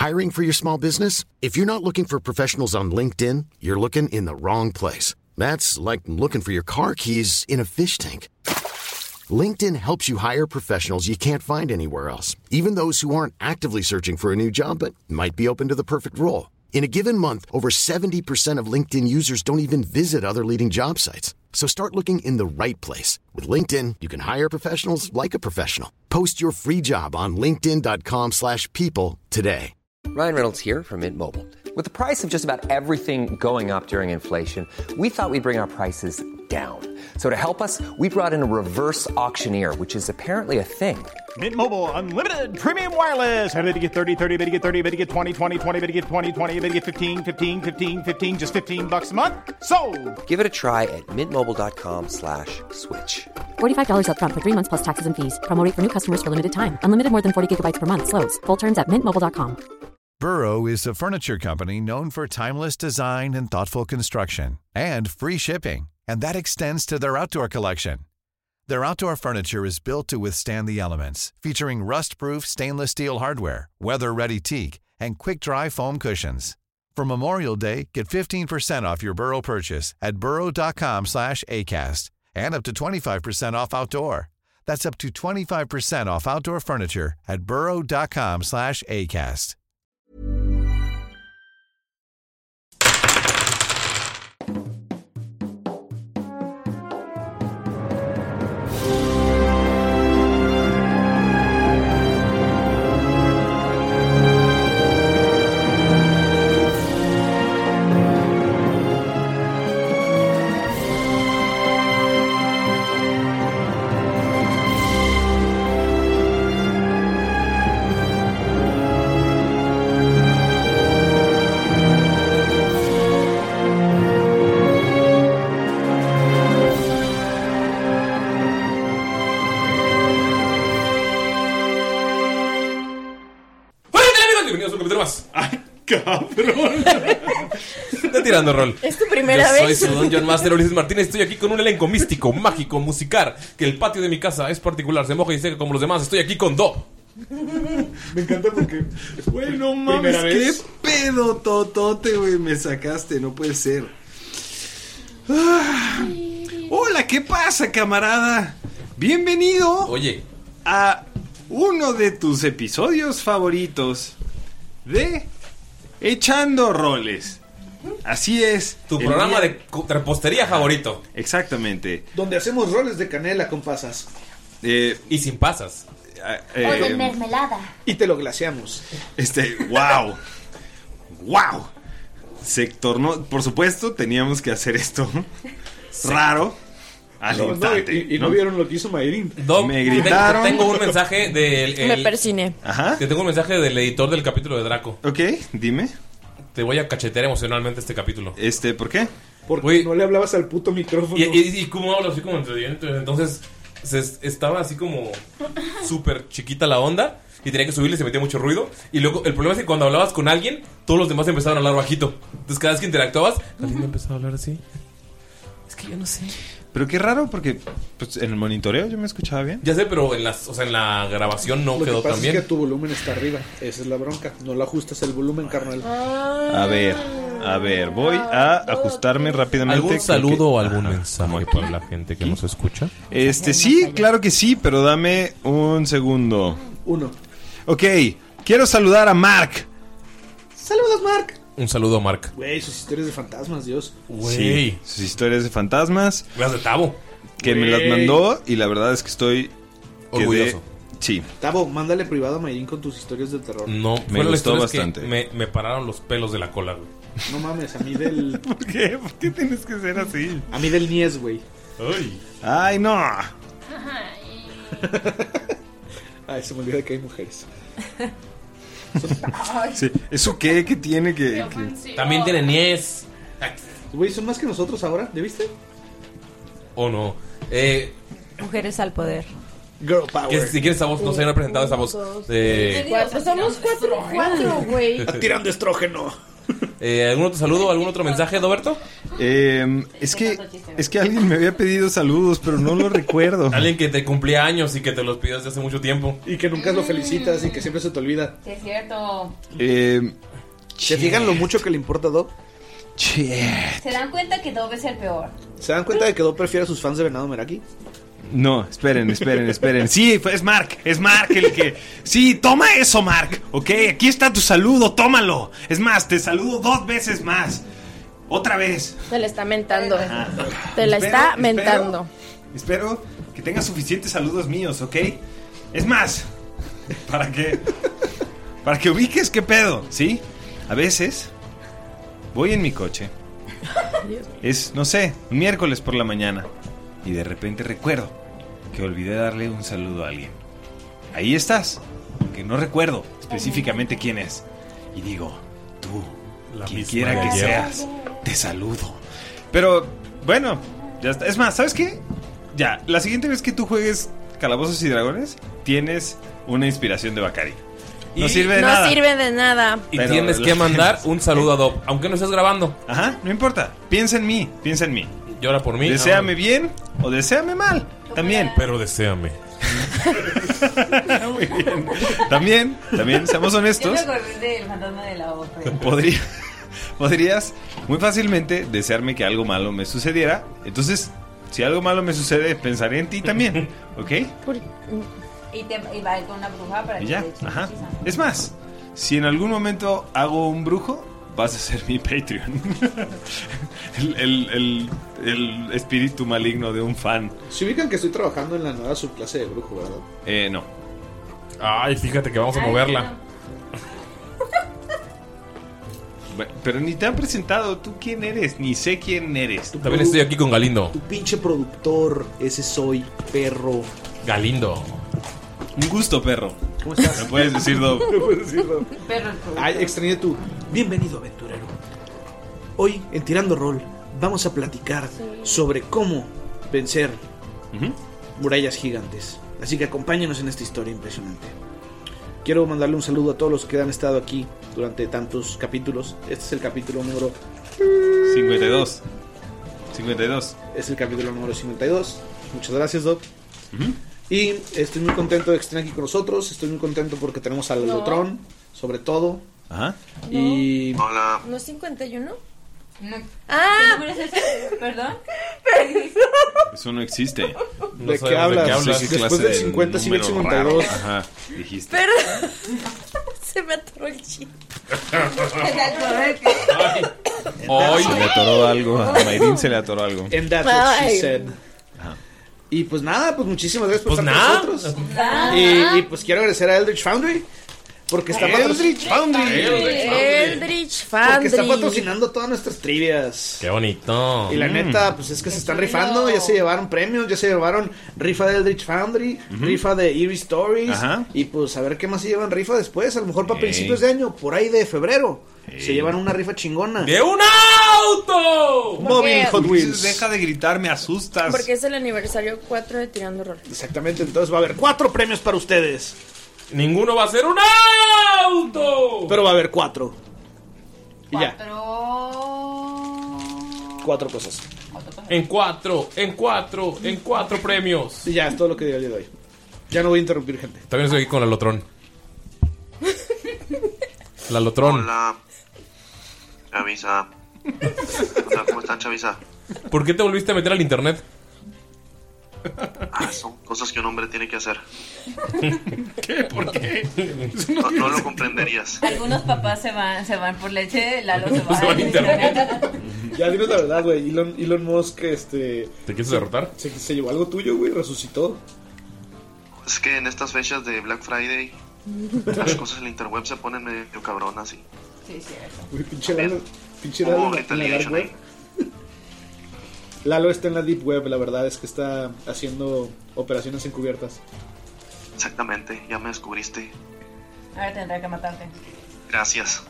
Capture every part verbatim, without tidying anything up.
Hiring for your small business? If you're not looking for professionals on LinkedIn, you're looking in the wrong place. That's like looking for your car keys in a fish tank. LinkedIn helps you hire professionals you can't find anywhere else, even those who aren't actively searching for a new job but might be open to the perfect role. In a given month, over seventy percent of LinkedIn users don't even visit other leading job sites. So start looking in the right place. With LinkedIn, you can hire professionals like a professional. Post your free job on linkedin.com slash people today. Ryan Reynolds here from Mint Mobile. With the price of just about everything going up during inflation, we thought we'd bring our prices down. So to help us, we brought in a reverse auctioneer, which is apparently a thing. Mint Mobile Unlimited Premium Wireless. How to get thirty, thirty, how to get thirty, how to get twenty, twenty, twenty, how to get twenty, twenty, how to get fifteen, fifteen, fifteen, fifteen, just fifteen bucks a month? Sold! Give it a try at mintmobile.com slash switch. forty-five dollars up front for three months plus taxes and fees. Promo rate for new customers for limited time. Unlimited more than forty gigabytes per month. Slows full terms at mint mobile dot com. Burrow is a furniture company known for timeless design and thoughtful construction and free shipping, and that extends to their outdoor collection. Their outdoor furniture is built to withstand the elements, featuring rust-proof stainless steel hardware, weather-ready teak, and quick-dry foam cushions. For Memorial Day, get fifteen percent off your Burrow purchase at burrow.com slash ACAST and up to twenty-five percent off outdoor. That's up to twenty-five percent off outdoor furniture at burrow.com slash ACAST. Cabrón. Está tirando rol. Es tu primera Yo vez. Soy su Dungeon Master Ulises Martínez. Estoy aquí con un elenco místico, mágico, musical. Que el patio de mi casa es particular. Se moja y seca como los demás. Estoy aquí con Do. Me encanta porque. Güey, no mames, qué pedo, totote, güey. Me sacaste, no puede ser. Ah, hola, ¿qué pasa, camarada? Bienvenido. Oye. A uno de tus episodios favoritos de Echando Roles. Así es. Tu programa día... de repostería favorito. Exactamente. Donde hacemos roles de canela con pasas. Eh, y sin pasas. Eh, o de mermelada. Y te lo glaseamos. Este, wow. Wow. Se tornó, por supuesto, teníamos que hacer esto. Sí. Raro. Al no, instante. No, y, y ¿no? no vieron lo que hizo Mayrin. Dom, me gritaron. Tengo un mensaje del. El, me persiné. Ajá. Te tengo un mensaje del editor del capítulo de Draco. Ok, dime. Te voy a cachetear emocionalmente este capítulo. Este, ¿por qué? Porque Uy. no le hablabas al puto micrófono. Y, y, y cómo hablo así como entre dientes. Entonces se, estaba así como súper chiquita la onda y tenía que subirle y se metía mucho ruido. Y luego el problema es que cuando hablabas con alguien, todos los demás empezaron a hablar bajito. Entonces cada vez que interactuabas, alguien empezaba a hablar así. Es que yo no sé. Pero qué raro porque pues, en el monitoreo yo me escuchaba bien. Ya sé, pero en las, o sea, en la grabación no lo quedó que pasa tan bien. Es que tu volumen está arriba, esa es la bronca. No lo ajustas el volumen, carnal. A ver, a ver, voy a ajustarme rápidamente. ¿Algún saludo que... o algún Ajá. mensaje para la gente que nos escucha? Este, sí, claro que sí, pero dame un segundo. Uno. Ok, quiero saludar a Mark. Saludos, Mark. Un saludo a Mark. Güey, sus historias de fantasmas, Dios. Güey. Sí, sus historias de fantasmas. Las de Tabo. Que Wey. me las mandó y la verdad es que estoy orgulloso. Sí. Tabo, mándale privado a Mayrin con tus historias de terror. No, me gustó bastante. Me, me pararon los pelos de la cola, güey. No mames, a mí del... ¿Por qué? ¿Por qué tienes que ser así? A mí del Nies, güey. Ay. Ay, no. Ay, se me olvida que hay mujeres. Sí. ¿Eso qué? ¿Qué tiene que...? que... También tiene Nies. Güey, son más que nosotros ahora, ¿ya viste? ¿O no? Eh... Mujeres al poder. Girl power. Que si quieres esa voz, no se había presentado esa voz. De... Cuatro, somos cuatro, cuatro, güey. Tirando estrógeno. Eh, ¿Algún otro saludo, algún otro mensaje, Doberto? Eh, es que es que alguien me había pedido saludos, pero no lo recuerdo. Alguien que te cumplía años y que te los pidió desde hace mucho tiempo. Y que nunca lo felicitas y que siempre se te olvida. Sí, es cierto. Eh, ¿Se fijan lo mucho que le importa a Dob? ¿Se dan cuenta que Dob es el peor? ¿Se dan cuenta de que Dob prefiere a sus fans de Venado Meraki? No, esperen, esperen, esperen. Sí, es Mark, es Mark el que... Sí, toma eso, Mark. Ok, aquí está tu saludo, tómalo. Es más, te saludo dos veces más. Otra vez. Te la está mentando. Ajá. Te la Espero- está espero- mentando. Espero que tengas suficientes saludos míos, ¿ok? Es más, para que... Para que ubiques qué pedo, ¿sí? A veces voy en mi coche. Es, no sé, un miércoles por la mañana. Y de repente recuerdo que olvidé darle un saludo a alguien. Ahí estás, que no recuerdo específicamente quién es. Y digo, tú, La quien misma quiera que ayer. seas, te saludo. Pero, bueno, ya está. Es más, ¿sabes qué? Ya, la siguiente vez que tú juegues Calabozos y Dragones, tienes una inspiración de Bacari. No Y- sirve de No nada. sirve de nada. Y Pero tienes la- que mandar un saludo a Dob, aunque no estés grabando. Ajá, no importa. Piensa en mí, piensa en mí. Llora por mí. Deséame bien o deséame mal. También. Pero deséame. Muy bien. También, también, seamos Yo honestos. me acordé del fantasma de la ópera. Podría, podrías muy fácilmente desearme que algo malo me sucediera. Entonces, si algo malo me sucede, pensaré en ti también. ¿Ok? Y, te, y va a ir con una bruja para Y que ya, te eche ajá. hechizo. Es más, si en algún momento hago un brujo, vas a ser mi Patreon. el, el, el, el espíritu maligno de un fan. Se ubican que estoy trabajando en la nueva subclase de brujo, ¿verdad? Eh, no. Ay, fíjate que vamos a Ay, moverla. Bueno, pero ni te han presentado. ¿Tú quién eres? Ni sé quién eres. También estoy aquí con Galindo. Tu pinche productor, ese soy, perro. Galindo. Un gusto, perro. ¿Cómo estás? ¿Me puedes decir, Dob? ¿Me puedes decirlo? Perro el productor. Ay, extrañé tu. Bienvenido, aventurero. Hoy, en Tirando Rol, vamos a platicar sobre cómo vencer Ujú. murallas gigantes. Así que acompáñenos en esta historia impresionante. Quiero mandarle un saludo a todos los que han estado aquí durante tantos capítulos. Este es el capítulo número... cincuenta y dos. cincuenta y dos. Es el capítulo número cincuenta y dos. Muchas gracias, Doc. Ujú. Y estoy muy contento de que estén aquí con nosotros. Estoy muy contento porque tenemos al No. Lotron, sobre todo. Ajá. Y... Hola. ¿No es cincuenta y uno? No. ¿Qué ¡Ah! número es ese? ¿Perdón? Eso no existe. No ¿De qué sabemos hablas? de qué hablas. ¿Qué Después clase del de cincuenta sigue el número cincuenta y dos. raro? Ajá, dijiste. Pero se me atoró el chip. Hoy. Se le atoró algo. A Mayrin se le atoró algo. And that's what she Ay. said. Ajá. Y pues nada, pues muchísimas gracias por Pues estar nada. con nosotros. Y, y pues quiero agradecer a Eldritch Foundry. Porque está, patro- Eldritch Foundry. Eldritch porque está Foundry. patrocinando todas nuestras trivias. Qué bonito. Y la neta, pues es que se están rifando. Ya se llevaron premios, ya se llevaron rifa de Eldritch Foundry, rifa de Eerie Stories. Ajá. Y pues a ver qué más se llevan rifa después. A lo mejor para Ey. principios de año, por ahí de febrero, Ey. se llevan una rifa chingona. ¡De un auto! Móvil Hot Wheels. Deja de gritar, me asustas. Porque es el aniversario cuatro de Tirando Rol. Exactamente, entonces va a haber cuatro premios para ustedes. Ninguno va a ser un auto. Pero va a haber cuatro. Y ya, Cuatro... cuatro cosas. En cuatro, en cuatro, en cuatro premios. Y ya, es todo lo que digo el día de hoy. Ya no voy a interrumpir, gente. También estoy aquí con la Lotrón. La Lotrón. Hola. Chavisa. Hola, ¿cómo están, Chavisa? ¿Por qué te volviste a meter al internet? Ah, son cosas que un hombre tiene que hacer. ¿Qué? ¿Por qué? No, no lo comprenderías. Algunos papás se van, se van por leche, Lalo se va, Se va a internet. Ya dinos la verdad, güey. Elon, Elon Musk, este. ¿Te quieres derrotar? Se, se llevó algo tuyo, güey. Resucitó. Es que en estas fechas de Black Friday, las cosas en la interweb se ponen medio cabronas y... Sí, cierto. Güey, pinche Lalo. Pinche Hubo Lalo en la- en la dark retaliation web. ahí. Lalo está en la deep web, la verdad es que está haciendo operaciones encubiertas. Exactamente, ya me descubriste. Ahora tendré que matarte. Gracias.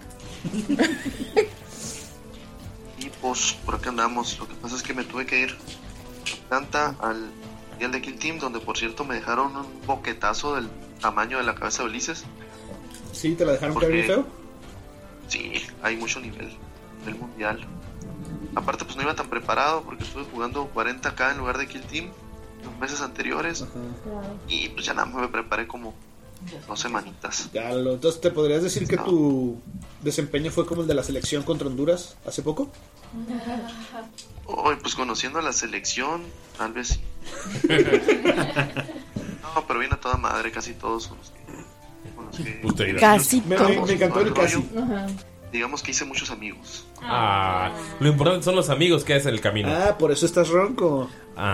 Y pues, por acá andamos. Lo que pasa es que me tuve que ir a Atlanta al día de Kill Team, donde por cierto me dejaron un boquetazo del tamaño de la cabeza de Ulises. ¿Sí? ¿Te la dejaron caer bien feo? Sí, hay mucho nivel. del mundial. Aparte, pues no iba tan preparado porque estuve jugando cuarenta K en lugar de Kill Team los meses anteriores. Ajá. Y pues ya nada más me preparé como dos semanitas. Ya, lo, entonces, ¿te podrías decir que tu desempeño fue como el de la selección contra Honduras hace poco? Oh, pues conociendo a la selección, tal vez sí. No, pero viene a toda madre, casi todos son los que... Con los que Usted casi me, me, me encantó el casi. Ajá. Digamos que hice muchos amigos. Ah, lo importante son los amigos que hacen el camino. Ah, por eso estás ronco.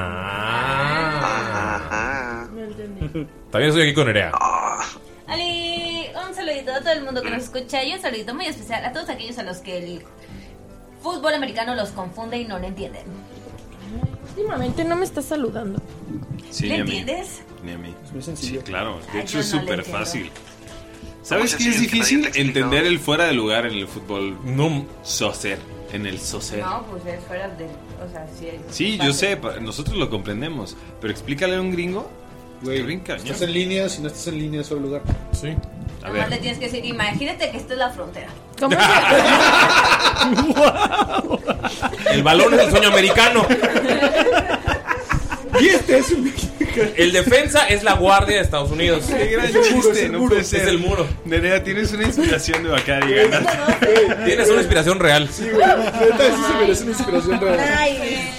Ah. Ajá. No entendí. También estoy aquí con Nerea. Ali, un saludito a todo el mundo que nos escucha y un saludito muy especial a todos aquellos a los que el fútbol americano los confunde y no lo entienden. Últimamente no me estás saludando. Sí, ¿Le ni a mí. entiendes? Ni a mí. Es muy sencillo. Sí, claro. De Ay, hecho, yo es no le súper entiendo. fácil. ¿Sabes ¿Cómo qué es sencillo que nadie difícil? te ha explicado? Entender el fuera de lugar en el fútbol. No. Soccer. En el soccer. No, pues es fuera de... O sea, sí es Sí, yo fácil. sé, pa- nosotros lo comprendemos. Pero explícale a un gringo. Güey, Qué brinca, estás ¿no? en línea, si no estás en línea es solo lugar. Sí. A Nomás le ver. tienes que decir, imagínate que esta es la frontera. ¿Cómo se... El balón es el sueño americano. Y este es un... El defensa es la guardia de Estados Unidos. Qué gran Es el muro, es chiste, el no muro. puede Es ser. el muro. Nerea, tienes una inspiración de Bacari. Ganaste. Tienes una inspiración real. Sí, güey, neta, sí se merece una inspiración real. Ay,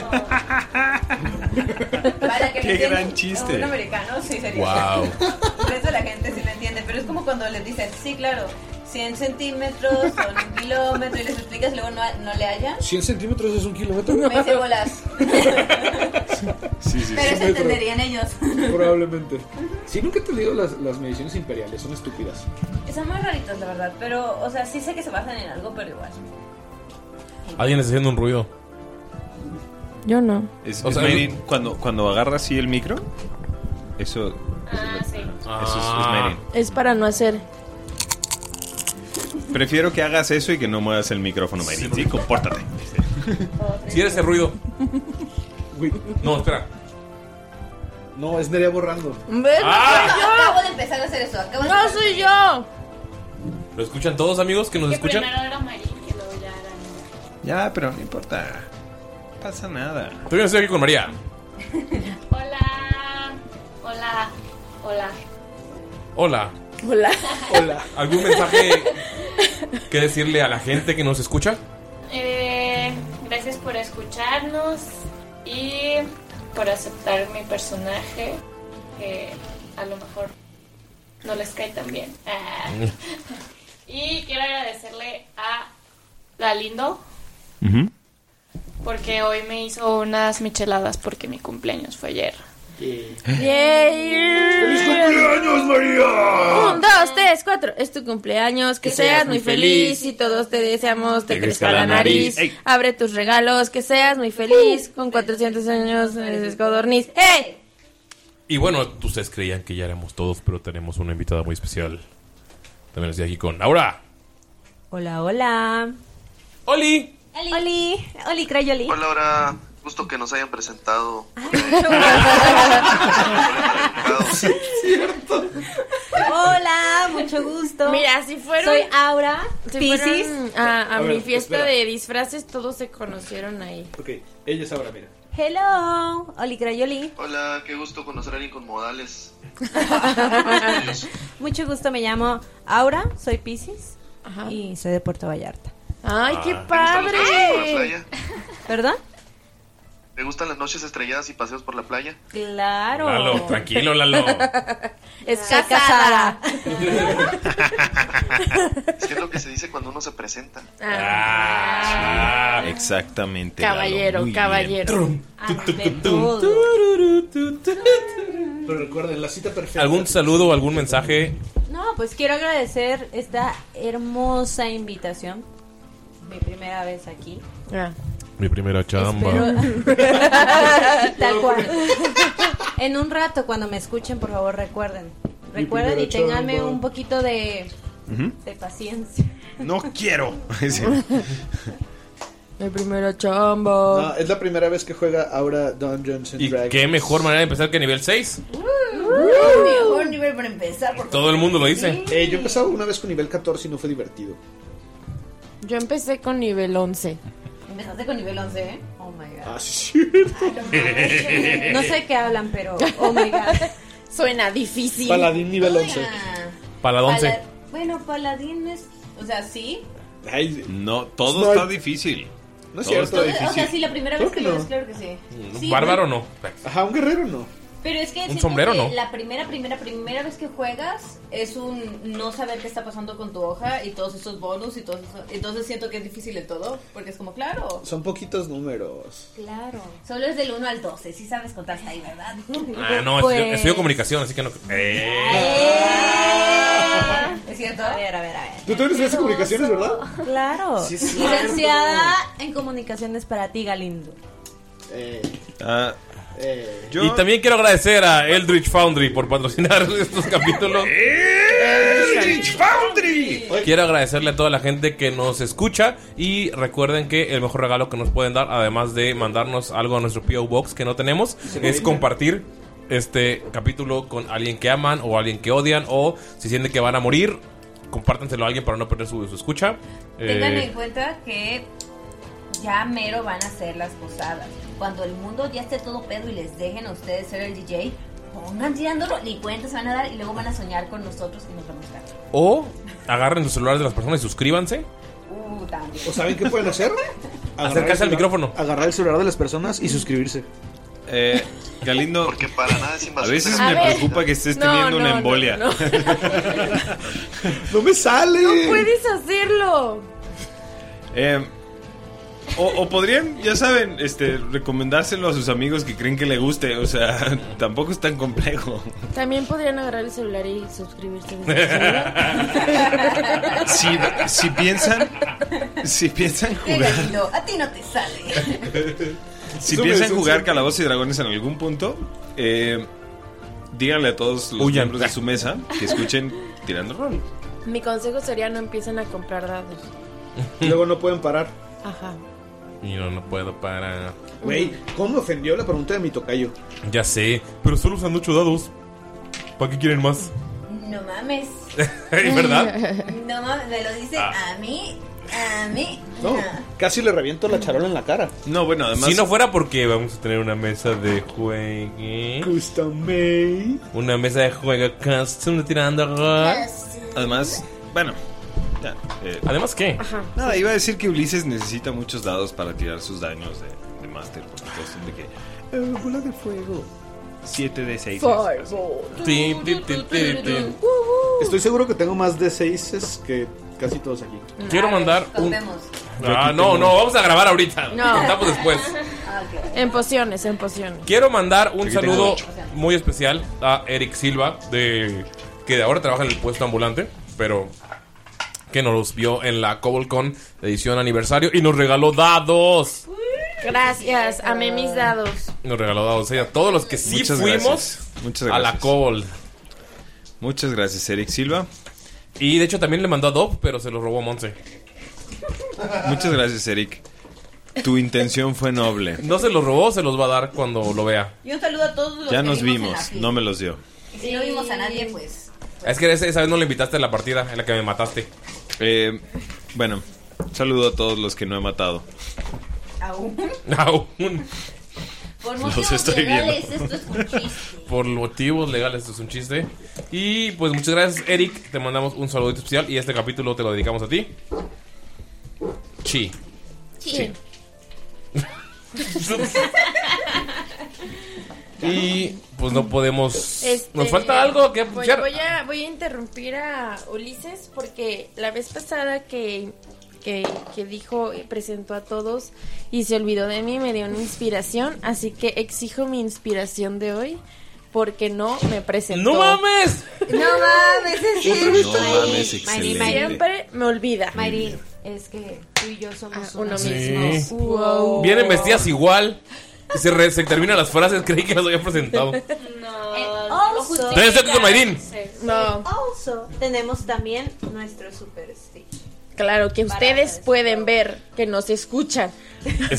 para que Qué me entiendan, gran chiste. Un americano sí sería. Wow. Por eso la gente sí lo entiende. Pero es como cuando les dicen, sí, claro, cien centímetros son un kilómetro y les explicas y luego no, no le hallan. cien centímetros es un kilómetro. Me dice bolas. Sí, sí, Pero sí. se entenderían ellos. Probablemente. Sí, nunca he entendido las, las mediciones imperiales, son estúpidas. Son muy raritos, la verdad. Pero, o sea, sí sé que se basan en algo, pero igual. Alguien está haciendo un ruido. Yo no. Es, O es sea, made in- cuando, cuando agarra así el micro, eso, Ah, sí. eso es, es made in. Es para no hacer. Prefiero que hagas eso y que no muevas el micrófono, made in. Sí, compórtate. Si eres ese ruido. Güey, No, espera. no, es Nerea borrando. ¿Ves? Acabo de empezar a hacer eso. Acabo de No empezar a soy hacer yo. ¿Lo escuchan todos, amigos, que nos Que escuchan? primero era Marín, que luego ya era Nerea. Ya, pero no importa. No pasa nada. Todavía estoy aquí con María. Hola. Hola. Hola. Hola. Hola. Hola. ¿Algún mensaje que decirle a la gente que nos escucha? Eh, gracias por escucharnos y por aceptar mi personaje, que a lo mejor no les cae tan bien. Ah. Y quiero agradecerle a Galindo porque hoy me hizo unas micheladas porque mi cumpleaños fue ayer. Yay. ¡Feliz cumpleaños, María! Un, dos, tres, cuatro. Es tu cumpleaños. Que, seas muy feliz. Y todos te deseamos te crezca la nariz. Ey. Abre tus regalos. Que seas muy feliz. Con cuatrocientos años eres codorniz. ¡Hey! Y bueno, ustedes creían que ya éramos todos, pero tenemos una invitada muy especial. También estoy aquí con Laura. Hola, hola. ¡Oli! Oli. Oli, Oli, Crayoli. Hola, ahora gusto que nos hayan presentado. Hola, mucho gusto. Mira, si fueron. Soy Aura, si Piscis. fueron a, a A mi ver, fiesta espera. de disfraces, todos se conocieron ahí. Ok, ella es ahora, mira. Hello, Oli Crayoli. Hola, qué gusto conocer a alguien con modales. Mucho gusto, me llamo Aura, soy Piscis Ajá. y soy de Puerto Vallarta. ¡Ay, qué ¿Te gustan las noches por la padre! playa? ¿Perdón? ¿Te gustan las noches estrelladas y paseos por la playa? Claro. Lalo, tranquilo, Lalo. Es Soy casada. Es que es lo que se dice cuando uno se presenta. Ah. Exactamente. Lalo. Caballero, Muy bien. caballero. De todo. Pero recuerden, la cita perfecta. ¿Algún saludo o algún mensaje? No, pues quiero agradecer esta hermosa invitación. Mi primera vez aquí. Ah. Mi primera chamba. Espero- Tal cual. En un rato, cuando me escuchen, por favor, recuerden. Mi Recuerden y primera ténganme chamba. un poquito de, Ujú. de paciencia. No quiero. Sí. Mi primera chamba. No, es la primera vez que juega Aura Dungeons and ¿Y Dragons. qué mejor manera de empezar que nivel seis? Mejor nivel para empezar. Por Todo el mundo lo dice. Eh, yo he empezado una vez con nivel catorce y no fue divertido. Yo empecé con nivel once. Empezaste con nivel once, ¿eh? Oh my god. Ah, sí, cierto. No sé qué hablan, pero oh my god. Suena difícil. Paladín nivel once. Paladonce. Pala- Bueno, paladín es... O sea, sí. Ay, No, todo No, está difícil. no es Todo cierto. está O sea, sí, la primera Creo vez que que lo no. ves, claro que sí. Sí, Bárbaro ¿no? no. Ajá, un guerrero no. Pero es que Un siento sombrero, que ¿no? la primera, primera, primera vez que juegas es un no saber qué está pasando con tu hoja y todos esos bonus y todo eso. Entonces siento que es difícil de todo, porque es como, claro, Son poquitos números. claro. Solo es del uno al doce, sí sabes contar hasta ahí, ¿verdad? Ah, no, Pues- estudio, estudio comunicación, así que no. Eh. ¿Es cierto? A ver, a ver, a ver. Tú también estudias comunicaciones, ¿verdad? Claro. Sí, es cierto. Licenciada en comunicaciones para ti, Galindo. Eh, Ah, eh. yo... Y también quiero agradecer a Eldritch Foundry por patrocinar estos capítulos. ¡Eldritch Foundry! Quiero agradecerle a toda la gente que nos escucha. Y recuerden que el mejor regalo que nos pueden dar, además de mandarnos algo a nuestro P O Box que no tenemos, es compartir este capítulo con alguien que aman o alguien que odian, o si sienten que van a morir, compártenselo a alguien para no perder su, su escucha. Tengan Eh, en cuenta que ya mero van a ser las posadas. Cuando el mundo ya esté todo pedo y les dejen a ustedes ser el D J, pongan tirándolo, ni cuentas se van a dar y luego van a soñar con nosotros y nos vamos a dar. o agarren los celulares de las personas y suscríbanse. Uh, también. ¿O saben qué pueden hacer? Agarrar Acercarse el al celular- micrófono. Agarrar el celular de las personas y suscribirse. Eh, Galindo, Porque para nada es a invasión. veces de me la- preocupa que estés No, teniendo no, una no, embolia. no. ¡No me sale! No puedes hacerlo. Eh, o, o podrían, ya saben, este, recomendárselo a sus amigos que creen que le guste. O sea, tampoco es tan complejo. También podrían agarrar el celular y suscribirse desde el celular. Si, si piensan, si piensan Qué jugar, lindo, a ti no te sale. si Eso me piensan dicen jugar siempre. Calabozos y Dragones en algún punto, eh, díganle a todos los Huyan. miembros de su mesa que escuchen Tirando Rol. Mi consejo sería no empiecen a comprar dados. Y luego no pueden parar. Ajá. Y no, no puedo para. Güey, ¿cómo me ofendió la pregunta de mi tocayo? Ya sé, pero solo usan ocho dados. ¿Para qué quieren más? No mames. ¿Es verdad? No mames, me lo dice Ah. a mí, a mí. No, casi le reviento la charola en la cara. No, bueno, además. Si no fuera porque vamos a tener una mesa de juego. Custom made. Una mesa de juego custom de Tirando Rol. Además, bueno, ya. eh, Además, ¿qué? Ajá. nada, iba a decir que Ulises necesita muchos dados para tirar sus daños de, de Master. Por supuesto, de que. Eh, bola de fuego. siete de seis. Ti, ti, ti, ti, ti. Estoy seguro que tengo más de seis que casi todos aquí. Quiero mandar un. Contemos. Ah, no, no, vamos a grabar ahorita. No. Contamos después. Ah, ok. En pociones, en pociones. Quiero mandar un Aquí saludo tengo muy especial a Eric Silva, de que ahora trabaja en el puesto ambulante, pero que nos vio en la CobbleCon edición aniversario y nos regaló dados. Gracias, amé mis dados. Nos regaló dados. O sea, todos los que sí Muchas fuimos gracias. Muchas a la gracias. Cobble. Muchas gracias, Eric Silva. Y de hecho también le mandó a Dove, pero se lo robó a Monse. Muchas gracias, Eric. Tu intención fue noble. No se los robó, se los va a dar cuando lo vea. Y un saludo a todos los Ya que nos vimos en la vimos, fila. no me los dio. Y si no vimos a nadie, pues. Es que esa esa vez no le invitaste a la partida en la que me mataste. Eh, bueno, saludo a todos los que no he matado. Aún. Aún. Por Los motivos estoy legales, viendo. esto es un chiste. Por motivos legales, esto es un chiste. Y pues muchas gracias, Eric. Te mandamos un saludito especial. Y este capítulo te lo dedicamos a ti. Chi. Sí. Y pues no podemos. Este, Nos falta algo que voy, escuchar. voy a, voy a interrumpir a Ulises porque la vez pasada que, que, que dijo y presentó a todos y se olvidó de mí, me dio una inspiración. Así que exijo mi inspiración de hoy porque no me presentó. ¡No mames! No mames, es cierto. No mames, excelente. Siempre me olvida. Mayrin, es que tú y yo somos Ah, uno uno mismo. mismo. Wow. Vienen vestidas igual. Y se, re- se terminan las frases. Creí que las había presentado. No, Also, Estoy estoy con Mayrin. No, also, tenemos también nuestro super stick. claro que Para ustedes después. pueden ver que nos escuchan.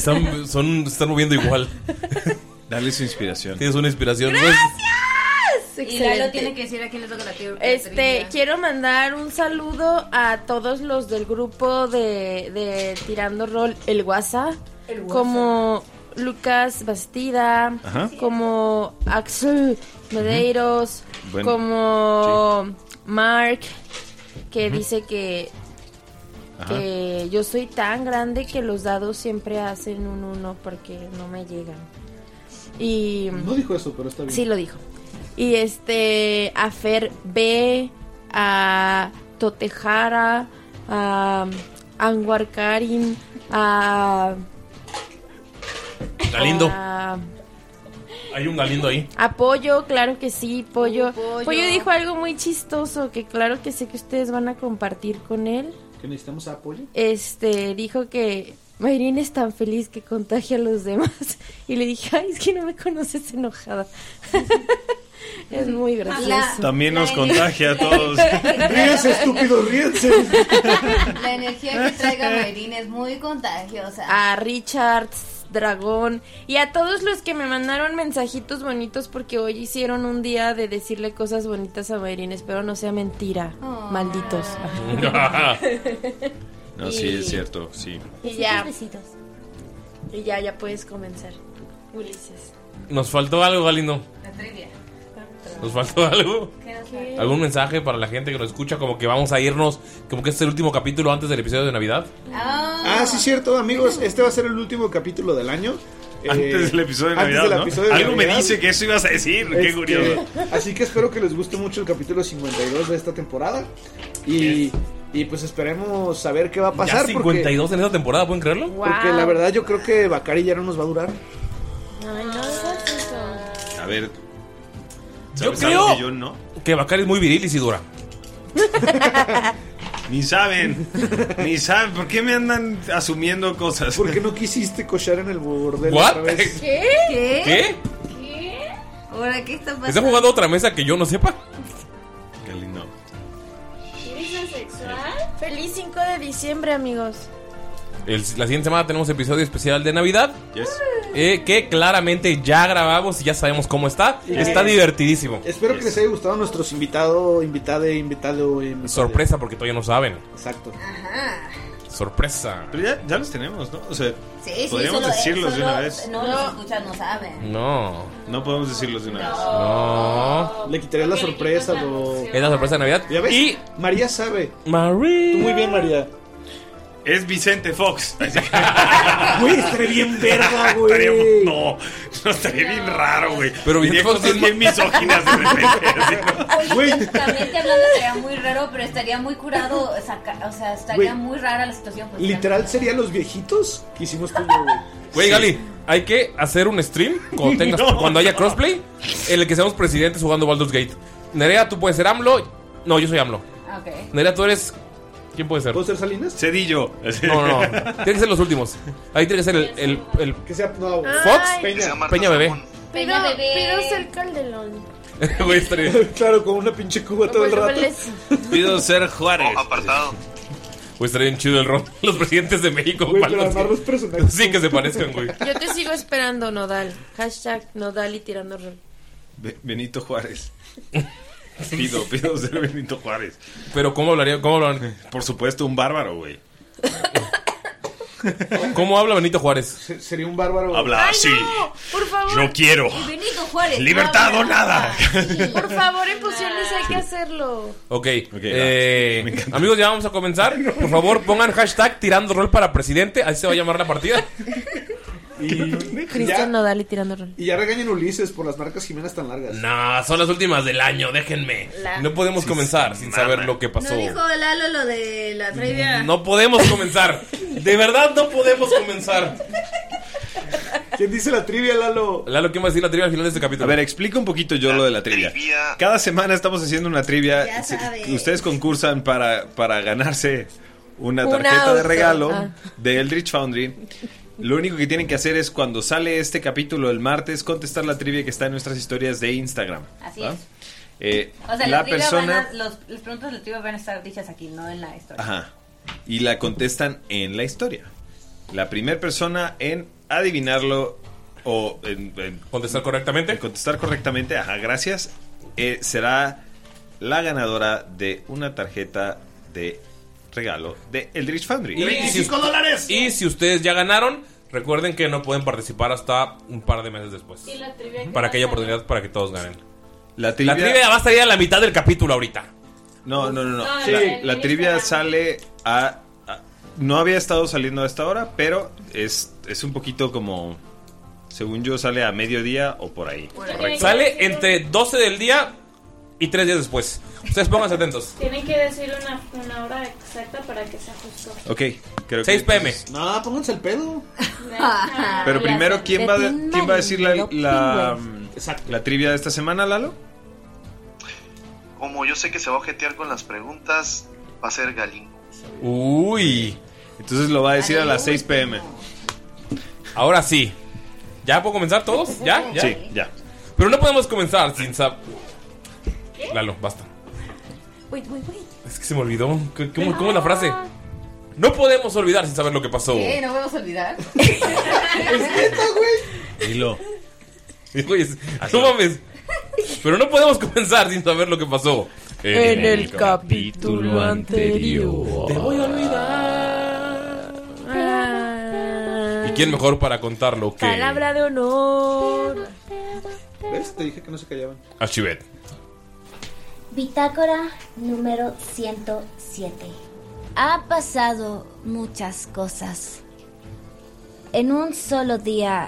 Están, son, están moviendo igual. Dale su inspiración. Tienes una inspiración. ¡Gracias! Y Excelente. Lalo tiene que decir a quién le toca la tierra. Este, quiero mandar un saludo a todos los del grupo de, de Tirando Rol El WhatsApp, El WhatsApp. como Lucas Bastida, Ajá. como Axel Medeiros, Bueno, como Mark, que Ujú. dice que Ajá. que yo soy tan grande que los dados siempre hacen un uno porque no me llegan. Y No dijo eso, pero está bien. sí lo dijo. Y este a Fer B, a Totejara, a Anwar Karim, a Galindo. a Hay un Galindo ahí. Apoyo, claro que sí, Pollo. Pollo. Pollo dijo algo muy chistoso que claro que sé que ustedes van a compartir con él. ¿Que necesitamos apoyo? Este, dijo que Mayrin es tan feliz que contagia a los demás. Y le dije, ay, es que no me conoces enojada. Es muy gracioso. También nos contagia a todos. Ríense, estúpidos, ríense. La energía que traiga Mayrin es muy contagiosa. A Richard Dragón y a todos los que me mandaron mensajitos bonitos porque hoy hicieron un día de decirle cosas bonitas a Mayrin. Espero no sea mentira, Oh. malditos. No, sí, es cierto, sí. Y ya. Y ya, ya puedes comenzar, Ulises. Nos faltó algo, Galindo. La trivia. Nos faltó algo. ¿Qué nos falta? ¿Algún mensaje para la gente que nos escucha? Como que vamos a irnos, como que este es el último capítulo antes del episodio de Navidad. Ah, sí, cierto, amigos. Este va a ser el último capítulo del año. Antes Eh, del episodio de antes Navidad, del ¿no? episodio de Algo me Navidad. dice que eso ibas a decir. Qué Este, curioso. Así que espero que les guste mucho el capítulo cincuenta y dos de esta temporada. Y, y pues esperemos saber qué va a pasar. Ya cincuenta y dos en esta temporada, ¿pueden creerlo? Porque, porque la verdad yo creo que Bacari ya no nos va a durar. Ay, no digas eso. A ver. Yo ¿Sabes creo algo que yo no? que Bacari es muy viril y si dura. Ni saben. Ni saben. ¿Por qué me andan asumiendo cosas? ¿Por qué no quisiste cochar en el bordel What? otra vez? ¿Qué? ¿Qué? ¿Qué? ¿Qué? ¿Ahora qué está pasando? ¿Está jugando otra mesa que yo no sepa? Qué lindo. ¿Eres asexual? Feliz cinco de diciembre, amigos. El- la siguiente semana tenemos episodio especial de Navidad. Yes. eh, que claramente ya grabamos y ya sabemos cómo está. Está divertidísimo. Espero que les haya gustado nuestros invitados, invitade, invitado, invitade. Sorpresa porque todavía no saben. Exacto. Ajá. Sorpresa. Pero ya, ya los tenemos, ¿no? O sea, Sí, sí, podríamos solo- decirlos de solo- una vez. No, los escuchas, no saben. No. No podemos decirlos de una vez. No. Le quitaría la sorpresa, bro. Es la sorpresa de Navidad. ¿Ya ves? Y María sabe. Marie. Tú muy bien, María. Es Vicente Fox. Güey, estaría bien verga, güey. Estaría- no, no estaría bien raro, güey. Pero Diría Vicente Fox cosas es bien misóginas de repente. así, ¿no? Políticamente hablando estaría muy raro, pero estaría muy curado. saca- o sea, estaría Güey. muy rara la situación. pues, Literal serían los viejitos que hicimos tú y yo, güey. Güey, Gali, hay que hacer un stream cuando, tengas, No. cuando haya crossplay en el que seamos presidentes jugando Baldur's Gate. Nerea, tú puedes ser AMLO. No, yo soy AMLO. Ok. Nerea, tú eres. ¿Quién puede ser? ¿Puedo ser Salinas? Cedillo. No, no, no. Tiene que ser los últimos. Ahí tiene que ser el. el, el Que sea. No, güey. Fox, Ay. Que sea Peña. Marta Peña Bebé. Salmón. Peña Pido, bebé. pido ser Calderón. Güey, estaría- Claro, con una pinche cuba todo el Pues, rato. les- Pido ser Juárez. Oh, apartado. güey, estaría bien chido el rol. Los presidentes de México. Güey, para pero los armar que- los personajes. Sí, que se parezcan, güey. Yo te sigo esperando, Nodal. Hashtag Nodal y tirando rol. Be- Benito Juárez. Pido, pido ser Benito Juárez. Pero, ¿cómo hablaría? ¿Cómo hablan? Por supuesto, un bárbaro, güey. ¿Cómo habla Benito Juárez? Se- Sería un bárbaro. Habla ¡Ay, así. no! Por favor. Yo quiero. Y Benito Juárez. Libertad habla. o nada. Por favor, en pociones hay que hacerlo. Ok, Ok, eh, va. Me encanta. amigos, ya vamos a comenzar. Por favor, pongan hashtag tirando rol para presidente. Así se va a llamar la partida. Y ya, Cristian Nodal y tirando rol. y ya regañen Ulises por las marcas Jiménez tan largas. No, son las últimas del año, déjenme. La- No podemos comenzar sin mama. saber lo que pasó. ¿No dijo Lalo lo de la trivia? No podemos comenzar. De verdad no podemos comenzar. ¿Quién dice la trivia, Lalo? Lalo, ¿quién va a decir la trivia al final de este capítulo? A ver, explica un poquito yo lo de la trivia. Trivia. Cada semana estamos haciendo una trivia. Ya Se- sabes. Ustedes concursan para, para ganarse una Un tarjeta de auto. regalo Ah. de Eldritch Foundry. Lo único que tienen que hacer es cuando sale este capítulo el martes contestar la trivia que está en nuestras historias de Instagram. Así ¿va? es. Eh, O sea, la la trivia persona... van a, los, las preguntas de la trivia van a estar dichas aquí, no en la historia. Ajá. Y la contestan en la historia. La primera persona en adivinarlo o en, en- ¿Contestar correctamente? en contestar correctamente, ajá, gracias, eh, será la ganadora de una tarjeta de regalo de Eldritch Foundry. Y si, dólares. Y si ustedes ya ganaron, recuerden que no pueden participar hasta un par de meses después. ¿Y la trivia Para que haya va a oportunidad para que todos ganen. La trivia, La trivia va a salir a la mitad del capítulo ahorita. No, no, no, no. No, la, el- la el trivia Instagram. sale a, a- no había estado saliendo a esta hora, pero es, es un poquito como, según yo, sale a mediodía o por ahí. ahí. Sale entre doce del día y tres días después. Ustedes pónganse atentos. Tienen que decir una, una hora exacta para que sea justo. Ok, creo seis que p m. No, pónganse el pedo. Pero primero, ¿quién va, a de- Te ¿quién va a decir la, tienen la, Exacto. la trivia de esta semana, Lalo? Como yo sé que se va a ojetear con las preguntas, va a ser Galín. Uy. Entonces lo va a decir a las seis p m. Ahora sí. ¿Ya puedo comenzar todos? ¿Ya? ¿Ya? Sí, ya. Pero no podemos comenzar sin saber. Lalo, basta. Wait, wait, wait. Es que se me olvidó. ¿Cómo, cómo- cómo es la frase? No podemos olvidar sin saber lo que pasó. ¿Qué? No vamos a olvidar. Dilo. Oye, no mames. Pero no podemos comenzar sin saber lo que pasó. En el capítulo anterior. Te voy a olvidar. Ah, ¿Y quién mejor para contarlo que Palabra de honor. ¿Ves? Te dije que no se callaban. Archivet? Bitácora número ciento siete. Ha pasado muchas cosas. En un solo día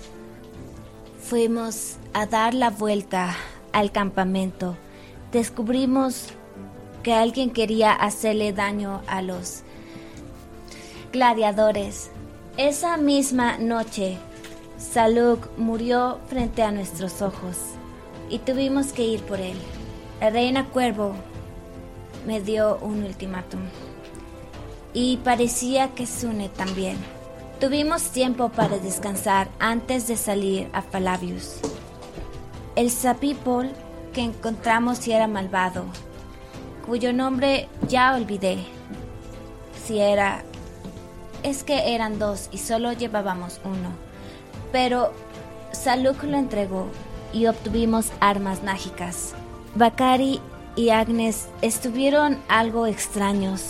fuimos a dar la vuelta al campamento. Descubrimos que alguien quería hacerle daño a los gladiadores. Esa misma noche, Saluk murió frente a nuestros ojos y tuvimos que ir por él. La reina Cuervo me dio un ultimátum y parecía que Sune también. Tuvimos tiempo para descansar antes de salir a Falavius. El Sapipol que encontramos era malvado, cuyo nombre ya olvidé. Si era... Es que eran dos y solo llevábamos uno. Pero Saluk lo entregó y obtuvimos armas mágicas. Bakari y Agnes estuvieron algo extraños.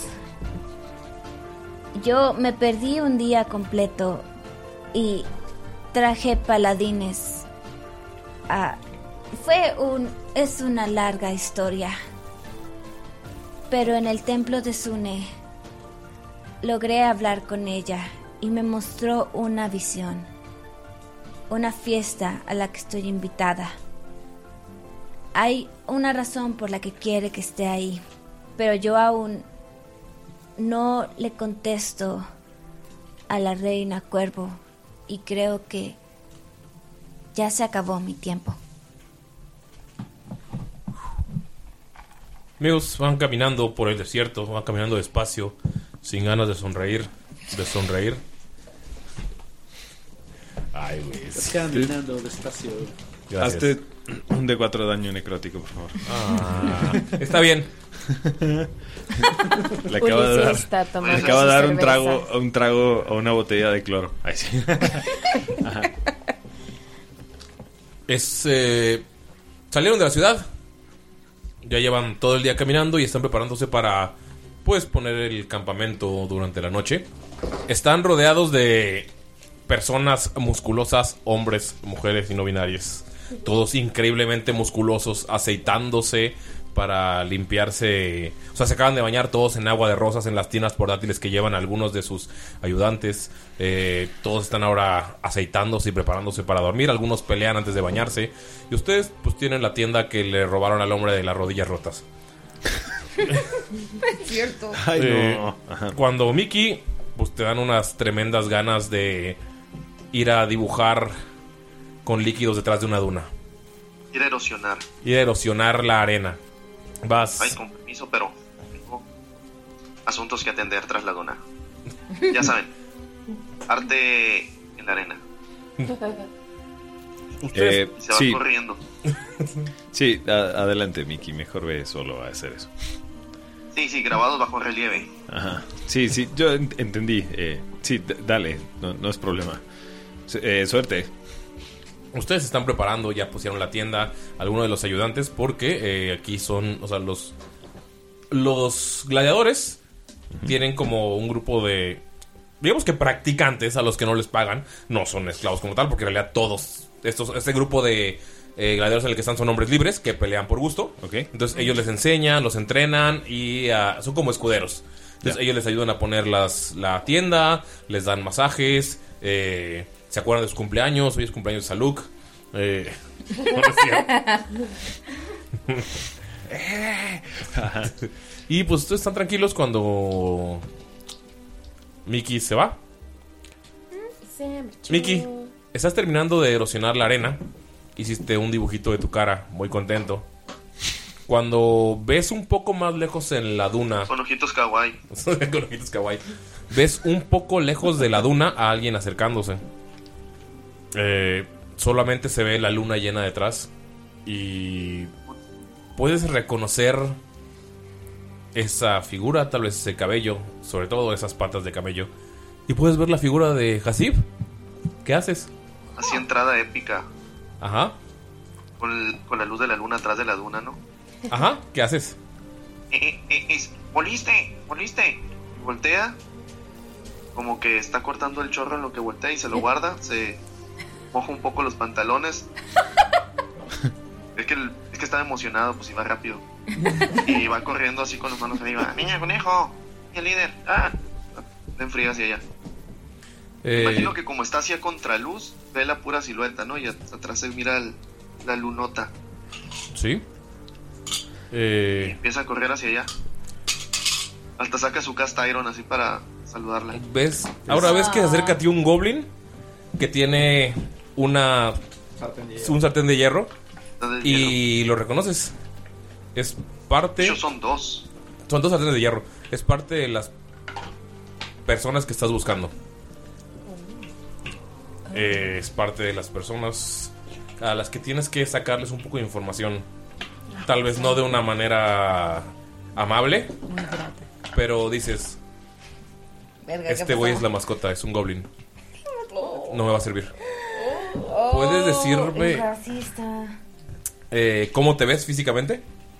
Yo me perdí un día completo y traje paladines. Ah, fue un... es una larga historia. Pero en el templo de Sune logré hablar con ella y me mostró una visión. Una fiesta a la que estoy invitada. Hay una razón por la que quiere que esté ahí, pero yo aún no le contesto a la reina Cuervo y creo que ya se acabó mi tiempo. Amigos, van caminando por el desierto, van caminando despacio, sin ganas de sonreír, de sonreír. Ay, güey. Caminando despacio. Gracias. Hazte un D cuatro daño necrótico, por favor. Ah, está bien. Le acaba de dar, Ulises está tomando le acaba de su dar un cerveza. trago, un trago a una botella de cloro. Ay, sí. Ajá. Es, eh, salieron de la ciudad. Ya llevan todo el día caminando y están preparándose para, pues, poner el campamento durante la noche. Están rodeados de personas musculosas, hombres, mujeres y no binarias. Todos increíblemente musculosos, aceitándose para limpiarse. O sea, se acaban de bañar todos en agua de rosas en las tinas portátiles que llevan algunos de sus ayudantes. Eh, todos están ahora aceitándose y preparándose para dormir. Algunos pelean antes de bañarse. Y ustedes pues tienen la tienda que le robaron al hombre de las rodillas rotas. Es cierto. Ay, Eh, no. Ajá. Cuando Mickey, pues te dan unas tremendas ganas de ir a dibujar con líquidos detrás de una duna. Ir a erosionar. Ir a erosionar la arena. Vas. Ay, con permiso, pero tengo asuntos que atender tras la duna. Ya saben, arte en la arena. Eh, Y se va sí, corriendo. sí, a- adelante, Mickey. Mejor ve solo a hacer eso. Sí, sí, grabados bajo relieve. Ajá. Sí, sí, yo en- entendí. Eh, sí, d- dale, no, no es problema. Su- eh, suerte. Ustedes se están preparando, ya pusieron la tienda, algunos de los ayudantes, porque eh, aquí son, o sea, los los gladiadores tienen como un grupo de, digamos que practicantes a los que no les pagan. No son esclavos como tal, porque en realidad todos estos, este grupo de eh, gladiadores en el que están son hombres libres que pelean por gusto. Okay. Entonces ellos les enseñan, los entrenan y uh, son como escuderos. Entonces Ya. ellos les ayudan a poner las, la tienda, les dan masajes, eh, se acuerdan de sus cumpleaños. Hoy es cumpleaños de Saluk. Eh, no es cierto. Y pues ustedes están tranquilos cuando Mickey se va. Mickey, estás terminando de erosionar la arena. Hiciste un dibujito de tu cara, muy contento. Cuando ves un poco más lejos en la duna, Con ojitos kawaii. con ojitos kawaii, ves un poco lejos de la duna a alguien acercándose. Eh, solamente se ve la luna llena detrás. Y puedes reconocer esa figura, tal vez ese cabello, sobre todo esas patas de camello. Y puedes ver la figura de Hasib. ¿Qué haces? Así entrada épica. Ajá, Con, el- con la luz de la luna atrás de la duna, ¿no? ajá, ¿qué haces? Eh, eh, eh, es- voliste, voliste. Voltea. Como que está cortando el chorro en lo que voltea y se lo guarda. Se moja un poco los pantalones. Es que, el- es que estaba emocionado, pues iba rápido. Y va corriendo así con las manos arriba. Niña conejo, niña líder. Ah, ven fría hacia allá. Eh, Imagino que como está hacia contraluz, ve la pura silueta, ¿no? Y at- atrás se mira el- la lunota. Sí. Eh, Empieza a correr hacia allá. Hasta saca su cast iron así para saludarla. ¿Ves? Ahora ves que se acerca a ti un goblin que tiene una un sartén de hierro y lo reconoces. Es parte. Ellos son dos. Son dos sartenes de hierro. Es parte de las personas que estás buscando. Eh, es parte de las personas a las que tienes que sacarles un poco de información. Tal vez no de una manera amable, Muy grata. pero dices, Verga, ¿qué este güey es pasó? la mascota, es un goblin. No me va a servir. ¿Puedes decirme Es racista. eh, cómo te ves físicamente?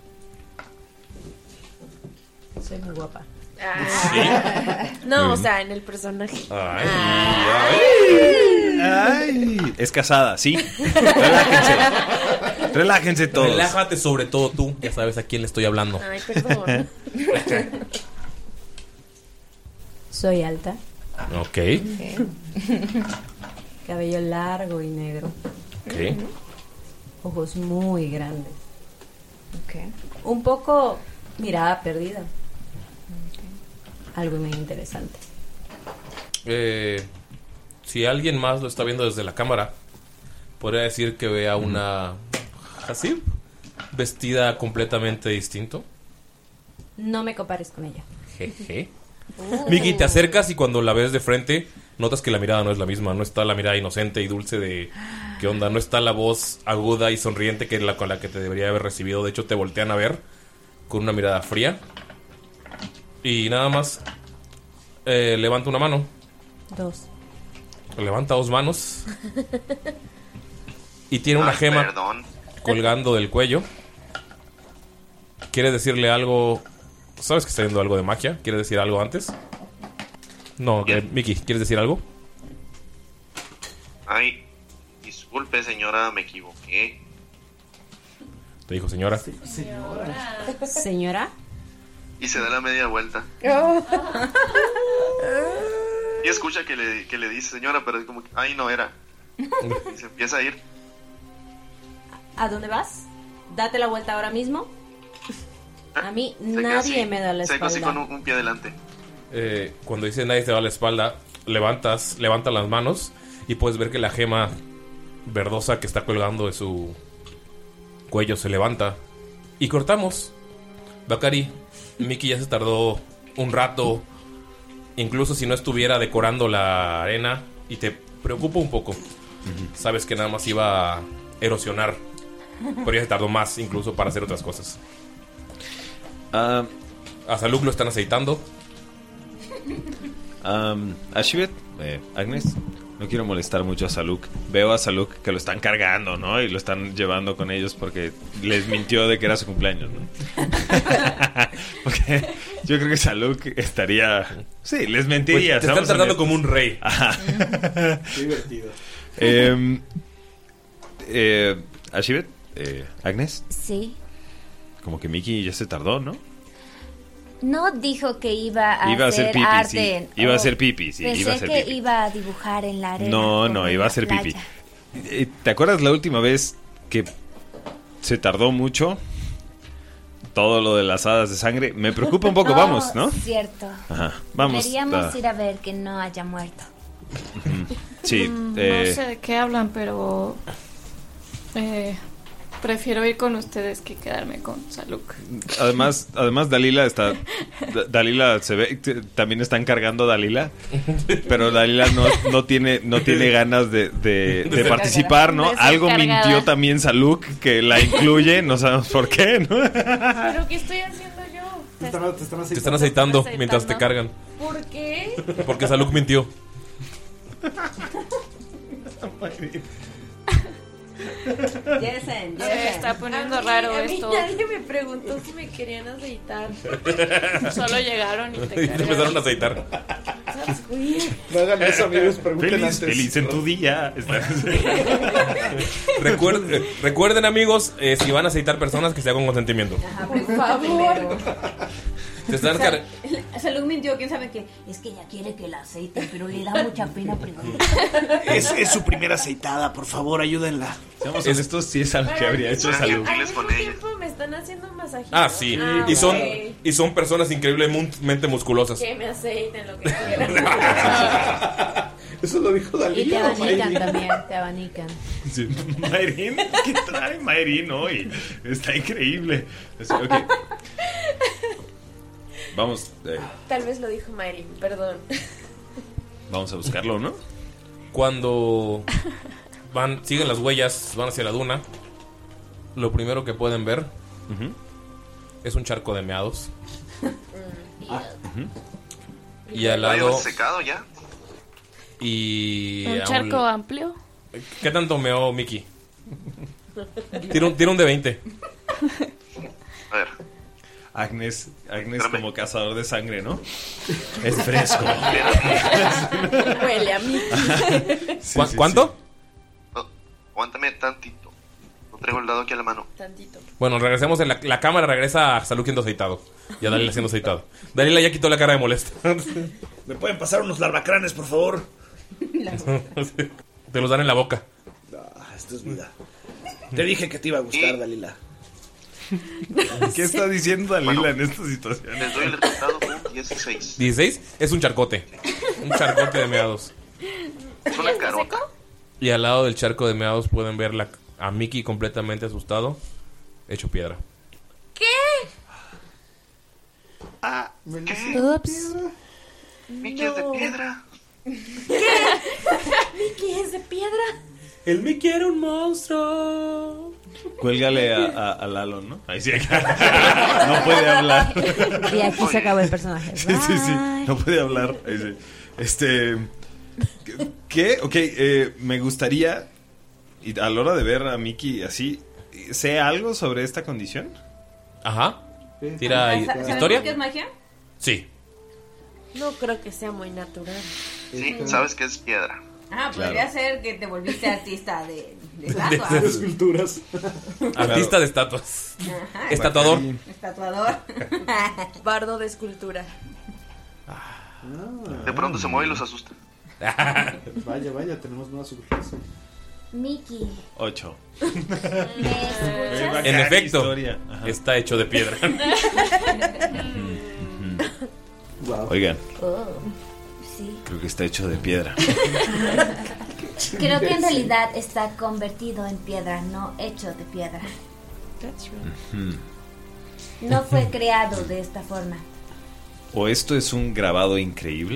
Soy muy guapa. Ah. No, o Mm. sea, en el personaje. Ay, ay. Ay, es casada, sí. Relájense. Relájense todos. Relájate, sobre todo tú. Ya sabes a quién le estoy hablando. Ay, perdón. Soy alta. Ok. Cabello largo y negro. Ok. Ojos muy grandes. Un poco mirada perdida. Algo muy interesante. Eh, si alguien más lo está viendo desde la cámara, podría decir que ve a una Hasib vestida completamente distinto. No me compares con ella. Jeje. Miki, te acercas y cuando la ves de frente, notas que la mirada no es la misma. No está la mirada inocente y dulce de ¿qué onda? No está la voz aguda y sonriente que es la con la que te debería haber recibido. De hecho, te voltean a ver con una mirada fría. Y nada más eh, levanta una mano. Dos. Levanta dos manos y tiene una Ay, gema perdón. colgando del cuello. ¿Quieres decirle algo? ¿Sabes que está viendo algo de magia? ¿Quieres decir algo antes? No, eh, Mickey, ¿quieres decir algo? Ay, disculpe señora, me equivoqué. Te dijo señora. Señora. Y se da la media vuelta. Y escucha que le, que le dice señora, pero es como que, ay, no era. Y se empieza a ir. ¿A dónde vas? Date la vuelta ahora mismo. A mí Se queda nadie así, me da la se queda así espalda. con un, un pie adelante. Eh, cuando dice nadie te da la espalda, levantas, levanta las manos y puedes ver que la gema verdosa que está colgando de su cuello se levanta. Y cortamos. Bakari, Mickey ya se tardó un rato, incluso si no estuviera decorando la arena, y te preocupa un poco. Sabes que nada más iba a erosionar, pero ya se tardó más incluso para hacer otras cosas. Ah, A Saluk lo están aceitando. Um, Ashibet, eh, Agnes, no quiero molestar mucho a Saluk. Veo a Saluk que lo están cargando, ¿no? Y lo están llevando con ellos porque les mintió de que era su cumpleaños, ¿no? Porque yo creo que Saluk estaría... Sí, les mentiría. Pues te están tratando como un rey. Ajá. Qué divertido. Eh, eh, Ashibet, eh, Agnes, Sí. como que Mickey ya se tardó, ¿no? No dijo que iba a, Iba a hacer hacer pipi, arte. sí. en- Iba a oh, hacer pipi, sí, Pensé iba a hacer que pipi. iba a dibujar en la arena. No, como no, en iba a la hacer pipi. playa. Eh, ¿Te acuerdas la última vez que se tardó mucho? Todo lo de las hadas de sangre. Me preocupa un poco, Oh, vamos, ¿no? Cierto. Ajá, vamos. Deberíamos ah, ir a ver que no haya muerto. Sí, Mm, eh, No sé de qué hablan, pero eh, prefiero ir con ustedes que quedarme con Saluk. además, además Dalila está... Da- Dalila se ve... t- También están cargando a Dalila. Pero Dalila no, no tiene no tiene ganas de, de, de participar, ¿no? De ser Algo cargada. mintió también Saluk que la incluye. No sabemos por qué, ¿no? ¿Pero qué estoy haciendo yo? Te están, te están Te están aceitando aceitando. mientras te cargan. ¿Por qué? Porque Saluk mintió. Jesen, Se Jesen. está poniendo A mí- raro a mí esto. nadie me preguntó si me querían aceitar. Solo llegaron y te Y te cargaron. empezaron a aceitar. That's weird. No hagan eso, amigos. Pregunten Feliz, antes. feliz en tu día. Recuerden, recuerden amigos, eh, si van a aceitar personas, que sea con consentimiento. Ajá, Por pregunta favor. primero. Te están car- Salud mintió, quién sabe qué. Es que ella quiere que la aceiten, pero le da mucha pena preguntar. Es, es su primera aceitada, por favor, ayúdenla. Seamos honestos, sí es algo que habría hecho Al Saluk. mismo tiempo me están haciendo un masajito. Ah, sí. Ah, Y son, ok. y son personas increíblemente musculosas. Que me aceiten lo que quieran. Eso lo dijo Y te Dalila. abanican también, te abanican. Sí. Mayrin, ¿qué trae Mayrin hoy? Está increíble. Así, ok. Vamos, eh, Tal vez lo dijo Mayrin, perdón. vamos a buscarlo, ¿no? Cuando van, siguen las huellas, van hacia la duna, lo primero que pueden ver Ujú. es un charco de meados. Ujú. Y al ¿Va a lado. haber secado ya? Y. ¿Un a charco amplio? ¿Qué tanto meó Mickey? Tira un, tira un de veinte. A ver. Agnes, Agnes como cazador de sangre, ¿no? Es fresco. Huele a mí. Sí, ¿Cu- sí, ¿Cuánto? No, aguántame tantito. No traigo el dado aquí a la mano. Tantito. Bueno, regresemos en la, la cámara, regresa a Saluk siendo aceitado. Y a Dalila siendo aceitado. Dalila ya quitó la cara de molesta. ¿Me pueden pasar unos larvacranes, por favor? Te los dan en la boca. Ah, esto es vida. Te dije que te iba a gustar, Dalila. ¿Qué está diciendo Dalila en esta situación? Les doy el resultado un dieciséis. dieciséis es un charcote. Un charcote de meados. Es una carota. Y al lado del charco de meados pueden ver la, a Mickey completamente asustado, hecho piedra. ¿Qué? Ah, ¿Qué? Ups. Mickey es de piedra. Mickey es de piedra. El Mickey era un monstruo. Cuélgale a, a, a Lalo, ¿no? Ahí sí, acá. No puede hablar. Y aquí se acabó el personaje. Sí, sí, sí. No puede hablar. Ahí sí. Este. ¿Qué? Ok, eh, me gustaría. Y a la hora de ver a Mickey así, ¿sé algo sobre esta condición? Ajá. Tira Sa- hi- ¿Sabemos historia. qué es magia? Sí. No creo que sea muy natural. Sí, sabes que es piedra. Ah, podría Claro. ser que te volviste artista de, de De- estatuas. de- Esculturas. Artista de estatuas. Ajá. Estatuador. Estatuador. Bardo de escultura. De pronto se mueve y los asusta. Vaya, vaya, tenemos nueva superficie. Mickey, Ocho. ¿me escuchas? En efecto, Historia. Ajá. está hecho de piedra. Wow. Oigan, Oh, sí. creo que está hecho de piedra. Creo que en realidad está convertido en piedra, no hecho de piedra. That's right. Hmm. No fue creado de esta forma. O esto es un grabado increíble,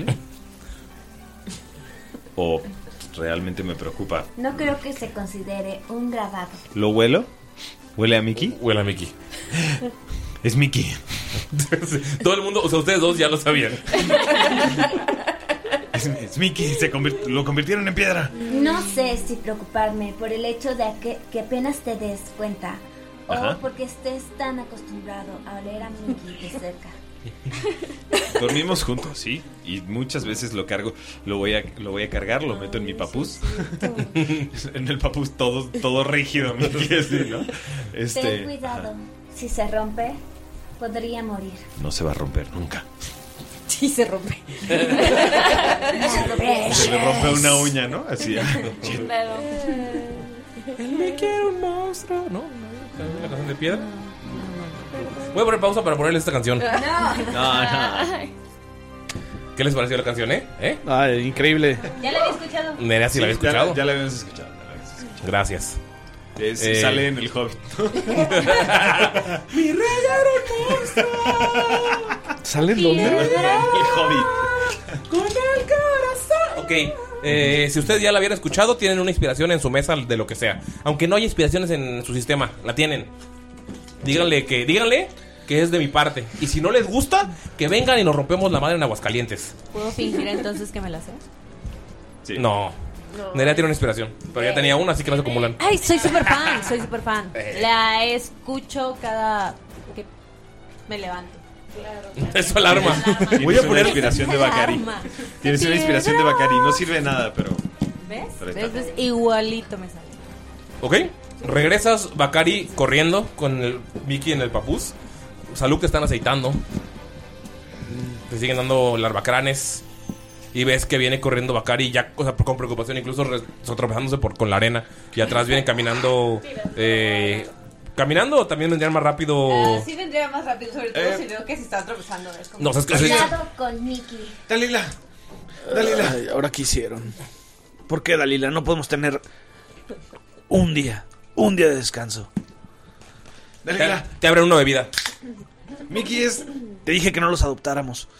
o realmente me preocupa. No creo que se considere un grabado. ¿Lo huelo? ¿Huele a Mickey? Huele a Mickey. Es Mickey. Todo el mundo, o sea, ustedes dos ya lo sabían. Es, es Mickey, se convirt- lo convirtieron en piedra. No sé si preocuparme por el hecho de que, que apenas te des cuenta Ajá. o porque estés tan acostumbrado a oler a Mickey de cerca. Dormimos juntos, sí, y muchas veces lo cargo, lo voy a, lo voy a cargar, lo meto en mi papús. En el papús todo, todo rígido, Mickey, así, ¿no? Este, Ten cuidado, ajá. si se rompe, podría morir. No se va a romper nunca. Sí, se rompe. Se le rompe una uña, ¿no? Así. Me quiero un monstruo, ¿no? ¿La canción de piedra? Voy a poner pausa para ponerle esta canción. No. No, no. ¿Qué les pareció la canción, eh? ¿Eh? Ay, increíble. Ya la había escuchado. Nerea sí, la había Sí, ya- escuchado. ya la habíamos escuchado, ya la habíamos escuchado. Gracias. Es- Eh, Sale en el Hobbit. Mi rey era un monstruo. ¿Sale en dónde? El Hobbit. Con el corazón. Ok. Eh, si ustedes ya la hubieran escuchado, tienen una inspiración en su mesa de lo que sea. Aunque no haya inspiraciones en su sistema, la tienen. Díganle que, díganle que es de mi parte. Y si no les gusta, que vengan y nos rompemos la madre en Aguascalientes. ¿Puedo fingir entonces que me la sé? Sí. No. Nerea tiene una inspiración, pero ya tenía una, así que no se acumulan. Ay, soy súper fan, soy súper fan. La escucho cada que me levanto. Claro. Eso alarma. Voy a poner inspiración de Bacari. Alarma. Tienes una inspiración de Bacari. No sirve de nada, pero. ¿Ves? pero ahí está. ¿Ves? Igualito me sale. Ok. Regresas, Bacari, corriendo con el Mickey en el papús. Salud, te están aceitando. Te siguen dando larbacranes. Y ves que viene corriendo Bacari ya, o sea, con preocupación, incluso re- tropezándose por, con la arena. Y atrás vienen caminando. Eh, ¿Caminando o también vendrían más rápido? Ah, sí vendría más rápido, sobre todo Eh. si veo que se está tropezando. Es como... No, o sea, es que- Cuidado con Mickey. Dalila. Dalila. Ay, ahora qué hicieron. ¿Por qué, Dalila? No podemos tener un día, un día de descanso. Dalila. Te, te abren una bebida. Mickey es. Te dije que no los adoptáramos.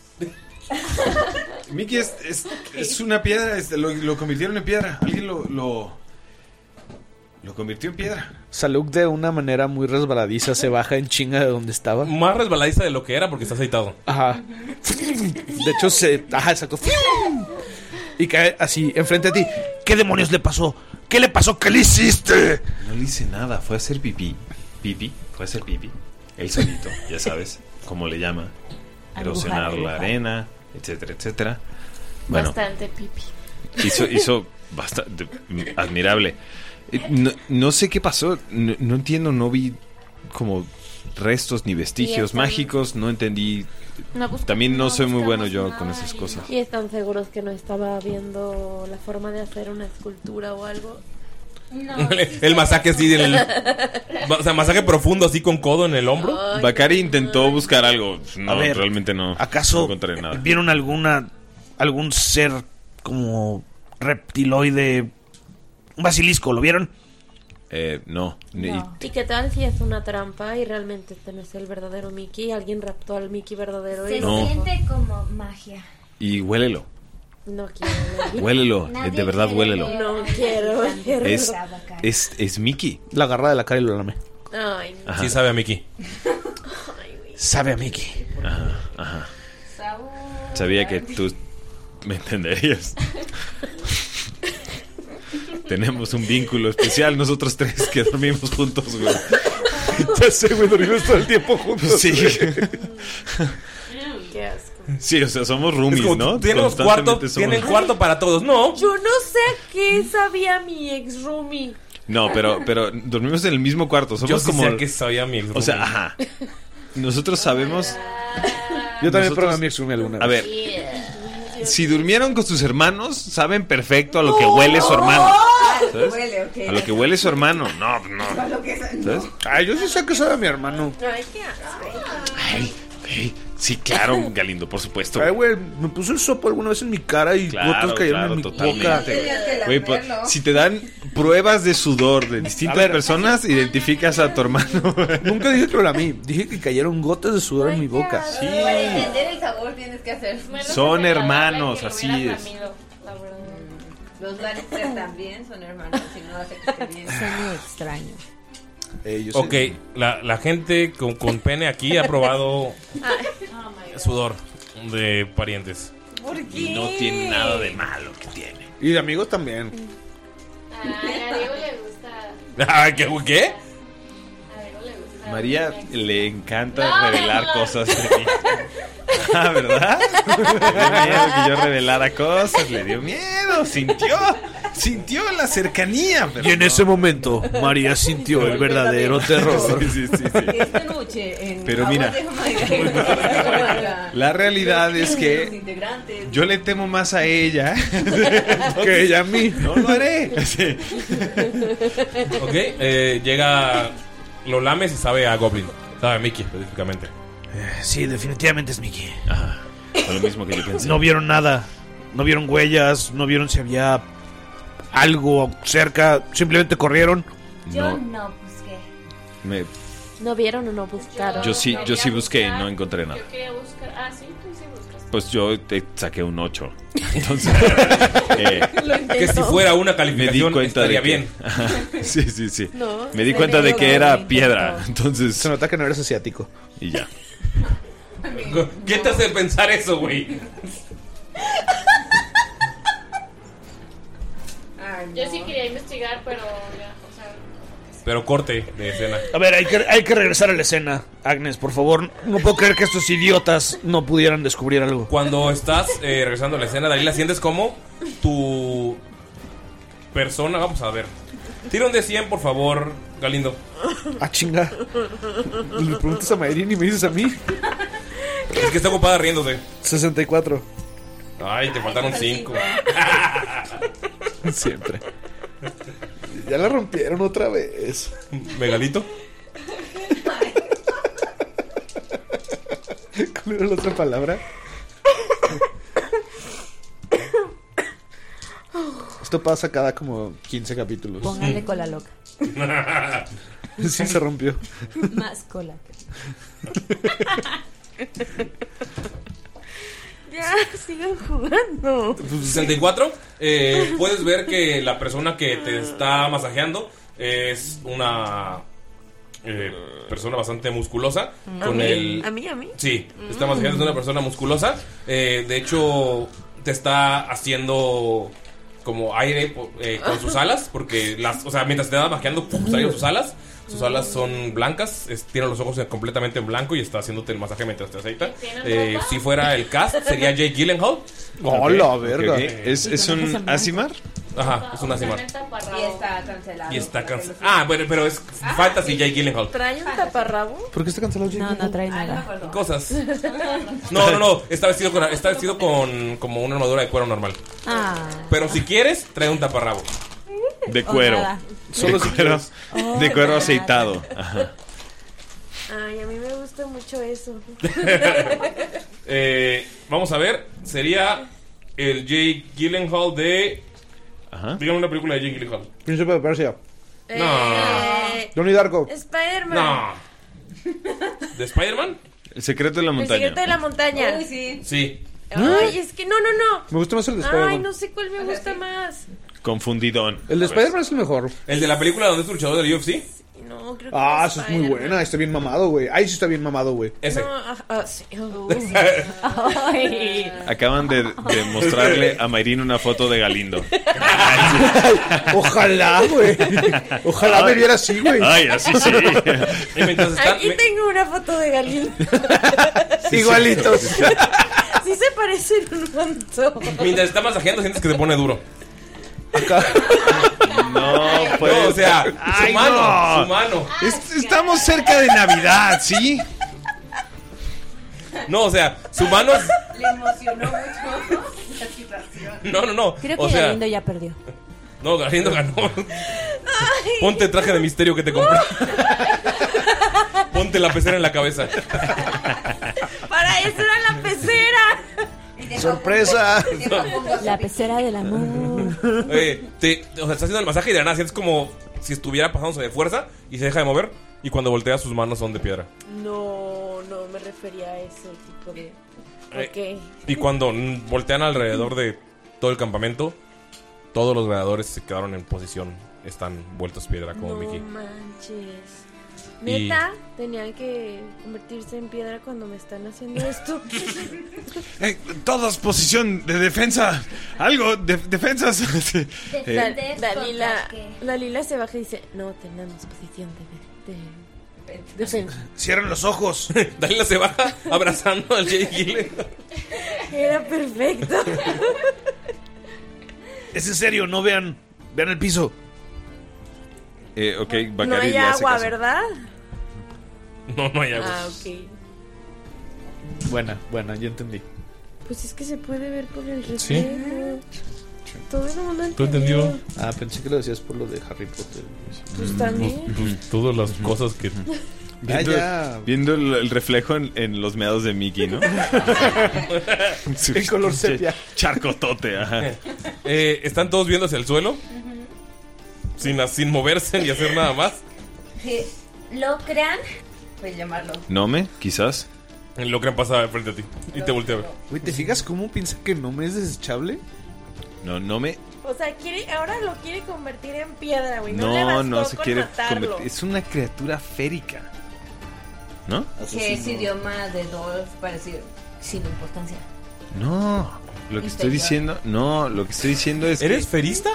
Mickey es, es, es una piedra. es- lo, lo convirtieron en piedra. Alguien lo, lo. Lo convirtió en piedra. Saluk de una manera muy resbaladiza se baja en chinga de donde estaba. Más resbaladiza de lo que era porque está aceitado. Ajá. De hecho, se. Ajá, exacto. Y cae así, enfrente de ti. ¿Qué demonios le pasó? ¿Qué le pasó? ¿Qué le hiciste? No le hice nada. Fue a hacer pipí. Pipí. Fue a hacer pipí. Él solito, ya sabes. Como le llama. Erosionar la arena, etcétera, etcétera. Bueno, Bastante pipi. hizo, hizo bastante admirable. Eh, No, no sé qué pasó. No, no entiendo. No vi como restos ni Y vestigios están- mágicos. No entendí. No buscamos- También no no soy muy bueno buscamos yo con nada esas y- cosas. ¿Y están seguros que no estaba viendo la forma de hacer una escultura o algo? No, El masaje así del. O sea, masaje profundo así con codo en el hombro. Bacari intentó buscar algo. No, A ver, realmente no. ¿acaso no encontré nada. vieron alguna algún ser como reptiloide, un basilisco? ¿Lo vieron? Eh, no. Ni- ¿Y qué tal si es una trampa y realmente este no es el verdadero Mickey? Alguien raptó al Mickey verdadero Se y No. siente como magia. Y huélelo. no quiero. Huélelo. Nadie De verdad, quiere huélelo. ver No a quiero alguien tan verlo. Es, brava, cara. es, es Mickey. La agarra de la cara y lo lame. Ay, no. Ajá. Sí sabe a Mickey. Sabe a Mickey. Ajá, ajá. Sabía que tú me entenderías. Tenemos un vínculo especial nosotros tres que dormimos juntos, güey. Ya sé, güey, dormimos todo el tiempo juntos. Sí. Qué asco. Sí, o sea, somos roomies, Es como, ¿no? Tenemos Constantemente cuarto, somos- tienen cuarto para todos. No. Yo no sé a qué sabía mi ex roomie. No, pero, pero dormimos en el mismo cuarto. Somos Yo sí como. sé a qué sabía mi ex O sea, ajá. Nosotros sabemos. Yo también Nosotros- probé a mi ex roomie alguna vez. A ver, si durmieron con sus hermanos, saben perfecto a lo que huele su hermano. ¿Sabes? Huele, ok. A lo que huele su hermano. No, no. A lo que sa- ¿Sabes? Ay, yo sí sé que sabe a mi hermano. Ay, qué asco. Ay, ay, sí, claro, Galindo, por supuesto. Ay, güey, me puso el sopo alguna vez en mi cara y Claro, gotas cayeron claro, en mi totalmente. boca. Tenías que Güey, pues, lamerlo. si te dan pruebas de sudor de distintas A ver. personas, identificas a tu hermano. Nunca dije que lo lamí, dije que cayeron gotas de sudor en mi boca. Sí. Para entender el sabor tienes que hacer. Son hermanos, así es. Los Lannister también son hermanos, si no hace que esté bien. Son muy extraños. Eh, yo sé- Ok, la, la gente con, con pene aquí ha probado sudor de parientes. ¿Por qué? Y no tiene nada de malo que tiene. Y de amigos también. Ay, a Diego le gusta. Ah, ¿Qué? ¿Qué? A Diego le gusta. María le encanta No, revelar no. cosas de mí. Ah, ¿verdad? Le dio miedo que yo revelara cosas. Le dio miedo. Sintió. Sintió la cercanía. Y en ese momento, María sintió el verdadero terror. Sí, sí, sí, sí. Esta noche en Pero Aguas mira. de Jamaica. La realidad es Los que integrantes. yo le temo más a ella que ella a mí. No lo haré. Sí. Ok, eh, llega. Lo lames y sabe a Goblin. Sabe a Mickey específicamente. Sí, definitivamente es Mickey. Ajá. Fue lo mismo que yo pensé. No vieron nada. No vieron huellas. No vieron si había algo cerca. Simplemente corrieron. Yo No. no busqué. Me- ¿No vieron o no buscaron? yo sí, yo sí busqué y no encontré nada. Yo quería buscar. Ah, sí, tú sí buscas. Pues yo te saqué un ocho. Entonces, eh, Que si fuera una me di calificación cuenta de estaría que, bien. Ajá. Sí, sí, sí. No, me di se cuenta me de dio que lo era intentó. piedra. Entonces, Se nota que no eres asiático. y ya. ¿Qué te hace pensar eso, güey? Yo sí quería investigar, pero ya, o sea. Pero corte de escena. A ver, hay que, hay que regresar a la escena. Agnes, por favor. No puedo creer que estos idiotas no pudieran descubrir algo. Cuando estás eh, regresando a la escena, Dalila, sientes como tu persona. Vamos a ver. Tira un de cien, por favor, Galindo. Ah, chinga. Le preguntas a Mayrin y me dices a mí. Es que está ocupada riéndose. sesenta y cuatro. Ay, te faltaron cinco. Siempre. Ya la rompieron otra vez. ¿Megalito? ¿Cuál era la otra palabra? Esto pasa cada como quince capítulos. Póngale cola loca. Sí, se rompió. Más cola. Ya, sigan jugando. sesenta y cuatro. Eh, puedes ver que la persona que te está masajeando es una eh, persona bastante musculosa. ¿A Con mí? el. ¿A mí? ¿A mí? Sí, está masajeando a una persona musculosa. Eh, de hecho, te está haciendo como aire eh, con sus alas. Porque las. O sea, mientras te está masajeando, ¡pum! Salen sus alas. Sus alas son blancas, es- tiene los ojos completamente en blanco y está haciéndote el masaje mientras te aceita. Eh, si fuera el cast, sería Jake Gyllenhaal. Oh, la verga. Ok, ok. ¿Es, es un Asimar? Ajá, es un Asimar. Y está cancelado. Y está cancelado. Ah, bueno, pero es Fantasy Jake Gyllenhaal. ¿Trae un taparrabo? ¿Por qué está cancelado? No, no trae nada. Cosas. No, no, no. Está vestido con, está vestido con como una armadura de cuero normal. Ah. Pero si quieres, trae un taparrabo. De cuero. nada. Solo de si cuero, quieres. de cuero Oh, aceitado. Ajá. Ay, a mí me gusta mucho eso. Eh, vamos a ver. Sería el Jake Gyllenhaal de. Ajá. Dígame una película de Jake Gyllenhaal. Príncipe de Persia. Eh, Donnie Darko. Spider-Man. No. ¿De Spider-Man? El secreto de la El montaña. secreto de la montaña. Uy, sí. Sí. Ay, es que no, no, no. Me gusta más el de Ay, Spider-Man. no sé cuál me gusta más. Confundidón. El de Spider-Man es el mejor. ¿El de la película donde es luchador del U F C? No, creo que Ah, no eso es muy Spider-Man. buena. Está bien mamado, güey. Ahí sí está bien mamado, güey. Ese. No, ah, ah, sí. Uh. Ay. Acaban de, de mostrarle a Mayrin una foto de Galindo. Ojalá, güey. Ojalá me viera así, güey. Ay, así sí. Y mientras está- Aquí me- tengo una foto de Galil. Igualitos. Sí se parecen un montón. mientras está masajeando, sientes que te pone duro. No, pues. No, o sea, Ay, su mano, no. su mano. Es- estamos cerca de Navidad, ¿sí? No, o sea, su mano es- Le emocionó mucho la situación. No, no, no. Creo que o sea, Galindo ya perdió. no, Galindo ganó. Ponte el traje de misterio que te compré. Ponte la pecera en la cabeza. Para eso era la pecera. ¡Sorpresa! La pecera del amor. Oye, te, o sea, está haciendo el masaje y de la nada sientes como si estuviera pasándose de fuerza y se deja de mover. Y cuando voltea, sus manos son de piedra. No, no me refería a ese tipo de. Eh, Ok. Y cuando mm, voltean alrededor de todo el campamento, todos los gladiadores se quedaron en posición. Están vueltos piedra como No Mickey. manches. Neta, tenían que convertirse en piedra cuando me están haciendo esto. Eh, todos posición de defensa. Algo, de, defensas. Eh, Dal- Dalila, Dalila se baja y dice, no tenemos posición de, de, de defensa. Cierren los ojos. Dalila se baja abrazando al Jay Gyllenhaal. Era perfecto. Es en serio, no vean. Vean el piso. eh, ok, Bacari No hay le hace agua, caso. ¿verdad? No, no hay agua. Ah, ok. Buena, buena, ya entendí. Pues es que se puede ver por el reflejo. Sí. Todo el mundo ¿Tú entendió? Ah, pensé que lo decías por lo de Harry Potter. Pues también. Pues, pues, todas las cosas que... Viendo, ya. viendo el, el reflejo en, en los meados de Mickey, ¿no? En color sepia. Charcotote, ajá. Eh, ¿Están todos viendo hacia el suelo? Sin, sin moverse ni hacer nada más. Que lo crean, pues llamarlo. ¿Nome? Quizás. Lo que pasa frente a ti y te voltea a ver. Güey, ¿te fijas cómo piensa que no me es desechable? No, no me... O sea, quiere, ahora lo quiere convertir en piedra, güey. No, le No, bastó no se con quiere matarlo. convertir. Es una criatura férica. ¿No? Que es idioma de Dolph para decir sin importancia. No. Lo que estoy Inferior. diciendo... No, lo que estoy diciendo es ¿Eres que... ferista?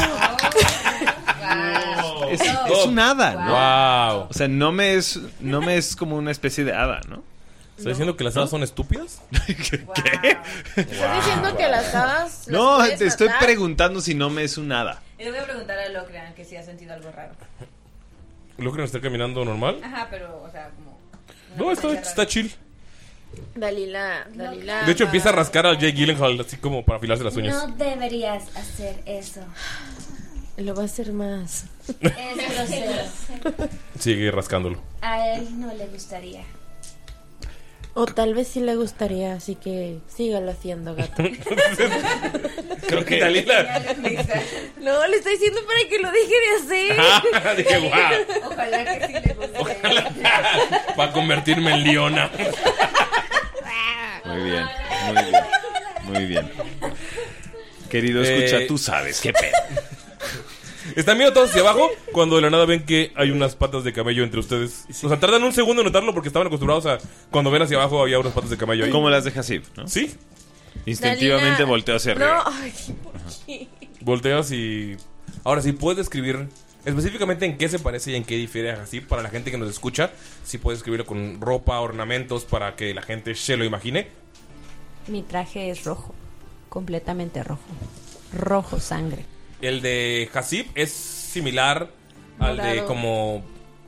Es, es un hada, ¿no? Wow. O sea, no me es, no me es como una especie de hada, ¿no? ¿Estás diciendo que las hadas son estúpidas? ¿Qué? ¿Estás diciendo que las hadas las No, puedes te estoy matar? preguntando si no me es un hada. Y le voy a preguntar a Locrean que si ha sentido algo raro. ¿Lo que está caminando normal? Ajá, pero, o sea, como. No, está, está chill. Dalila, Dalila. De hecho, empieza a rascar al Jay Gyllenhaal así como para afilarse las uñas. No deberías hacer eso. Lo va a hacer más. Es grosero. Sigue rascándolo. A él no le gustaría. O tal vez sí le gustaría, así que sígalo haciendo, gato. Creo que Dalila. No, le estoy diciendo para que lo deje de hacer. Ah, dije, wow. Ojalá que sí le guste. Para convertirme en leona. Muy bien, muy bien, muy bien. Querido escucha, Eh, tú sabes qué pedo. Están viendo todos hacia abajo cuando de la nada ven que hay unas patas de camello entre ustedes. O sea, tardan un segundo en notarlo porque estaban acostumbrados a cuando ven hacia abajo había unas patas de camello ahí. Como las de Hasib, ¿no? Sí. Instintivamente Dalila- volteo hacia No, arriba. ay, ¿por qué? Volteas y... Ahora sí, puedes describir específicamente en qué se parece y en qué difiere a Hasib para la gente que nos escucha. Si puedes escribirlo con ropa, ornamentos para que la gente se lo imagine. Mi traje es rojo, completamente rojo. Rojo sangre. El de Hasib es similar al de Morado. como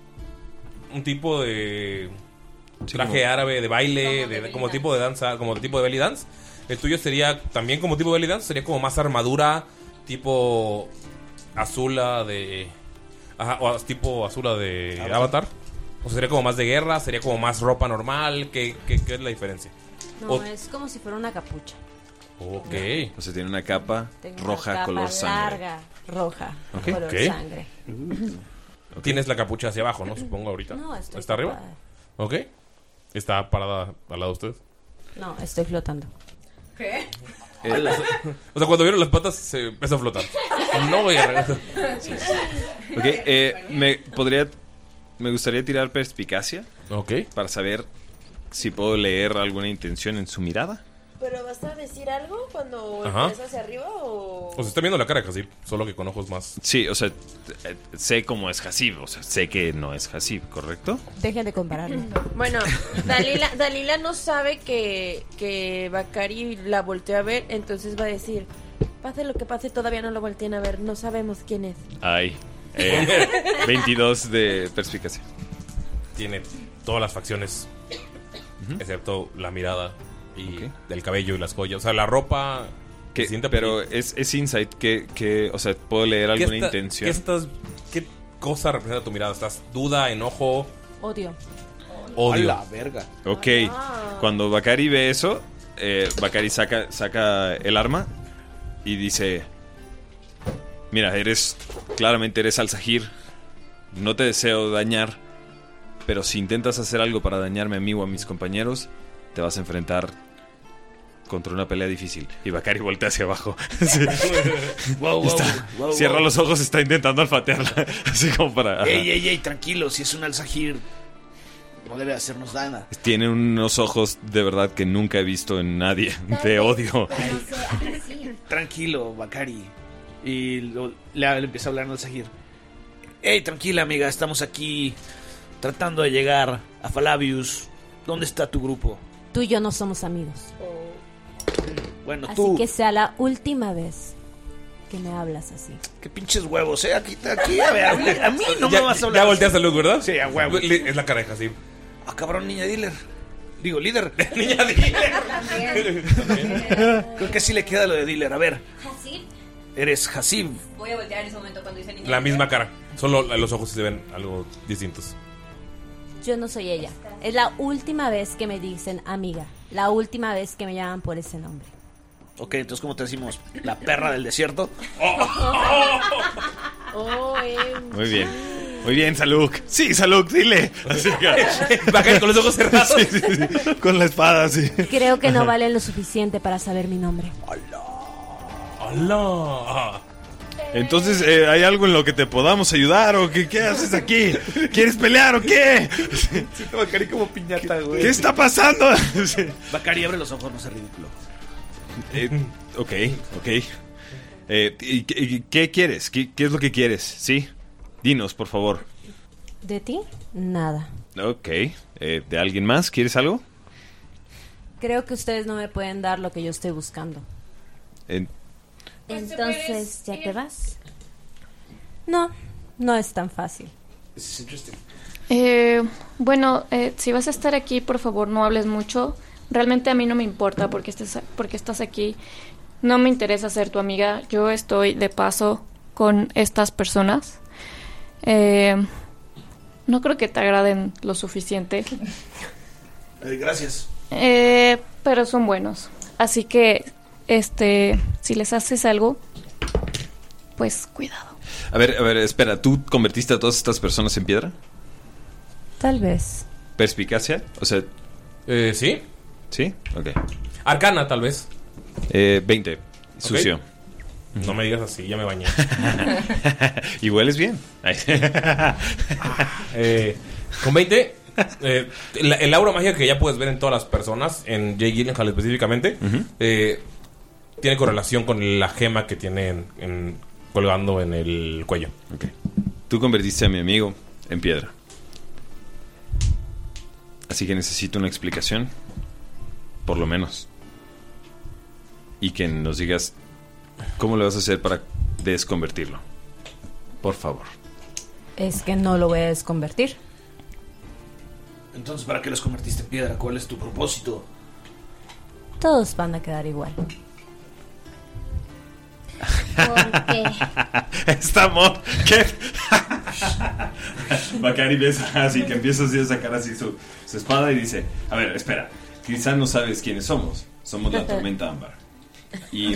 un tipo de traje como- árabe de baile, Como de, de belly como dance. tipo de danza, como tipo de belly dance. El tuyo sería también como tipo de belly dance, sería como más armadura, tipo azula de ajá, o tipo azula de Avatar. Avatar. O sea, sería como más de guerra, sería como más ropa normal. ¿Qué, qué, qué es la diferencia? No, O- es como si fuera una capucha. Ok. O sea, tiene una capa Tengo una roja capa color sangre. larga, roja, Ok. color Ok. sangre. Tienes la capucha hacia abajo, ¿no? Supongo ahorita. No, estoy ¿Está arriba? tapada. Ok. ¿Está parada al lado de ustedes? No, estoy flotando. ¿Qué? Eh, o sea, cuando vieron las patas se empezó a flotar. No voy a regresar. Ok, eh, me podría... Me gustaría tirar perspicacia. Ok. Para saber si puedo leer alguna intención en su mirada. ¿Pero vas a decir algo cuando Ajá. empiezas hacia arriba o...? O sea, está viendo la cara de Hasib, solo que con ojos más. Sí, o sea, eh, sé cómo es Hasib. O sea, sé que no es Hasib, ¿correcto? Dejen de compararlo. Bueno, Dalila, Dalila no sabe que, que Bacari la volteó a ver, entonces va a decir, pase lo que pase, todavía no lo volteen a ver, no sabemos quién es. Ay. Eh, veintidós de perspicacia. Tiene todas las facciones, excepto la mirada y Ok. el cabello y las joyas. O sea, la ropa. Que, se siente pero pretty. es, es insight que, que, o sea, puedo leer ¿Qué alguna está- intención. ¿qué, estás, ¿Qué cosa representa tu mirada? ¿Estás duda, enojo, Odio. odio? A la verga. Ok, cuando Bakari ve eso, eh, Bakari saca, saca el arma y dice: Mira, eres, claramente eres Al-Zahir. No te deseo dañar, pero si intentas hacer algo para dañarme a mí o a mis compañeros, te vas a enfrentar contra una pelea difícil. Y Bakari voltea hacia abajo. Sí. Wow, wow, Está- wow, cierra wow. los ojos, está intentando olfatearla. Así como para... ajá. Ey, ey, ey, tranquilo, si es un Al-Zahir, no debe hacernos nada. Tiene unos ojos de verdad que nunca he visto en nadie. De odio. Tranquilo, Bakari. Y lo- le, le empieza a hablar al Zahir. Ey, tranquila, amiga, estamos aquí tratando de llegar a Falabius. ¿Dónde está tu grupo? Tú y yo no somos amigos. Bueno, Así tú. que sea la última vez que me hablas así. Qué pinches huevos, eh. Aquí, aquí, a ver, a mí, a mí no ya, me vas a hablar. Ya volteas a Luke, ¿verdad? Sí, a huevo. Le- Es la cara de Hasib. Ah, cabrón, niña dealer. Digo, líder. Niña dealer. Creo que sí le queda lo de dealer. A ver, ¿Hasib? eres Hasib. Voy a voltear en ese momento cuando dice niña. La misma cara. Solo los ojos se ven algo distintos. Yo no soy ella. Es la última vez que me dicen amiga. La última vez que me llaman por ese nombre. Ok, entonces, ¿cómo te decimos? ¿La perra del desierto? Oh, eh. Muy bien. Muy bien, Saluk. Sí, Saluk, dile. Así que... Bakari con los ojos cerrados. Sí, sí, sí. Con la espada, sí. Creo que no valen lo suficiente para saber mi nombre. ¡Hola! Entonces, eh, ¿hay algo en lo que te podamos ayudar? ¿O qué, qué haces aquí? ¿Quieres pelear o qué? Siento a Bakari como piñata, güey. ¿Qué está pasando? Sí. Bakari, abre los ojos, no seas ridículo. Eh, ok, ok. Eh, ¿y, qué- y qué quieres? ¿Qué, ¿Qué es lo que quieres? Sí. Dinos, por favor. ¿De ti? Nada. Ok. Eh, ¿De alguien más? ¿Quieres algo? Creo que ustedes no me pueden dar lo que yo estoy buscando. Eh, Entonces, ¿ya te vas? No, no es tan fácil. Eh, bueno, eh, si vas a estar aquí, por favor, no hables mucho. Realmente a mí no me importa porque estés, porque estás aquí. No me interesa ser tu amiga. Yo estoy de paso con estas personas. Eh, no creo que te agraden lo suficiente. Eh, gracias. Eh, pero son buenos. Así que, este, si les haces algo, pues cuidado. a ver, a ver, espera. ¿Tú convertiste a todas estas personas en piedra? Tal vez. ¿Perspicacia? O sea... Eh, ¿sí? ¿Sí? Ok. Arcana, tal vez. Eh, veinte. Sucio. No me digas así, ya me bañé. Y hueles bien. Ay. Eh, con veinte, eh, el, el aura mágica que ya puedes ver en todas las personas, en Jay Gyllenhaal específicamente, Ujú. eh, tiene correlación con la gema que tiene en- en- colgando en el cuello. Ok. Tú convertiste a mi amigo en piedra. Así que necesito una explicación. Por lo menos. Y que nos digas cómo le vas a hacer para desconvertirlo. Por favor. Es que no lo voy a desconvertir. Entonces, ¿para qué los convertiste en piedra? ¿Cuál es tu propósito? Todos van a quedar igual. ¿Por qué? Está amor. ¿Qué? Bakari ves así que empieza así a sacar así su, su espada y dice: a ver, espera. Quizás no sabes quiénes somos. Somos la tormenta ámbar. Y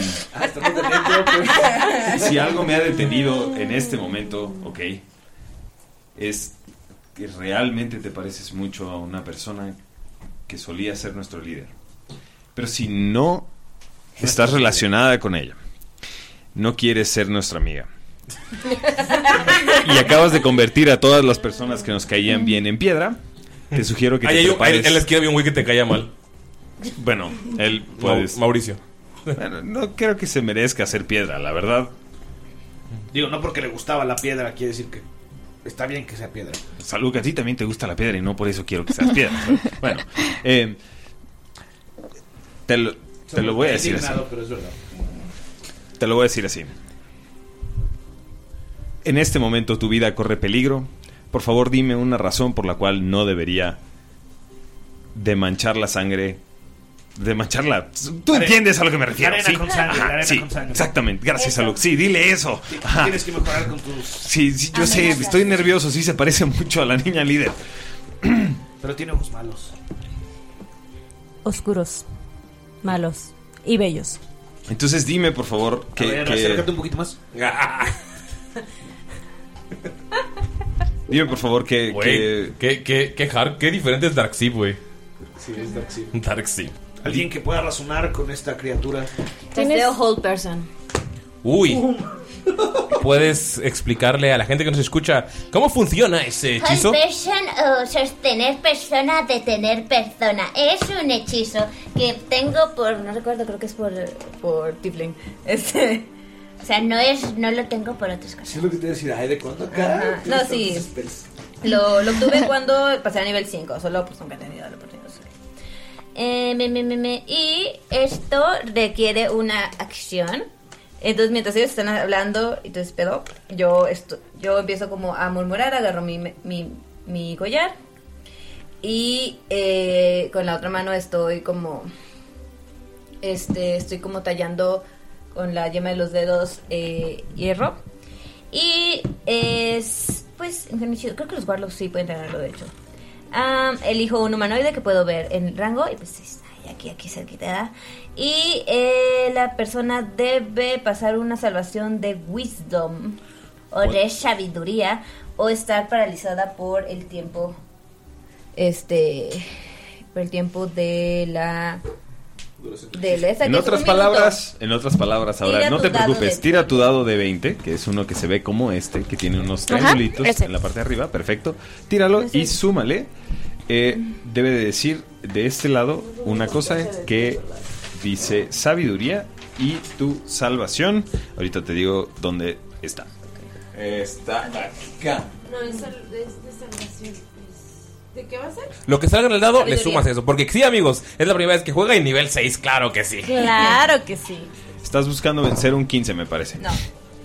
si algo me ha detenido en este momento, ok, es que realmente te pareces mucho a una persona que solía ser nuestro líder. Pero si no estás relacionada con ella, no quieres ser nuestra amiga, y acabas de convertir a todas las personas que nos caían bien en piedra, te sugiero que Ahí te hay un- prepares. en la esquina había un güey que te caía mal. Bueno, él puedes... Mauricio. Bueno, no creo que se merezca ser piedra, la verdad. Digo, no porque le gustaba la piedra, quiere decir que está bien que sea piedra. Salud, que a ti también te gusta la piedra y no por eso quiero que seas piedra. ¿sabes? Bueno, eh, te, lo, te lo voy a decir así. Indignado, pero es verdad. Te lo voy a decir así. En este momento tu vida corre peligro. Por favor, dime una razón por la cual no debería de manchar la sangre. De mancharla. Tú Are- entiendes a lo que me refiero. arena ¿sí? con sangre, Ajá, arena sí, con sangre. exactamente. Gracias, Eso. Salud. Sí, dile eso. Ajá. Tienes que mejorar con tus... Sí, sí, yo sé, estoy nervioso. Sí, se parece mucho a la niña líder. Pero tiene ojos malos. Oscuros, malos y bellos. Entonces dime, por favor, que... A ver, que- acércate un poquito más. Dime, por favor, que... Güey, qué, qué, qué, hard, qué diferente es Darkseid, güey. Sí, es Darkseid. Darkseid. Alguien que pueda razonar con esta criatura. Testeo hold person. Uy. ¿Puedes explicarle a la gente que nos escucha cómo funciona ese hechizo? Hold person o sostener persona, detener persona. Es un hechizo que tengo por, no recuerdo, creo que es por por Tifling. Este, o sea, no es, no lo tengo por otras cosas. Sí, es lo que te iba a decir. Ay, ¿de cuándo acá? Ajá. No, sí. Lo, lo obtuve cuando pasé a nivel cinco, solo pues nunca he tenido la oportunidad. Eh, me, me, me, me. Y esto requiere una acción. Entonces mientras ellos están hablando, entonces pedo, yo esto, yo empiezo como a murmurar, agarro mi, mi, mi collar y eh, con la otra mano estoy como, este, estoy como tallando con la yema de los dedos eh, hierro y es, pues, creo que los Warlocks sí pueden tenerlo de hecho. Um, elijo un humanoide que puedo ver en el rango y pues está aquí, aquí cerquita. Y eh, la persona debe pasar una salvación de wisdom o de sabiduría o estar paralizada por el tiempo, este, por el tiempo de la... De la En otras palabras, en otras palabras, ahora Tira no tu te dado preocupes, de- tira tu dado de veinte, que es uno que se ve como este, que tiene unos Ajá, triangulitos ese. en la parte de arriba, perfecto. Tíralo y súmale. Eh, debe de decir de este lado una cosa que dice sabiduría y tu salvación. Ahorita te digo dónde está. Está acá. No, es, sal- es de salvación. es- ¿De qué va a ser? Lo que salga en el dado, le Sabiduría. sumas eso. Porque sí, amigos, es la primera vez que juega y nivel seis, claro que sí. Claro que sí. Estás buscando vencer un quince, me parece. No.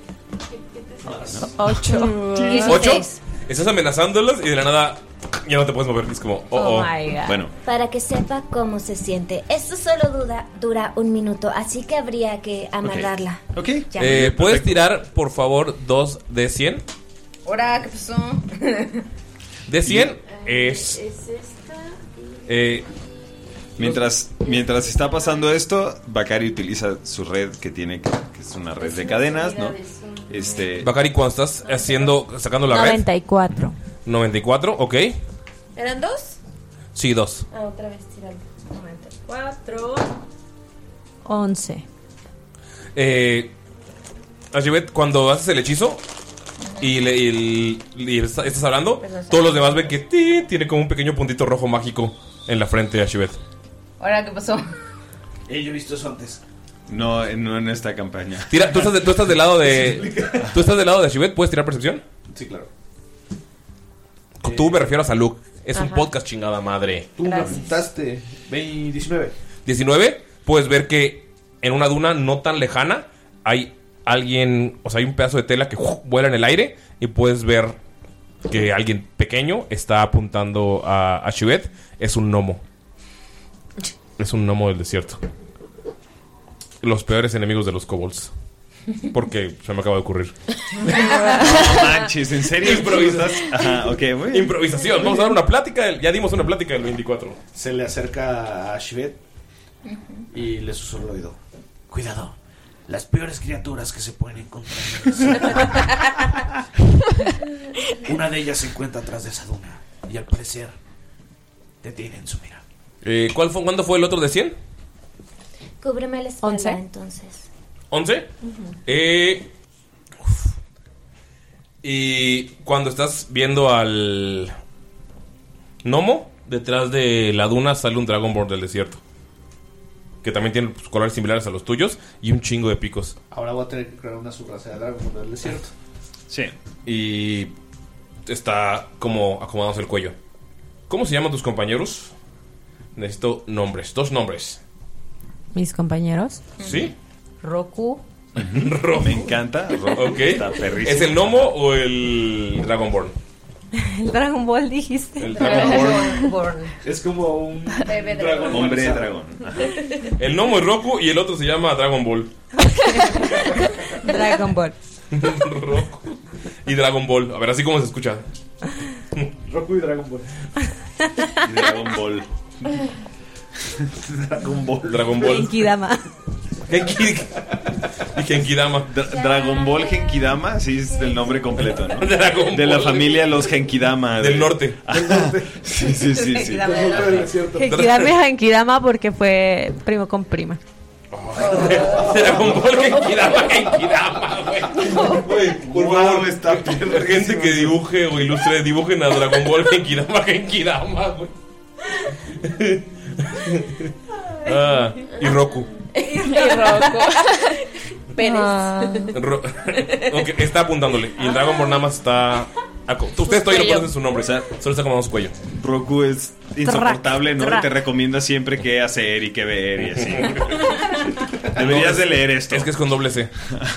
Ocho. ¿Ocho? Estás amenazándolos y de la nada ya no te puedes mover. Es como, oh, oh. Oh my God. Bueno, Para que sepa cómo se siente. Esto solo dura, dura un minuto, así que habría que amarrarla. Ok. Ya. eh, ¿puedes tirar, por favor, dos de cien? Ahora, ¿qué pasó? De cien es... Es esta. Eh, Mientras, mientras está pasando esto, Bakari utiliza su red que tiene, que es una red de cadenas, ¿no? Este, Bakari, cuando estás haciendo, sacando la red, noventa y cuatro. noventa y cuatro, ok. ¿Eran dos? Sí, dos. Ah, otra vez tirando. noventa y cuatro. once. Eh, Ashibet, cuando haces el hechizo y, le, y, el- y está- estás hablando, todos los demás ven que ti, tiene como un pequeño puntito rojo mágico en la frente de Ashibet. Ahora, ¿qué pasó? Eh, yo he visto eso antes. no, no en esta campaña. Tira, tú estás, de- tú estás del lado de. Tú estás del lado de Ashibet, ¿puedes tirar percepción? Sí, claro. Con tú me refiero a Saluk. Es un Ajá. podcast, chingada madre. Tú me apuntaste. veinte, diecinueve. diecinueve, puedes ver que en una duna no tan lejana hay alguien, o sea, hay un pedazo de tela que ¡uf! Vuela en el aire y puedes ver que alguien pequeño está apuntando a Ashibet. Es un gnomo. Es un gnomo del desierto. Los peores enemigos de los kobolds. Porque se me acaba de ocurrir. No manches, ¿en serio? Improvisas. Ajá, ok, muy bien. Improvisación. Vamos a dar una plática. del- Ya dimos una plática del veinticuatro. Se le acerca a Shivet y le susurra al oído. Cuidado, las peores criaturas que se pueden encontrar en el Una de ellas se encuentra atrás de esa duna y al parecer te tiene en su mira. Eh, ¿cuál fue, ¿Cuándo fue el otro de cien? Cúbreme la espalda Once. entonces. ¿once? Eh, uf. Y cuando estás viendo al gnomo, detrás de la duna sale un Dragonborn del desierto. Que también tiene pues, colores similares a los tuyos y un chingo de picos. Ahora voy a tener que crear una subraza de dragón del desierto. Sí. Y está como acomodándose el cuello. ¿Cómo se llaman tus compañeros? Necesito nombres, dos nombres. Mis compañeros. ¿Sí? Roku. Roku. Me encanta. Roku Ok. está perrísimo. ¿Es el gnomo o el Dragonborn? El Dragon Ball dijiste. El Dragonborn. Es como un Bebé dragón. Hombre humanizado. dragón. El gnomo es Roku y el otro se llama Dragon Ball. Dragon Ball. Roku y Dragon Ball. A ver, así como se escucha. Roku y Dragon Ball. Dragon Ball. Dragon Ball. Dragon Ball. Genkidama. Genki. Y Genkidama. Dra- Dragon Ball Genkidama, sí es el nombre completo, ¿no? Dragon De la Ball. familia Los Genkidama. Del de- norte. Sí, sí, sí, sí. Genkidama es Genkidama porque fue primo con prima. Dragon Ball Genkidama, Genkidama, güey. Güey, por favor, está gente que dibuje o ilustre, dibujen a Dragon Ball Genkidama, Genkidama, güey. Ah, y Roku. Y Roku. Pérez. Ro- ok, está apuntándole. Y el Dragon Ball nada más está. aco- Ustedes todavía no Cuello. conocen su nombre. Solo está acomodando su cuello. Roku es insoportable, ¿no? Track. Y te recomienda siempre qué hacer y qué ver y así. Deberías de leer esto. Es que es con doble C.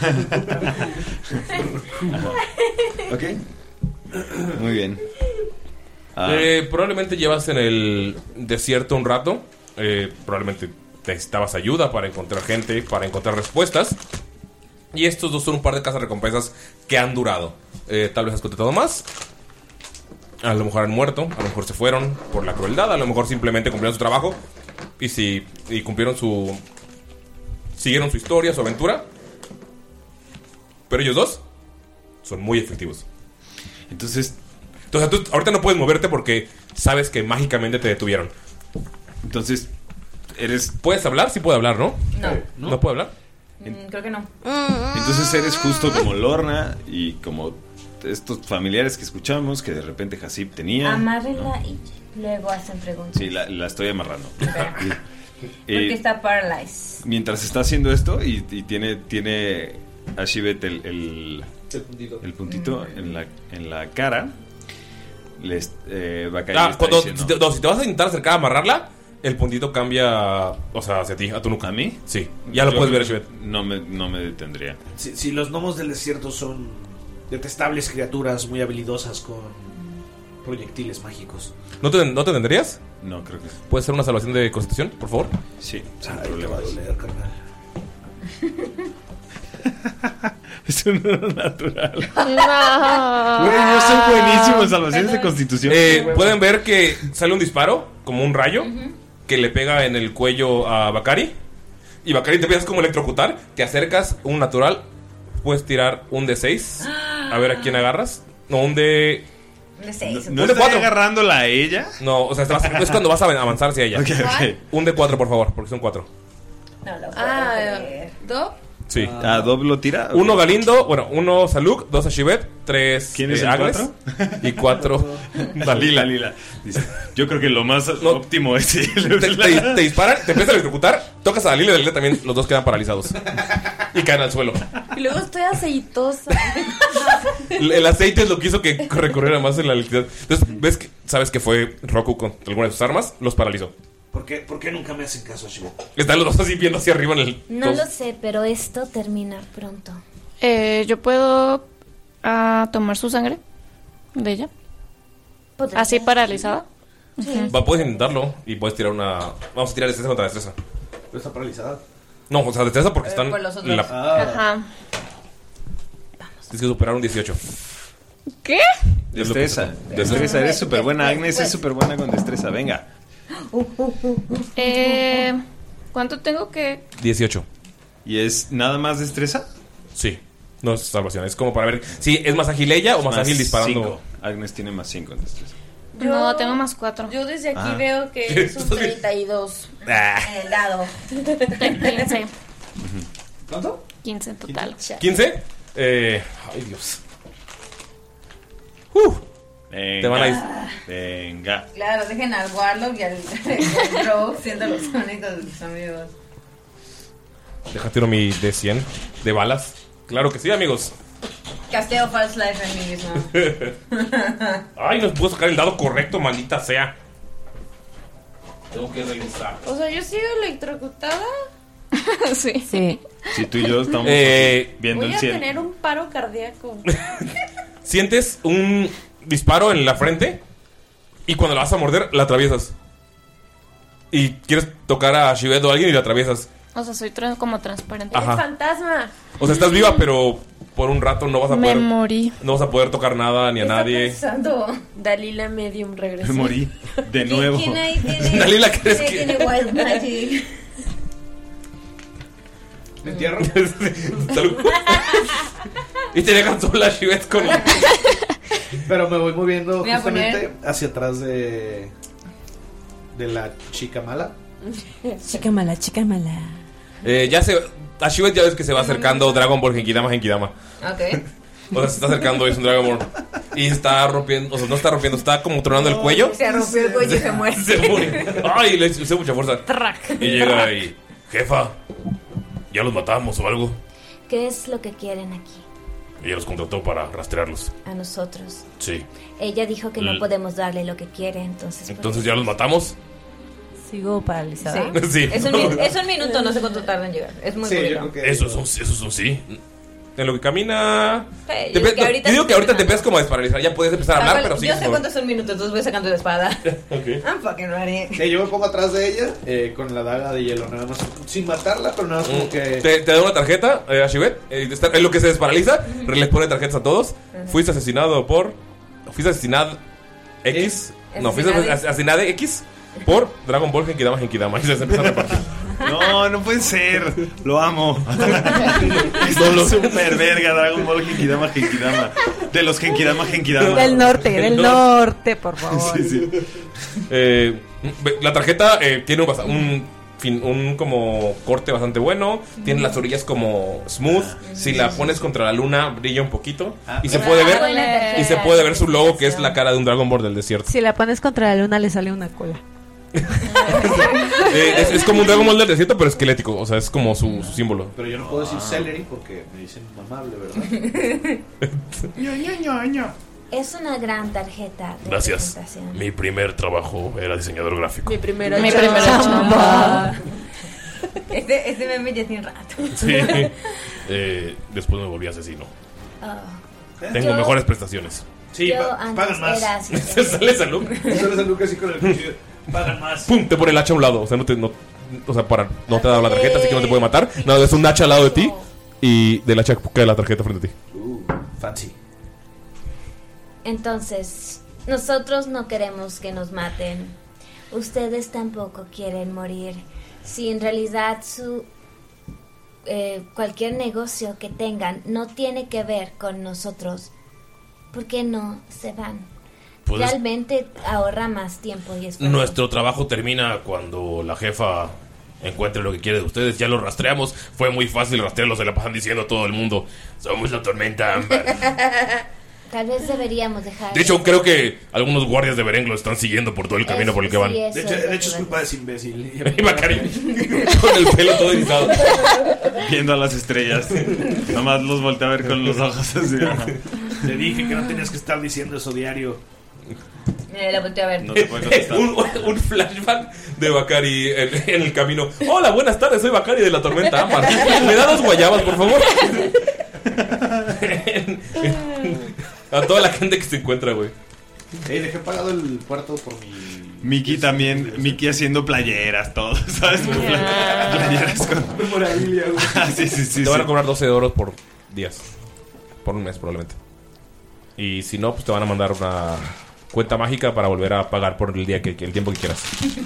Ok. Muy bien. Ah. Eh, probablemente llevas en el desierto un rato. Eh, probablemente necesitabas ayuda para encontrar gente, para encontrar respuestas. Y estos dos son un par de cazarrecompensas que han durado. Eh, tal vez has contratado más. A lo mejor han muerto, a lo mejor se fueron por la crueldad, a lo mejor simplemente cumplieron su trabajo. Y si y cumplieron su. Siguieron su historia, su aventura. Pero ellos dos son muy efectivos. Entonces. Entonces tú ahorita no puedes moverte porque sabes que mágicamente te detuvieron. Entonces, eres. ¿Puedes hablar? Sí puede hablar, ¿no? No. ¿No puede hablar? Mm, creo que no. Entonces eres justo como Lorna y como estos familiares que escuchamos que de repente Hasib tenía. Amárrenla y luego hacen preguntas. Sí, la, la estoy amarrando. Porque Eh, está paralyzed. mientras está haciendo esto y, y tiene tiene a Shivet el, el, El puntito. el puntito en, la, en la cara, les eh, va a caer. Ah, cuando, si, te, no, si te vas a intentar acercar a amarrarla, el puntito cambia, o sea, hacia ti, a tu nuca. ¿A mí? Sí, ya lo Yo puedes ver, creo que Shivet. No me, no me detendría. Si, si los gnomos del desierto son detestables criaturas muy habilidosas con proyectiles mágicos. ¿No te, ¿No te tendrías? No, creo que sí. ¿Puedes hacer una salvación de constitución, por favor? Sí, sin Ay, te problema. va a doler, carnal. Es un natural. No. Güey, yo soy buenísimo en salvaciones de constitución. Eh, Pueden ver que sale un disparo, como un rayo, que le pega en el cuello a Bakari. Y Bakari te empiezas como a electrocutar. Te acercas, un natural. Puedes tirar un de seis. A ver a quién agarras. No, un de. De seis. ¿No un de está cuatro. agarrándola a ella? No, o sea, vas- es cuando vas a avanzar hacia ella. Ok, ok. Un de cuatro, por favor, porque son cuatro. No lo puedo Ah, creer. ¿do? Sí. ¿A Dob lo tira? Uno Galindo, bueno, uno Saluk, dos a Shivet, tres ¿Quién es eh, el Agnes, cuatro? y cuatro Dalila. Lila. Dice, yo creo que lo más óptimo es. te, te- te disparan, te empiezan a electrocutar, tocas a Dalila y Dalila también, los dos quedan paralizados. Y caen al suelo. Y luego estoy aceitosa. El, el aceite es lo que hizo que recurriera más en la electricidad. Entonces, ves que sabes que fue Roku con alguna de sus armas, los paralizó. ¿Por qué, ¿Por qué nunca me hacen caso, Shivo? Están los dos así viendo hacia arriba en el. No todos- lo sé, pero esto termina pronto. Eh, yo puedo ah, tomar su sangre de ella. ¿Podrías? Así paralizada. Sí. Va, puedes intentarlo y puedes tirar una. Vamos a tirar destreza contra destreza. ¿Pero está paralizada? No, o sea, destreza porque Eh, están. por los otros. en la- Ajá. Tienes que superar un dieciocho. ¿Qué? Es lo que- Destreza. Destreza. Destreza. Eres súper buena. Pues, Agnes pues. es súper buena con destreza. Venga. Eh, ¿Cuánto tengo que...? dieciocho. ¿Y es nada más destreza? Sí. No es salvación. Es como para ver si es más ágil ella o más, ágil disparando. cinco. Agnes tiene más cinco en destreza. No, tengo más cuatro. Yo desde aquí Ah. veo que es un treinta y dos. Ah. En el dado. quince. ¿Cuánto? quince en total. ¿quince? Eh, ay, Dios. Uh, Venga. Te van a dis- Venga. Claro, dejen al Warlock y al al Rogue siendo los únicos de sus amigos. Deja tiro mi de cien de balas. Claro que sí, amigos. Casteo False Life en mí mismo. Ay, no puedo sacar el dado correcto, maldita sea. Tengo que regresar. O sea, yo sigo electrocutada. Sí. Sí. Si tú y yo estamos Eh, aquí viendo Voy el a cielo. tener un paro cardíaco. Sientes un disparo en la frente y cuando la vas a morder, la atraviesas. Y quieres tocar a Shivet o a alguien y la atraviesas. O sea, soy tra- como transparente. Ajá. ¡Es fantasma! O sea, estás viva, pero por un rato no vas a Me poder. morí. No vas a poder tocar nada ni a ¿Qué está nadie. pensando? Dalila Medium regresó. Me morí de nuevo. ¿Quién ahí tiene? Dalila, ¿crees ¿quién que- ahí tiene Wild Magic? ¿Me entierro? Salud. Y te dejan sola Shivet con... Pero me voy moviendo Me voy a justamente hacia atrás de... De la chica mala. Chica mala, chica mala. Eh, ya se... A Shivet ya ves que se va acercando Dragon Ball Genkidama Genkidama. Ok. O sea, se está acercando, es un Dragon Ball. Y está rompiendo, o sea, no está rompiendo, está como tronando el cuello. Se rompió el cuello y se muere. Se muere. Ay, le hice mucha fuerza. Y llega y... Jefa, ¿ya los matamos o algo? ¿Qué es lo que quieren aquí? Ella los contrató para rastrearlos. A nosotros. Sí. Ella dijo que no L- podemos darle lo que quiere, entonces... Entonces ya los matamos. Sigo paralizada. Sí. Sí. Es, un, min- es un minuto, no sé cuánto tarda en llegar. Es muy bonito. Eso es un, eso es un sí. En lo que camina. Sí, Te yo pe- digo que no, ahorita yo digo que sí, ahorita no. te empiezas como a desparalizar. Ya puedes empezar a hablar, pero sí. Yo sé cuánto es un minuto, entonces voy sacando la espada. Okay. I'm fucking ready. Sí, yo me pongo atrás de ella eh, con la daga de hielo, nada más. Sin matarla, pero nada más como que. Te, te da una tarjeta eh, a Shivet. Eh, está- en lo que se desparaliza, les pone tarjetas a todos. Fuiste asesinado por. Fuiste asesinado X. No, fuiste Asesinade. as- asesinado X por Dragon Ball Genkidama Genkidama. Y se empieza a repartir. No, no puede ser. Lo amo. Es super verga Dragon Ball Genkidama Genkidama. De los Genkidama Genkidama. Del norte, del norte, por favor. Sí, sí. Eh, la tarjeta eh, tiene un, basa- un, fin- un como corte bastante bueno. Tiene las orillas como smooth. Si la pones contra la luna brilla un poquito. Y se Ah, puede ver buena tarjeta. y se puede ver su logo, que es la cara de un Dragon Ball del desierto. Si la pones contra la luna, le sale una cola. Eh, es, es como un Dragon Ball del desierto, pero esquelético. O sea, es como su, su símbolo. Pero yo no puedo decir celery porque me dicen mamable, ¿verdad? Es una gran tarjeta de Gracias. presentación. Mi primer trabajo era diseñador gráfico. Mi primera Mi chamba. primera chamba. Este, este meme ya tiene rato. Sí. Eh, después me volví asesino. Oh. Tengo Yo- mejores prestaciones. Sí, Yo pa- antes pagan más. era así. Se sale salud. Sale salud así con el cuchillo. Pagan más. Pum, te pone el hacha a un lado. O sea, no te, no, o sea, para, no te ha dado la tarjeta, así que no te puede matar. Nada, es un hacha al lado de ti. Y del hacha cae la tarjeta frente a ti. Uh, fancy. Entonces, nosotros no queremos que nos maten. Ustedes tampoco quieren morir. Si en realidad su eh, cualquier negocio que tengan no tiene que ver con nosotros, ¿por qué no se van? Pues- Realmente ahorra más tiempo y esfuerzo. Nuestro trabajo termina cuando la jefa encuentre lo que quiere de ustedes. Ya lo rastreamos. Fue muy fácil rastrearlo. Se la pasan diciendo a todo el mundo: somos la tormenta ámbar. Tal vez deberíamos dejar. De hecho, creo que algunos guardias de Beren lo están siguiendo por todo el camino por el que van. sí, eso De hecho, es de hecho es verdad. culpa de ese imbécil. Y Bacari con el pelo todo erizado. Viendo a las estrellas. Nomás los volteé a ver con los ojos así. ajá. Te dije que no tenías que estar diciendo eso diario. Mira, la volteé a ver. No te puedes contestar. un, un flashback de Bacari en, en el camino. Hola, buenas tardes, soy Bacari de la tormenta ámbar. ¿Me da dos guayabas, por favor? A toda la gente que se encuentra, güey. Ey, dejé pagado el cuarto por mi. Miki también, Miki haciendo playeras, todo, ¿sabes? Pla- Playeras con. Memorabilia, güey. Ah, sí, sí, sí. Te van a sí. cobrar doce euros por días. Por un mes, probablemente. Y si no, pues te van a mandar una cuenta mágica para volver a pagar por el día que, que- el tiempo que quieras.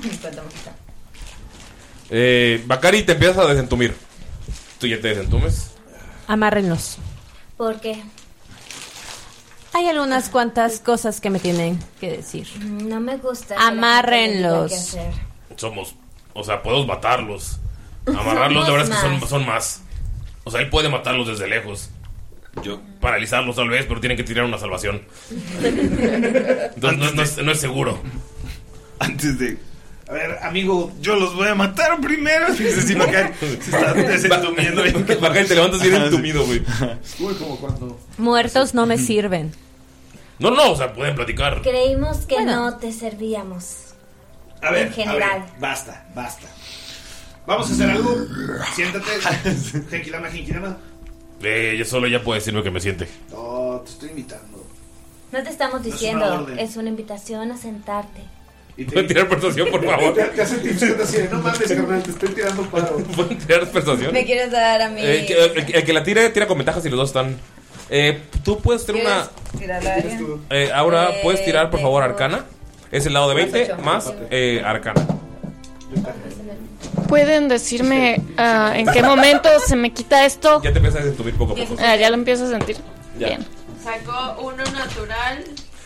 Eh, Bacari, te empiezas a desentumir. ¿Tú ya te desentumes? Amárrenlos. ¿Por qué? Hay algunas cuantas cosas que me tienen que decir. No me gusta. que la gente me diga Amárrenlos. qué hacer. Somos, o sea, podemos matarlos. Amarrarlos, de Somos verdad es que son, más. son más. O sea, él puede matarlos desde lejos. Yo, paralizarlos tal vez, pero tienen que tirar una salvación. Entonces no, es- no es, no es seguro. Antes de. A ver, amigo. Yo los voy a matar primero. Dice, sí, Bacari se está desentumiendo. bien. Bacari, te levantas bien Ajá, sí. entumido, güey. Uy, como cuando. Muertos no me sirven. No, no, o sea, pueden platicar. Creímos que Bueno. no te servíamos. A ver, En general. a ver, basta, basta. Vamos a hacer algo. Siéntate. Genkidama, Genkidama. Eh, yo solo ya puede decirme que me siente. No, te estoy invitando. No te estamos es una diciendo, orden. es una invitación a sentarte. Y ¿Pueden tirar persuasión, por favor? Te, te hace tips así de, no mames, carnal, te estoy tirando paro. ¿Pueden tirar persuasión? ¿Me quieres dar a mí? Eh, que- el, el que la tire, tira con ventaja si los dos están. Eh, tú puedes tener una. ¿Quieres tirarla a alguien? Eh, ahora Eh, puedes tirar, por favor, tengo- Arcana. Es el lado de veinte ocho. más eh, Arcana. ¿pueden decirme ah, en qué momento se me quita esto? Ya te empiezas a sentir poco a poco. Ah, ya lo empiezo a sentir. Ya. Bien. Sacó uno natural.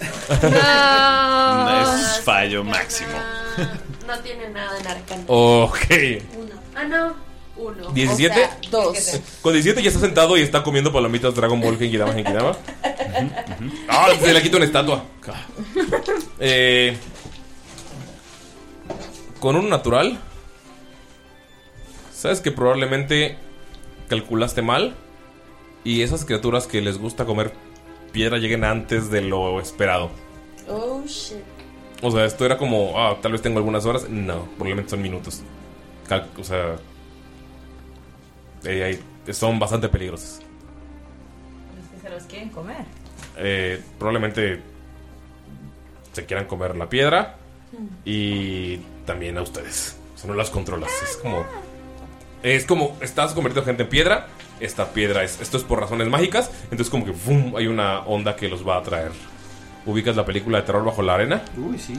No, es fallo máximo. No tiene nada en arcano. Ok. Uno. Ah, no. Uno. ¿diecisiete? O sea, dos. Con diecisiete ya está sentado y está comiendo palomitas Dragon Ball Genkidama Genkidama. Ah, se le quita una estatua. Eh, con un natural, sabes que probablemente calculaste mal y esas criaturas que les gusta comer piedra lleguen antes de lo esperado. Oh, shit. O sea, esto era como, ah, tal vez tengo algunas horas. No, probablemente son minutos. Cal- o sea, eh, hay- son bastante peligrosos. Es que se los quieren comer. Eh, probablemente se quieran comer la piedra y también a ustedes. O sea, no las controlas. Es como, es como estás convirtiendo gente en piedra. Esta piedra es, esto es por razones mágicas. Entonces como que ¡fum! Hay una onda que los va a atraer. ¿Ubicas la película de terror bajo la arena? Uy, sí.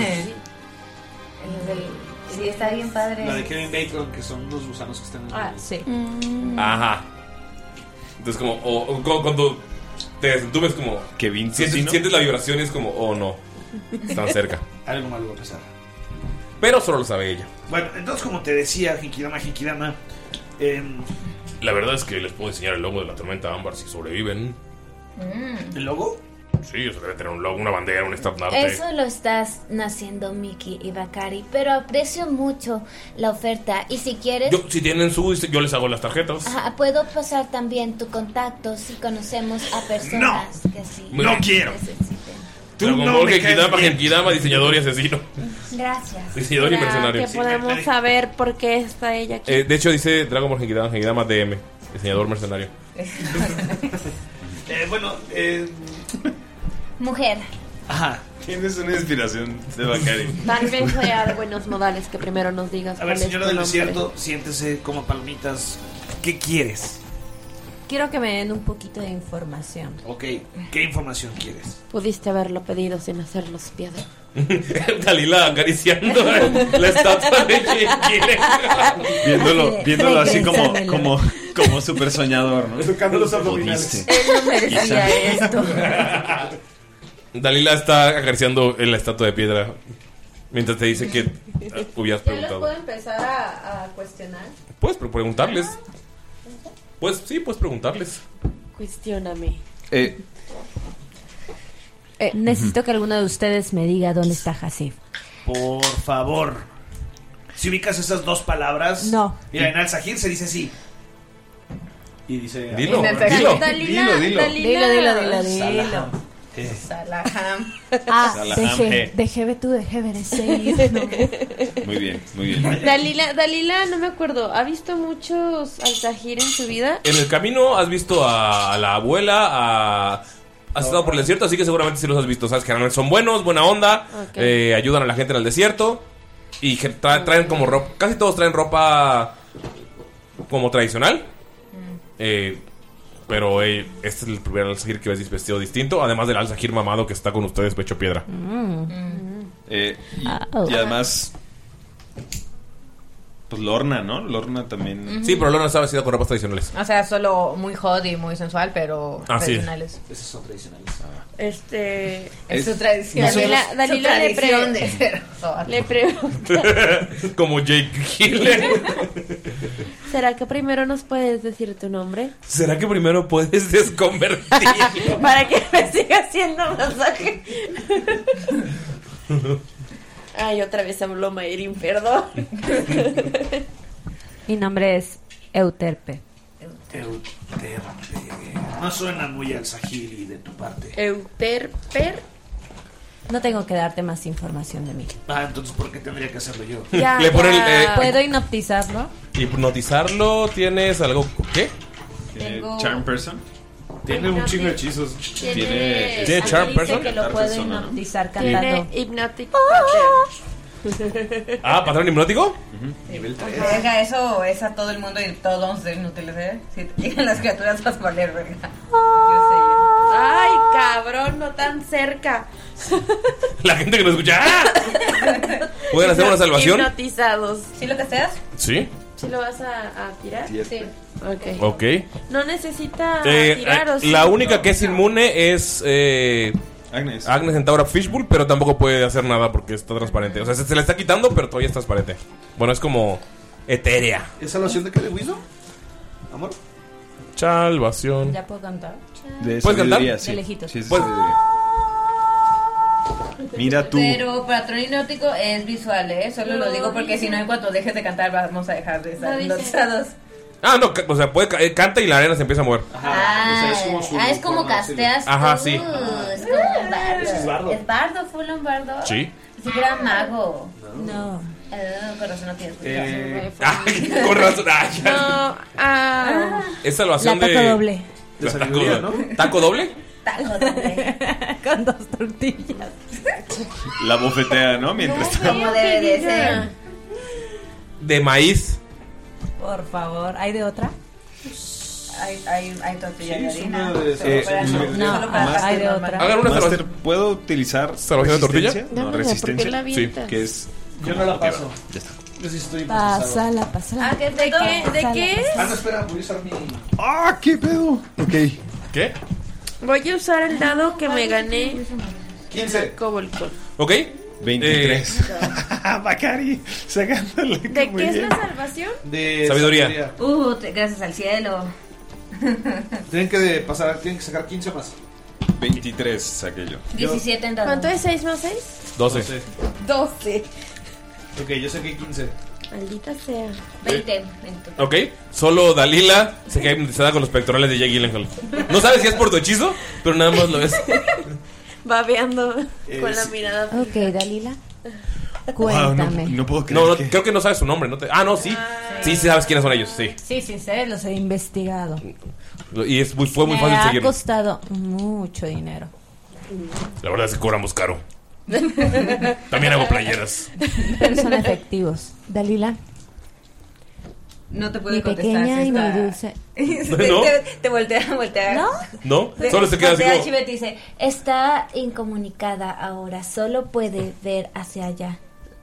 El del- sí, está bien padre. La de Kevin Bacon, que son los gusanos que están en el... Ah, sí. Ajá. Entonces como, o, o cu- cuando te desentumes como Kevin sientes, Tocino. sientes la vibración y es como, oh no, están cerca. Algo malo va a pasar. Pero solo lo sabe ella. Bueno, entonces como te decía, Genkidama, Genkidama, eh, La verdad es que les puedo enseñar el logo de la tormenta ámbar si sobreviven. ¿el logo? Sí, eso debe tener un logo, una bandera, un estandarte. Eso lo estás haciendo Mickey y Bakari, pero aprecio mucho la oferta y si quieres, Yo, si tienen su, yo les hago las tarjetas. ajá, puedo pasar también tu contacto si conocemos a personas que sí No quiero. necesiten. Dragon no Ball me caes Genkidama, bien. Genkidama, diseñador y asesino. Gracias. Diseñador y Para mercenario. que podamos saber por qué está ella aquí. Eh, de hecho dice Dragon Ball Genkidama, Genkidama D M, diseñador mercenario. Eh, bueno, eh, Mujer. ajá. Tienes una inspiración de Bakari. Tal vez sea de buenos modales que primero nos digas A ver, cuál es señora tu del nombre. desierto, siéntese como palomitas. ¿Qué quieres? Quiero que me den un poquito de información. Ok, ¿qué información quieres? Pudiste haberlo pedido sin hacerlos piedra. Dalila acariciando la estatua de Genkidama. Viéndolo, viéndolo así como, Regrésamelo. como, como súper soñador, ¿no? Tocando los abdominales. Jodiste. Él no merecía esto. Dalila está acariciando en la estatua de piedra mientras te dice que eh, hubieras ¿Ya los puedo preguntado. empezar a, a cuestionar? Puedes pre- preguntarles. Pues sí, puedes preguntarles. Cuestióname. Eh, Eh, necesito que alguno de ustedes me diga dónde está Hasif. Por favor. Si ubicas esas dos palabras. No. Mira, en Al-Sahir se dice así. Y dice. Dilo, En efecto. dilo. Dalila, Dilo, dilo. Dalila. Dilo, dilo, dilo, dilo. Salah. Eh, Salaham. Ah, Salaham, deje, eh. deje tú, deje ver ese. muy bien, muy bien. Dalila, Dalila, no me acuerdo. ¿Ha visto muchos Al-Sahir en su vida? En el camino has visto a, a la abuela, a... Has estado por el desierto, así que seguramente sí los has visto. Sabes que realmente son buenos, buena onda, Ok. eh, ayudan a la gente en el desierto y que tra- traen como ropa, casi todos traen ropa como tradicional. Eh, pero eh, este es el primer Al-Sahir que ves vestido distinto, además del Al-Sahir mamado que está con ustedes pecho piedra. Eh, y, Oh. y además, pues Lorna, ¿no? Lorna también. Sí, pero Lorna está vestida con ropas tradicionales. O sea, solo muy hot y muy sensual, pero Ah, sí. tradicionales. Esas son tradicionales. Este. Es, Es- su tradición. Dalila, Su Dalila le, tradición pre- de ser hot. le pregunto. Como Jake Gyllenhaal. ¿Será que primero nos puedes decir tu nombre? ¿Será que primero puedes desconvertir? Para que me siga haciendo masaje. Ay, otra vez habló Mayrin, perdón. Mi nombre es Euterpe. Euterpe. No suena muy Al-Sahir y de tu parte. Euterper. No tengo que darte más información de mí. Ah, entonces ¿por qué tendría que hacerlo yo? Ya, Le ponen, ya. eh, ¿Puedo hipnotizarlo? Hipnotizarlo, ¿tienes algo? ¿Qué? Eh, Tengo- Charm Person. Tiene un chingo de hechizos. Tiene, Tiene- ¿Tiene Aquí Charm dice Person? que lo Charm puedo persona, ¿no? hipnotizar Tiene cantando. Hypnotic Pattern. Ah, patrón hipnótico. Nivel tres. Verga, eso es a todo el mundo y todos vamos a ser inútiles, ¿eh? Si te llegan las criaturas vas a valer, verga. Yo sé. Ay, cabrón, no tan cerca. La gente que nos escucha. ¡Ah! ¿Pueden hacer una salvación? Hipnotizados. ¿Sí lo casteas? Sí. ¿Sí lo vas a, a tirar? Sí. Ok. Ok. No necesita Eh, tirar, ¿o eh, sí? la única que es inmune es eh, Agnes. Agnes Centaura Fishbowl, pero tampoco puede hacer nada porque está transparente. O sea, se, se le está quitando, pero todavía es transparente. Bueno, es como etérea. ¿Es salvación de qué? ¿De Wisdom? ¿Amor? Salvación. ¿Ya puedo cantar? De ¿Puedes cantar? sabiduría, sí. De lejitos. Sí, es de Pues- sabiduría. Mira tú. Pero patrón hipnótico es visual, ¿eh? Solo lo digo porque si no, en cuanto dejes de cantar, vamos a dejar de estar No dice. hipnotizados. Ah, no, ca- o sea, puede, ca- eh, canta y la arena se empieza a mover. Ah, ah, es como casteas. Ajá, tú, sí. Es como un bardo. Es bardo. Es bardo, full on bardo. Sí. Si fuera mago. No. Eh, con razón no tienes. Eh, Ay, con razón. Ay, ya. No, ah. Es salvación La de. taco doble. De Taco sabiduría, doble. ¿no? ¿Taco doble? Taco doble. Con dos tortillas. La bofetea, ¿no? Mientras está. Como debe de ser. De maíz. Por favor, ¿hay de otra? Hay, hay, hay tortilla Sí, de es harina. una de- Solo eh, para- no, no, solo para hay de normal. otra. Hagan una Master, salvación. ¿puedo utilizar ¿Salvación de tortilla? resistencia? No, Dámela, resistencia. ¿por qué la avientas? Que es. Yo no la Ok, paso. va, ya está. Yo sí estoy hipnotizado. Pásala, pásala. Ah, ¿qué es ¿De de qué? ¿De qué? Ah, no, espera, voy a usar mi... ¡Ah, qué pedo! Ok. ¿Qué? Voy a usar el dado que me gané. quince. Cobolcol. ¿Ok? veintitrés. Bacari, sacándole. ¿De muy qué es bien. la salvación? De Sabiduría. Uh, te- gracias al cielo. Tienen que de pasar, tienen que sacar quince más. veintitrés saqué yo. diecisiete en dado. ¿Cuánto es seis más seis? doce. doce. Ok, yo saqué quince. Maldita sea. veinte. veinte. Ok, solo Dalila se queda hipnotizada con los pectorales de Jake Gyllenhaal. No sabes si es por tu hechizo, pero nada más lo ves. Babeando Eh, con la sí. mirada. Ok, Dalila. Wow, no, Cuéntame. no puedo creer No, no, que... creo que no sabes su nombre. No te... Ah, no, sí. Sí, sí sabes quiénes son ellos, sí. Sí, sí, sé, los he investigado. Y es muy, fue muy Me fácil ha seguirlos. costado mucho dinero. La verdad es que cobramos caro. También hago playeras. Pero son efectivos. Dalila, No te puede mi contestar. pequeña si y muy está- dulce. te, ¿No? te, te voltea, voltea. ¿No? ¿No? Te- Solo se queda así voltea como... Chive y te dice, Está incomunicada ahora, solo puede ver hacia allá.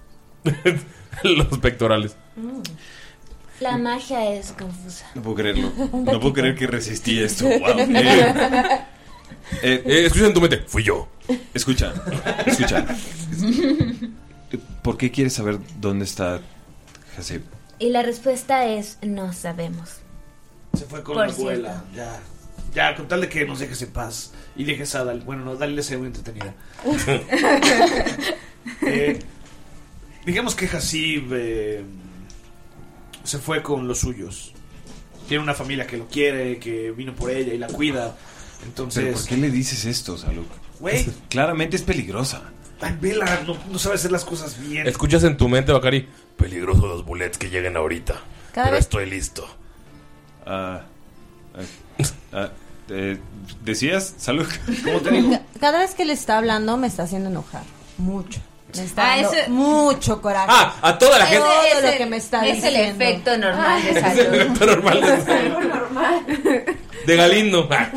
Los pectorales. La magia es confusa. No puedo creerlo. Un No puedo poquito. creer que resistí esto. Wow. Eh, eh, Eh, escucha en tu mente, fui yo. escucha, escucha. ¿Por qué quieres saber dónde está Hasib? Y la respuesta es no sabemos. Se fue con Por la abuela. Ya. Ya, con tal de que nos dejes en paz. Y dejes a Dal. Bueno, no, dale sea muy entretenida. eh, digamos que Hasib eh, se fue con los suyos. Tiene una familia que lo quiere, que vino por ella y la cuida. Entonces. ¿Pero por qué le dices esto, Saluk? Güey. Claramente es peligrosa. Ay, vela, no, no sabe hacer las cosas bien. Escuchas en tu mente, Bacari, peligroso los bullets que lleguen ahorita. Cada pero vez- estoy listo. Ah, ah, ah, eh, ¿Decías, Saluk? ¿Cómo te digo? Ca- Cada vez que le está hablando me está haciendo enojar. Mucho. Me está Ah, dando ese- mucho coraje. Ah, a toda la gente. Todo Ese- lo ese- que me está es el diciendo. efecto normal de Es el salud. efecto normal de, de Galindo. Ah,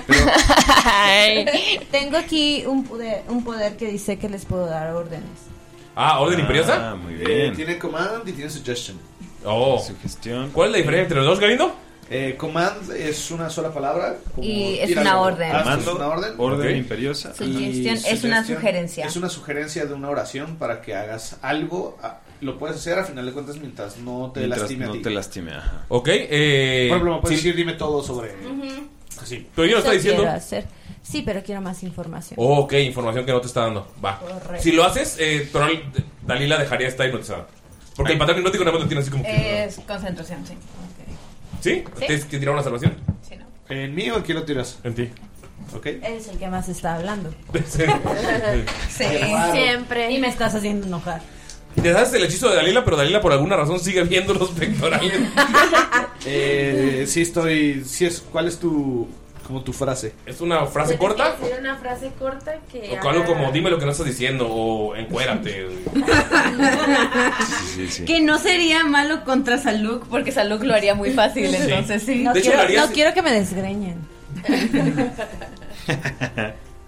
Tengo aquí un poder, un poder que dice que les puedo dar órdenes. Ah, ¿orden imperiosa? Ah, muy Eh, bien. tiene command y tiene suggestion. Oh. Sugestión. ¿Cuál es la diferencia entre los dos, Galindo? Eh, command es una sola palabra. como Y es tíralo. una orden. Ah, Mando, es una orden. orden Ok. imperiosa. Sí. Y Suggestion es una sugerencia. Es una sugerencia de una oración para que hagas algo. ah, Lo puedes hacer a final de cuentas mientras no te Mientras lastime a no ti. te lastime, ajá. Ok, eh. Por ejemplo, me puedes sí, decir, dime todo sobre. Así. pero yo lo está Eso diciendo. quiero hacer. Sí, pero quiero más información. Oh, ok, información que no te está dando. Va. Correcto. Si lo haces, eh, Toral- Dalila dejaría estar hipnotizada. Porque el patrón hipnótico nada más lo tiene así como que. Es concentración, sí. ¿Sí? Sí. ¿Tienes que tirar una salvación? Sí, ¿no? ¿En mí o en quién lo tiras? En ti. Ok. Eres el que más está hablando. Sí. Sí. Siempre. Y me estás haciendo enojar. Y te das el hechizo de Dalila, pero Dalila por alguna razón sigue viendo los pectorales. Eh, sí estoy. Sí es, ¿cuál es tu. Como tu frase? ¿Es una frase Tienes corta? que decir una frase corta que. O algo haga- como dime lo que no estás diciendo o encuérate. Sí, sí, sí. Que no sería malo contra Saluk, porque Saluk lo haría muy fácil, entonces sí. No, De hecho, quiero, lo harías- no quiero que me desgreñen.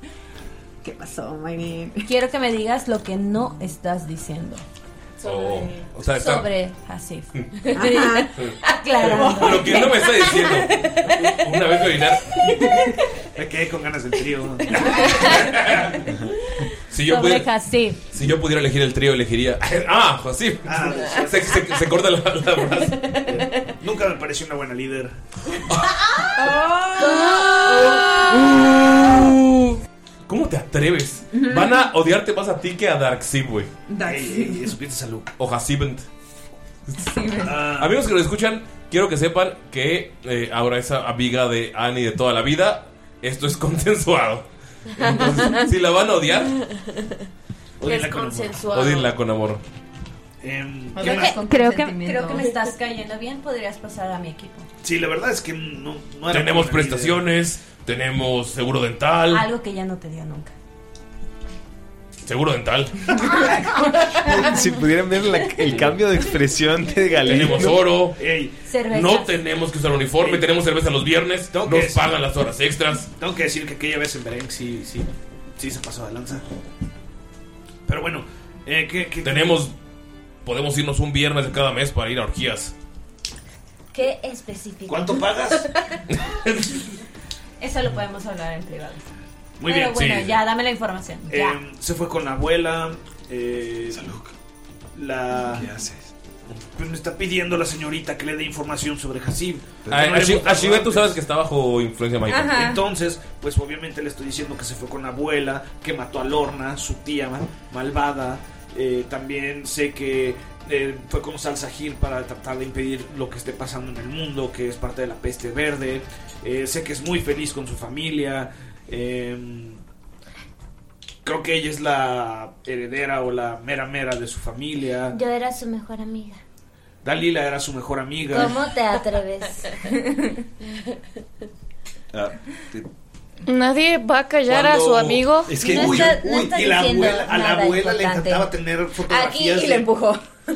¿Qué pasó, Mayrin? Quiero que me digas lo que no estás diciendo. Oh, o sea, está- Sobre Hasif. Ajá. Aclarando. Lo que no me está diciendo. Una vez me orinar. Me quedé con ganas del trío. Si yo, Sobre pudiera, Hasif. si yo pudiera elegir el trío, elegiría. Ah, José. Ah, se, se, se corta la, la frase. Nunca me pareció una buena líder. ¿Cómo te atreves? Van a odiarte más a ti que a Darkseid, güey. Ey, ey, eso piensa salud. O Hasibent. Amigos que nos escuchan, quiero que sepan que eh, ahora esa amiga de Annie de toda la vida, esto es consensuado. Entonces, si la van a odiar, Es consensuado. odienla con amor. Em, ¿qué Creo más? que, creo, que, creo que me estás cayendo bien. Podrías pasar a mi equipo. Sí, la verdad es que no, no era Tenemos buena líder. prestaciones, tenemos seguro dental. Algo que ya no te dio nunca. Seguro dental. Si pudieran ver la- el cambio de expresión de Galindo. Tenemos oro. Cervezas. No tenemos que usar uniforme. Ey. Tenemos cerveza los viernes. Tengo Nos que- pagan las horas extras. Tengo que decir que aquella vez en Bereng sí, sí, sí se pasó de lanza. Pero bueno, eh, ¿qué, qué- Tenemos. Podemos irnos un viernes de cada mes para ir a orgías. ¿Qué específico? ¿Cuánto pagas? Eso lo podemos hablar en privado. Muy Pero bien, bueno, sí. ya, dame la información. Ya. Eh, se fue con la abuela. Eh, la... ¿Qué haces? Pues me está pidiendo la señorita que le dé información sobre Hasib. A, No le Ashi- hemos dado Ashibet, tú antes. sabes que está bajo influencia mágica. Ajá. Entonces, pues obviamente le estoy diciendo que se fue con la abuela, que mató a Lorna, su tía ma- malvada. Eh, también sé que eh, fue con Salsahir para tratar de impedir lo que esté pasando en el mundo, que es parte de la peste verde. Eh, sé que es muy feliz con su familia. Eh, creo que ella es la heredera o la mera mera de su familia. Yo era su mejor amiga. Dalila era su mejor amiga. ¿Cómo te atreves? Ah, te- Nadie va a callar a Cuando- su amigo. Es que No Uy, está- no uy, está y la diciendo abuela, a la nada abuela le importante. encantaba tener Aquí fotografías y de- le empujó.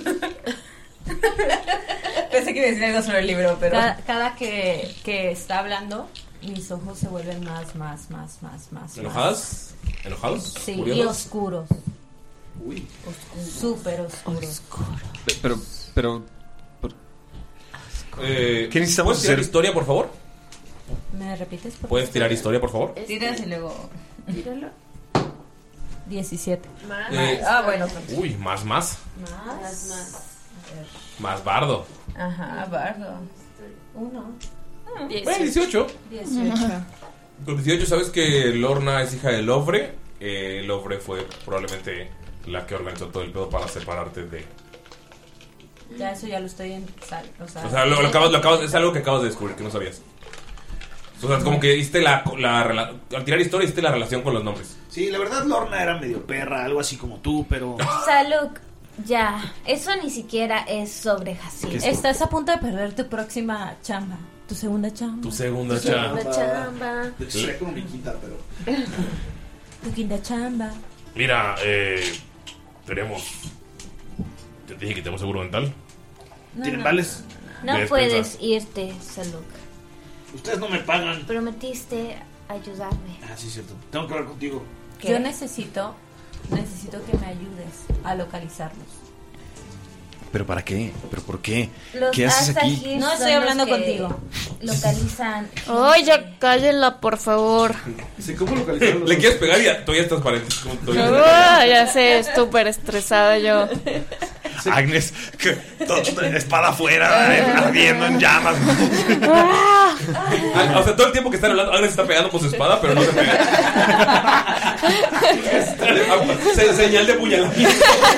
Pensé que iba a decir algo sobre el libro, pero. Cada, cada que, que está hablando, mis ojos se vuelven más, más, más, más, más. ¿Enojadas? ¿Enojados? Sí, y ¿Furiosos? oscuros. Uy. Súper oscuros. Pe- Pero, pero, Eh, ¿qué necesitamos ¿Puedes tirar hacer? historia, por favor? ¿Me repites? Por ¿Puedes favor? tirar historia, por favor? Tiras y luego. Tíralo. diecisiete. Más. Eh, Ah, bueno. Uy, más, más. Más, más. Más bardo. Ajá, Bardo. Uno. Bueno, dieciocho. dieciocho. Con dieciocho sabes que Lorna es hija de Lofre. Eh, Lofre fue probablemente la que organizó todo el pedo para separarte de... Ya eso ya lo estoy en sal. O sea, O sea, lo, lo acabas, lo acabas- es algo que acabas de descubrir, que no sabías. O sea, como que hiciste la, la rela- al tirar historia hiciste la relación con los nombres. Sí, la verdad Lorna era medio perra, algo así como tú, pero... Saluk, ya. Eso ni siquiera es sobre Hasib. Estás a punto de perder tu próxima chamba. Tu segunda chamba. Tu segunda La chamba. chamba. De hecho, sería como mi quinta, pero... Tu quinta chamba. Mira, eh, tenemos... Te dije que tenemos seguro dental. No, ¿Tienen no. vales? No de puedes irte, Saluk. Ustedes no me pagan. Prometiste ayudarme. Ah, sí, cierto. Tengo que hablar contigo. ¿Qué? Yo necesito, necesito que me ayudes a localizarlos. ¿Pero para qué? ¿Pero por qué? Los ¿Qué haces aquí? Asahir No son estoy los hablando que contigo. Localizan. Ay, ya cállenla, por favor. Sí, ¿cómo localizarlos? Le quieres pegar y ya- todavía estás paréntesis. como todavía- Ah, ya sé, súper estresada yo. Agnes, que to- espada afuera, eh, ardiendo en llamas. Ah, o sea, todo el tiempo que están hablando, Agnes está pegando con su espada, pero no se pega. Se- señal de puñalamiento.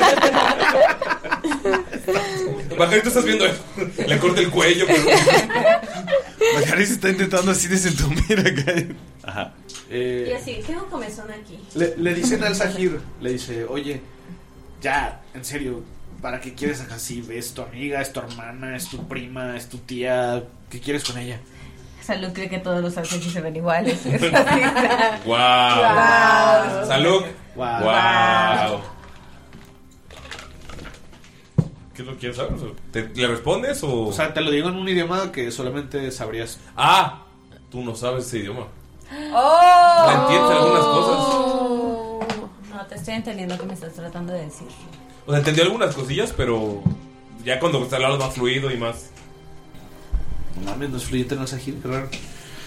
Bacari, tú estás viendo eso. Le corta el cuello. Pero... Bacari se está intentando así desentumir acá. Ajá. Y Eh, así, tengo comezón aquí. le, le dicen al Sahir, le dice, oye, ya, en serio, ¿para qué quieres a Hasib? ¿Es tu amiga, es tu hermana, es tu prima, es tu tía? ¿Qué quieres con ella? Salud cree que todos los Asahir se ven iguales. ¡Wow! Wow. ¡Salud! Wow. ¡Wow! ¿Qué es lo que quieres saber? O sea, ¿te- ¿Le respondes o...? O sea, te lo digo en un idioma que solamente sabrías. Ah, tú no sabes ese idioma. ¡Oh! ¿Le entiendes algunas cosas? te estoy entendiendo qué me estás tratando de decir. O sea, entendió algunas cosillas, pero ya cuando está hablando más fluido y más. No mames, no es fluyente en Al-Zahir, qué raro.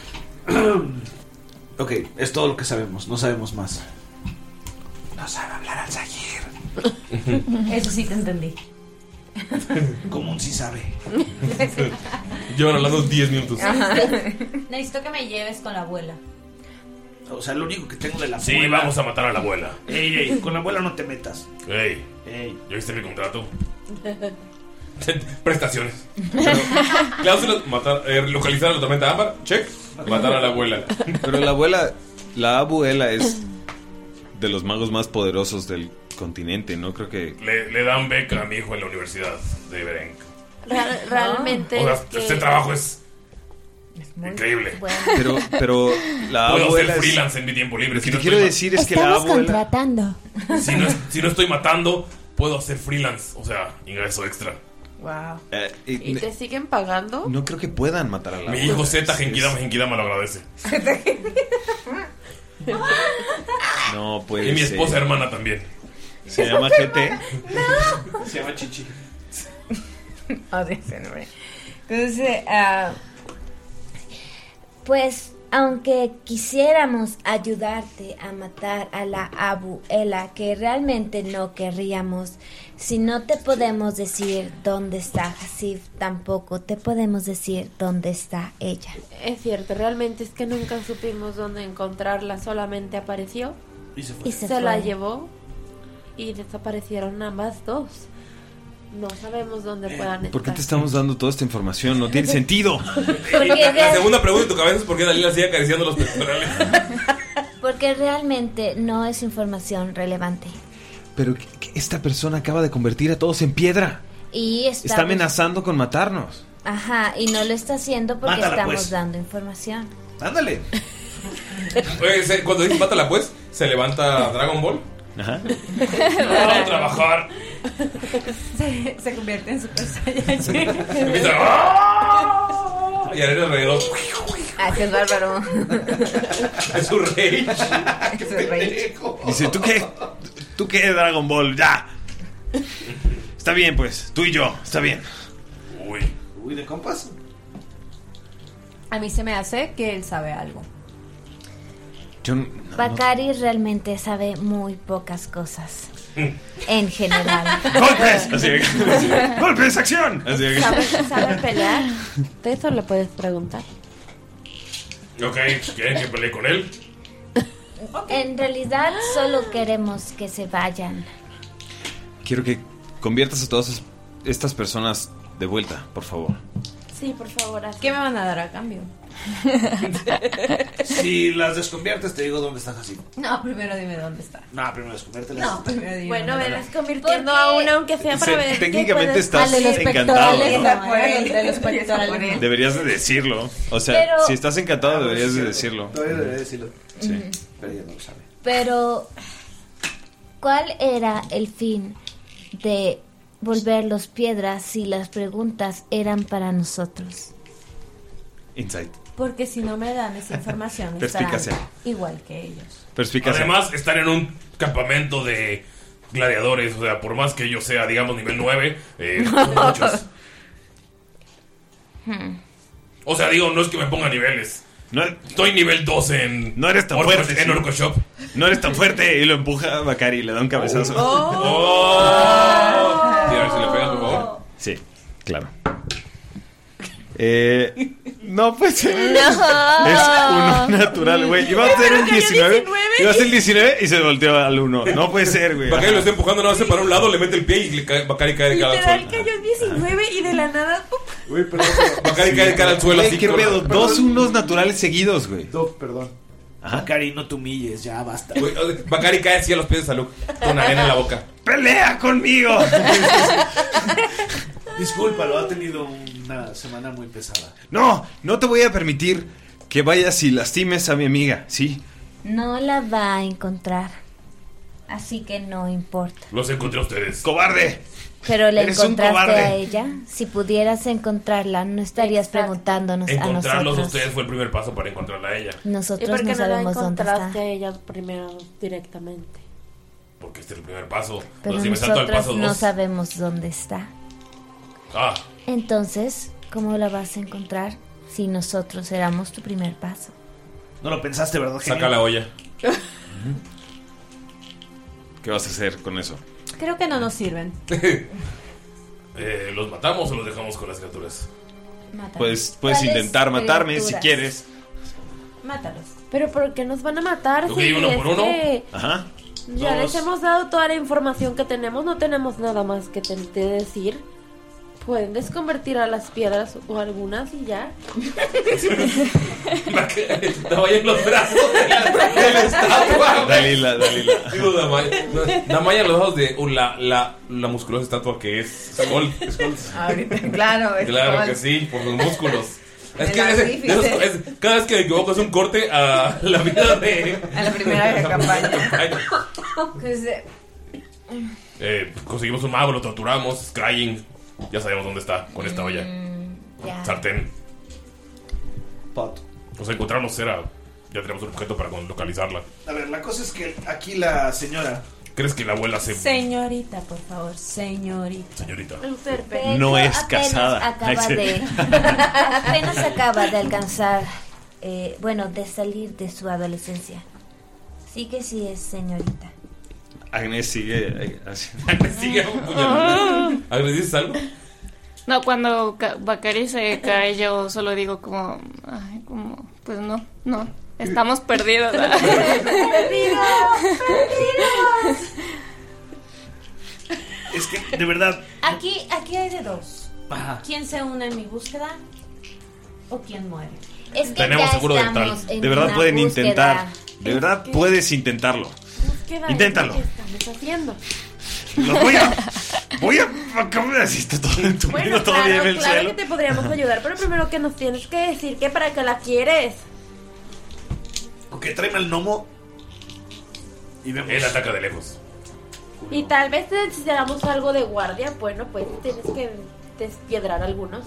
Ok, es todo lo que sabemos, no sabemos más. No sabe hablar Al-Zahir. Eso sí te entendí. Como un sí sabe. Llevan hablando diez minutos. Necesito que me lleves con la abuela. O sea, lo único que tengo de la Sí, abuela. vamos a matar a la abuela. Ey, ey, con la abuela no te metas. Ey, Ey. ¿ya viste mi contrato? Prestaciones. Pero, cláusulas, matar, eh, localizar a la tormenta ámbar, check. Matar a la abuela. Pero la abuela, la abuela es de los magos más poderosos del continente, ¿no? Creo que... Le, le dan beca a mi hijo en la universidad de Berenk. Real- realmente O sea, es que- este trabajo es increíble. Pero, pero la Puedo abuela hacer es- freelance en mi tiempo libre. Lo que Si te no quiero estoy ma- decir es que la Estamos abuela... contratando. Si no, es- si no estoy matando, puedo hacer freelance. O sea, ingreso extra. Wow. Eh, y- ¿Y te siguen pagando? no creo que puedan matar a la Mi abuela. hijo Z, Sí, Genkidama, es- Genkidama lo agradece. No puede Y mi ser. esposa hermana también. Se llama G T. Se llama Chichi. Odio ese nombre. Entonces, ah, Pues, aunque quisiéramos ayudarte a matar a la abuela, que realmente no querríamos, si no te podemos decir dónde está Hasif, tampoco te podemos decir dónde está ella. Es cierto, realmente es que nunca supimos dónde encontrarla, solamente apareció Y se fue. Y se se fue. la llevó y desaparecieron ambas dos. No sabemos dónde puedan estar. ¿Por qué te estamos dando toda esta información? No tiene sentido. Porque, La real- segunda pregunta en tu cabeza es por qué Dalila sigue acariciando los pectorales. porque realmente no es información relevante. Pero que- que esta persona acaba de convertir a todos en piedra. Y Está estamos- amenazando con matarnos. Ajá, y no lo está haciendo porque Mátala, estamos pues. dando información. Ándale. Oye, se- cuando dices mátala pues, se levanta Dragon Ball. Ajá. Vamos a trabajar. Se, se convierte en Super Saiyajin. Empieza a... Y alrededor. ah, que es bárbaro. Es su rey. Es su rey. Dice, ¿tú qué? ¿Tú qué, Dragon Ball? Ya. Está bien, pues. Tú y yo. Está bien. Uy. Uy, ¿de compas? A mí se me hace que él sabe algo. Yo no- Bakari realmente sabe muy pocas cosas. En general. ¡Golpes! Así que- ¡Golpes! ¡Acción! Así que- ¿Sabe, sabe pelear? De eso le puedes preguntar. Ok, ¿quieren que pelee con él? En realidad solo queremos que se vayan. Quiero que conviertas a todas es- estas personas de vuelta, por favor. Sí, por favor. haz- ¿Qué me van a dar a cambio? Si las desconviertes, te digo dónde está Hasif. No, primero dime dónde está. No, primero desconviértelas. No, primero dime Bueno, dónde verás está. convirtiendo a una, aunque sea para Se- ver. qué técnicamente puedes estás hacer. encantado, ¿no? Está por él, de los pectorales. no. Deberías de decirlo. O sea, Pero- si estás encantado, deberías de decirlo. Todavía debería decirlo. Sí. Ujú. Pero ella no lo sabe. Pero, ¿cuál era el fin de volverlos piedras si las preguntas eran para nosotros? Insight. Porque si no me dan esa información, Perspicacia. estarán igual que ellos. Perspicacia. Además, estar en un campamento de gladiadores, o sea, por más que yo sea, digamos, nivel nueve, eh, son muchos. Hmm. O sea, digo, no es que me ponga niveles. No, Estoy nivel doce en. no eres tan Orco- fuerte. En sí. Orco Shop. No eres tan fuerte. Y lo empuja a Bakari y le da un cabezazo. ¡Oh! Sí, a ver si le pegas, por favor. Sí, claro. Eh, no, pues eh, No. es uno natural, güey. Iba a ser el diecinueve. Iba a ser el diecinueve y se volteó al uno. No puede ser, güey. Bakari lo está empujando, no hace para un lado, le mete el pie y le cae, Bakari cae de cara al Literal suelo. cayó en diecinueve y de la nada. Uy, perdón. Bakari cae de cara al suelo Güey, así. ¿qué con- pedo? Dos unos naturales seguidos, güey. Doc, perdón. Ajá. Cari, no te humilles, ya basta. Güey, Bakari cae así a los pies de Salud, con arena en la boca. ¡Pelea conmigo! Discúlpalo, ha tenido una semana muy pesada. No, no te voy a permitir que vayas y lastimes a mi amiga, ¿sí? No la va a encontrar. Así que no importa. Los encontré a ustedes. ¡Cobarde! Pero le Eres un encontraste cobarde. a ella. Si pudieras encontrarla, no estarías preguntándonos a Encontrarlos a nosotros. ustedes fue el primer paso para encontrarla a ella. ¿Y Nosotros por qué no no la sabemos dónde encontraste está. a ella primero directamente? porque este es el primer paso. Pero Entonces, si me salto al nosotros paso no dos. sabemos dónde está. Ah, Entonces, ¿cómo la vas a encontrar si nosotros éramos tu primer paso? No lo pensaste, ¿verdad, genio? saca la olla. ¿Qué vas a hacer con eso? Creo que no nos sirven. Eh, ¿Los matamos o los dejamos con las criaturas? Mátalos. Pues puedes intentar matarme si criaturas? quieres. Mátalos. Pero ¿por qué nos van a matar? Ok, si uno es por uno. que Ajá. ya Dos. les hemos dado toda la información que tenemos, no tenemos nada más que te te decir. Pueden desconvertir a las piedras o algunas y ya. Damaya en los brazos de la, de la estatua. Dalila, Dalila. Digo, Damaya, no, Damaya en los brazos de uh, la, la, la musculosa estatua que es Skull. Ahorita, claro, es Claro como- que sí, por sus músculos. Es De que la ese- Griffith. de esos- es- cada vez que me equivoco es un corte a la vida de. A la primera de campaña. Pues, eh, Eh, conseguimos un mago, lo torturamos, Scrying. Ya sabemos dónde está con esta olla. Ya. Sartén. Pot. O sea, encontrarnos era. Ya tenemos un objeto para con- localizarla. A ver, la cosa es que aquí la señora. ¿Crees que la abuela se. Señorita, por favor, señorita. Señorita. Pero No es apenas casada. Acaba Ay, sí. de, apenas acaba de alcanzar, eh, bueno, de salir de su adolescencia. Sí que sí es señorita. Agnes sigue eh, así. Agnes sigue apuñalando. Agnes, ¿dices algo? No, cuando Ca- Bacari se cae, yo solo digo como, ay, como, pues no, no, estamos perdidos. ¡Perdidos! ¡Perdidos! Es que, de verdad. Aquí, aquí hay de dos. Ajá. ¿Quién se une en mi búsqueda o quién muere? Es que Tenemos ya seguro estamos dental. en De verdad una pueden búsqueda. intentar. De verdad puedes intentarlo. Queda Inténtalo. ¿Qué estamos haciendo? Lo voy a. Voy a. Acabo de decir está todo entumido Bueno, todavía claro, en el claro suelo. que te podríamos ayudar, pero primero que nos tienes que decir que para qué la quieres. Ok, tráeme al gnomo. Y vemos. Él ataca de lejos. Y tal vez necesitáramos algo de guardia. Bueno, pues tienes que despiedrar algunos.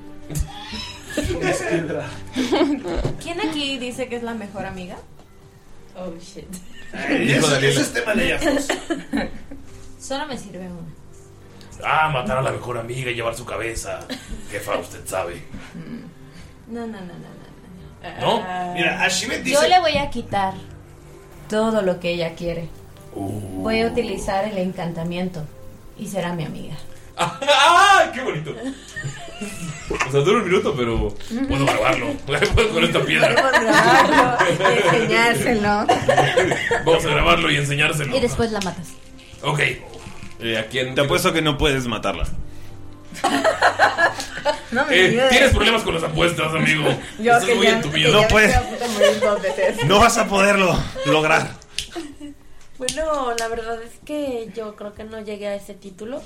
¿Quién aquí dice que es la mejor amiga? Oh shit. Ay, eso, eso es tema de ellas. Solo me sirve una. Ah, matar a la mejor amiga y llevar su cabeza. Jefa, usted sabe. No, no, no, no, no. ¿No? Ah, Mira, Ashibet yo dice. le voy a quitar todo lo que ella quiere. Uh. Voy a utilizar el encantamiento y será mi amiga. ¡Ah! ¡Qué bonito! O sea, dura un minuto, pero puedo grabarlo. Con esta piedra. Podemos grabarlo y enseñárselo. Vamos a grabarlo y enseñárselo. Y después la matas. Ok. Eh, ¿a quién? Te apuesto que no puedes matarla. No me Eh, ayudes. tienes problemas con las apuestas, amigo. Yo Estás que muy ya- entumido. No ya puedes. estoy a punto de morir dos veces. No vas a poderlo lograr. Bueno, la verdad es que yo creo que no llegué a ese título.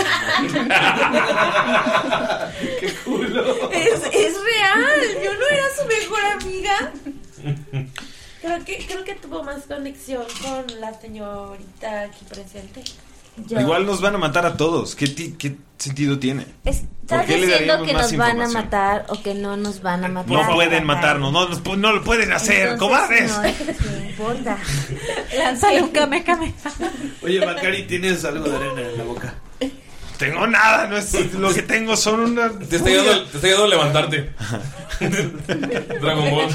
¡Qué culo! Es, es real, yo no era su mejor amiga. Creo que, creo que tuvo más conexión con la señorita aquí presente. Yo- Igual nos van a matar a todos. ¿Qué, ti- qué sentido tiene? ¿Estás ¿Por qué le diciendo daríamos que más nos van a información? matar o que no nos van a matar? No pueden matarnos. No, nos pu- no lo pueden hacer. Entonces, ¡Cobardes! No, no importa. Lánzale un kame kame. Oye, Bacari, tienes algo de arena en la boca. Tengo nada. No es, lo que tengo son una. Te está ayudando, te está ayudando a levantarte. Dragon Ball.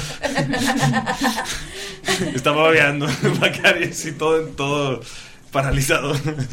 Estaba babeando. Bacari así todo, todo paralizado.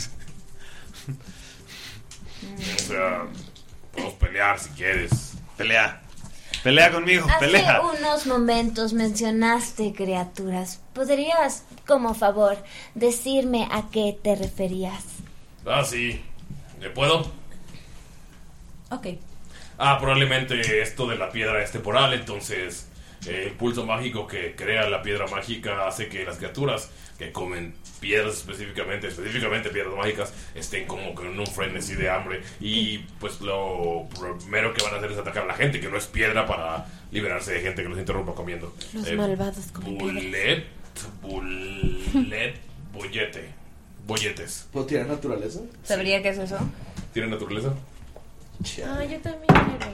O sea, podemos pelear si quieres. Pelea. Pelea conmigo. Hace Pelea. unos momentos mencionaste criaturas. ¿Podrías, como favor, decirme a qué te referías? Ah, sí. ¿Le puedo? Ok. Ah, probablemente esto de la piedra es temporal, entonces eh, el pulso mágico que crea la piedra mágica hace que las criaturas que comen piedras específicamente, específicamente piedras mágicas, estén como con un frenesí de hambre y pues lo primero que van a hacer es atacar a la gente que no es piedra para liberarse de gente que los interrumpa comiendo. Los Eh, malvados como Bullet, bullet, bollete, bolletes. ¿Puedo tirar naturaleza? ¿Sabría qué es eso? ¿Tienen naturaleza? Ah, yo también quiero.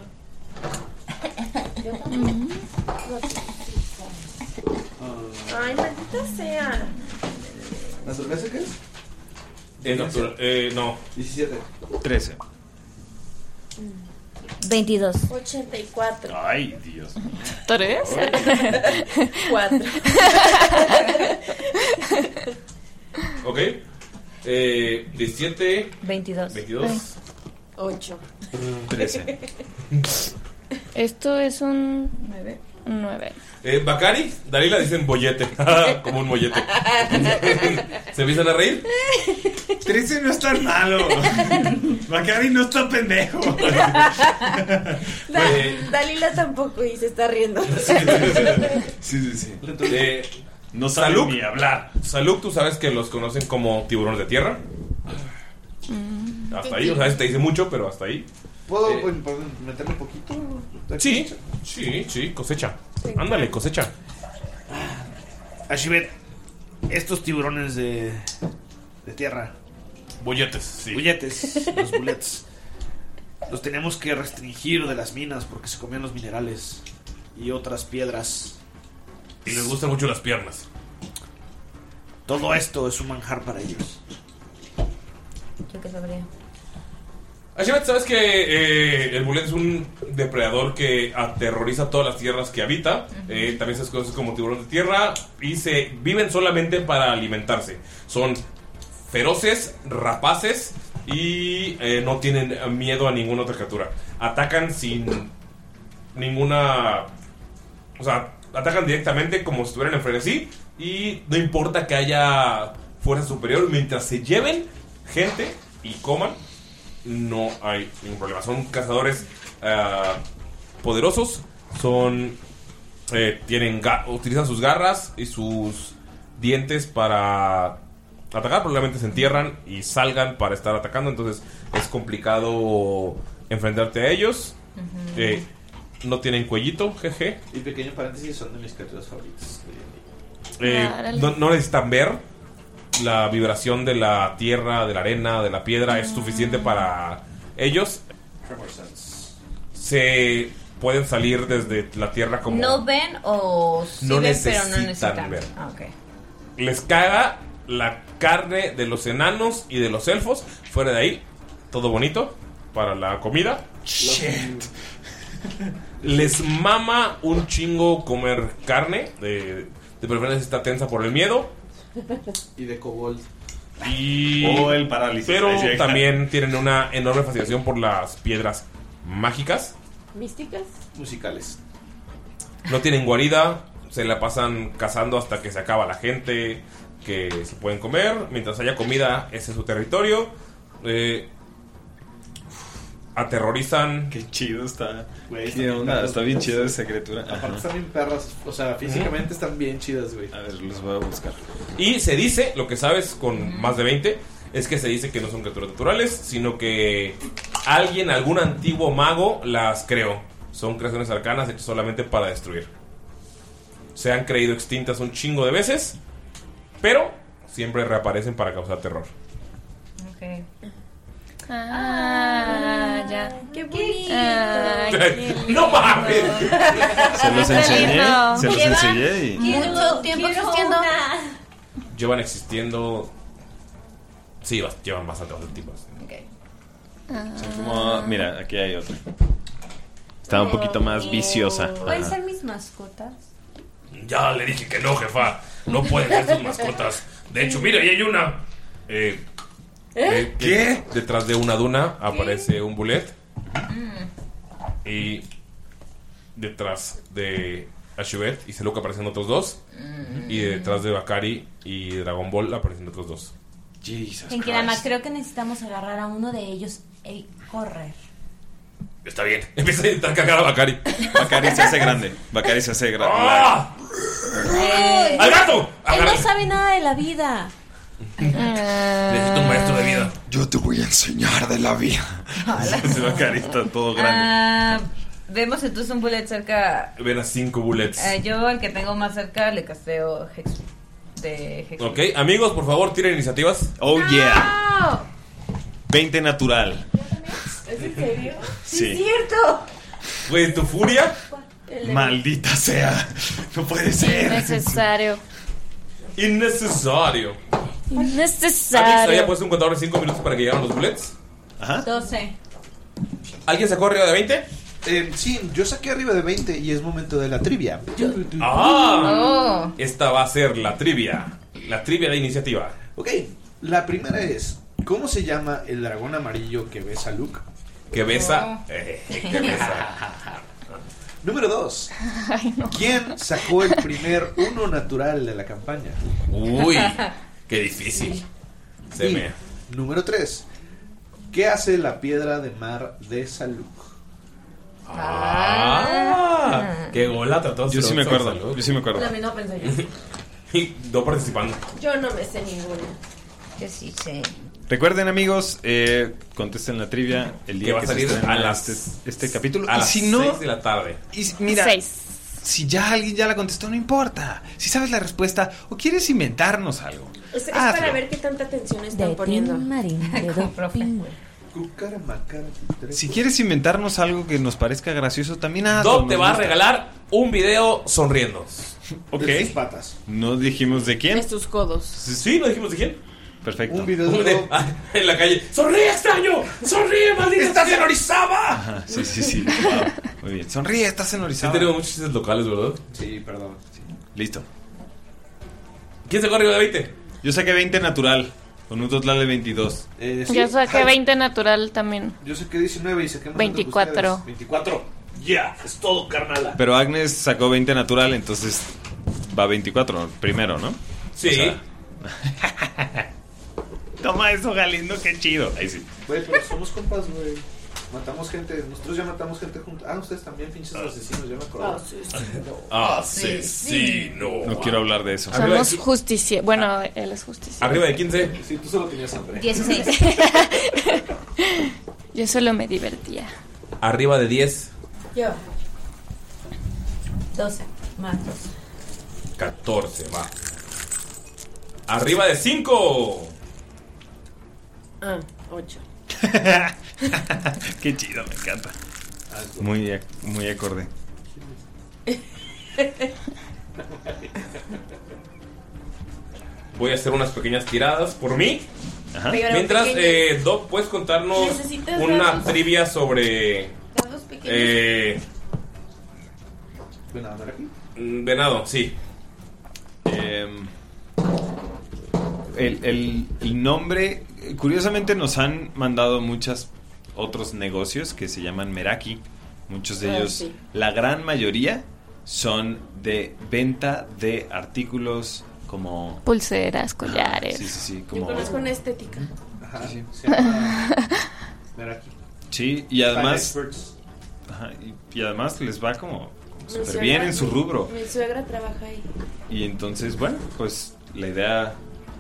Yo también. Ay, maldita sea. ¿Naturaleza qué es? Es natural. Eh, no. diecisiete. trece. veintidós. ochenta y cuatro. Ay, Dios. ¿Tres? Cuatro. Ok. Eh, diecisiete. veintidós. veintidós. ocho. trece. Esto es un nueve. Un nueve. Eh, Bacari, Dalila dicen bollete. Como un mollete. ¿Se empiezan a reír? trece no es tan malo. Bacari no está pendejo. Da- Eh, Dalila tampoco y se está riendo. Sí, sí, sí. Eh, No sabe Saluk, ni hablar. Saluk, tú sabes que los conocen como tiburones de tierra. Hasta ahí, o sea, te dice mucho, pero hasta ahí. ¿Puedo Eh, pues, ¿puedo meterle un poquito? Sí, sí, sí, cosecha. Ándale, cosecha. Ashibet, estos tiburones de, de tierra. Bolletes, sí. Bulletes, los bullets. Los tenemos que restringir de las minas porque se comían los minerales y otras piedras. Y les gustan mucho las piernas. Todo esto es un manjar para ellos. Yo qué sabría. Ashibet, sabes que eh, el bullet es un depredador que aterroriza todas las tierras que habita. Eh, también se conoce como tiburón de tierra y se viven solamente para alimentarse. Son feroces, rapaces y eh, no tienen miedo a ninguna otra criatura. Atacan sin ninguna... O sea, atacan directamente como si estuvieran en frenesí y no importa que haya fuerza superior. Mientras se lleven gente y coman, no hay ningún problema. Son cazadores uh, poderosos. Son eh, tienen ga- utilizan sus garras y sus dientes para atacar. Probablemente se entierran y salgan para estar atacando. Entonces es complicado enfrentarte a ellos. Ujú. eh, No tienen cuellito, jeje. Y pequeño paréntesis, son de mis criaturas favoritas. Eh, no, no necesitan ver. La vibración de la tierra, de la arena, de la piedra es suficiente para ellos. Se pueden salir desde la tierra como... ¿No ven o sí No ven, pero necesitan no necesitan ver. Ah, ok. Les caga la carne de los enanos y de los elfos. Fuera de ahí, todo bonito para la comida. Shit. Les mama un chingo comer carne. De, de preferencia está tensa por el miedo. Y de kobold. Y... O el parálisis. Pero Ahí llega. también tienen una enorme fascinación por las piedras mágicas. ¿Místicas? Musicales. No tienen guarida. Se la pasan cazando hasta que se acaba la gente que se pueden comer. Mientras haya comida, ese es su territorio. Eh, aterrorizan. Qué chido está. Güey, ¿Qué onda? perras. Está bien chida esa criatura. Aparte Ajá. están bien perras. O sea, físicamente están bien chidas, güey. A ver, los voy a buscar. Y se dice, lo que sabes con más de veinte, es que se dice que no son criaturas naturales, sino que alguien, algún antiguo mago las creó. Son creaciones arcanas hechas solamente para destruir. Se han creído extintas un chingo de veces, pero siempre reaparecen para causar terror. Ok. Ah, ya. ¡Qué bonito! Ah, qué ¡No mames! Se los enseñé. lindo. Se los Lleva- enseñé y... Mucho tiempo existiendo. Llevan existiendo... Sí, bas- llevan bastante, bastante tiempo. Son como... Mira, aquí hay otra. Está un poquito más viciosa. ¿Pueden Ajá. ser mis mascotas? Ya le dije que no, jefa. No pueden ser sus mascotas. De hecho, mira, ahí hay una. Eh, eh, ¿Qué? Detrás de una duna aparece un bullet. Y detrás de Ashibet y Seluk aparecen otros dos. Y detrás de Bakari y Dragon Ball aparecen otros dos. Jesus Genkidama, creo que necesitamos agarrar a uno de ellos y correr. Está bien. Empieza a intentar cagar a Bakari. Bakari se hace grande. Bakari se hace grande. ¡Ah! Eh, ¡Al gato! Él no sabe nada de la vida. Necesito un maestro de vida. Yo te voy a enseñar de la vida. Ese Bakari está todo grande. Ah, vemos entonces un bullet cerca. Ven a cinco bullets. Eh, yo, al que tengo más cerca, le casteo Hex. De Hex. Ok, amigos, por favor, tiren iniciativas. Oh, yeah. veinte natural. ¿Es en serio? Sí. ¡Es cierto! Güey, tu furia. Maldita sea. No puede ser. Innecesario. Innecesario. ¿Alguien Innecesario. había puesto un contador de cinco minutos para que llegaran los bullets? Ajá. doce. ¿Alguien sacó arriba de veinte? Eh, sí, yo saqué arriba de veinte y es momento de la trivia. ¡Ah! Esta va a ser la trivia. La trivia de iniciativa. Ok, la primera es: ¿cómo se llama el dragón amarillo que besa a Luke? Que besa. Eh, que besa. Número dos. ¿Quién sacó el primer uno natural de la campaña? Uy, qué difícil. Se Y me. número tres. ¿Qué hace la piedra de mar de Saluk? Ah, qué gola trató. Yo sí me acuerdo. Yo sí me acuerdo. También no pensé yo. Y dos participando. Yo no me sé ninguna. Yo sí sé. Recuerden, amigos, eh, contesten la trivia el día Que va que, a salir se estrena a las- este, este capítulo. A y las si no, seis de la tarde. y si- mira, Seis. si ya alguien ya la contestó, no importa. Si sabes la respuesta o quieres inventarnos algo, Es, es hazlo. para ver qué tanta atención están De poniendo. Tim Marín, de Doc Pingüe. Cucara, macara, tres. Si quieres inventarnos algo que nos parezca gracioso, también hazlo. Doc te nos va a gusta. regalar un video sonriendo. Ok. De sus patas. No dijimos de quién. De sus codos. Sí, no dijimos de quién. Perfecto. Un video Un de de- ah, en la calle. ¡Sonríe, extraño! ¡Sonríe, maldita! ¡Estás en Orizaba! Ajá, sí, sí, sí. Wow. Muy bien. Sonríe, estás en Sí, Orizaba. tenemos muchos chistes locales, ¿verdad? Sí, perdón. Listo. ¿Quién sacó arriba de veinte? Yo saqué veinte natural, con un total de veintidós. Eh, sí. Yo saqué Ay, veinte natural también. Yo saqué diecinueve y saqué más veinticuatro. ustedes. veinticuatro. Ya, es todo, carnala. Pero Agnes sacó veinte natural, entonces va veinticuatro primero, ¿no? Sí. O sea- Toma eso, Galindo, qué chido. Ahí sí. Güey, pero somos compas, güey. Matamos gente, nosotros ya matamos gente juntos. Ah, ustedes también, pinches asesinos, ya me acuerdo. Asesino. No quiero hablar de eso. Arriba de Somos qui- justicia. Bueno, él es justicia. Arriba de quince. Sí, tú solo tenías hambre. dieciséis. Yo solo me divertía. Arriba de diez. Yo. doce. Más doce. catorce, va. Arriba de cinco. Ah, ocho. Qué chido, me encanta. Muy, ac- muy acorde. Voy a hacer unas pequeñas tiradas por mí. Ajá. Pero Mientras, pequeñas. eh, Doc, ¿puedes contarnos Necesitas una dados. trivia sobre Dados pequeños. eh, Venado, ¿no aquí? mm, venado? Sí. Em, el, el- el nombre, curiosamente nos han mandado muchos otros negocios que se llaman Meraki. Muchos de Ah, ellos, sí. la gran mayoría, son de venta de artículos como... Pulseras, collares. Sí, sí, sí, Yo como... conozco una estética. Ajá, Sí, sí. se llama Meraki. Sí, y además... Fan experts. Ajá, y, y además les va como, como Mi súper suegra- bien en su rubro. Mi suegra trabaja ahí. Y entonces, bueno, pues la idea...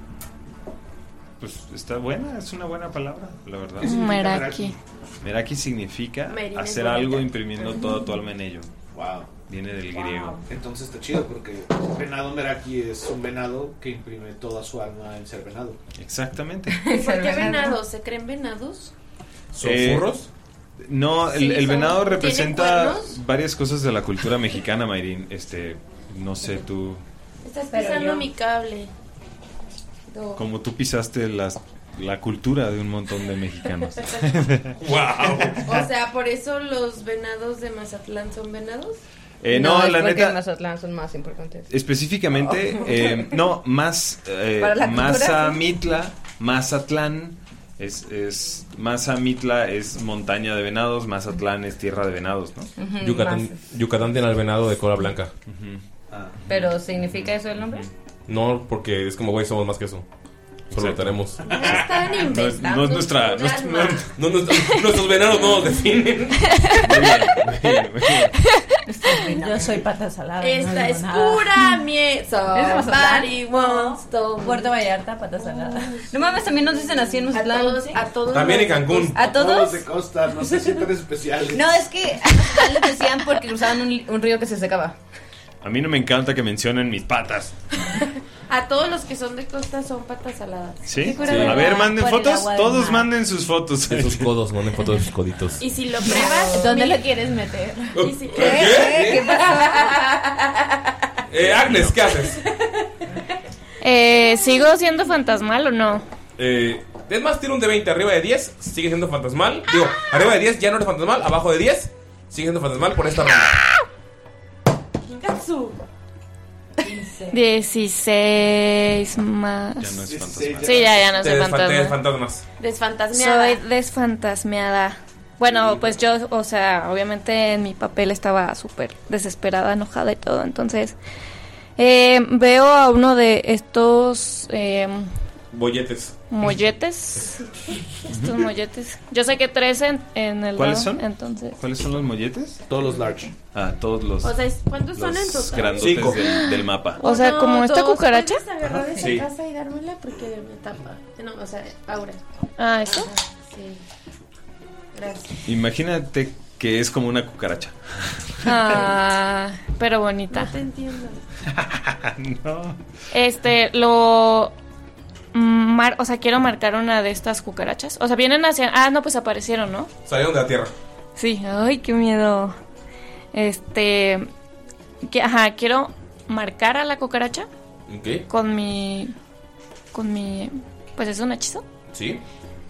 Pues está buena, es una buena palabra, la verdad. ¿Qué significa Meraki. Meraki significa Merina es hacer bonita. algo imprimiendo toda tu alma en ello. Wow. Viene del griego. Entonces está chido porque venado Meraki es un venado que imprime toda su alma en ser venado. Exactamente. ¿Por qué venados? ¿Se creen venados? ¿Son Eh, furros? No, el, Sí, el son- venado ¿tienen representa cuernos? varias cosas de la cultura mexicana, Mayrin. Este, no sé, tú, Estás Pero pisando yo- mi cable. Do. como tú pisaste las, la cultura de un montón de mexicanos. ¡Wow! O sea, por eso los venados de Mazatlán son venados. Eh, no, es la porque neta, en Mazatlán son más importantes. específicamente, Oh. eh, no, más eh, Para la cultura, Mazamitla, Mazatlán, es, es, Mazamitla es montaña de venados, Mazatlán es tierra de venados, ¿no? Ujú, Yucatán, más. Yucatán tiene al venado de cola blanca. Ujú. Ah. ¿Pero significa eso el nombre? No, porque es como, güey, somos más que eso. Solo lo Exacto. tenemos. No están No es, inventando. no es nuestra... un no es- alma. No, nuestros, nuestros venados no nos definen. muy bien, muy bien, muy bien. Yo soy pata salada. no Esta digo es nada. pura miel. ¿Es de Mazatlán? Somebody wants to- Puerto Vallarta, pata salada. No mames, también nos dicen así en A Mazatlán. todos, a todos. También en los- Cancún. ¿A todos? Todos de costa, no se sienten especiales. No, es que a Mazatlán les decían porque cruzaban un, un río que se secaba. A mí no me encanta que mencionen mis patas. A todos los que son de costa son patas saladas. ¿Sí? Sí, pero Sí. A verdad, ver, manden por el fotos. agua del Todos mar. manden sus fotos. De sus codos, manden fotos de sus coditos. Y si lo pruebas, ¿Dónde mi- lo quieres meter? y si- ¿Qué? ¿Qué pasa? Eh, Agnes, ¿qué haces? Eh, ¿Sigo siendo fantasmal o no? Eh, es más, tira un de veinte. Arriba de diez, sigue siendo fantasmal. Digo, arriba de diez ya no eres fantasmal. Abajo de diez, sigue siendo fantasmal por esta ronda. Gatsu. dieciséis más. Ya no es fantasma. Sí, ya, ya no Te soy desfan- te fantasma. desfantasmas. Desfantasmeada. Soy desfantasmeada. Bueno, pues yo, o sea, obviamente en mi papel estaba súper desesperada, enojada y todo. Entonces, eh, veo a uno de estos eh, Bolletes. molletes. Estos molletes. Yo sé que tres en, en el ¿Cuáles lado, son? entonces. ¿Cuáles son los molletes? Todos los large. Ah, todos los. O sea, ¿cuántos son en los total? grandotes Cinco. del, del mapa. O sea, como esta dos, cucaracha. ¿puedes agarrar esa Sí. taza y dármela? Porque me tapa. No, o sea, Aura. Ah, ¿eso? Sí. Gracias. Imagínate que es como una cucaracha. Ah, pero bonita. No te entiendo. No. Este, lo... mar- o sea, quiero marcar una de estas cucarachas. O sea, vienen hacia... Ah, no, pues aparecieron, ¿no? Salieron de la tierra. Sí, ay, qué miedo. Este... que- ajá, quiero marcar a la cucaracha Ok. con mi... Con mi... Pues es un hechizo. Sí.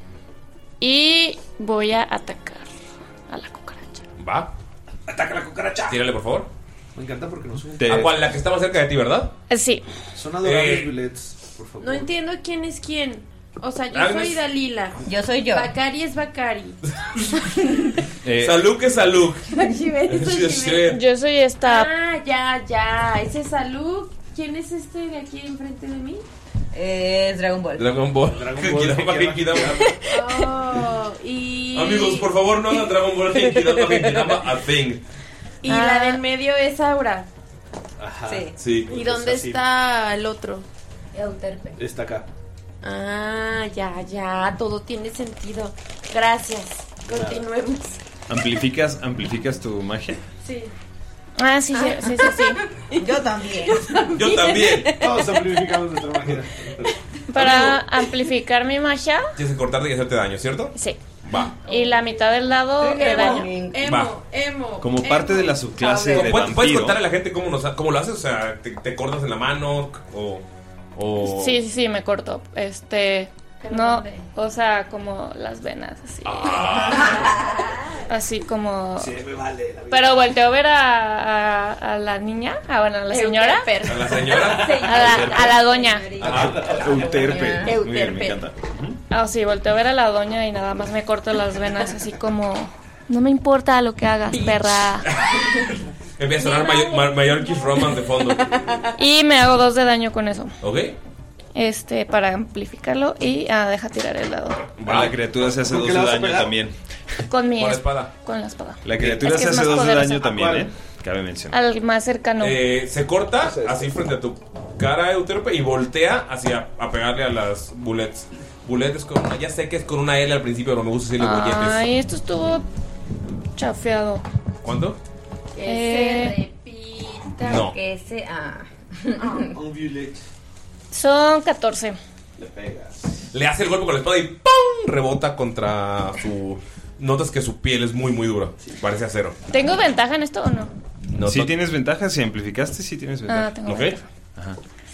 Y voy a atacar a la cucaracha. Va. Ataca la cucaracha. Tírale, por favor. Me encanta porque no son. Te- ¿A cuál? La que está más cerca de ti, ¿verdad? Eh, Sí. Son adorables Eh. billets, por favor. No entiendo quién es quién. O sea, yo Agnes. soy Dalila. Yo soy yo. Bakari es Bakari. eh, Salud que salud. Shivet es Sí, Shivet. sí. Yo soy esta... Ah, ya, ya. Ese es Salud. ¿Quién es este de aquí enfrente de mí? Es Dragon Ball. Dragon Ball. Dragon Ball, Genkidama, Genkidama. Genkidama. Oh, y... Amigos, por favor, no hagan Dragon Ball Genkidama, Genkidama a thing. Y Ah. la del medio es Aura. Ajá. Sí. Sí. ¿Y dónde así. está el otro? Euterpe. Está acá. Ah, ya, ya. Todo tiene sentido. Gracias. Continuemos. ¿Amplificas, ¿Amplificas tu magia? Sí. Ah, sí, sí, sí, sí, sí. Yo también. Yo también. Todos amplificamos nuestra magia. Para amplificar mi magia, Tienes que cortarte y hacerte daño, ¿cierto? sí. Va. Y la mitad del lado de daño. Emo, Va. emo. Como emo. parte de la subclase de ¿Puedes, puedes vampiro. contarle a la gente cómo, nos, cómo lo haces? O sea, ¿te, te cortas en la mano? O. o... Sí, sí, sí, me corto. Este. ¿Pero No, dónde? o sea, como las venas, así. Así como. Sí, me vale. la vida. Pero volteo a ver a, a, a la niña, a, bueno, a la señora. ¿A la señora? A la, a la doña. Euterpe. Muy bien, Euterpe. me encanta. Ah, sí, volteo a ver a la doña y nada más me corto las venas, así como. No me importa lo que hagas, perra. Empieza a sonar Mayor, Ma- Mayor Kiss Romance de fondo. Y me hago dos de daño con eso. ¿Ok? Este, para amplificarlo. Y ah, deja tirar el dado. A la criatura se hace ¿Con dos qué de la vas a daño pegar? también. Con mi Con la es- espada. Con la espada. La criatura Es que se es hace más dos de poderosa. daño también, ¿Cuál? ¿eh? Cabe mencionar. Al más cercano. Eh, se corta así frente a tu cara, Euterpe, y voltea hacia a pegarle a las bullets. Bullets con una, ya sé que es con una L al principio, pero me gusta decirle bolletes. Ay, esto estuvo chafeado. ¿Cuánto? Que Eh, se repita. No. Que se. Ah. Un violet. Son catorce. Le pegas. Le hace el golpe con la espada y ¡pum! Rebota contra su. Notas que su piel es muy, muy dura. Parece acero. ¿Tengo ventaja en esto o no? No, Si to- tienes ventaja, si amplificaste, sí tienes ventaja. Ah, tengo ¿Ok? ventaja. Ajá.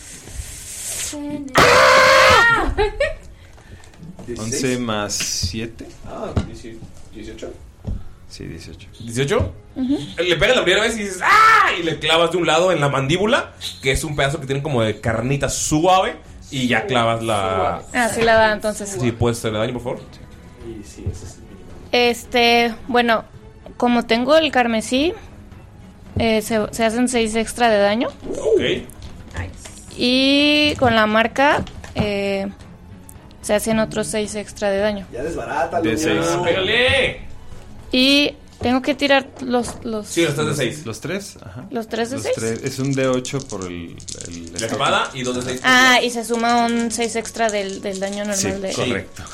once más siete. Ah, dieciocho. Sí, dieciocho. ¿dieciocho? Le pegas la primera vez y dices ¡ah! Y le clavas de un lado en la mandíbula, que es un pedazo que tiene como de carnita suave, y ya clavas la. Ah, sí la da entonces. Sí, puedes hacerle daño, por favor. Y sí, ese es el mínimo. Este, bueno, como tengo el carmesí, eh, se, se hacen seis extra de daño. Ok. Y con la marca eh, se hacen otros seis extra de daño. Ya desbarátalo. De ya. seis. ¡Pégale! Y tengo que tirar los los, Sí, los tres de seis. ¿Los tres? Ajá. los tres de Los seis. tres. Es un D ocho por el. el La espada y dos de seis. Ah, y se suma un seis extra del, del daño normal Sí, de. correcto.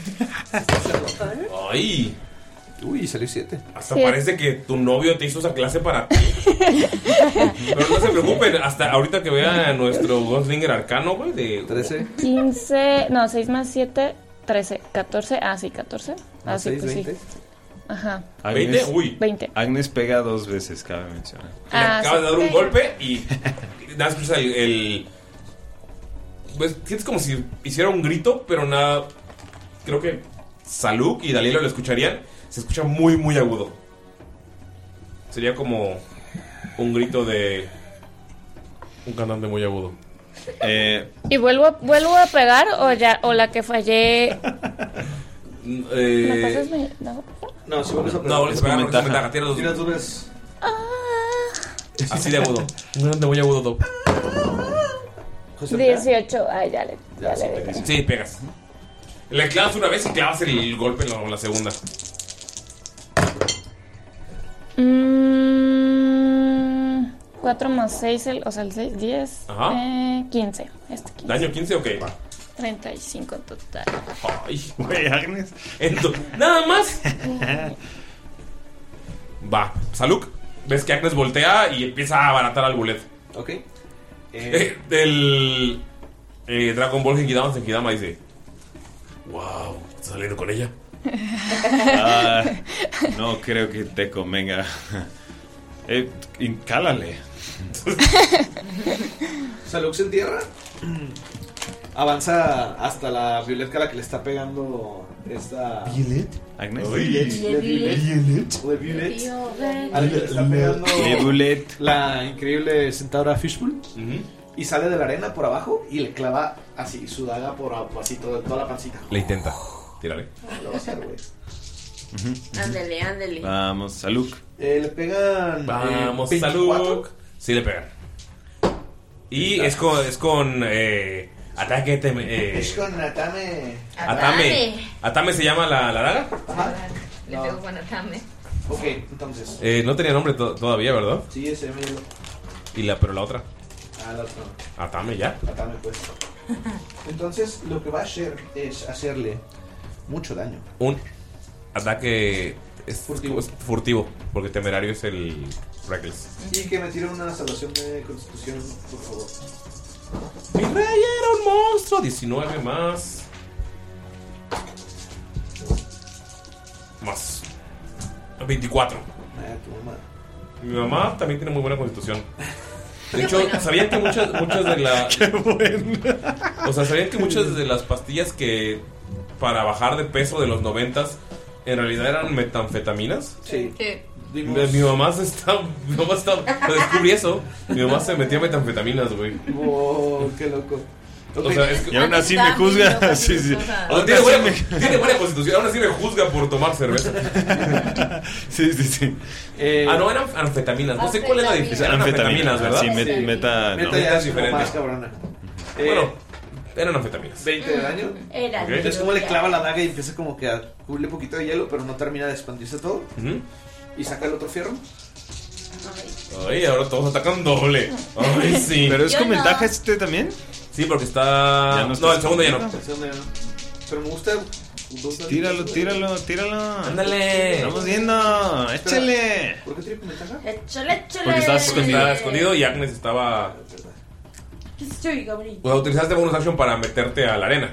¡Ay! Uy, salió siete. Hasta Sí. parece que tu novio te hizo esa clase para ti. Pero no se preocupen, hasta ahorita que vea nuestro Gunslinger arcano, güey, de trece. quince, no, seis más siete, trece, catorce. Ah, sí, catorce. Ah, Más sí, seis, pues sí. veinte. Ajá. veinte. Agnes, Uy, veinte. Agnes pega dos veces, cabe mencionar. le Ah, acabas sí. de dar un golpe y das el, el ves, sientes como si hiciera un grito, pero nada. Creo que Saluk y Dalila lo escucharían. Se escucha muy, muy agudo. Sería como un grito de un cantante muy agudo. Eh, ¿Y vuelvo, vuelvo a pegar o ya o la que fallé? Eh, ¿Me pasas mi.? No, No, si vuelves a pegar. No, vuelves a pegar porque es ventaja. ventaja. Tienes dos. Tiras dos veces. Así de agudo. Un cantante muy agudo, Doc. dieciocho. Ay, ya le. Ya le Sí, pegas. Le clavas una vez y clavas el golpe en la, en la segunda. Mm, cuatro más seis, el, o sea, el seis, diez. Ajá. Eh, quince. Este quince. ¿Daño quince? Ok. treinta y cinco total. Ay, güey, Agnes. Ento- Nada más. Va, Saluk. Ves que Agnes voltea y empieza a abaratar al bullet. Ok. Eh, Eh, del eh, Dragon Ball Genkidama, Genkidama dice: wow, ¿estás saliendo con ella? Ah, no creo que te convenga. Eh, y- cálale. Saluk se entierra. Avanza hasta la Violet a la que le está pegando esta. ¿Violet? Agnes. Violet. Uy. Violet. Violet. Violet. A la que le está pegando Violet. la increíble centaura Fishbowl. Y sale de la arena por abajo y le clava así su daga por, por así todo, toda la pancita. Le intenta. Tírale. Lo va a hacer, güey. Ándale, ándale. Vamos, Saluk. Eh, le pegan. Vamos, eh, veinticuatro. Saluk. Sí, le pegan. Y es con, es con eh, ataque. Tem- eh, Es con Atame. Atame. Atame se llama la, la daga. Ajá. Le pego con Atame. Ok, entonces. Eh, no tenía nombre to- todavía, ¿verdad? Sí, ese medio. Y la, pero la otra. Ah, la otra. Atame ya. Atame, pues. Entonces, lo que va a hacer es hacerle mucho daño. Un ataque es Furtivo. es furtivo, porque temerario es el Reckless. Y que me tire una salvación de constitución, por favor. Mi rey era un monstruo. diecinueve más. Más. veinticuatro. Ah, tu mamá. Mi mamá también tiene muy buena constitución. De hecho, ¿sabían que muchas, muchas de las. Qué bueno. O sea, ¿sabían que muchas de las pastillas que para bajar de peso de los noventas en realidad eran metanfetaminas? Sí. Mi, mi mamá se está. Mi mamá está. Descubrí eso. Mi mamá se metía metanfetaminas, güey. Wow, qué loco. O sea, es que. Y aún así me juzga. Sí, sí. O sea, Aún tiene, así buena, me- tiene buena constitución. Aún así me juzga por tomar cerveza. Sí, sí, sí. Eh, ah, no, eran anfetaminas. No sé cuál es la diferencia. Eran anfetaminas, ¿verdad? Sí, met- meta. Meta no. ya es es como diferente. más cabrona. Eh, Bueno, eran anfetaminas. veinte de daño. Era. Ok. Entonces, como le clava la daga y empieza como que a cubrirle poquito de hielo, pero no termina de expandirse todo. Ujú. Y saca el otro fierro. Ay, ahora todos atacan doble. Ay, sí. ¿Pero es Yo con no. ventaja este también? Sí, porque está. Ya No, no está el segundo ya no. escondido. El segundo ya no. Pero me gusta. dos dados. Tíralo, tíralo, tíralo. Ándale. Estamos viendo. Échale. ¿Por qué tiene con ventaja? Échale, échale. Porque estás escondido. Estaba escondido y Agnes estaba. O sea, utilizaste bonus action para meterte a la arena.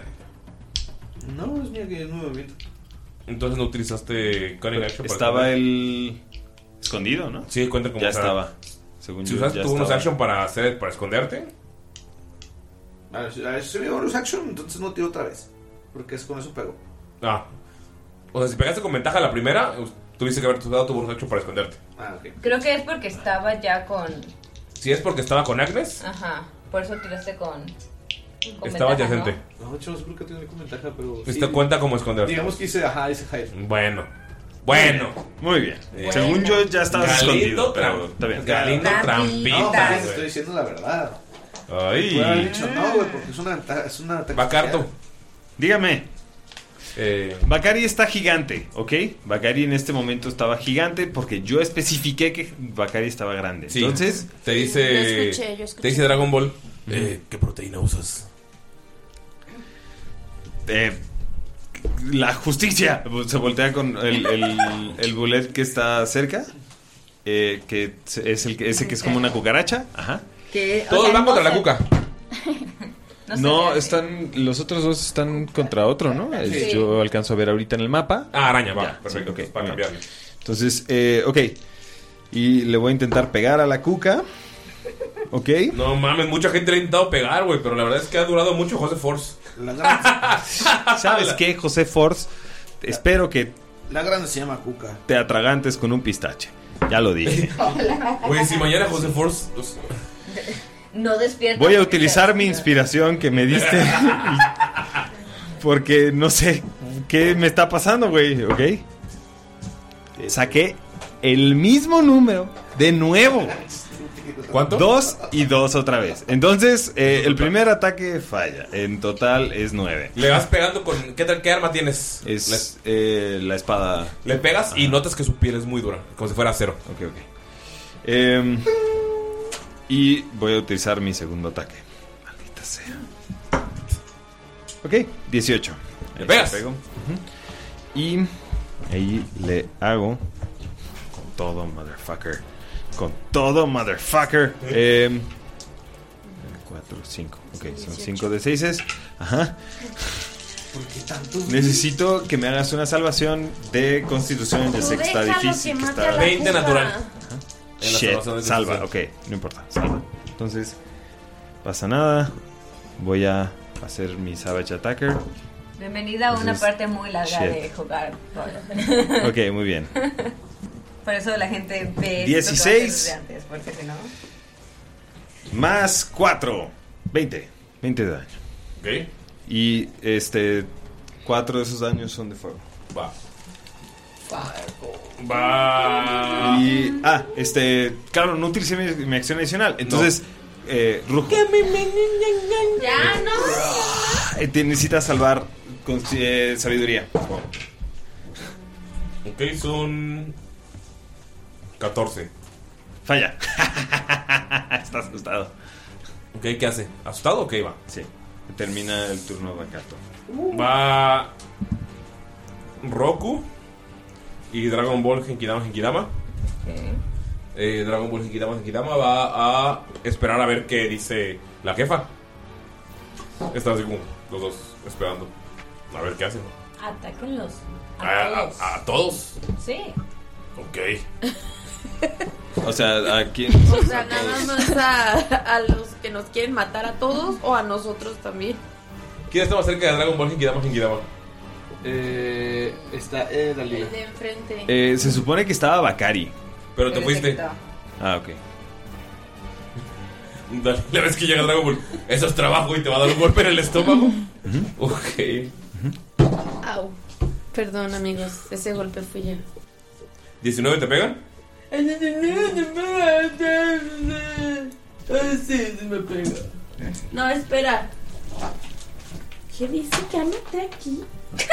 No, es mi que es mi movimiento. Entonces no utilizaste cunning action para Estaba esconder. el escondido, ¿no? Sí, cuenta como Ya o sea, estaba. Según Si yo, usaste ya tu bonus estaba. action para hacer para esconderte. A ver, si- a ver, si mi bonus action, entonces no tiro otra vez. Porque es con eso pego. Ah. O sea, si pegaste con ventaja la primera, tuviste que haber usado tu bonus action para esconderte. Ah, ok. Creo que es porque estaba ya con. Si es porque estaba con Agnes, Ajá. Por eso tiraste con. con estaba ventaja, adyacente. ¿no? No, de hecho, no sé por qué tiene con ventaja, pero. Este cuenta como esconderte. Digamos que hice, ajá, hice hide. Bueno. Bueno. Muy bien. Eh, Según yo, ya estabas Galindo escondido. Pero Tram- está bien. Galindo Trampita. trampita. No, pero güey. estoy diciendo la verdad. Ay. Puedo haber dicho no, güey, porque es una ventaja. Es una táctica. Bacarto. Dígame. Eh, Bakari está gigante, ¿ok? Bakari en este momento estaba gigante porque yo especifiqué que Bakari estaba grande. sí. Entonces, te dice. Yo escuché, yo escuché. Te dice Dragon Ball. Eh, ¿Qué proteína usas? eh, la justicia se voltea con el, el, el bullet que está cerca. eh, que es el que, ese que es como una cucaracha. Ajá. Que, o Todos sea, van no contra la sé- cuca. No, No, sé. están los otros dos están contra otro, ¿no? Eh, Sí. Yo alcanzo a ver ahorita en el mapa. Ah, araña, va. Ya, Perfecto. sí, ok, para bien. cambiarle. Entonces, eh, ok. Y le voy a intentar pegar a la cuca. ¿ok? No mames, mucha gente le ha intentado pegar, güey, pero la verdad es que ha durado mucho José Force. ¿Sabes qué, José Force? Espero que La grande se llama Cuca. te atragantes con un pistache. Ya lo dije. Güey, si mañana José Force... pues, No despierta. Voy a utilizar mi inspiración que me diste. Porque no sé qué me está pasando, güey, ¿ok? Saqué el mismo número de nuevo. ¿Cuánto? Dos y dos otra vez. Entonces, eh, el primer ataque falla. En total es nueve. Le vas pegando con... ¿Qué, tal, qué arma tienes? Es eh, la espada. Le pegas y notas que su piel es muy dura, como si fuera acero. Ok, ok. Eh, y voy a utilizar mi segundo ataque. Maldita sea. Ok, dieciocho. ¿Le pegas? Pego. Uh-huh. Y ahí le hago con todo, motherfucker. Con todo, motherfucker. Eh, cuatro, cinco. Ok, son cinco de seises. Ajá. ¿Por qué tanto? Necesito que me hagas una salvación de constitución. Ya sé que está difícil. Que está... veinte natural. Ajá. En la Shit, salvación de salva, ok, constitución. no importa, salva. Entonces, pasa nada. Voy a hacer mi Savage Attacker. Bienvenida a una Entonces, parte muy larga shit. de jugar. Ok, muy bien. Por eso la gente ve dieciséis. desde antes, porque si no. Más cuatro. veinte. veinte de daño. Ok. Y este. cuatro de esos daños son de fuego. Va. Va. Y. Ah, este. Claro, no utilicé mi, mi acción adicional. Entonces, eh, Rujo. Ya no. Eh, te necesitas salvar con eh, sabiduría. Oh. Ok, son... catorce. Falla. Estás asustado. Ok, ¿qué hace? ¿Asustado o qué va? Sí. Termina el turno de Kato. Va... Roku y Dragon Ball Genkidama Genkidama. Eh, Dragon Ball Genkidama Genkidama va a esperar a ver qué dice la jefa. Están así como los dos esperando. A ver qué hacen. Atáquenlos. A, A a- todos. a todos. Sí. Ok. O sea, ¿a quién? O sea, nada más a, a los que nos quieren matar a todos o a nosotros también. ¿Quién está más cerca de Dragon Ball Genkidama Genkidama? Eh, está eh, Dalila. El de enfrente. Eh, se supone que estaba Bakari. Pero te fuiste. Ah, ok. Dale, la vez que llega Dragon Ball, eso es trabajo y te va a dar un golpe en el estómago. Ok. Au. Perdón, amigos, ese golpe fui yo. ¿diecinueve te pegan? Sí, sí me pega. No, espera. ¿Qué dice que anoté aquí?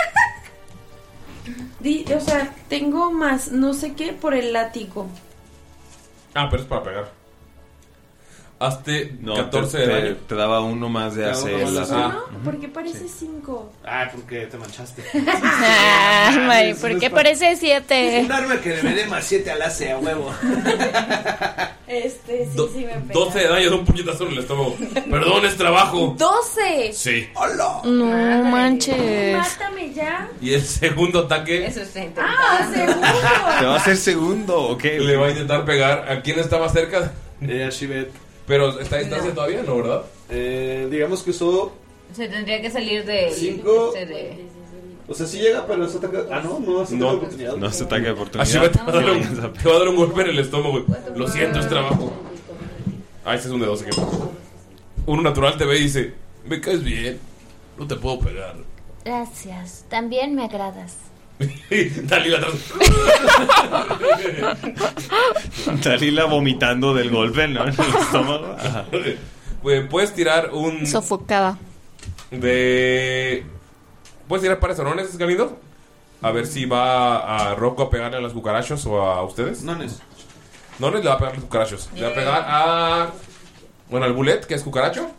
Di, o sea, tengo más no sé qué por el látigo. Ah, pero es para pegar. Hazte No, catorce te, de te- daño. te daba uno más de Te hace daba uno la- más. ¿No? Ujú. ¿Por qué parece cinco? Ah, porque te manchaste. Ah, Mari, ¿por qué parece siete? Un arma que le dé más siete al ace a huevo. Este, sí, Do- sí me pega. doce de daño de un puñetazo en el estómago. Perdón, es trabajo. ¡doce! Sí. ¡Hola! No manches. Mátame ya. Y el segundo ataque Eso es ¡Ah, segundo! Te va a hacer segundo, ok. le va a intentar pegar. ¿A quién está más cerca? Eh, a Shivet. Pero está a distancia todavía, ¿no, verdad? Eh, digamos que usó. Se tendría que salir de. Cinco. este, de- O sea, si llega, pero se ataca. Ah, no, no, se ataca No. de oportunidad. No se ataque de A oportunidad. Shiva te va a dar un, te va a dar un golpe en el estómago. Lo siento, es trabajo. Ah, ese es un de doce. Uno natural te ve y dice: me caes bien, no te puedo pegar. Gracias. También me agradas. Dalila atrás. Dalila vomitando del golpe, ¿no? En el estómago. Ajá. Pues, puedes tirar un. Sofocada. De. ¿Puedes tirar pares orones, Galindo? A ver si va a Rocco a pegarle a las cucarachos o a ustedes. Nones. Nones le va a pegar a los cucarachos. Le va a pegar a. Bueno, al bullet, que es cucaracho.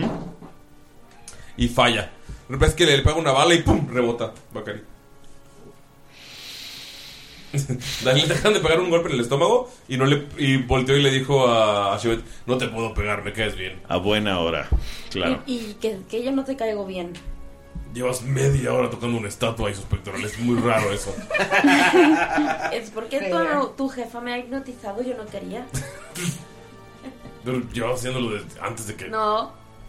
Y falla. Ves que le pega una bala y ¡pum! Rebota. Bacari. Dale, le dejan de pegar un golpe en el estómago y no le y volteó y le dijo a, a Shivet: no te puedo pegar, me caes bien. A buena hora, claro. Y, y que, que yo no te caigo bien. Llevas media hora tocando una estatua y sus pectorales. Es muy raro eso. Es porque tu, tu jefa me ha hipnotizado, yo no quería. Pero llevaba haciéndolo desde antes de que. No.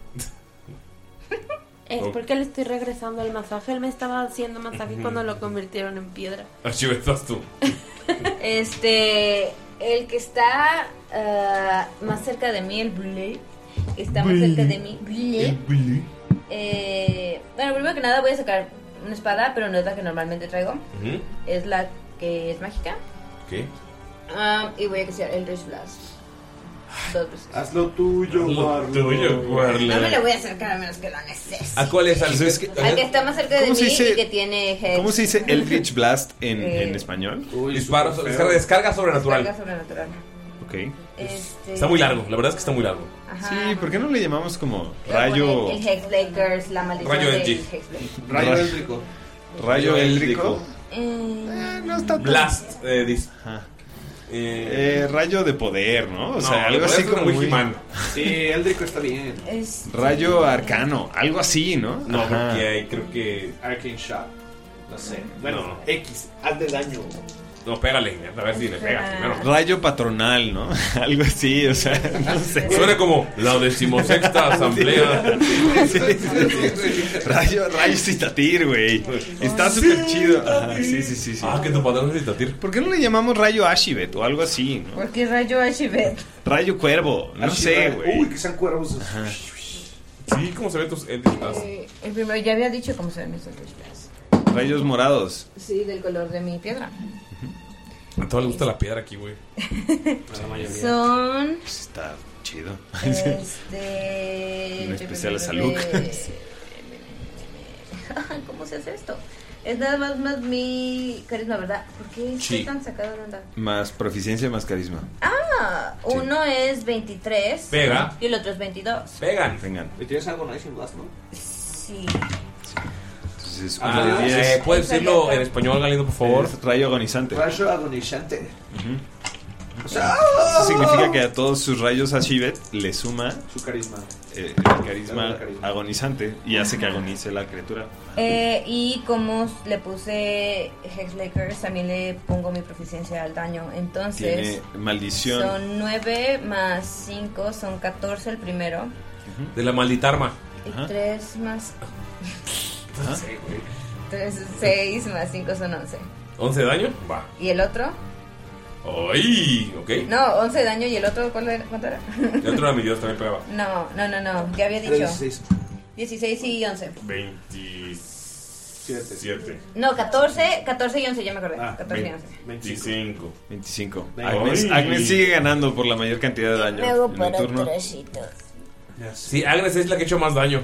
Es Ok. porque le estoy regresando al masaje. Él me estaba haciendo masaje Ujú. cuando lo convirtieron en piedra. Archive, estás tú. Este, el que está ah, más cerca de mí, el Blue, está más cerca de mí, Blue. Eh, bueno, primero que nada voy a sacar una espada, pero no es la que normalmente traigo. Ujú. Es la que es mágica. ¿Qué? Ah, y voy a castear el Rage Blast. Dos veces. Haz lo tuyo, Haz lo Warlock. tuyo, Warlock. No me le voy a acercar a menos que lo necesite. ¿A cuál es? Al Pues es que- Al que está más cerca de ¿Cómo mí se dice- y que tiene Hex. ¿Cómo se dice Eldritch Blast en, Eh, en español? Disparo, descarga, descarga sobrenatural. Descarga sobrenatural. Ok. Este... Está muy largo, la verdad es que está muy largo. Ajá. Sí, ¿por qué no le llamamos como Voy a rayo... poner El Hexbreakers, la maldición Rayo del Edgy. Hexblade. Rayo Ra- éldrico. Rayo éldrico. Eh, No está tan... Blast, eh, dis- Ajá. eh, Eh, rayo de poder, ¿no? O no, sea, algo de así poder como muy muy... He-Man. Sí, éldrico está bien. es- Rayo arcano, algo así, ¿no? No, Ajá. porque hay, creo que. Arcane Shot. No sé. Bueno, No. X, haz de daño. No, pégale, a ver si le pega primero. Rayo patronal, ¿no? Algo así, o sea, no sé. Suena como la decimosexta asamblea. Sí, sí, sí. Rayo, rayo citatir, güey. Está súper chido. Ajá, sí, sí, sí, sí. Ah, que tu patrón es citatir. ¿Por qué no le llamamos rayo Ashibet o algo así, no? ¿Por qué Rayo Ashibet? Rayo cuervo, no Así, sé, Uy, güey. que sean cuervos. Sí, ¿cómo se ven tus entitas? Eh, el primero ya había dicho cómo se ven mis Eldritch Blast. Rayos morados. Sí, del color de mi piedra. A todos les gusta la piedra aquí, güey. A la mayoría. Son. Está chido. Este. Un especial a salud. ¿Cómo se hace esto? Es nada más, más mi carisma, ¿verdad? ¿Por qué Sí. estoy tan sacado de onda? Más proficiencia, más carisma. Ah, uno es veintitrés. Pega. Y el otro es veintidós. Pegan. Vengan. ¿Y tienes algo nice en Blast, no? Sí. Entonces, Ah, uno de diez. eh, ¿puedes decirlo en español, Galindo, por favor? Es rayo agonizante. Rayo agonizante. Ujú. O sea, Eso significa que a todos sus rayos Ashibet le suma su carisma. eh, el carisma El carisma. agonizante y hace que agonice la criatura. Eh, y como le puse Hexbreakers, también le pongo mi proficiencia al daño. Entonces, Tiene maldición. son nueve más cinco, son catorce el primero. De la maldita arma. Y tres más. Ajá. tres, seis más cinco son once. ¿once de daño? Va. ¿Y el otro? ¡Ay! Ok. No, once de daño. ¿Y el otro cuál era? ¿Cuánto era? El otro era mi dios, también pegaba. No, no, no, no. Ya había dicho. dieciséis. dieciséis y once. veintisiete. No, catorce, catorce y once, ya me acordé. Ah, catorce y once. veinticinco. veinticinco. Ay. Agnes, Agnes sigue ganando por la mayor cantidad de daño. Me hago en el para turno. trocitos. Sí, Agnes es la que ha hecho más daño.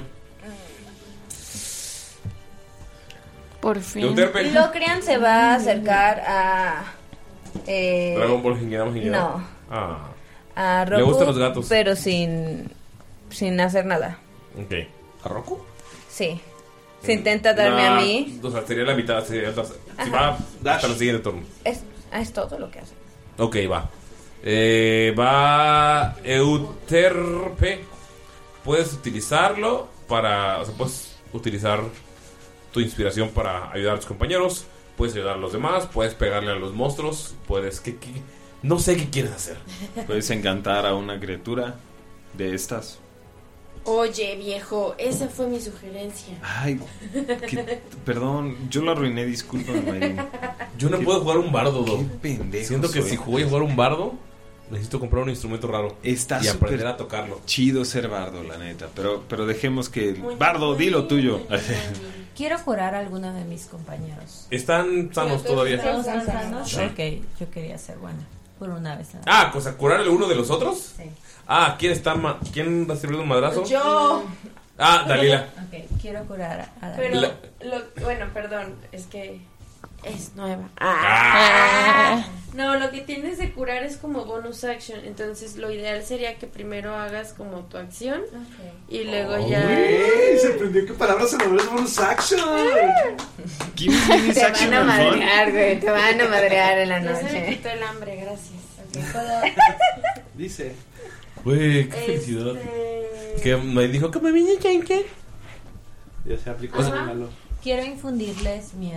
Por fin. Euterpe. Locrian se va a acercar a. Eh, Dragon Ball Genkidama Genkidama. no. Ah, a Roku. Le gustan los gatos. Pero sin. Sin hacer nada. ok. ¿A Roku? Sí. Se intenta darme a mí. O sea, sería la mitad. Sería, si Ajá. va hasta el siguiente turno. Es, ah, es todo lo que hace. Ok, va. Eh, va Euterpe. Puedes utilizarlo para. O sea, puedes utilizar tu inspiración para ayudar a tus compañeros. Puedes ayudar a los demás. Puedes pegarle a los monstruos. Puedes. ¿qué, qué? No sé qué quieres hacer. Puedes encantar a una criatura de estas. Oye, viejo, esa fue mi sugerencia. Ay, que- perdón, yo lo arruiné, discúlpame, Mayrin. Yo no Qué- puedo jugar un bardo, qué Doc. pendejo Siento que soy. si voy a jugar un bardo, necesito comprar un instrumento raro. Está y súper aprender a tocarlo. chido ser bardo, la neta. Pero, pero dejemos que... Muy Bardo, bien. di lo tuyo. Quiero curar a alguno de mis compañeros. Están sanos todavía. ¿Todos están sanos? Sí. Ok, yo quería ser buena. Por una vez. nada. Ah, cosa, curarle uno de los otros. Sí. Ah, ¿quién está ma- ¿quién va a servir un madrazo? Yo. Ah, Dalila. Ok, quiero curar a Dalila. Pero, La- lo, bueno, perdón, es que es nueva. Ah. No, lo que tienes de curar es como bonus action. Entonces, lo ideal sería que primero hagas como tu acción y luego ya. Uy, se aprendió que palabras en inglés bonus action. Give me this Te action van a and fun. madrear, güey. Te van a madrear en la Ya se me noche. quitó el hambre, gracias. Dice. Güey, qué felicidad. Este... Que me dijo que me vine chanque. Ya se aplicó Ajá. el malo. Quiero infundirles miedo.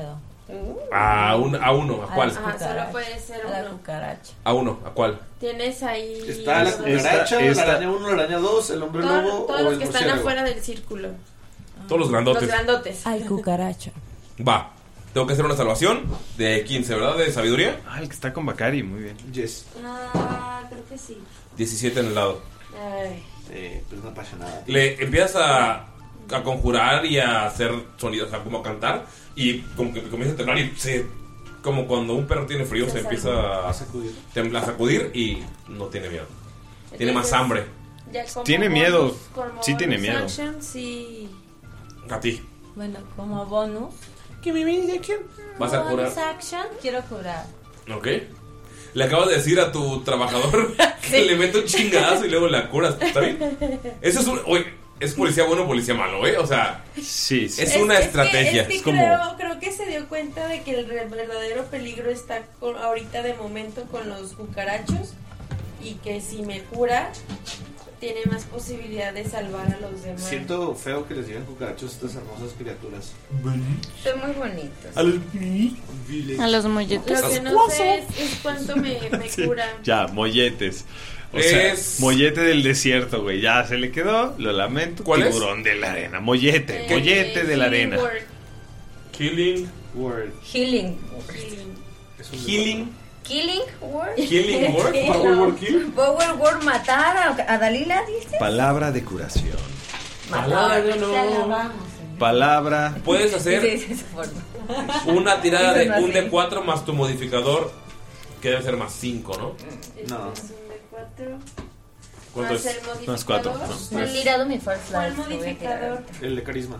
A, un, a uno, ¿a cuál? Ajá, solo puede ser A la uno. cucaracha. A uno, ¿a cuál? Tienes ahí. Está la cucaracha, la araña uno, la araña dos, el hombre Todo- lobo todos o los el que están murciélago. afuera del círculo. Todos los grandotes. Los grandotes. Al cucaracha. Va. Tengo que hacer una salvación de quince, ¿verdad? De sabiduría. Ah, el que está con Bacari, muy bien. Yes. Ah, creo que sí. diecisiete en el lado. Ay. Eh, pues no pasa nada. Le empiezas a, a conjurar y a hacer sonidos, o sea, como a cantar. Y como que comienza a temblar y se... Como cuando un perro tiene frío, se, Se empieza a sacudir. temblar, a sacudir y no tiene miedo. Tiene más Entonces, hambre. ya como Tiene miedo. bonus- como Sí tiene bonus miedo. action, sí. A ti. Bueno, como bonus. ¿Qué me viene quién? Vas a curar. Bonus action, quiero curar. Ok. Le acabas de decir a tu trabajador que le mete un chingadazo y luego la curas. ¿Está bien? Eso es un... Oye, es policía bueno o policía malo, ¿eh? O sea... Sí, sí. Es una que- estrategia. es que Es como... creo, creo que se dio cuenta de que el re- verdadero peligro está con- ahorita de momento con los cucarachos y que si me cura tiene más posibilidad de salvar a los demás. Siento feo que les digan cucarachos a estas hermosas criaturas. Son muy bonitos. A los A los molletes. Lo que no sé es, es cuánto me, me Sí. cura. Ya, molletes. O sea, Es- mollete del desierto, güey. Ya se le quedó, lo lamento. ¿Cuál es? Tiburón de la arena. Mollete, Eh, mollete de la healing arena. word. Killing... Word. Healing. Healing... Killing word. Killing word. Power word kill. Power word matar a, a Dalila, dice. Palabra de curación. Palabra de Te no. alabamos. Palabra. Puedes hacer Sí, sí, esa forma. una tirada de Eso no un sé. de cuatro más tu modificador, que debe ser más cinco, ¿no? No. Es un de cuatro. ¿Cuánto Más es? el modificador. Más cuatro, no. No he tirado mi first ¿Cuál life. lo voy a tirar. modificador? El de carisma.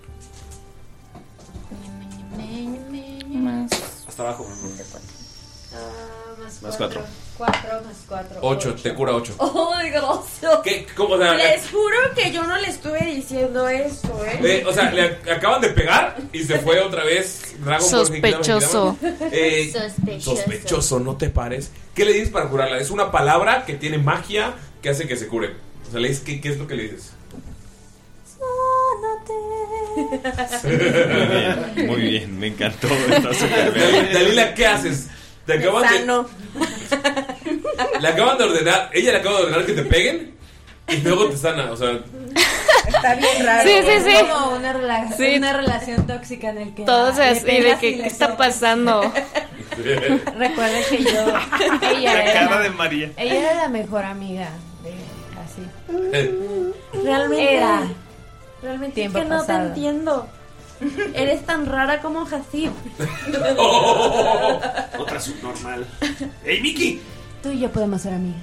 Más. Hasta abajo, mi amor. Ah, más, Más cuatro. Cuatro más cuatro. Ocho, te cura ocho. ¡Oh, gracias! ¿Qué? ¿Cómo? O sea, Les juro que yo no le estuve diciendo esto, ¿eh? eh, o sea, le acaban de pegar y se fue otra vez Dragon Ball Sospechoso. Eh, Sospechoso. sospechoso, no te pares. ¿Qué le dices para curarla? Es una palabra que tiene magia que hace que se cure. O sea, le dices, ¿qué, qué es lo que le dices? Muy bien, muy bien, me encantó. Está súper bien. Dalila, Dalila, ¿qué haces? Te acaban de, Sano. le acaban de ordenar, ella le acaba de ordenar que te peguen y luego te sana, o sea, Está bien raro. Sí, sí, Es sí. como una, rela- Sí. una relación tóxica en el que Todos le así de pegas y que, le ¿qué está soplas. pasando? Recuerda que yo ella La era, cara de María. ella era la mejor amiga de así. eh, Realmente. Era. Realmente Tiempo es que no pasado. te entiendo. Eres tan rara como Hasib. Otra subnormal. ¡Ey, Miki! Tú y yo podemos ser amigas.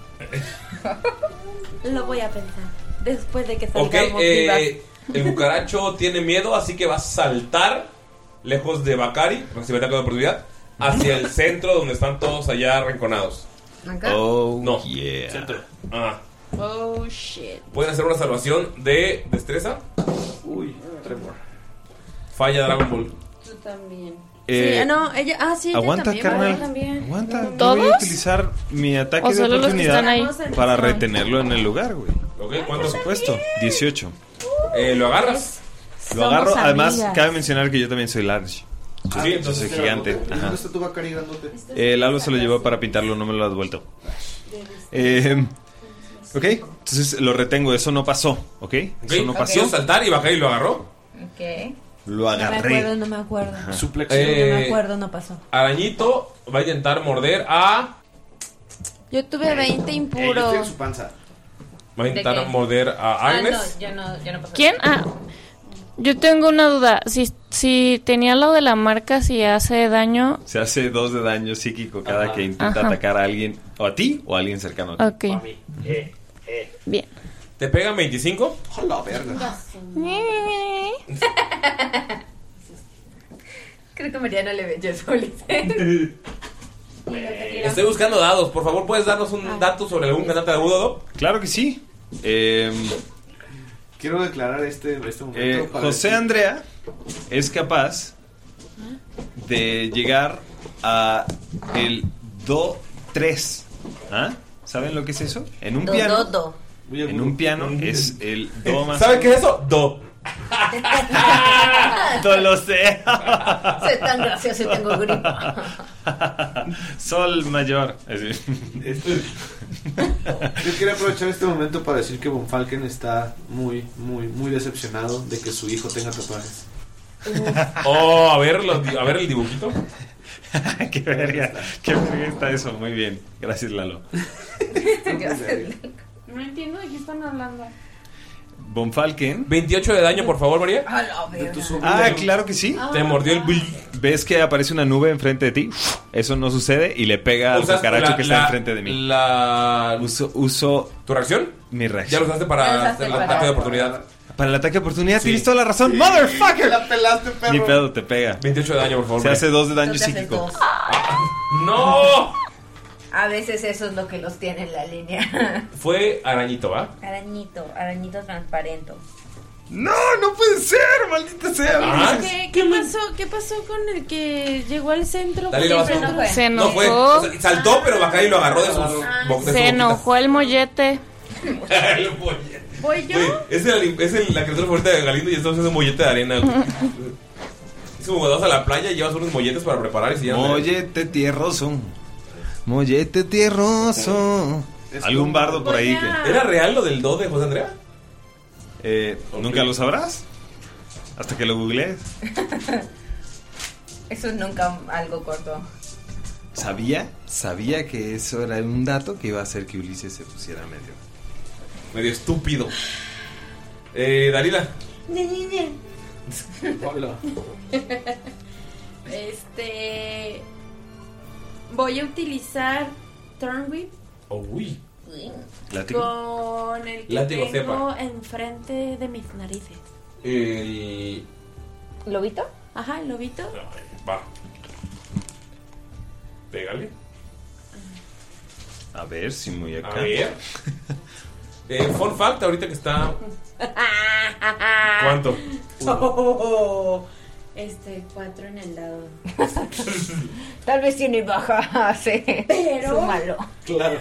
Lo voy a pensar. Después de que ok, salgamos eh, el cucaracho tiene miedo, así que va a saltar lejos de Bakari, recibir ataque de oportunidad, hacia el centro donde están todos allá arrinconados. ¿Acá? Oh, No. yeah. Centro. Ah, Oh shit. pueden hacer una salvación de destreza. Uy, tremor. Falla Dragon Ball. Tú también. Eh, sí, ah, no, ella. Ah, sí, ella Aguanta, también. carnal. ella también. Aguanta. Yo ¿Todos? voy a utilizar mi ataque ¿O de solo los que están ahí? oportunidad para retenerlo en el lugar, güey. Ok, ¿cuánto? Por supuesto. dieciocho. Eh, ¿Lo agarras? Lo Somos agarro. Además, amigas. cabe mencionar que yo también soy large. Ah, Sí, entonces entonces era gigante. grandote. Ajá. ¿Dónde está tu Bacari grandote? El Alba se lo llevó para pintarlo, no me lo has vuelto. Eh, ok, entonces lo retengo. Eso no pasó, ¿ok? Ok, Eso no ok. pasó. saltar y Bakari lo agarró. Ok. Lo No me agarré. acuerdo, no me acuerdo. Suplexión. No me Eh, acuerdo, no pasó. Arañito va a intentar morder a. Yo tuve veinte Ey, yo impuro. estoy en su panza. Va a intentar ¿De qué? morder a Ah, Agnes. no, yo no, yo no pasé. ¿Quién? Ah, yo tengo una duda. Si, si tenía lo de la marca, si hace daño. Se hace dos de daño psíquico cada Ajá. que intenta Ajá. atacar a alguien, o a ti o a alguien cercano a ti. Ok. Bien. ¿Te pegan veinticinco? Hola, verga. Creo que Mariana le ve yo Estoy buscando dados. Por favor, ¿puedes darnos un dato sobre algún cantante de agudo? Claro que sí. Eh, Quiero declarar este, este momento. eh, para José decir- Andrea es capaz de llegar a el do tres. ¿Ah? ¿Saben lo que es eso? En un Do, piano. do, do. Muy En agudo. un piano es el do más. ¿Saben qué es eso? Do. No lo sé. Soy tan gracioso y tengo gripa. Sol mayor. Así. Yo quería aprovechar este momento para decir que Von Falken está muy, muy, muy decepcionado de que su hijo tenga tatuajes. Oh, a ver, los di- a ver el dibujito. Qué verga, qué verga está eso. Muy bien, gracias Lalo. No entiendo de qué están hablando. Von Falken. veintiocho de daño, por favor, María. A la verga. Ah, claro que sí. Te mordió el bill. ¿Ves que aparece una nube enfrente de ti? Eso no sucede y le pega al Usas cucaracho la- que está la- enfrente de mí. La... Uso, uso ¿Tu reacción? mi Ya reacción. lo usaste para hacer el ataque de oportunidad. Para el ataque de oportunidad, Sí. tienes toda la razón. ¡Motherfucker! La pelaste, perro. Ni pedo, te pega. veintiocho de daño, por favor. Se María. hace dos de daño Tú te haces psíquico. dos. ¡No! A veces eso es lo que los tiene en la línea. Fue arañito, ¿va? Arañito, arañito transparente. ¡No, no puede ser! ¡Maldita sea! Ah. ¿Qué, qué pasó? ¿Qué pasó con el que llegó al centro? Dale, la vas Siempre tú. no fue. Se No enojó. fue. O sea, saltó, pero Bacari lo agarró de sus. bo- de su Se enojó el mollete. boquita. El mollete. ¿Voy yo? Güey, es, el, es el- la criatura favorita de Galindo y estamos haciendo un mollete de arena. güey. Es como cuando vas a la playa y llevas unos molletes para preparar y se llaman. Mollete tierroso. Mollete tierroso. ¿Algún bardo por ahí que.? ¿Era real lo del do de José Andrea? Eh, ¿Nunca lo sabrás? Hasta que lo googlees. Eso es nunca algo corto. Sabía, sabía que eso era un dato que iba a hacer que Ulises se pusiera medio. Medio estúpido. Eh, Dalila. Hola. Este. Voy a utilizar Turn Whip Oh, uy. ¿Látigo? con el que Látigo tengo cepa. enfrente de mis narices. El. ¿Lobito? Ajá, el lobito. Va. Pégale. A ver si muy acá. A ver. Eh, fun fact, ahorita que está. ¿Cuánto? Oh, este, cuatro en el lado. Tal vez tiene baja, sí. Pero- Súmalo. Claro.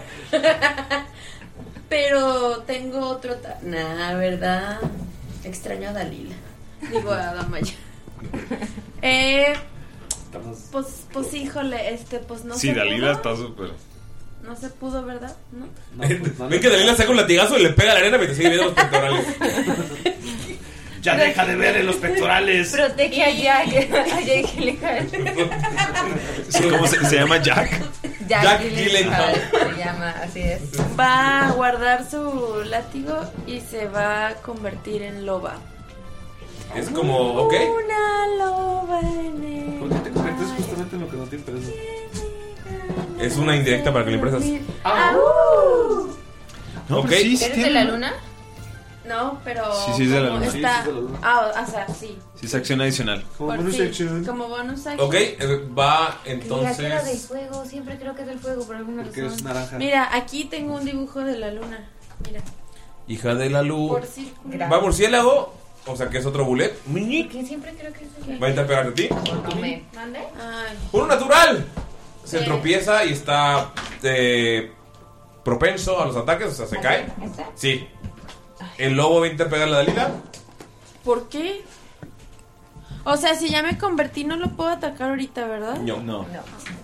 Pero tengo otro. ta- Nah, ¿verdad? Extraño a Dalila. Digo a Damaya. eh. Pues, pues, híjole, este, pues no Sí, se Dalila pudo. está súper. No se pudo, ¿verdad? ¿No? Ven que Dalila saca un latigazo y le pega a la arena mientras sigue viendo los pectorales. Ya deja de ver en los pectorales. Protege a Jack. A Jake Gyllenhaal. Sí, ¿cómo se, se llama Jack? Jack, Jack Gyllenhaal Gyllenhaal. se llama, así es. Va a guardar su látigo y se va a convertir en loba. Es como, ok. Una loba en el. Porque te conviertes justamente en lo que no te interesa. Es una indirecta para que le impresas. ¡Au! No, Ok. pero sí, sí ¿Eres de tiene. la luna? No, pero. Sí, sí, es de la como luna. Sí, está- sí, es de la luna. Ah, o sea, sí. Sí, es acción adicional. Como Por bonus sí, action. Como bonus action. Ok, eh, va Mira, que era del entonces. fuego. Siempre creo que es del fuego por alguna Porque eres razón. naranja. Mira, aquí tengo un dibujo de la luna. Mira. Hija de la luz. Por círculo. Va murciélago. O sea que es otro bullet. Porque siempre creo que es el Va a intentar pegarte a ti. Tome. ¿Mande? Ay. Uno natural. Se Sí. tropieza y está eh, propenso a los ataques, o sea, se cae. ¿Este? Sí. El lobo va a intentar pegarle a Dalila. ¿Por qué? O sea, si ya me convertí, no lo puedo atacar ahorita, ¿verdad? No. No. No.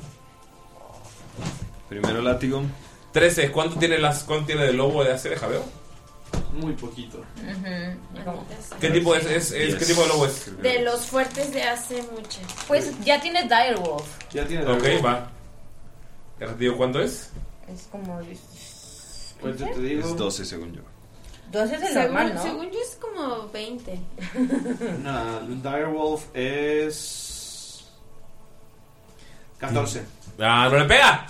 Primero látigo. trece. ¿Cuánto tiene, las, ¿Cuánto tiene de lobo de hace de jabeo? Muy poquito. Ujú. ¿Cómo? ¿Qué tipo es, es, es- ¿Qué tipo de lobo es? De los fuertes de hace mucho. Pues ya tienes Direwolf. Ya tiene. Ok, va. ¿Ya te digo cuánto es? Es como. Pues yo te digo. Es doce según yo. Dos es el Según, normal, ¿no? según yo es como veinte. No, el Direwolf es. catorce. ¡Ah, no le pega!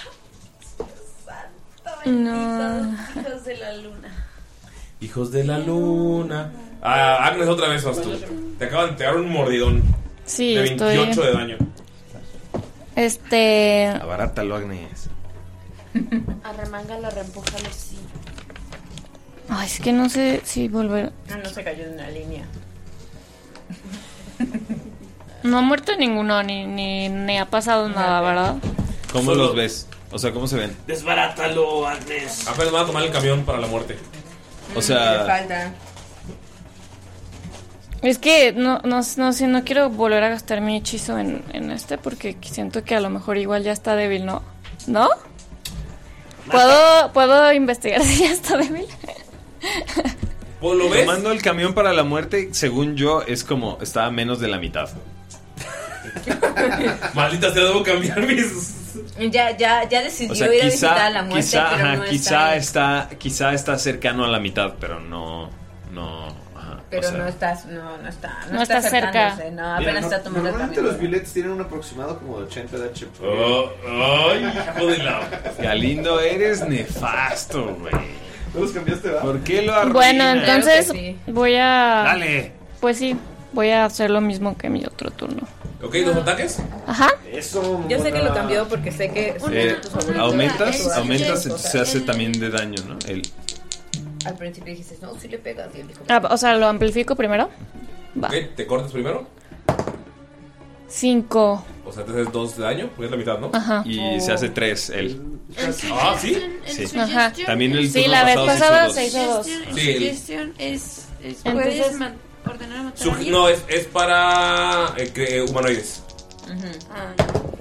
No. Hijos de la luna. Hijos de la luna. Ah, Agnes, otra vez vas tú. Te acaban de pegar un mordidón. Sí, de veintiocho estoy. de daño. Este. Abarátalo, Agnes. Arremángalo, reempújalo, sí. Ay, es que no sé si volver. Ah, no se cayó de una línea. No ha muerto ninguno, ni, ni, ni ha pasado nada, ¿verdad? ¿Cómo Solo- los ves? O sea, ¿cómo se ven? Desbarátalo, Agnes. Apenas van a tomar el camión para la muerte. O Le sea, falta. Es que no, no, no sé, no quiero volver a gastar mi hechizo en, en este porque siento que a lo mejor igual ya está débil, ¿no? ¿No? ¿Puedo, ¿puedo investigar si ya está débil? ¿Pues lo ves? Tomando el camión para la muerte, según yo, es como está a menos de la mitad. Maldita sea, debo cambiar mis... Ya, ya, ya decidió O sea, ir a quizá, visitar a la muerte, quizá, pero ajá, no quizá está, está, quizá está cercano a la mitad, pero no, no, ajá, pero o sea, no estás, no, no está, no, No está, está cerca. acercándose, no, apenas Mira, no- está tomando el Normalmente camión. los billetes tienen un aproximado como de ochenta de H P. Oh, ay, hijo de la... Galindo, eres nefasto, güey. ¿No los cambiaste, va? ¿Por qué lo arruinas? Bueno, entonces Claro que sí. voy a... Dale. Pues sí, voy a hacer lo mismo que mi otro turno. Ok, ¿dos ataques? Ajá. Eso, Yo sé que lo mona. cambió porque sé que es uno de Eh, tus favoritos. aumentas, Tú haces aumentas, cosas. se hace también de daño, ¿no? El, Al principio dijiste, no, si le pegas. Y él dijo, Ah, o sea, lo amplifico primero. Va. Ok, ¿te cortas primero? Cinco. O sea, te haces dos de daño, porque es la mitad, ¿no? Ajá. y se hace tres, él. Ah, ¿sí? Sí. Ajá. También el Sí, turno la vez pasado se hizo pasada dos. se hizo dos. Sí, el- Sugestión es, es Entonces- puedes ma- ordenar matar a Su- alguien. no, es, es para eh, cre- humanoides. Ah,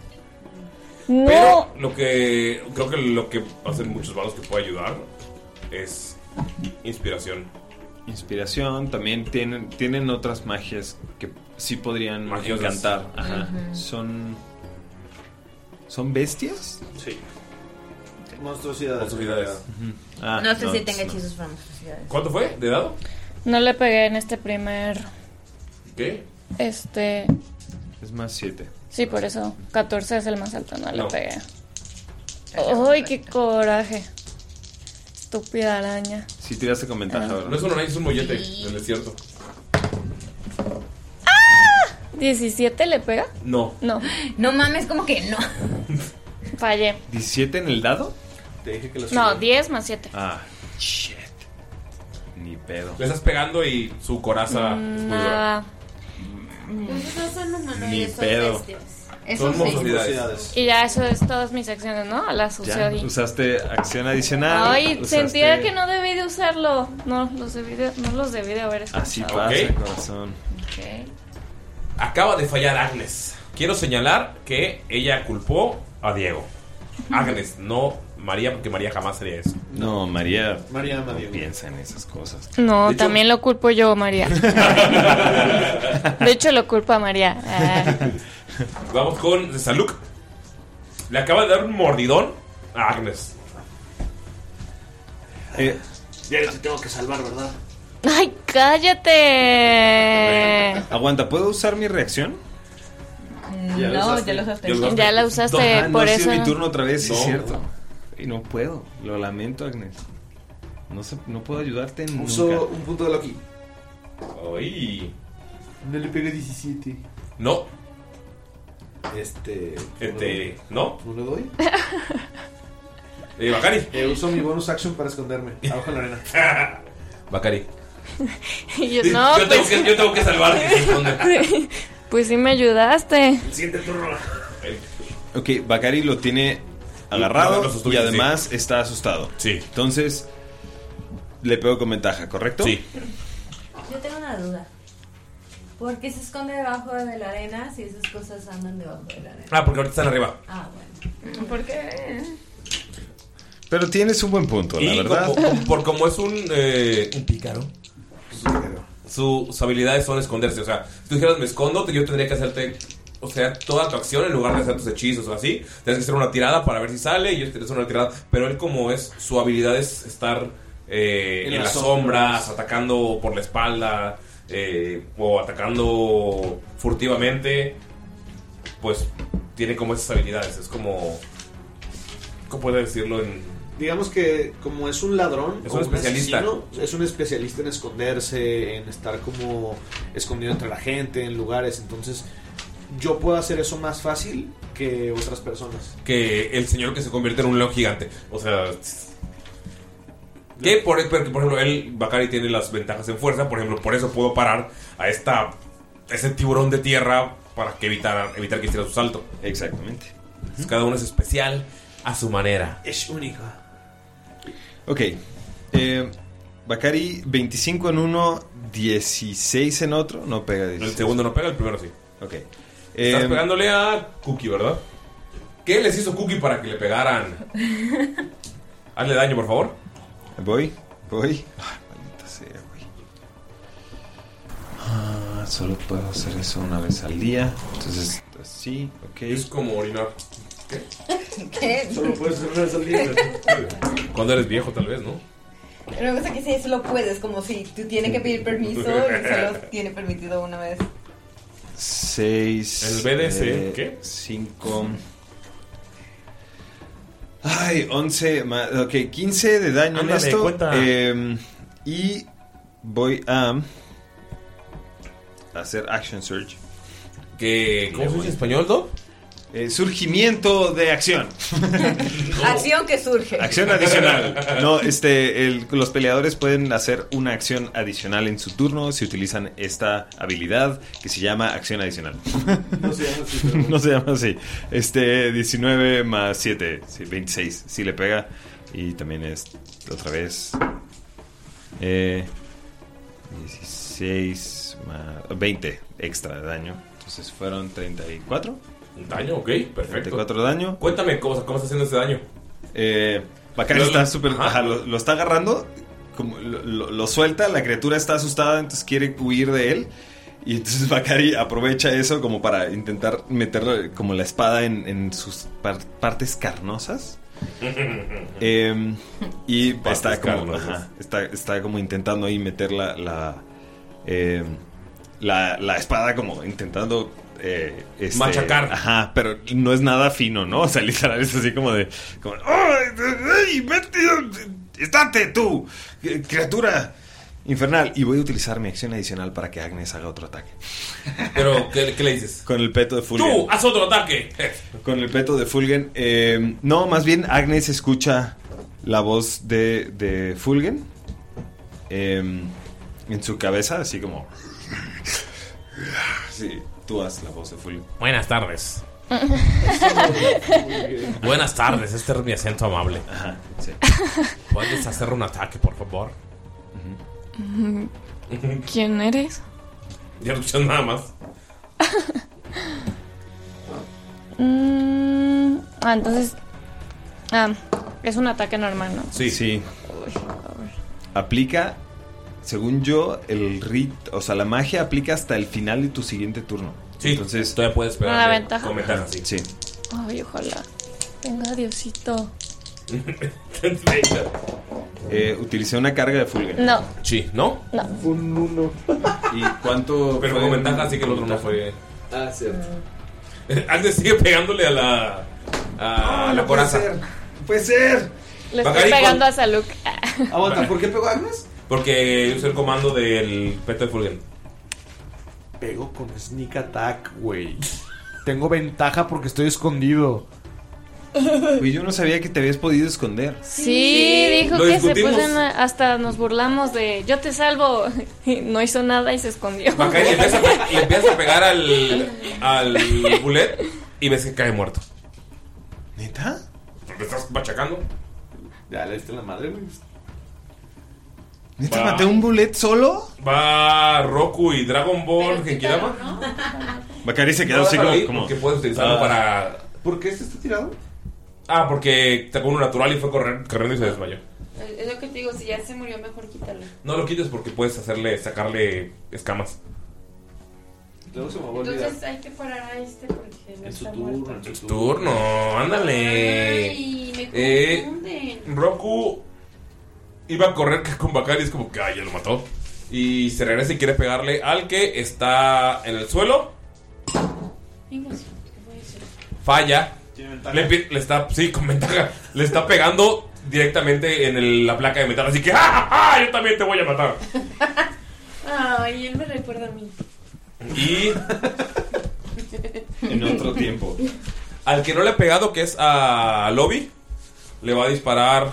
Pero lo que creo que lo que hacen muchos malos que puede ayudar es inspiración. Inspiración, también tienen, tienen otras magias que sí podrían Magiosas. encantar. Ajá. Ujú. Son. ¿Son bestias? Sí. Monstruosidades. Monstruosidades. Ah, no sé si tenga no. hechizos para monstruosidades. ¿Cuánto fue de dado? No le pegué en este primer. ¿Qué? Este. Es más siete. Sí, por eso. catorce es el más alto, no, le No. pegué. ¡Ay, qué coraje! Estúpida araña. Sí, tiraste con ventaja, ¿verdad? No es un araña, es un mollete del desierto. ¿diecisiete le pega? No. No. No mames, como que no. Fallé. ¿diecisiete en el dado? Te dije que lo No, diez más siete. Ah, shit. Ni pedo. Le estás pegando y su coraza es muy dura. Nada. Entonces no son humanoides, Ni son pedo. bestias. Eso Son sí. monstruosidades. Y ya, eso es todas mis acciones, ¿no? A la Ya, sucedió. usaste acción adicional. Ay, usaste- sentía que no debí de usarlo. No, los debí de, no los debí de haber escuchado. Así pasa, Ok. corazón. Ok. Acaba de fallar Agnes. Quiero señalar que ella culpó a Diego. Agnes, no María, porque María jamás haría eso. No, María. María ama a no Diego. piensa en esas cosas. No, De hecho- también lo culpo yo, María. De hecho, lo culpa a María. Ah. Vamos con Saluk. Le acaba de dar un mordidón a Agnes. Eh, Ya te tengo que salvar, ¿verdad? ¡Ay, cállate! Aguanta, ¿puedo usar mi reacción? Ya lo No, usaste. ya lo usaste. Ya lo Ya la usaste, Ah, no, por ha eso. sido mi turno otra vez, sí, No. es cierto. Y no puedo, lo lamento, Agnes. No, sé, no puedo ayudarte nunca. Uso un punto de Loki. Ay. No le pegué diecisiete. No. Este. Este. ¿No? ¿No le doy? Eh, Bacari. Eh, uso mi bonus action para esconderme. Abajo en la arena. Bacari. Y yo, no, yo, tengo pues, que, yo tengo que salvar que se esconde. pues sí me ayudaste. Siguiente turno. Ok, Bakari lo tiene Lo- agarrado lo sostuviste, y además está asustado. Sí. Entonces, le pego con ventaja, ¿correcto? Sí. Yo tengo una duda. ¿Por qué se esconde debajo de la arena si esas cosas andan debajo de la arena? Ah, porque ahorita están arriba. Ah, bueno. ¿Por qué? Pero tienes un buen punto, la Y verdad. como, como- por como es un, eh, un pícaro, su- sus habilidades son esconderse. O sea, si tú dijeras me escondo, yo tendría que hacerte, o sea, toda tu acción en lugar de hacer tus hechizos o así. Tienes que hacer una tirada para ver si sale y yo te hacer una tirada. Pero él, como es, su habilidad es estar eh, en, En las las sombras, sombras. atacando por la espalda eh, o atacando furtivamente. Pues tiene como esas habilidades. Es como, ¿cómo puedo decirlo en...? Digamos que como es un ladrón, Es o un especialista. asesino, es un especialista en esconderse, en estar como escondido entre la gente, en lugares. Entonces, yo puedo hacer eso más fácil que otras personas. Que el señor que se convierte en un león gigante. O sea... Que por, por por ejemplo, él, Bakari, tiene las ventajas en fuerza. Por ejemplo, por eso puedo parar a esta ese tiburón de tierra para que evitar, evitar que hiciera su salto. Exactamente. Entonces, cada uno es especial a su manera. Es único. Ok. Eh, Bakari, veinticinco en uno, dieciséis en otro. No pega dieciséis. El segundo no pega, el primero sí. Ok. Estás Eh, pegándole a Cookie, ¿verdad? ¿Qué les hizo Cookie para que le pegaran? Hazle daño, por favor. Voy, voy. Ay, maldita sea, güey. Ah, solo puedo hacer eso una vez al día. Entonces, sí, ok. Es como orinar. ¿Qué? Solo puedes hacer una vez al día. Cuando eres viejo, tal vez, ¿no? Pero me gusta que sí, solo puedes, como si tú tienes que pedir permiso y solo tiene permitido una vez. seis. El B D C, ¿qué? cinco. Ay, once. Más, ok, quince de daño Ándale, en esto. cuenta. Eh, y voy a hacer Action Surge. ¿Qué? ¿Cómo se dice en español, Do? Eh, surgimiento de acción. Acción que surge. Acción adicional. No, este, el- los peleadores pueden hacer una acción adicional en su turno si utilizan esta habilidad que se llama acción adicional. No se llama así, pero- No se llama así. Este, diecinueve más siete, sí, veintiséis. Si le pega. Y también es otra vez. Eh, dieciséis más veinte extra de daño. Entonces fueron treinta y cuatro. Daño, ok, perfecto. treinta y cuatro daño. Cuéntame cómo, cómo está haciendo ese daño. Eh, Bakari Lo- está súper. Ajá. Ajá, lo, lo está agarrando. Como lo, lo- lo suelta. La criatura está asustada. Entonces quiere huir de él. Y entonces Bakari aprovecha eso como para intentar meter como la espada en, en sus par- partes carnosas. Eh, y Partes está como, carnosas. ajá, está, está como intentando ahí meter la la, eh, la, la espada como intentando eh, este, Machacar. Ajá, pero no es nada fino, ¿no? O sea, literal es así como de como, ¡ay, ¡ay, vete! ¡Estate tú! Criatura infernal. Y voy a utilizar mi acción adicional para que Agnes haga otro ataque. Pero, ¿qué, qué le dices? Con el peto de Fulgen. ¡Tú, haz otro ataque! Con el peto de Fulgen. Eh, no, más bien Agnes escucha la voz de, de Fulgen eh, en su cabeza, así como... Sí, tú haz la voz de Fulgen. Buenas tardes. Buenas tardes, este es mi acento amable. Ajá, sí. ¿Puedes hacer un ataque, por favor? ¿Quién eres? Ya no escuchas nada más. Mm, ah, entonces. Ah, es un ataque normal, ¿no? Sí, sí. Aplica, según yo, el rit, o sea, la magia aplica hasta el final de tu siguiente turno. Sí, entonces todavía puedes pegarle ¿Una ventaja? con ventaja, sí. Sí. Ay, ojalá. Venga, Diosito. Eh, utilicé una carga de Fulgen. No. Sí, ¿no? No. Un uno. ¿Y cuánto? Pero fue con en- ventaja, así que el otro no fue. Ah, cierto. Antes sigue pegándole a la. A la coraza. Puede ser. Le Bakari, estoy pegando ¿cuál- a Saluk. Aguanta, ¿por qué pegó Agnes? Porque usé el comando del peto de Fulgen. Pegó con sneak attack, güey. Tengo ventaja porque estoy escondido. Güey, yo no sabía que te habías podido esconder. Sí, dijo Lo que se discutimos. puso en una- hasta nos burlamos de yo te salvo. Y no hizo nada y se escondió. Bakari le empieza, a pe- le empieza a pegar al. Al bullet y ves que cae muerto. ¿Neta? ¿Me estás machacando? Ya le diste la madre, güey. ¿Neta Va. maté un bullet solo? Va Roku y Dragon Ball Genkidama. Bakari se quedó No, así déjalo como, ahí, como- porque puedes utilizarlo Ah. para. ¿Por qué este está tirado? Ah, porque sacó uno natural y fue correr, corriendo y se desmayó. Es lo que te digo, si ya se murió, mejor quítalo. No lo quites porque puedes hacerle, sacarle escamas. Luego se me va a olvidar. Entonces hay que parar a este porque no En su está turno, muerto. en su Turno, ándale. Ay, me Eh, confunden. Roku iba a correr con Bakari, es como que ay, ya lo mató. Y se regresa y quiere pegarle al que está en el suelo. Venga, sí, ¿qué voy a hacer? Falla. Tiene ventaja. Le, empie- le está, sí, con ventaja. Le está pegando directamente en el- la placa de metal. Así que, ¡ja, ja, ja! Yo también te voy a matar. Ay, él me recuerda a mí. Y en otro tiempo. al que no le ha pegado, que es a Lobby, le va a disparar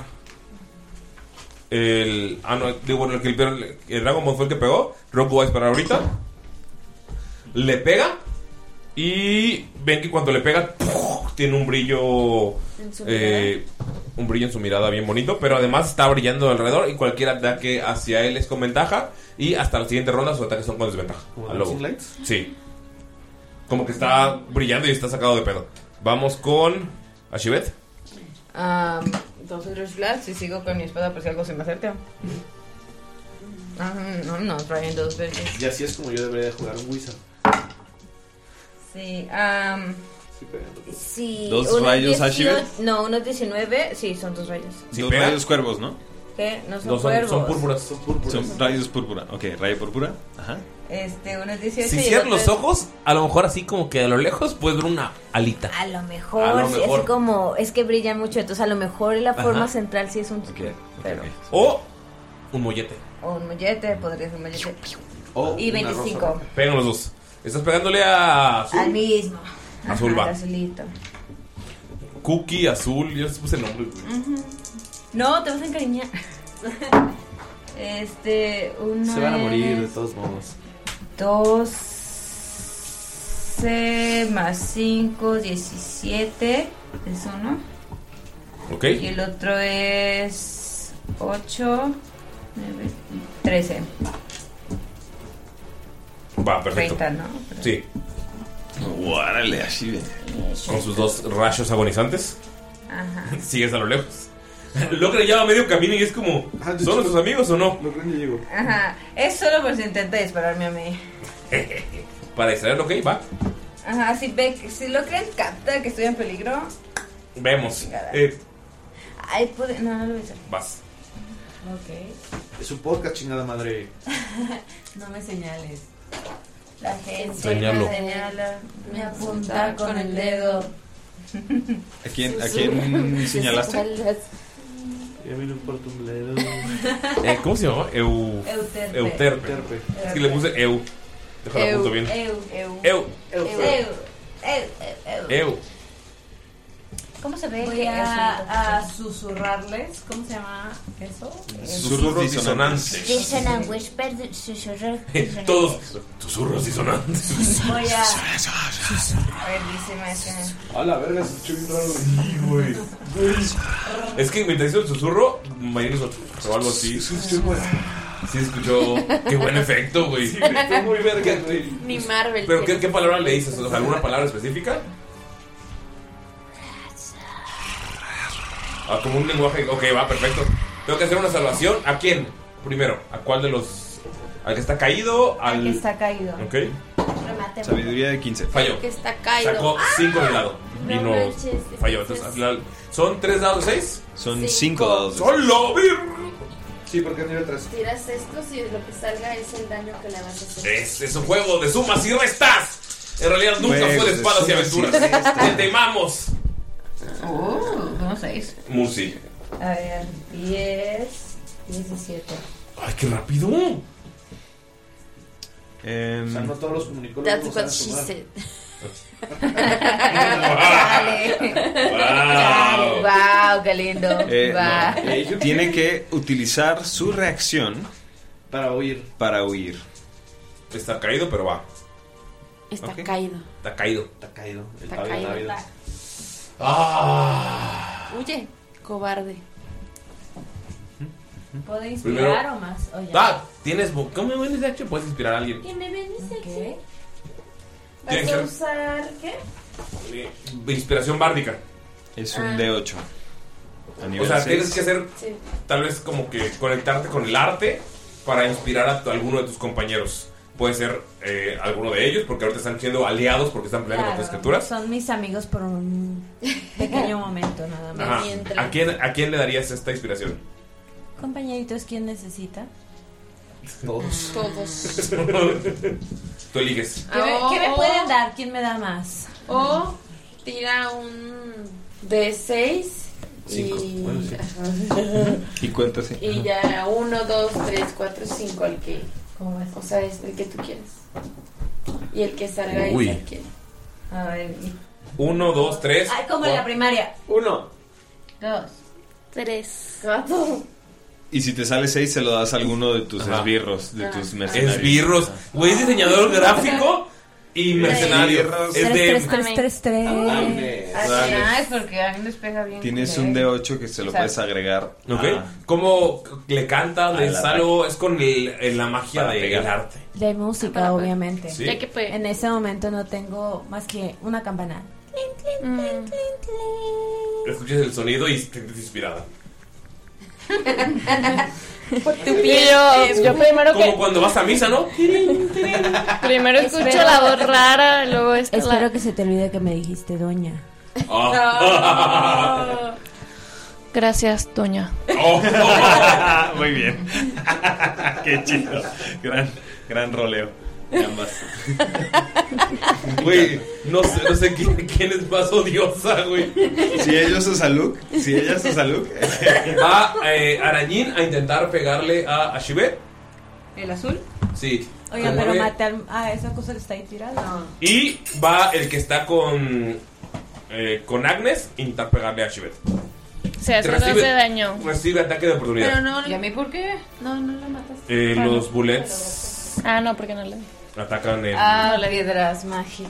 el. Ah, no, digo, bueno, el, que el, el Dragon Ball fue el que pegó. Roku va a disparar ahorita. Le pega. Y ven que cuando le pega, ¡puf! Tiene un brillo ¿En su eh, un brillo en su mirada bien bonito, pero además está brillando alrededor y cualquier ataque hacia él es con ventaja. Y hasta la siguiente ronda sus ataques son con desventaja. ¿Como Al lobo. Dancing Lights? Sí. Como que está brillando y está sacado de pedo. Vamos con Ashibet. Um, entonces Rush Blast y sigo con mi espada por si algo se me acerca. Ah, no, no, traen dos veces. Y así es como yo debería jugar un Wizard. Sí, um, Sí, pegando. sí. ¿Dos unos rayos, dieciocho Ashibet? No, unos diecinueve. Sí, son dos rayos. Dos rayos cuervos, ¿no? ¿Qué? No son No, son, cuervos. son púrpuras. Son púrpuras. Son rayos púrpura. Ok, rayo púrpura. Ajá. Este, unos dieciocho. Si y el cierras otro los es- ojos, a lo mejor así como que a lo lejos puedes ver una alita. A lo mejor, A lo sí, mejor. así como, es que brilla mucho, entonces a lo mejor la forma Ajá. central sí es un pero, O un mollete. o un mollete, podría ser un mollete. O y una veinticinco. rosa. Pegan los dos. Estás pegándole a azul. Al mismo. Azul Ajá, va. al azulito. Cookie, azul. Yo les puse el nombre. Ujú. No, te vas a encariñar. Este, uno Se van a morir de es todos modos. doce más cinco, diecisiete. Es uno. Ok. Y el otro es ocho, nueve, trece. Va, perfecto. treinta, ¿no? Sí. Órale, así. Con sus dos rayos agonizantes. Ajá. Sigues a lo lejos. Logran ya a medio camino y es como, ¿son nuestros amigos o no? Logran ya llegó. Ajá. Es solo por si intenta dispararme a mí. Para distraerlo, ok, va. Ajá, si ve, si lo creen capta que estoy en peligro. Vemos. Eh, Ay, puede. No, no lo voy a hacer. vas. Ok. Es un podcast, chingada madre. No me señales. La gente Señalo. me señala, me apunta con el dedo. ¿A quién, a quién señalaste? Y a mí no importa un bledo. Eh, ¿Cómo se llama? Eu... Euterpe. Euterpe. Euterpe. Es que le puse Eu. Déjalo Eu, apunto bien. Eu, eu. Eu. Eu, eu, eu, eu. Eu. ¿Cómo se ve? Voy que a, a susurrarles. ¿Cómo se llama eso? Susurros disonantes. Dissonant whisper, susurro. Todos. Susurros disonantes. Voy a. A ver, dice maestra. A la verga, se escuchó bien raro. Sí, güey. Es que mientras hizo el susurro, Mayrin hizo o algo así. Sí, se escuchó. Qué buen efecto, güey. Sí, fue muy verga, güey. Ni Marvel. ¿Pero qué, tiene. qué palabra le dices? O sea, ¿alguna palabra específica? Ah, como un lenguaje. Ok, va, perfecto. Tengo que hacer una salvación. ¿A quién? Primero, ¿a cuál de los. ¿Al que está caído? Al. Al que está caído. Ok. Remate. Sabiduría de quince. Falló. Que está caído. Sacó cinco de lado. Y No no manches, falló. Entonces, al final, ¿son tres dados de seis? Son Cinco. cinco dados. ¡Solo! Sí, porque es nivel tres. Tiras estos y lo que salga es el daño que le vas a hacer. Es, es un juego de sumas y restas. En realidad nunca Juegos fue de de espadas y sumas y aventuras. restas. Te temamos. Uh, ¿cómo seis? Murci. A ver, diez, diecisiete. Ay, qué rápido. Em, O sea, no todos los comunicólogos That's saben what she sumar. said. Dale. Wow. Wow, qué lindo. eh, Va. no. Tiene que utilizar su reacción Para huir. para huir. Está caído, pero va. Está Ok. caído. Está caído. Está caído. El Está Pablo caído. Navidad. está- Ah. Huye, cobarde. ¿Puedo inspirar Primero- o más? O ya. Ah, tienes. vo- ¿Cómo me vienes de hecho? Puedes inspirar a alguien. ¿Qué me bendice? ¿Qué? Tiene ¿Vas que a ser- usar qué? Eh, Inspiración bárdica. Es un Ah. D ocho. A nivel O sea, seis. tienes que hacer. Sí. Tal vez como que conectarte con el arte para inspirar a tu- alguno de tus compañeros. Puede ser eh, alguno de ellos, porque ahorita están siendo aliados porque están peleando con Claro, otras criaturas. son mis amigos por un pequeño momento nada más. Ajá. mientras. ¿A quién, ¿A quién le darías esta inspiración? Compañeritos, ¿quién necesita? Todos. Todos. Tú eliges. ¿Qué, me, O- qué me o- pueden dar? ¿Quién me da más? O tira un D seis Cinco. y, Bueno, sí. ajá. Y cuéntase. Y ya uno, dos, tres, cuatro, cinco el que, ¿Cómo es? o sea, es el que tú quieres. Y el que salga Uy. es el que. A ver. Uno, dos, tres. Ay, como en la cuatro. primaria. Uno. Dos. Tres. Cuatro. Y si te sale seis, se lo das a alguno de tus Ajá. esbirros, de Ah. tus mercenarios. Esbirros. Güey, es diseñador gráfico. y mercenarios. Es de. Tres, tres, tres, tres. Agnes. Agnes, porque Agnes pega bien. Tienes un D ocho que se lo puedes agregar. Ok. a- ¿Cómo le canta? Le Al salo. Es con el- el- la magia Para del pegar. arte. De música, obviamente. Sí. Ya que En ese momento no tengo más que una campana. Escuchas el sonido y te sientes inspirada. Por tu piel. Yo, yo primero Como que. cuando vas a misa, ¿no? Primero escucho la voz rara, luego esta Espero la... que se te olvide que me dijiste doña. Ah. Gracias, doña. Muy bien. Qué chido. Gran, gran roleo. De ambas. Güey, no sé, no sé quién, quién es más odiosa, güey. Si ellos o Saluk, si ellas o Saluk. Va eh, Arañín a intentar pegarle a Ashibet. ¿El azul? Sí. Oiga, Como pero ve- maté al- a esa cosa que está ahí tirada. Y va el que está con eh, con Agnes a intentar pegarle a Ashibet. Se hace Te doce daño. Recibe ataque de oportunidad. Pero no. ¿Y a mí por qué? No, no la mataste. Eh, Ah, los no. bullets Ah, no, porque no le. atacan en. Ah, piedras mágicas.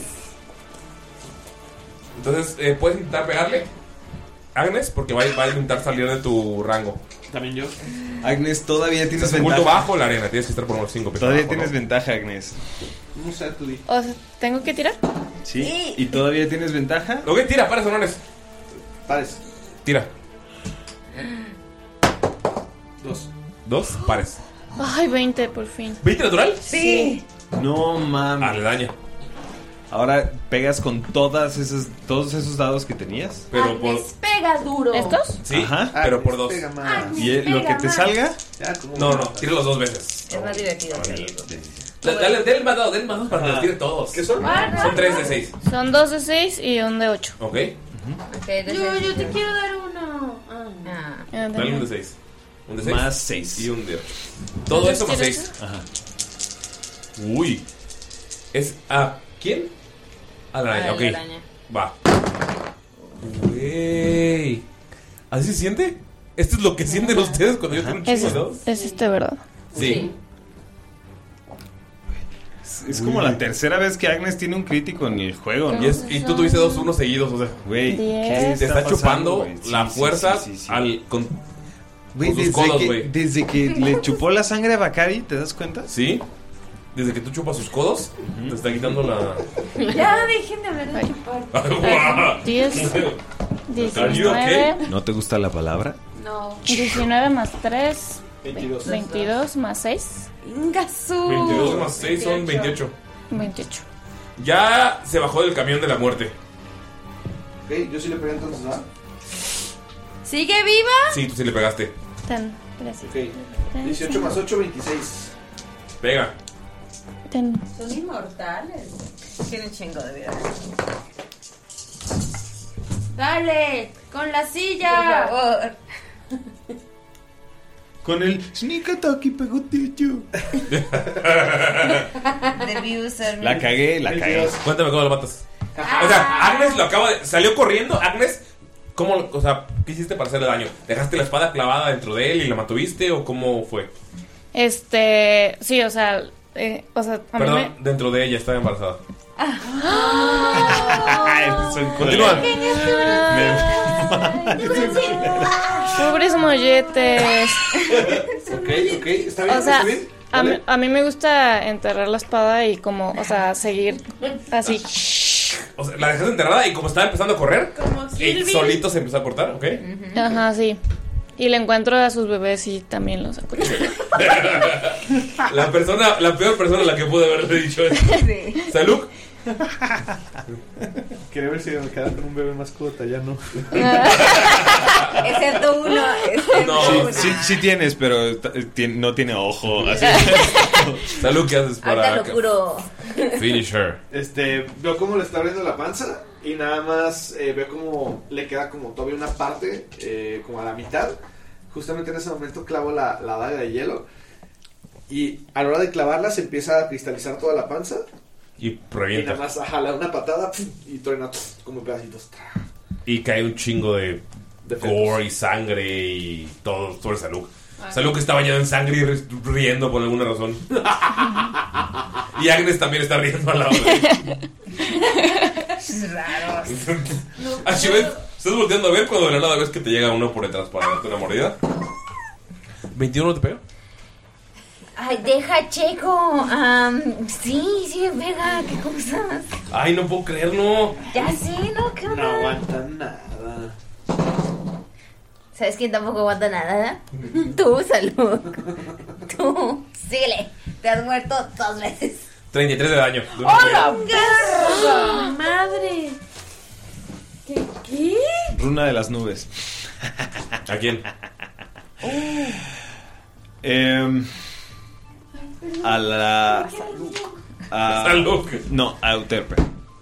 Entonces, eh, puedes intentar pegarle, Agnes, porque va, va a intentar salir de tu rango. También yo. Agnes, todavía tienes Estás oculto ventaja. bajo la arena, tienes que estar por unos cinco pies Todavía abajo, tienes ¿no? ventaja, Agnes. No sé, tú di. O sea, ¿tengo que tirar? Sí. ¿Y todavía tienes ventaja? Ok, tira, pares, honores. Pares. Tira. Dos. Dos, pares. Ay, veinte, por fin. ¿veinte natural? Sí. No mames. Ah, le daña. Ahora pegas con todas esas, todos esos dados que tenías. Pero por. Pega duro. ¿Estos? Sí, Ajá. pero por dos. Pega más. Y eh, lo que te salga. No, no, tíralo dos veces. Es más divertido. Da- Dale, dale más dados, dale más dados para que los tire todos. ¿Qué son? Son tres de seis. Son dos de seis y un de ocho. Ok, Okay, de Yo, seis. yo te quiero dar uno. Ah. Ah. dale un de seis. Un de seis. Más seis. Y un de ocho. Todo ¿Entonces esto más quieres seis. Ajá. Uy. ¿Es a quién? A la araña, A la ok. araña. Va. Güey. ¿Así se siente? ¿Esto es lo que sienten ustedes cuando yo tengo un Es, chingo de dados? es este, ¿verdad? Sí. Es como la tercera vez que Agnes tiene un crítico en el juego, ¿no? Y, es- y tú tuviste dos unos seguidos, o sea. Güey, Diez. Te está pasando, chupando güey? Sí, la sí, fuerza sí, sí, sí. al con, Güey, con sus desde, codos, que, güey. desde que le chupó la sangre a Bakari, ¿te das cuenta? Sí. Desde que tú chupas sus codos, te está quitando la. Ya, dejen de hablar de chupar. Guau. diez, Are you diecinueve, okay? ¿No te gusta la palabra? No. diecinueve más tres, veintidós. veintidós más seis, Ingasu. veintidós más seis son veintiocho. veintiocho. Ya se bajó del camión de la muerte. Ok, yo sí le pegué entonces, ¿verdad? ¿Sigue viva? Sí, tú sí le pegaste. Ten, gracias. Ok. dieciocho más ocho, veintiséis. Pega. Ten. Son inmortales. Tienen chingo de vida. Dale, con la Por silla. favor. Con el sneak attack y pegó techo. Debí usar mi- La cagué, la cagué. Cuéntame cómo lo matas. O sea, Agnes lo acaba de. Salió corriendo. Agnes, ¿cómo, lo- o sea, qué hiciste para hacerle daño? ¿Dejaste la espada clavada dentro de él y la mantuviste o cómo fue? Este, sí, o sea, eh, o sea, a mí Perdón, dentro de ella, estaba embarazada. Continúa. me... Pobres molletes. Ok, ok, está bien, O sea, está bien. a mí, Dale. a mí me gusta enterrar la espada y como, o sea, seguir así. O sea, la dejaste enterrada y como estaba empezando a correr, Como él Sylvie. solito se empezó a cortar, ¿ok? Ajá, sí. Y le encuentro a sus bebés y también los acuchillo. La persona, la peor persona a la que pude haberle dicho eso. Sí. Salud. Quería ver si me quedaba con un bebé mascota, ya no. Excepto uno. Excepto No, uno. Sí, sí tienes, pero t- tien- no tiene ojo. Así. Salud, ¿qué haces Ahorita para lo curo. finish her? Este, veo cómo le está abriendo la panza y nada más eh, veo como le queda como todavía una parte, eh, como a la mitad. Justamente en ese momento clavo la, la daga de hielo y a la hora de clavarla se empieza a cristalizar toda la panza Y y revienta. nada más jala una patada pum, y truena pum, como pedacitos. Y cae un chingo de De gore y sangre y todo sobre Salud. Salud que está bañado en sangre y ri- riendo por alguna razón. Y Agnes también está riendo al lado de él. Raros. Ashibet, estás volteando a ver cuando de la nada ves que te llega uno por detrás para darte una mordida. ¿veintiuno te pega? Ay, deja, checo. Am, sí, sí me pega. ¿Qué cosas? Ay, no puedo creerlo. Ya sé, ¿no? ¿Qué onda? No aguanta nada. ¿Sabes quién tampoco aguanta nada? Tú, Salud. Tú. Síguele. Te has muerto dos veces. treinta y tres de daño. De una ¡Hola! mordida. ¡Madre! ¿Qué? ¿Qué? Runa de las nubes. ¿A quién? Em, a la. A, Salud. No, a Euterpe.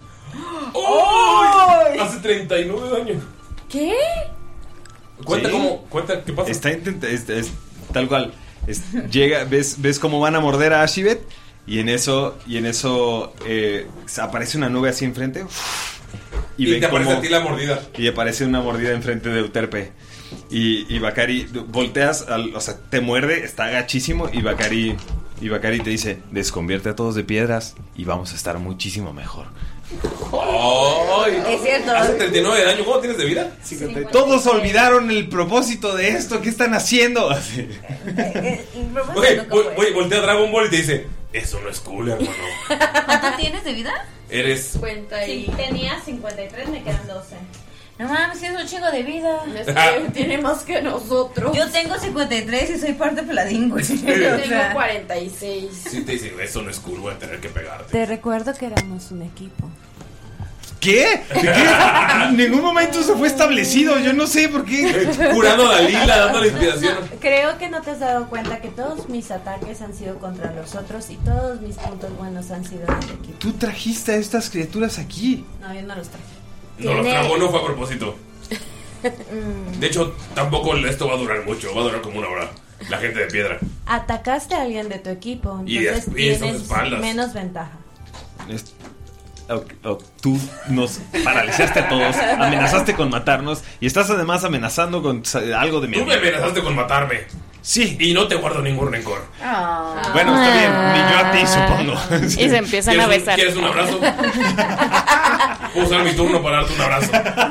¡Oh! Hace treinta y nueve de daño. ¿Qué? Cuenta Sí. cómo. Cuenta qué pasa. Está intenta, es, es tal cual. Es- llega, ves, ves cómo van a morder a Ashibet. Y en eso, y en eso eh, aparece una nube así enfrente. Y ven te aparece cómo- a ti la mordida. Y aparece una mordida enfrente de Euterpe. Y, y Bakari, volteas, al- o sea, te muerde, está agachísimo. Y Bakari, y Bakari te dice: desconvierte a todos de piedras y vamos a estar muchísimo mejor. ¡Ay! Es cierto. Hace treinta y nueve de daño. ¿Cuánto tienes de vida? Todos olvidaron el propósito de esto. ¿Qué están haciendo? Así. Oye, vol- vol- voltea a Dragon Ball y te dice: eso no es cool, hermano. ¿Cuánto tienes de vida? Eres. cincuenta y... Sí, tenía cincuenta y tres, me quedan doce. No mames, tienes un chingo de vida. Es que tiene más que nosotros. Yo tengo cincuenta y tres y soy parte Paladín, güey. Yo O sea, tengo cuarenta y seis. Si te dice: eso no es cool, voy a tener que pegarte. Te recuerdo que éramos un equipo. ¿Qué? ¿De qué? En ningún momento se fue establecido. Yo no sé por qué. Curando a Dalila, dándole inspiración. Creo que no te has dado cuenta que todos mis ataques han sido contra los otros y todos mis puntos buenos han sido del equipo. Tú trajiste a estas criaturas aquí. No, yo no los traje. No, lo Tiene- trago no fue a propósito. Mm, De hecho, tampoco esto va a durar mucho. Va a durar como una hora. La gente de piedra. Atacaste a alguien de tu equipo, Y entonces es- y esas tienes espaldas. menos ventaja. Es- o- o- tú nos paralizaste a todos, amenazaste con matarnos y estás además amenazando con sa- algo de mi Tú me amigo. amenazaste con matarme. Sí. Y no te guardo ningún rencor. Bueno, está bien, ni yo a ti, supongo. Y se empiezan a ¿Quieres un- besar. ¿Quieres un abrazo? Puedo usar mi turno para darte un abrazo.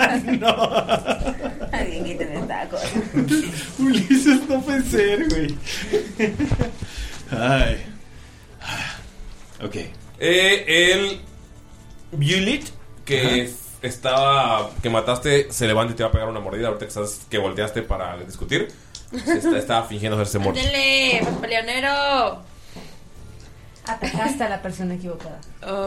Alguien quítame esta cosa. Ulises, no puede ser, güey. Ay. Ok. Eh, el Violet que es- estaba que mataste se levanta y te va a pegar una mordida ahorita que estás que volteaste para discutir. Se está, estaba fingiendo hacerse muerto. ¡Ándale, peleonero! Atacaste a la persona equivocada.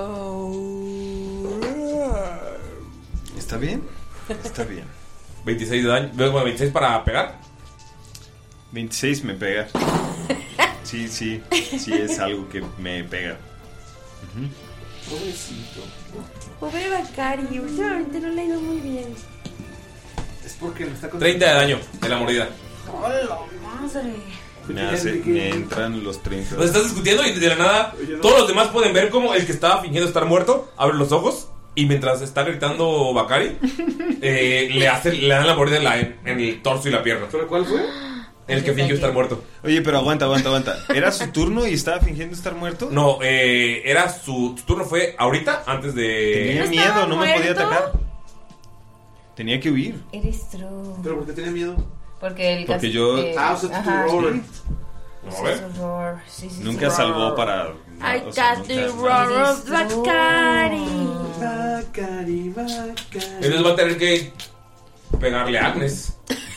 ¿Está bien? Está bien. veintiséis de daño, luego veintiséis para pegar. veintiséis me pega. Sí, sí, sí es algo que me pega. Ujú. Pobrecito. Pobre Bakari, últimamente no le ha ido muy bien. Es porque lo está con treinta de daño de la mordida. ¡Hola, madre! Me hace, me entran los treinta. Pues estás discutiendo y de la nada todos los demás pueden ver como el que estaba fingiendo estar muerto abre los ojos y mientras está gritando Bakari eh, le hace le dan la mordida en, la- en el torso y la pierna. ¿Pero cuál fue? El que fingió estar muerto. Oye, pero aguanta, aguanta, aguanta. ¿Era su turno y estaba fingiendo estar muerto? No, eh, era su, su turno fue ahorita antes de. Tenía miedo, no me podía atacar. Tenía que huir. Eres true. ¿Pero por qué tenía miedo? Porque el Porque cas- yo- eh, Ah, o sea, tu ajá. roller. A ver. Su roar. Sí, sí, Nunca su salvó roar. para. I o sea, got the nunca- roar of Bakari. Bakari, Bakari. Entonces va a tener que pegarle a Agnes.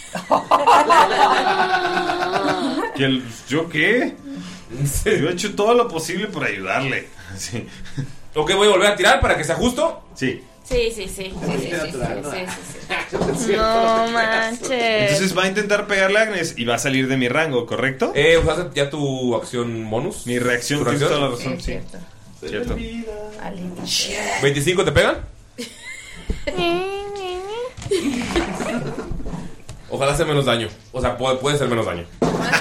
¿Que el- ¿Yo qué? Yo he hecho todo lo posible por ayudarle. Sí. Ok, voy a volver a tirar para que sea justo. Sí. Sí, sí, sí. Sí, sí, sí, sí, sí, sí. No manches. Entonces va a intentar pegarle a Agnes y va a salir de mi rango, ¿correcto? Eh, usaste ya tu acción bonus. Mi reacción, ¿Tu tienes reacción? toda la razón, Sí, sí. cierto. Cierto. ¿veinticinco te pegan? Ojalá sea menos daño. O sea, puede, puede ser menos daño.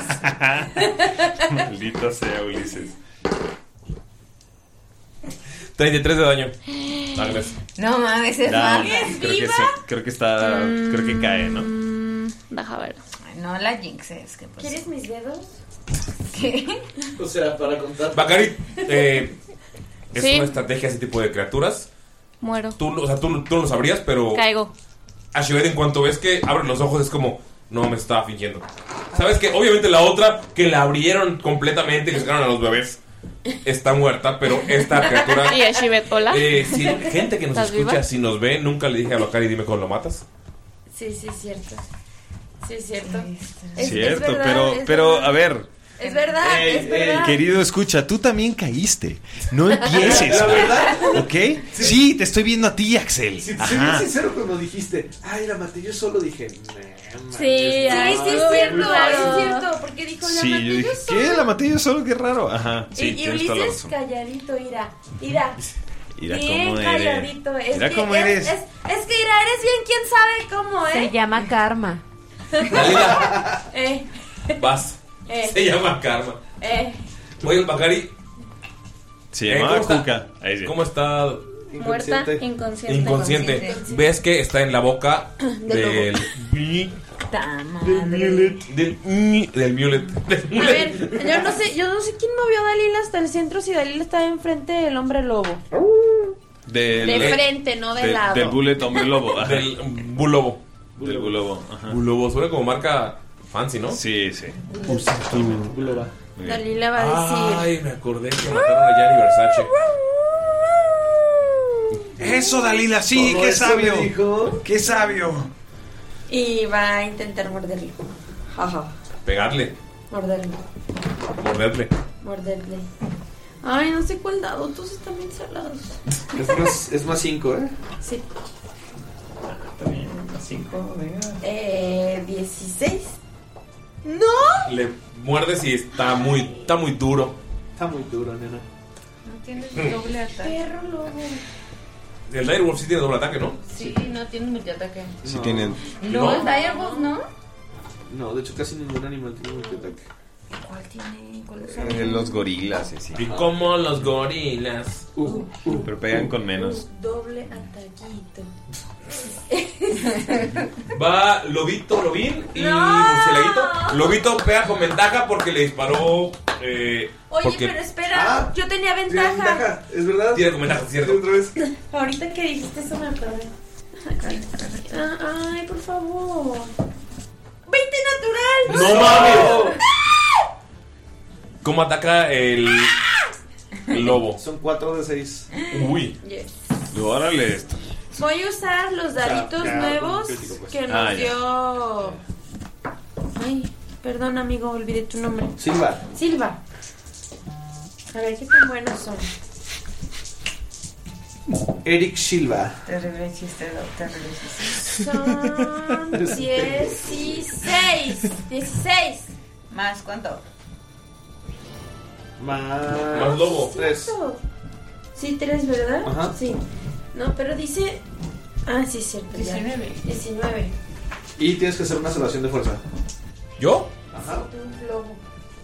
Maldito sea Ulises. treinta y tres de daño. Agnes. No mames, es No, más. creo que, se- creo que está. Creo que cae, ¿no? Mm, deja ver. Ay, no la jinxes. ¿Qué pasa? ¿Quieres mis dedos? ¿Qué? O sea, para contar. Bakari, eh, Es Sí. una estrategia ese tipo de criaturas. Muero. Tú, o sea, tú, tú no lo sabrías, pero Caigo. Ashibet, en cuanto ves que abre los ojos, es como, no me estaba fingiendo. Sabes que obviamente la otra, que la abrieron completamente y le sacaron a los bebés, está muerta, pero esta criatura... Y Ashibet, hola. Eh, si gente que nos ¿Estás escucha, viva? si nos ve, nunca le dije a Bacari, dime cómo lo matas. Sí, sí, es cierto. Sí, es cierto. Es cierto, pero, pero a ver. Es verdad, Ey, es verdad. ey, querido, escucha, tú también caíste. No empieces. La verdad. ¿Ok? Sí, te estoy viendo a ti, Axel. Si te soy Ajá. bien sincero, cuando dijiste, ay, la maté yo solo, dije, "Nah, Sí, mames, sí, no, sí, es muy cierto, raro". es cierto, porque dijo la Sí, maté yo dije, yo ¿qué? sola. ¿La maté yo solo? Qué raro. Ajá. Sí, y, y tienes toda la Ulises razón. calladito, Ira. Ira. Mira bien cómo eres. calladito. Es Mira que, cómo es, eres. Es, es que Ira, eres bien quién sabe cómo, ¿eh? Se llama karma. eh, Vas. eh, Se llama Karma. eh. Oye, Bacari. Se eh, llamaba ¿cómo está? Cuca. Ahí sí. ¿Cómo está? Muerta, inconsciente. Inconsciente. Ves que está en la boca Del del... Del mulet. Del, del mulet. Del A mulet. ver, yo no sé, yo no sé quién movió a Dalila hasta el centro si Dalila estaba enfrente del hombre lobo. Del, De frente, no de del- lado. Del bullet hombre lobo. Ajá. Del bulobo. Del bulobo. Ajá. Bulobo suena como marca fancy, ¿no? Sí, sí. Buloba. Dalila va a decir. Ay, me acordé que mataron a Gianni Versace. Eso, Dalila, sí, Todo qué eso sabio. me dijo. Qué sabio. Y va a intentar morderlo. Jaja. Pegarle, Morderlo. morderle. Morderle. Ay, no sé cuál dado. Todos están bien salados. Es más, es más cinco, ¿eh? Sí. También, cinco, venga. Eh, dieciséis. ¡No! Le muerdes y está muy, está muy duro. Está muy duro, nena. No tienes doble ataque. Perro lobo. El Direwolf sí tiene doble ataque, ¿no? Sí, no tienes multiataque. Sí No. tienen. No, el Direwolf, ¿no? No, de hecho casi ningún animal tiene multiataque. ¿Cuál tiene? ¿Cuál es Eh, los gorilas, sí, Y sí. como los gorilas. Uh, uh. Pero pegan con menos. Doble ataquito. Va Lobito, Lobín y ¡No! Murcielaguito. Lobito pega con ventaja porque le disparó. Eh, Oye, porque pero espera. Ah, yo tenía Tiene ventaja. ventaja, es verdad. tiene con ventaja, es cierto. Otra vez. Ahorita que dijiste eso me acordé. Ah, Ay, por favor. ¡veinte natural! ¡No mames! ¿Cómo ataca el, el lobo? Son cuatro de seis. Uy. Yes. Órale esto. Voy a usar los daditos ya, nuevos crítico, pues. que nos Ah, ya. dio. Ay, perdón, amigo, olvidé tu nombre. Silva. Silva. A ver qué tan buenos son. Eric Silva. Terrible chiste, terrible chiste. Son dieciséis. dieciséis. ¿Más cuánto? Más, Más lobo. tres. Sí, tres, ¿verdad? Ajá. Sí. No, pero dice. Ah, sí, es cierto. ya. diecinueve. diecinueve. Y tienes que hacer una salvación de fuerza. ¿Yo? Ajá. Un lobo.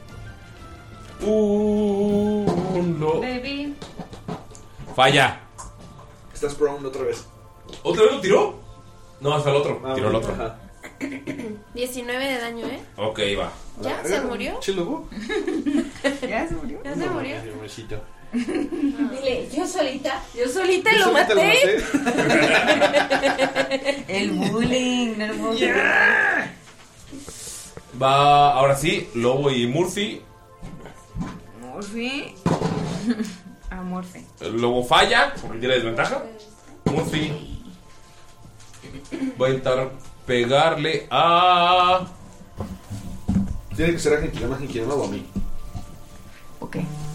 Un lobo. Baby. Falla. Estás prone otra vez. ¿Otra vez lo tiró? No, hasta el otro. Ah, Tiró el otro. Ajá. diecinueve de daño, ¿eh? Ok, va. ¿Ya? ¿Se murió? Che, lobo. ¿Ya se murió? ¿Ya se murió? Mi hermancito. Dile, yo solita. Yo solita Yo lo solita maté. El bullying, no lo puedo creer. Va, ahora sí, Lobo y Murphy. Murphy. A Murphy. El Lobo falla porque tiene desventaja. Murphy va a intentar pegarle a. Tiene que ser a Gentilema, Gentilema o a mí. Ok.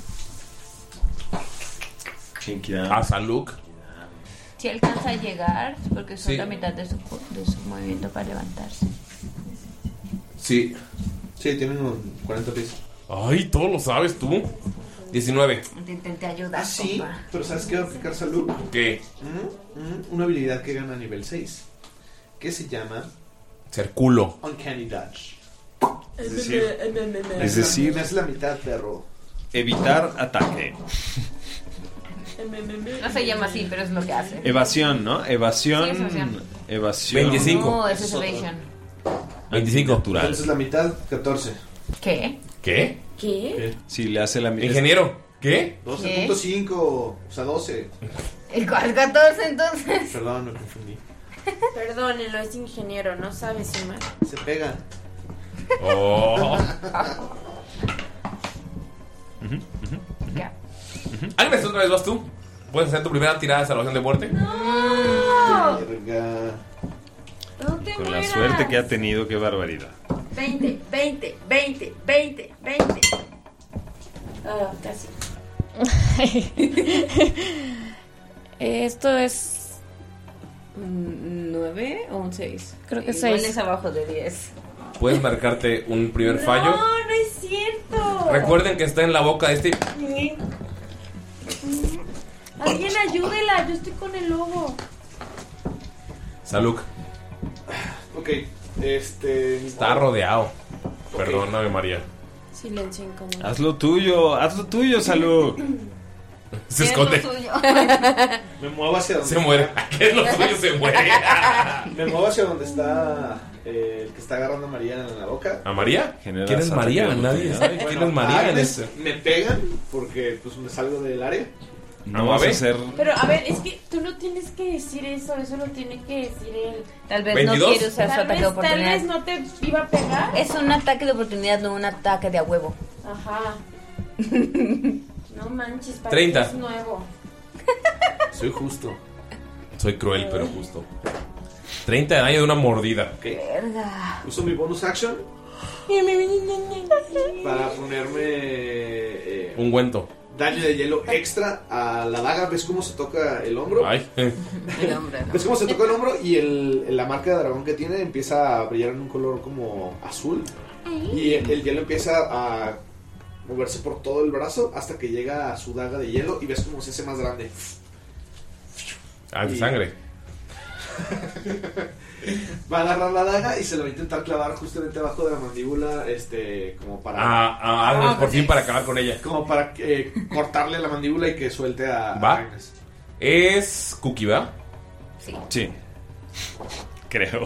A Saluk. Si alcanza a llegar, porque son Sí. la mitad de su, de su movimiento para levantarse. Sí. Sí, tienen unos cuarenta pies. Ay, todo lo sabes tú. diecinueve. Te intenté ayudar. Ah, sí. compa. Pero ¿sabes qué va a aplicar Salud? ¿Qué? Mm, mm, Una habilidad que gana a nivel seis. Que se llama Ser culo. Uncanny Dodge. Es decir, Me es decir, me hace la mitad, perro. evitar ataque. No se llama así, pero es lo que hace. Evasión, ¿no? Evasión. Sí, es evasión. Evasión. veinticinco. No, eso es evasion. veinticinco. Entonces la mitad, catorce. ¿Qué? ¿Qué? ¿Qué? Sí, le hace la mitad. Ingeniero. ¿Qué? doce punto cinco, o sea, doce. ¿Y cuál catorce entonces? Perdón, me confundí. Perdónenlo, es ingeniero, no sabe sumar. Se pega. Oh. Agnes, otra vez vas tú. Puedes hacer tu primera tirada de salvación de muerte. ¡No! Verga. No te Con la mueras. suerte que ha tenido, qué barbaridad. veinte, veinte, veinte, veinte, veinte. Ah, casi. Esto es. ¿Nueve o un seis? Creo que Igual seis. es abajo de diez. Puedes marcarte un primer fallo. No, no es cierto. Recuerden que está en la boca de este. Alguien ayúdela, yo estoy con el lobo. Salud. Ok, este. Está rodeado. Perdóname, María. Silencio incómodo. Haz lo tuyo, haz lo tuyo, Salud. Se esconde. Me muevo hacia donde Se muere. ¿Qué es lo suyo? Se muere. Me muevo hacia donde está eh, el que está agarrando a María en la boca. ¿A María? Generas ¿Quién es María? ataque de Nadie oportunidad. sabe quién Bueno, es María en Agnes este. me pegan porque pues me salgo del área. No vas a hacer. Pero a ver, es que tú no tienes que decir eso, eso lo tiene que decir él. Tal vez ¿veintidós? no quiere usar su Tal ataque vez, de tal oportunidad. vez no te iba a pegar. Es un ataque de oportunidad, no un ataque de a huevo. Ajá. No manches, para treinta. ti es nuevo. Soy justo. Soy cruel, pero justo. treinta de daño de una mordida. Ok. Verga. Uso mi bonus action para ponerme eh, Ungüento. daño de hielo extra a la daga. ¿Ves cómo se toca el hombro? Ay. El hombre, ¿no? ¿Ves cómo se toca el hombro? Y el, la marca de dragón que tiene empieza a brillar en un color como azul. Y el, el hielo empieza a moverse por todo el brazo hasta que llega a su daga de hielo. Y ves cómo se hace más grande. Ah, de Y- sangre. Va a agarrar la daga y se lo va a intentar clavar justamente abajo de la mandíbula. Este, como para. Ah, ah, Agnes, por fin para acabar con ella. Como para eh, cortarle la mandíbula y que suelte a, a Va. Agnes. Es Cookie, ¿va? Sí. Sí. Creo.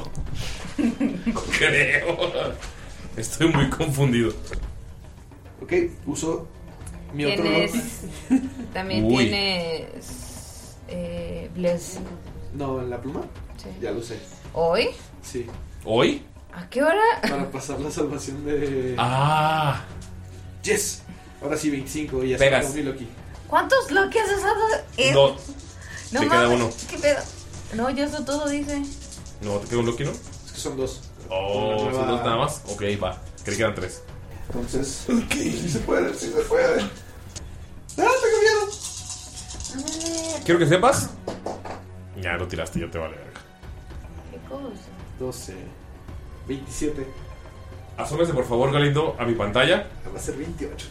Creo. Estoy muy confundido. Ok, uso mi otro Tienes. Loki. También Uy. tienes. Eh, Bless. No, en la pluma. Sí. Ya lo sé. ¿Hoy? Sí. ¿Hoy? ¿A qué hora? Para pasar la salvación de. Ah. Yes. Ahora sí, veinticinco. Y ya Pegas. se mi Loki. ¿Cuántos Loki has usado? Eh, Dos. No Te queda mames, uno. ¿qué pedo? No, yo uso todo, dice. No, te queda un Loki, ¿no? Es que son dos. Oh, Una ¿son nueva- dos nada más? Ok, va. Creí que eran tres. Entonces. Ok, sí se puede, sí se puede. ¡Ah, tengo miedo! Quiero que sepas. Ya lo tiraste, ya te vale verga. ¿Qué cosa? doce. veintisiete. Asómese por favor, Galindo, a mi pantalla. Va a ser veintiocho.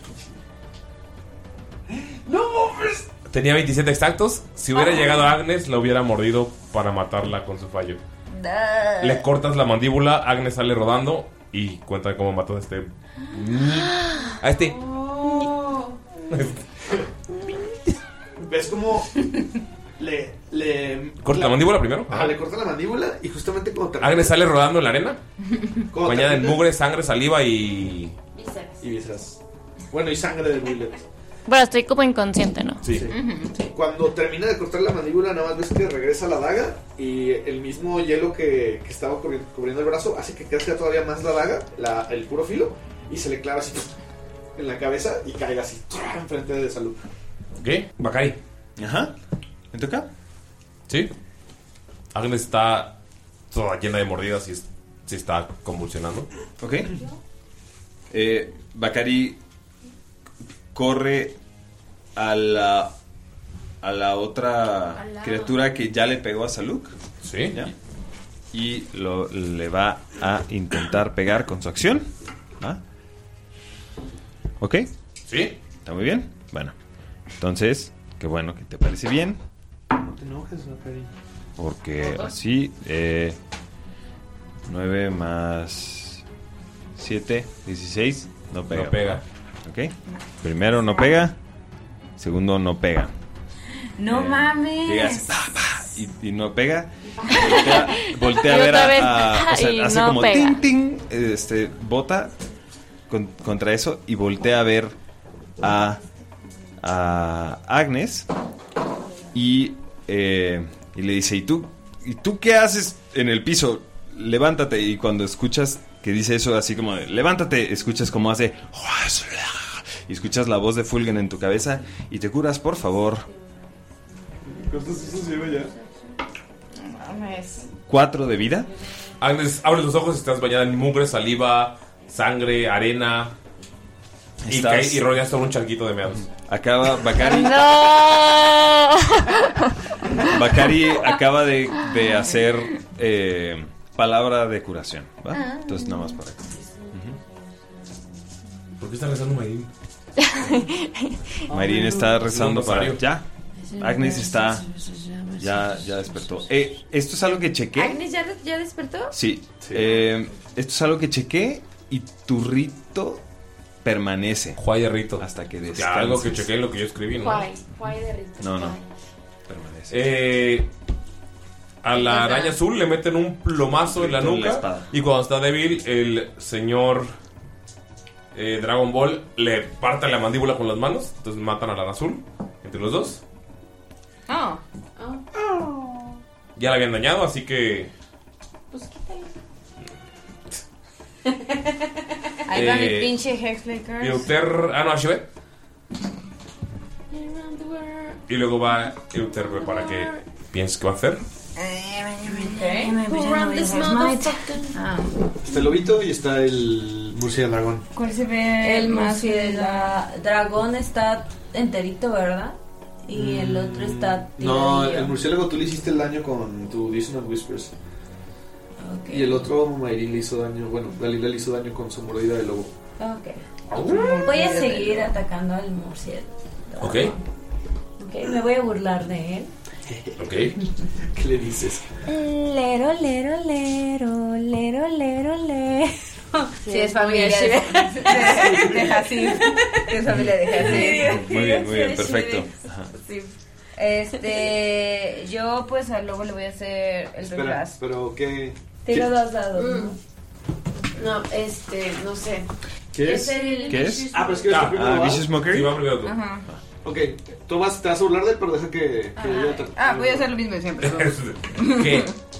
¡No, pues! Tenía veintisiete exactos. Si hubiera Ah. llegado a Agnes, la hubiera mordido para matarla con su fallo. Da. Le cortas la mandíbula, Agnes sale rodando y cuenta cómo mató a este. A este. ¿Ves cómo le. le ¿Corta la mandíbula primero? Ajá, le corta la mandíbula y justamente cuando termina. Agnes sale rodando en la arena. cuando Bañada en termina- mugre, sangre, saliva y. Y vísceras. Bueno, y sangre de Willet. Bueno, estoy como inconsciente, ¿no? Sí. Cuando termina de cortar la mandíbula, nada más ves que regresa la daga y el mismo hielo que, que estaba cubriendo, cubriendo el brazo hace que crezca todavía más la daga, la, el puro filo, y se le clava así en la cabeza y caiga así enfrente de Salud. ¿Qué? Bacari. Ajá. ¿Me toca? Sí. Agnes está toda llena de mordidas y es- se está convulsionando. Ok. Eh, Bakari corre a la a la otra A la- criatura que ya le pegó a Saluk. Sí. ¿Ya? Y lo, le va a intentar pegar con su acción. ¿Va? ¿Ok? Sí. ¿Está muy bien? Bueno. Entonces, qué bueno que te parece bien. No te enojes, Bakari. Porque así, eh, nueve más siete, dieciséis, no pega. No pega. Ok. Primero no pega. Segundo no pega. No mames. Llegas pa, pa, y, y no pega. Voltea, voltea a Y ver otra a, vez, a- o sea, y hace no como pega. ting ting. Este, bota con- contra eso y voltea a ver a a Agnes y, eh, y le dice, ¿y tú, ¿y tú qué haces en el piso? Levántate. Y cuando escuchas que dice eso así como de, levántate, escuchas como hace y escuchas la voz de Fulgen en tu cabeza y te curas, por favor. ¿Cuántos usos lleva ya? Mames. Cuatro de vida. Agnes, abres los ojos y estás bañada en mugre, saliva, sangre, arena. Y, Estás- cae, y rodeas todo un charquito de meados. Acaba Bakari. ¡No! Bakari acaba de, de hacer eh, palabra de curación, ¿va? Entonces nada más para acá. ¿Por qué está rezando Mayrin? Mayrin está rezando Un para... rosario. Ya. Agnes está... Ya, ya despertó. Eh, esto es algo que chequé. ¿Agnes ya, ya despertó? Sí. Eh, esto es algo que chequé y tu rito permanece. Juay de rito. Hasta que descanses. Ya, algo que chequé en lo que yo escribí, ¿no? Juay, Juay de rito. No, no. Permanece. Eh, a la araña azul le meten un plomazo en la Con la nuca. espada. Y cuando está débil, el señor eh, Dragon Ball le parte la mandíbula con las manos. Entonces matan a la azul entre los dos. Oh. Ya la habían dañado, así que. Pues quítalo. Ahí va mi Eh, pinche Hexbreaker. Euter. Ah, no, Ashibet. Y luego va Euter para que pienses qué va a hacer. Ah. Está el lobito y está el murciélago dragón. ¿Cuál se ve El más murciélago dragón está enterito, ¿verdad? Y el otro está No, tiradillo. el murciélago tú le hiciste el daño con tu Dissonant Whispers. Ok. Y el otro Mayrin le hizo daño, bueno, Dalila le hizo daño con su mordida de lobo. Ok. Voy a seguir atacando al murciélago. Ok. Ok, me voy a burlar de él. Ok. ¿Qué le dices? Lero, lero, lero, lero, lero, lero. Sí, es familia de, de, de Hasib. Es familia de Hasib. Muy bien, muy bien, perfecto. Ajá. Sí. Este, yo pues al lobo le voy a hacer el Espera, reblast. pero ¿qué? Tiro ¿Qué? dos dados, ¿no? No, este, no sé. ¿Qué es? el ¿Qué es? Ah, pero es que Ah, ah, primero ah, va. Vicious Mockery. Sí, va primero tú. Ajá. Ok, tú vas, te vas a burlar de él, pero deja que, que yo te- Ah, voy a hacer lo mismo de siempre. ¿Qué?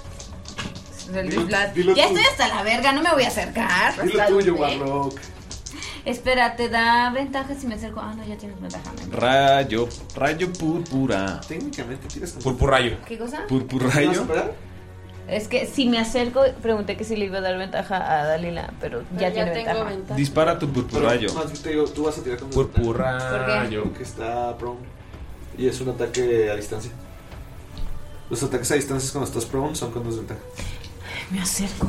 El reblast. dilo Ya tú. estoy hasta la verga, no me voy a acercar. Dilo Hasta tuyo, donde- Warlock. Espera, te da ventaja si me acerco. Ah, no, ya tienes ventaja. ¿no? Rayo, rayo púrpura. Técnicamente tienes que... Purpurrayo. ¿Qué cosa? ¿Vas a Purpurrayo. esperar? Es que si me acerco, pregunté que si le iba a dar ventaja a Dalila, pero ya Pero tiene ya tengo ventaja. ventaja. Dispara tu Pero purpurrayo. más bien te digo, tú vas a tirar con Purpurrayo. Porque está prone. Y es un ataque a distancia. Los ataques a distancia cuando estás prone son con desventaja. Me acerco.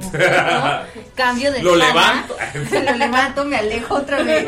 Cambio de Lo espada. levanto. Lo levanto, me alejo otra vez.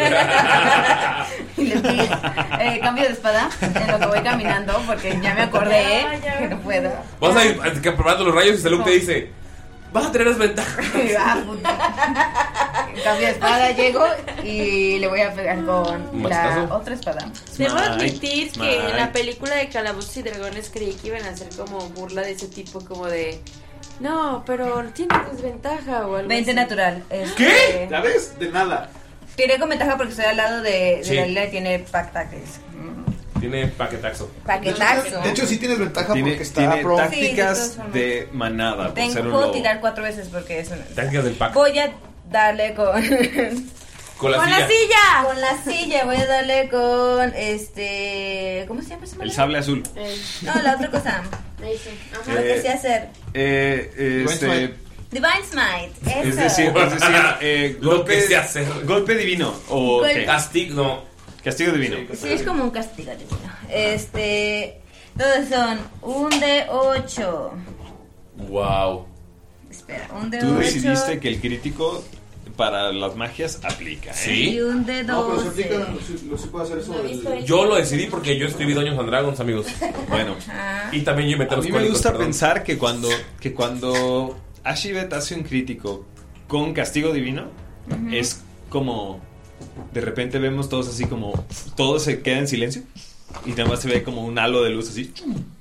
Y le pido, eh, cambio de espada en lo que voy caminando porque ya me acordé que no puedo. Vas a ir a- que probando los rayos y Salud te dice: vas a tener desventaja. Y va, puta. Cambio de espada, llego y le voy a pegar con la ¿Machazo? otra espada. Debo Smite, admitir que smite. en la película de Calabozos y Dragones creí que iban a hacer como burla de ese tipo, como de no, pero tienes desventaja o algo veinte así. natural. este, ¿Qué? ¿Ya ves? De nada. Tiré con ventaja porque estoy al lado de, de Sí. Dalila y tiene pactaques. Tiene paquetaxo. Paquetaxo. De hecho, sí tienes ventaja Tiene, porque está tiene prone. Sí, de tácticas todas formas. de manada por Tengo, ser un puedo lobo. tirar cuatro veces porque es una... Tácticas del pack. Voy a darle con... Con la ¡Con silla. la silla! con la silla, voy a darle con este... ¿Cómo se llama esa El madre? sable azul. Eh, No, la otra cosa. ahí sí. Ajá. Lo que Eh, sé hacer. Eh, este, Smite. Divine Smite. Eso. es decir, es decir eh, Lo golpe, que sé hacer. golpe divino o Golpe- ¿qué? Castigo. No. Castigo divino. Sí, es como un castigo divino. Este... Todos son un de ocho. Wow. Espera, un de Tú ocho. decidiste que el crítico para las magias aplica. ¿eh? Sí. Y un de No, pero se doce. aplica, lo sí- lo sí puede hacer eso. No, del- visto Yo lo decidí porque yo escribí Dungeons and Dragons, amigos. Bueno, Ah. Y también yo inventé a los mí me códigos, gusta perdón. pensar que cuando que cuando Ashibet hace un crítico con castigo divino es como de repente vemos todos así como todo se queda en silencio y nada más se ve como un halo de luz así.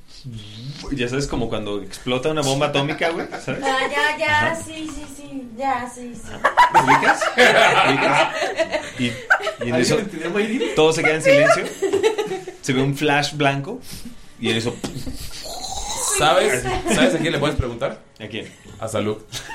Ya sabes, como cuando explota una bomba atómica, güey, ¿sabes? Ah, ya, ya, Ajá. sí, sí, sí, ya, sí, sí. ¿Me ubicas? ¿Me ubicas? Y, Y en eso todo se queda en silencio. Se ve un flash blanco. Y en eso. ¿Sabes? ¿Sabes a quién le puedes preguntar? ¿A quién? A Salud.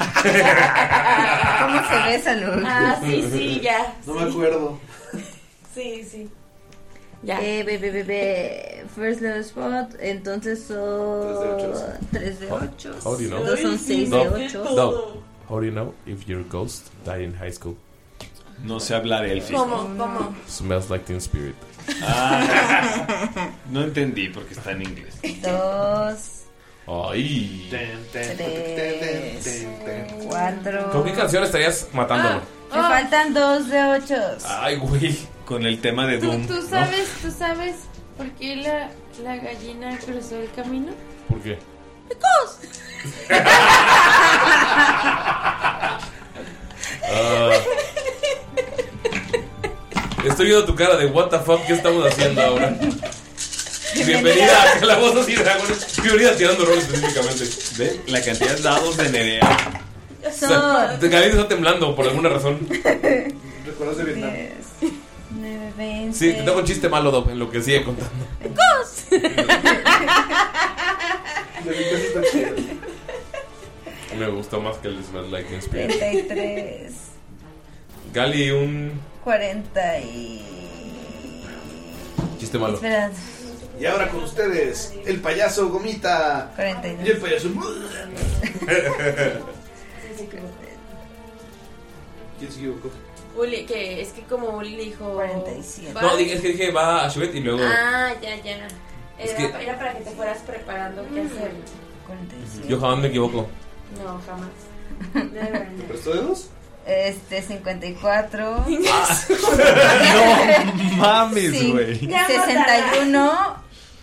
¿Cómo se ve Salud? Ah, sí, sí, ya. No sí. me acuerdo. Sí, sí. Ya. Eh, be, be, be, be. First level spot. Entonces son tres de ocho. How do you know? Entonces son seis de ocho. Dog, how do you know if your ghost died in high school? No sé hablar élfico. ¿Cómo? ¿Cómo? Smells like Teen Spirit. Ah, no entendí porque está en inglés. Dos. Ay. Tres. Cuatro. ¿Con qué canción estarías matándolo? Me faltan dos de ocho. Ay, güey. Con el tema de ¿Tú, Doom. tú sabes, tú sabes por qué la, la gallina cruzó el camino? ¿Por qué? Ah. Estoy viendo tu cara de what the fuck, ¿qué estamos haciendo ahora? Bienvenida a Calabozos y Dragones. Bienvenida a Tirando Rol específicamente. ¿Ve? La cantidad de dados de Nerea. O sea, Gabriel está temblando por alguna razón. ¿Recuerdas de Vietnam? nueve, veinte. Sí, te tengo un chiste malo, Doc, en lo que sigue contando. Me gustó más que el Smell Like Teen Spirit. treinta y tres. Gali, un cuarenta y... chiste malo. Espera. Y ahora con ustedes, el payaso Gomita. cuarenta y dos. Y el payaso. ¿Quién se equivocó? Uli, que es que como Uli dijo cuarenta y siete. No, es que dije va a Shubet y luego. Ah, ya, ya. Es Era, que- era para que te fueras preparando qué hacer. cuarenta y siete. Yo jamás me equivoco. No, jamás. Never, never. ¿Prestó dedos? Este, cincuenta y cuatro. No mames, Sí. güey. sesenta y uno.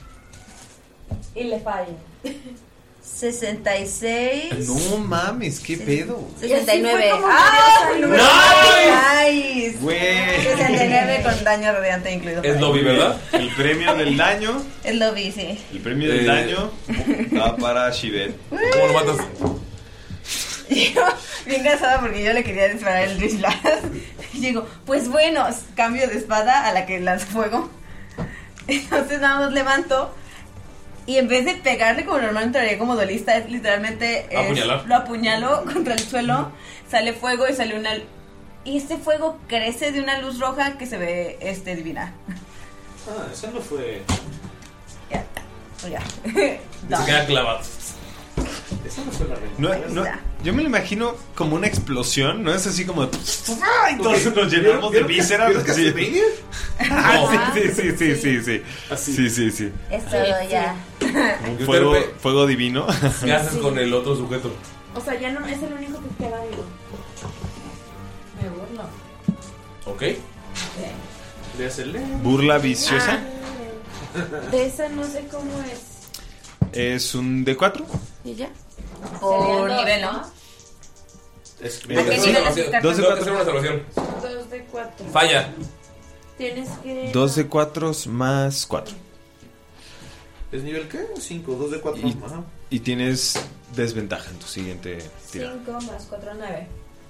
Y le falla. sesenta y seis. No mames, qué pedo. sesenta y nueve. Y así fue como ¡Ah! murió ¡Nice! Güey. sesenta y nueve con daño radiante incluido. Es lobby, ¿verdad? El premio del daño. Es lobby, sí. El premio del Eh. daño va para Shivet. ¿Cómo lo matas? Yo, bien cansada porque yo le quería disparar el Drish Blast. Y digo, pues bueno, cambio de espada a la que lanza fuego. Entonces nada más levanto. Y en vez de pegarle como normalmente haría como duelista, es literalmente es- Apuñalar. lo apuñalo contra el suelo, sale fuego y sale una... Y este fuego crece de una luz roja que se ve este divina. Ah, esa no fue. Ya, pues ya. Se queda clavado. Esa no fue la reina. No, no, yo me lo imagino como una explosión, ¿no? Es así como. ¡Ay! Todos nos llenamos de vísceras. ¿Vieron Sí. Castlevania? Ah, sí, sí, sí, sí, sí, sí. Sí, sí, sí. Es todo ya. Y Fuego, usted ve- fuego divino. ¿Qué haces con el otro sujeto? O sea, ya no es el único que queda vivo. Me burlo. ¿Ok? De hacerle. Burla viciosa. De esa no sé cómo es. Es un D cuatro. ¿Y ya? Por Serían dos, nivel, ¿no? ¿no? Es ¿A qué nivel es tu carta? Dos de Tengo que hacer cuatro. una salvación. Dos de cuatro. Falla. Tienes que... Dos de cuatro más cuatro. ¿Es nivel qué? cinco, dos de cuatro. Y, Ajá. y tienes desventaja en tu siguiente tirada. cinco más cuatro, nueve.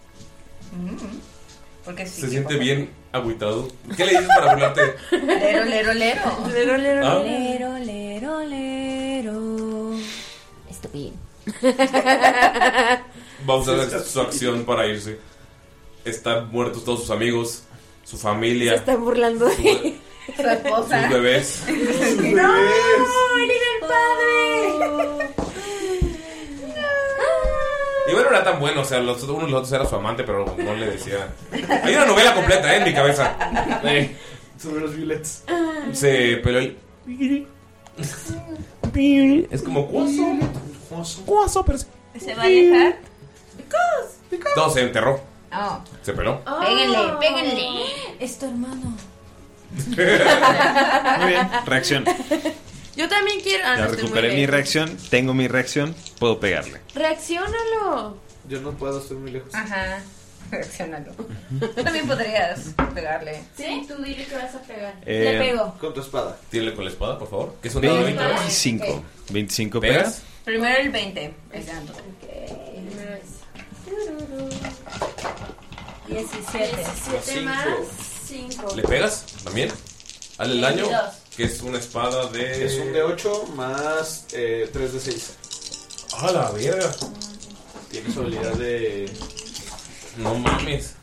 Porque sí. Se siente bien agüitado. ¿Qué le dices para burlarte? Lero, lero, lero. Lero, lero, ¿Ah? lero. Lero, lero, lero. Estúpido. Va a usar su acción para irse. Están muertos todos sus amigos, su Se familia, está burlando de... Su esposa. sus bebés. ¡No! ¡Eres el padre! Y bueno, no era tan bueno, o sea, los, uno de los otros era su amante, pero no le decía. Hay una novela completa, ¿eh? En mi cabeza. Eh, Sobre los violets. se peló el. Es como cuaso. Cuaso, pero. ¿Se va a alejar? No, se enterró. Oh. Se peló. Péguenle, péguenle. Es tu hermano. Muy bien, reacción. Yo también quiero... Ah, Ya no, estoy muy recuperé mi lejos. reacción. Tengo mi reacción. Puedo pegarle. Reacciónalo. Yo no puedo, estoy muy lejos. Ajá. Reaccionalo. Tú también podrías pegarle. Sí, tú dile que vas a pegar. Eh, Le pego. Con tu espada. Tírale con la espada, por favor. Que es un dado de veinte. veinticinco. veinticinco pegas. ¿Pegas? Primero el veinte. Exacto. Primero es... diecisiete. diecisiete más cinco. ¿Le pegas también? Hazle el daño, veintidós. que es una espada de... Es un de ocho más eh, tres de seis. ¡Ah, la verga! Tienes habilidad de... No mames.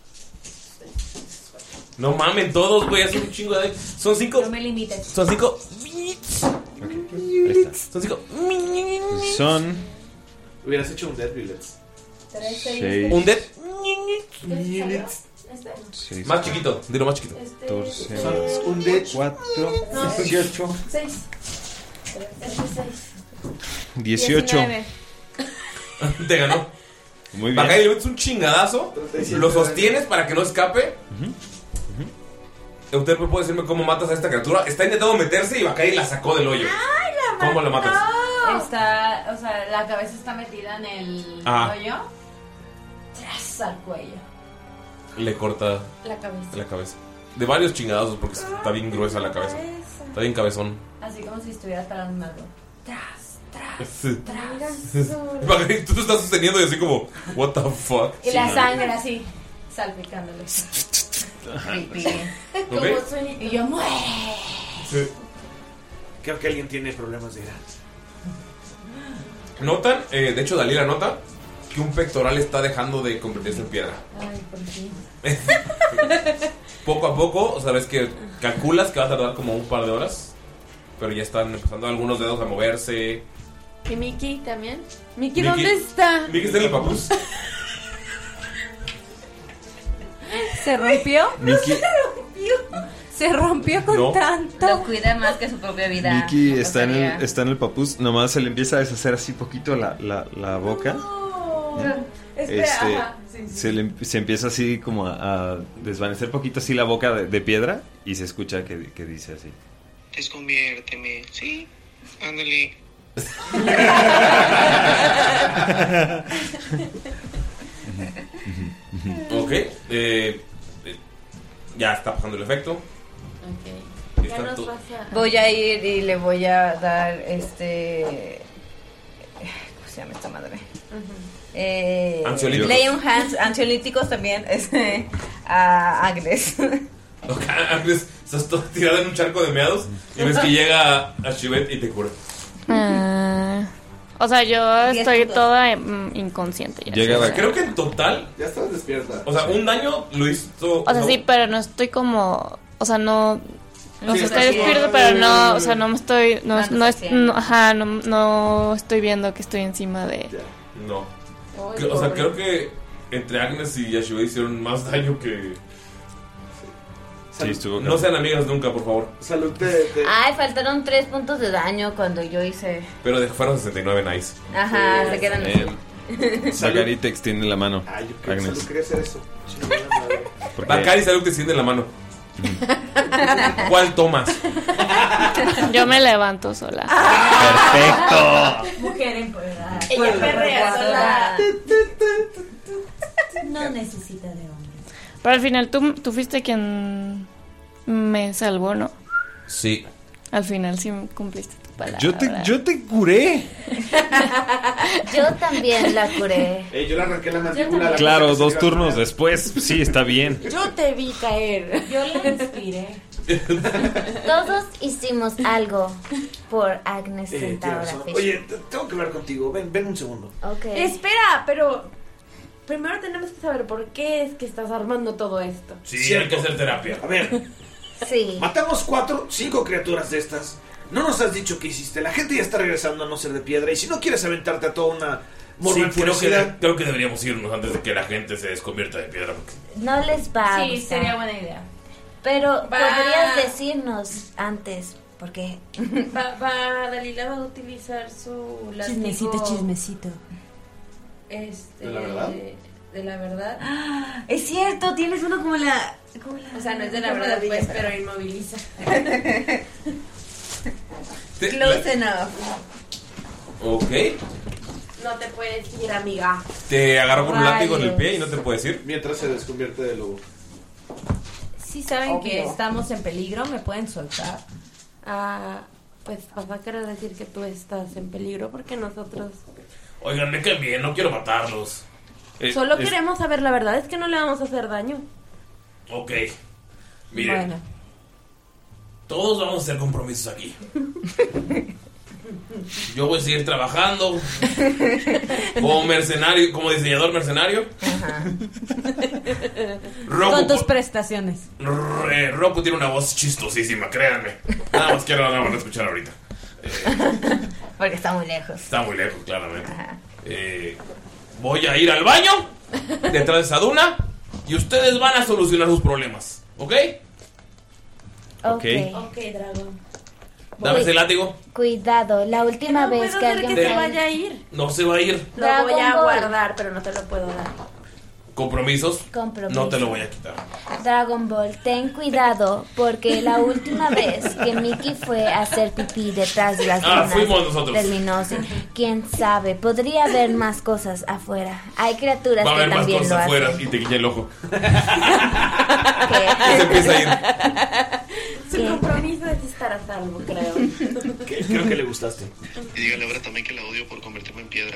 No mamen todos, güey, es un chingo de... Son cinco... No me limites. Son cinco... Ahí está. Son cinco... Son... Hubieras hecho un Dead Billets. Tres, seis. Seis. Un dead... Este. seis, Más chiquito, dilo más chiquito. catorce, Son un dead... cuatro, No. dieciocho, Seis. Este es seis. dieciocho. diecinueve. Te ganó. Muy bien. Bacari, le metes un chingadazo, lo sostienes para que no escape. Euterpe, ¿puede decirme cómo matas a esta criatura? Está intentando meterse y Bacari la sacó del hoyo. ¡Ay, la ¿Cómo la matas? Está, o sea, la cabeza está metida en el Ah. hoyo. Tras al cuello. Le corta La cabeza. la cabeza. De varios chingadazos porque está bien gruesa la cabeza. Está bien cabezón. Así como si estuviera talando algo. Tras, tras, Sí. tras. Bacari, tú te estás sosteniendo y así como, what the fuck. Y la sangre así, salpicándole. Creepy. Como Ok. sueño. Y yo muere. Sí. Creo que alguien tiene problemas de ira. Notan, eh, de hecho Dalila nota que un pectoral está dejando de convertirse en piedra. Ay, por fin. Poco a poco, sabes que calculas que va a tardar como un par de horas, pero ya están empezando algunos dedos a moverse. ¿Y Mickey también? Mickey, Mickey- ¿dónde está? Mickey está en el papús. ¿Se rompió? Mickey- Se rompió. Se rompió con No. tanto. Lo cuida más que su propia vida. Mickey No está en, pasaría. el, está en el papús, nomás se le empieza a deshacer así poquito la, la, la boca. Espera, Este, ajá, sí, sí. Se, le, se empieza así como a, a desvanecer poquito así la boca de, de piedra y se escucha que, que dice así. Desconviérteme. Sí, ándale. Ok, eh, eh, ya está pasando el efecto. Ok. Está Ya nos to- vas a... Voy a ir y le voy a dar este. ¿Cómo se llama esta madre? Eh, Ansiolíticos. Leon Hands, ansiolíticos también este, a Agnes. Ok, Agnes, estás toda tirada en un charco de meados y ves que llega a Shivet y te cura. Ah, o sea, yo Diez estoy puntos. toda mm, inconsciente. ya. Llega la- Creo que en total, Ya estás despierta. o sea, un daño lo hizo. O sea, sí, pero no estoy como... O sea, no... O Sí, sea, está estoy bien. despierto, pero no... O sea, no me estoy... No, Dando no, es, saciando. no, ajá, no, no estoy viendo que estoy encima de... No. Ay, Que- o sea, pobre. creo que entre Agnes y Yashivet hicieron más daño que. Sí, estuvo No sean amigas nunca, por favor. Salud te, te- Ay, faltaron tres puntos de daño cuando yo hice. Pero de- fueron sesenta y nueve nice. Ajá, se quedan así. Eh, Bacari te extiende la mano. Ay, yo creo que Agnes. Salud quería hacer eso. Chingada madre. Porque- Bacari y Salud te extienden la mano. ¿Cuál tomas? Yo me levanto sola. ¡Perfecto! Mujer empoderada. Ella perrea sola. No necesita de hombre. Pero al final tú, tú fuiste quien me salvó, ¿no? Sí. Al final sí cumpliste tu palabra. Yo te, yo te curé. Yo también la curé. Eh, yo le arranqué la mandíbula. a la Claro, cosa que dos se iba a turnos curar. después. Sí, está bien. Yo te vi caer. Yo la inspiré. Todos hicimos algo por Agnes Eh, tienes Centaura razón. Fish. Oye, te- tengo que hablar contigo. Ven, ven un segundo. Ok. Espera, pero primero tenemos que saber por qué es que estás armando todo esto. Sí, hay que hacer terapia. A ver, Sí. matamos cuatro, cinco criaturas de estas. No nos has dicho qué hiciste. La gente ya está regresando a no ser de piedra. Y si no quieres aventarte a toda una morra Sí, creo que, enfurecida, creo que deberíamos irnos antes de que la gente se desconvierta de piedra. porque- No les va a Sí, gustar. sería buena idea. Pero Va. podrías decirnos antes, porque Va, va, Dalila va a utilizar su látigo. Chismecito, chismecito. Este, ¿De la verdad? De la verdad. ¡Ah! Es cierto, tienes uno como la. Como la O sea, no es de la como verdad, villa, pues, pero inmoviliza. Te- Close enough. Ok. No te puedes ir, amiga. Te agarró con un látigo en el Rayos. pie y no te puedes ir. Mientras se desconvierte de lobo. Si saben Obvio. que estamos en peligro, me pueden soltar. Ah, pues vas a querer decir que tú estás en peligro porque nosotros... Oigan, me caen bien, no quiero matarlos. Eh, Solo es- queremos saber la verdad, es que no le vamos a hacer daño. Ok. Miren, Bueno. todos vamos a hacer compromisos aquí. Yo voy a seguir trabajando como mercenario, como diseñador mercenario. Roku, Con tus prestaciones. R- Roku tiene una voz chistosísima, créanme. Nada más quiero nada más escuchar ahorita. Porque está muy lejos. Está muy lejos, claramente. Eh, voy a ir al baño detrás de esa duna y ustedes van a solucionar sus problemas, ¿ok? Ok. Ok, dragón. Dame ese látigo. Cuidado, la última No vez puedo que hacer alguien que se Del- vaya a ir. No se va a ir. Lo Dragon voy a Ball. guardar, pero no te lo puedo dar. Compromisos. Compromiso. No te lo voy a quitar. Dragon Ball, ten cuidado, porque la última vez que Mickey fue a hacer pipí detrás de las Ah, lunas fuimos nosotros. terminó así. Quién sabe, podría haber más cosas afuera. Hay criaturas Va a que haber más también cosas lo afuera hacen. y te guiña el ojo. ¿Qué? Se empieza a ir. Su compromiso es estar a salvo, creo. Que- Creo que le gustaste. Y dígale ahora también que la odio por convertirme en piedra.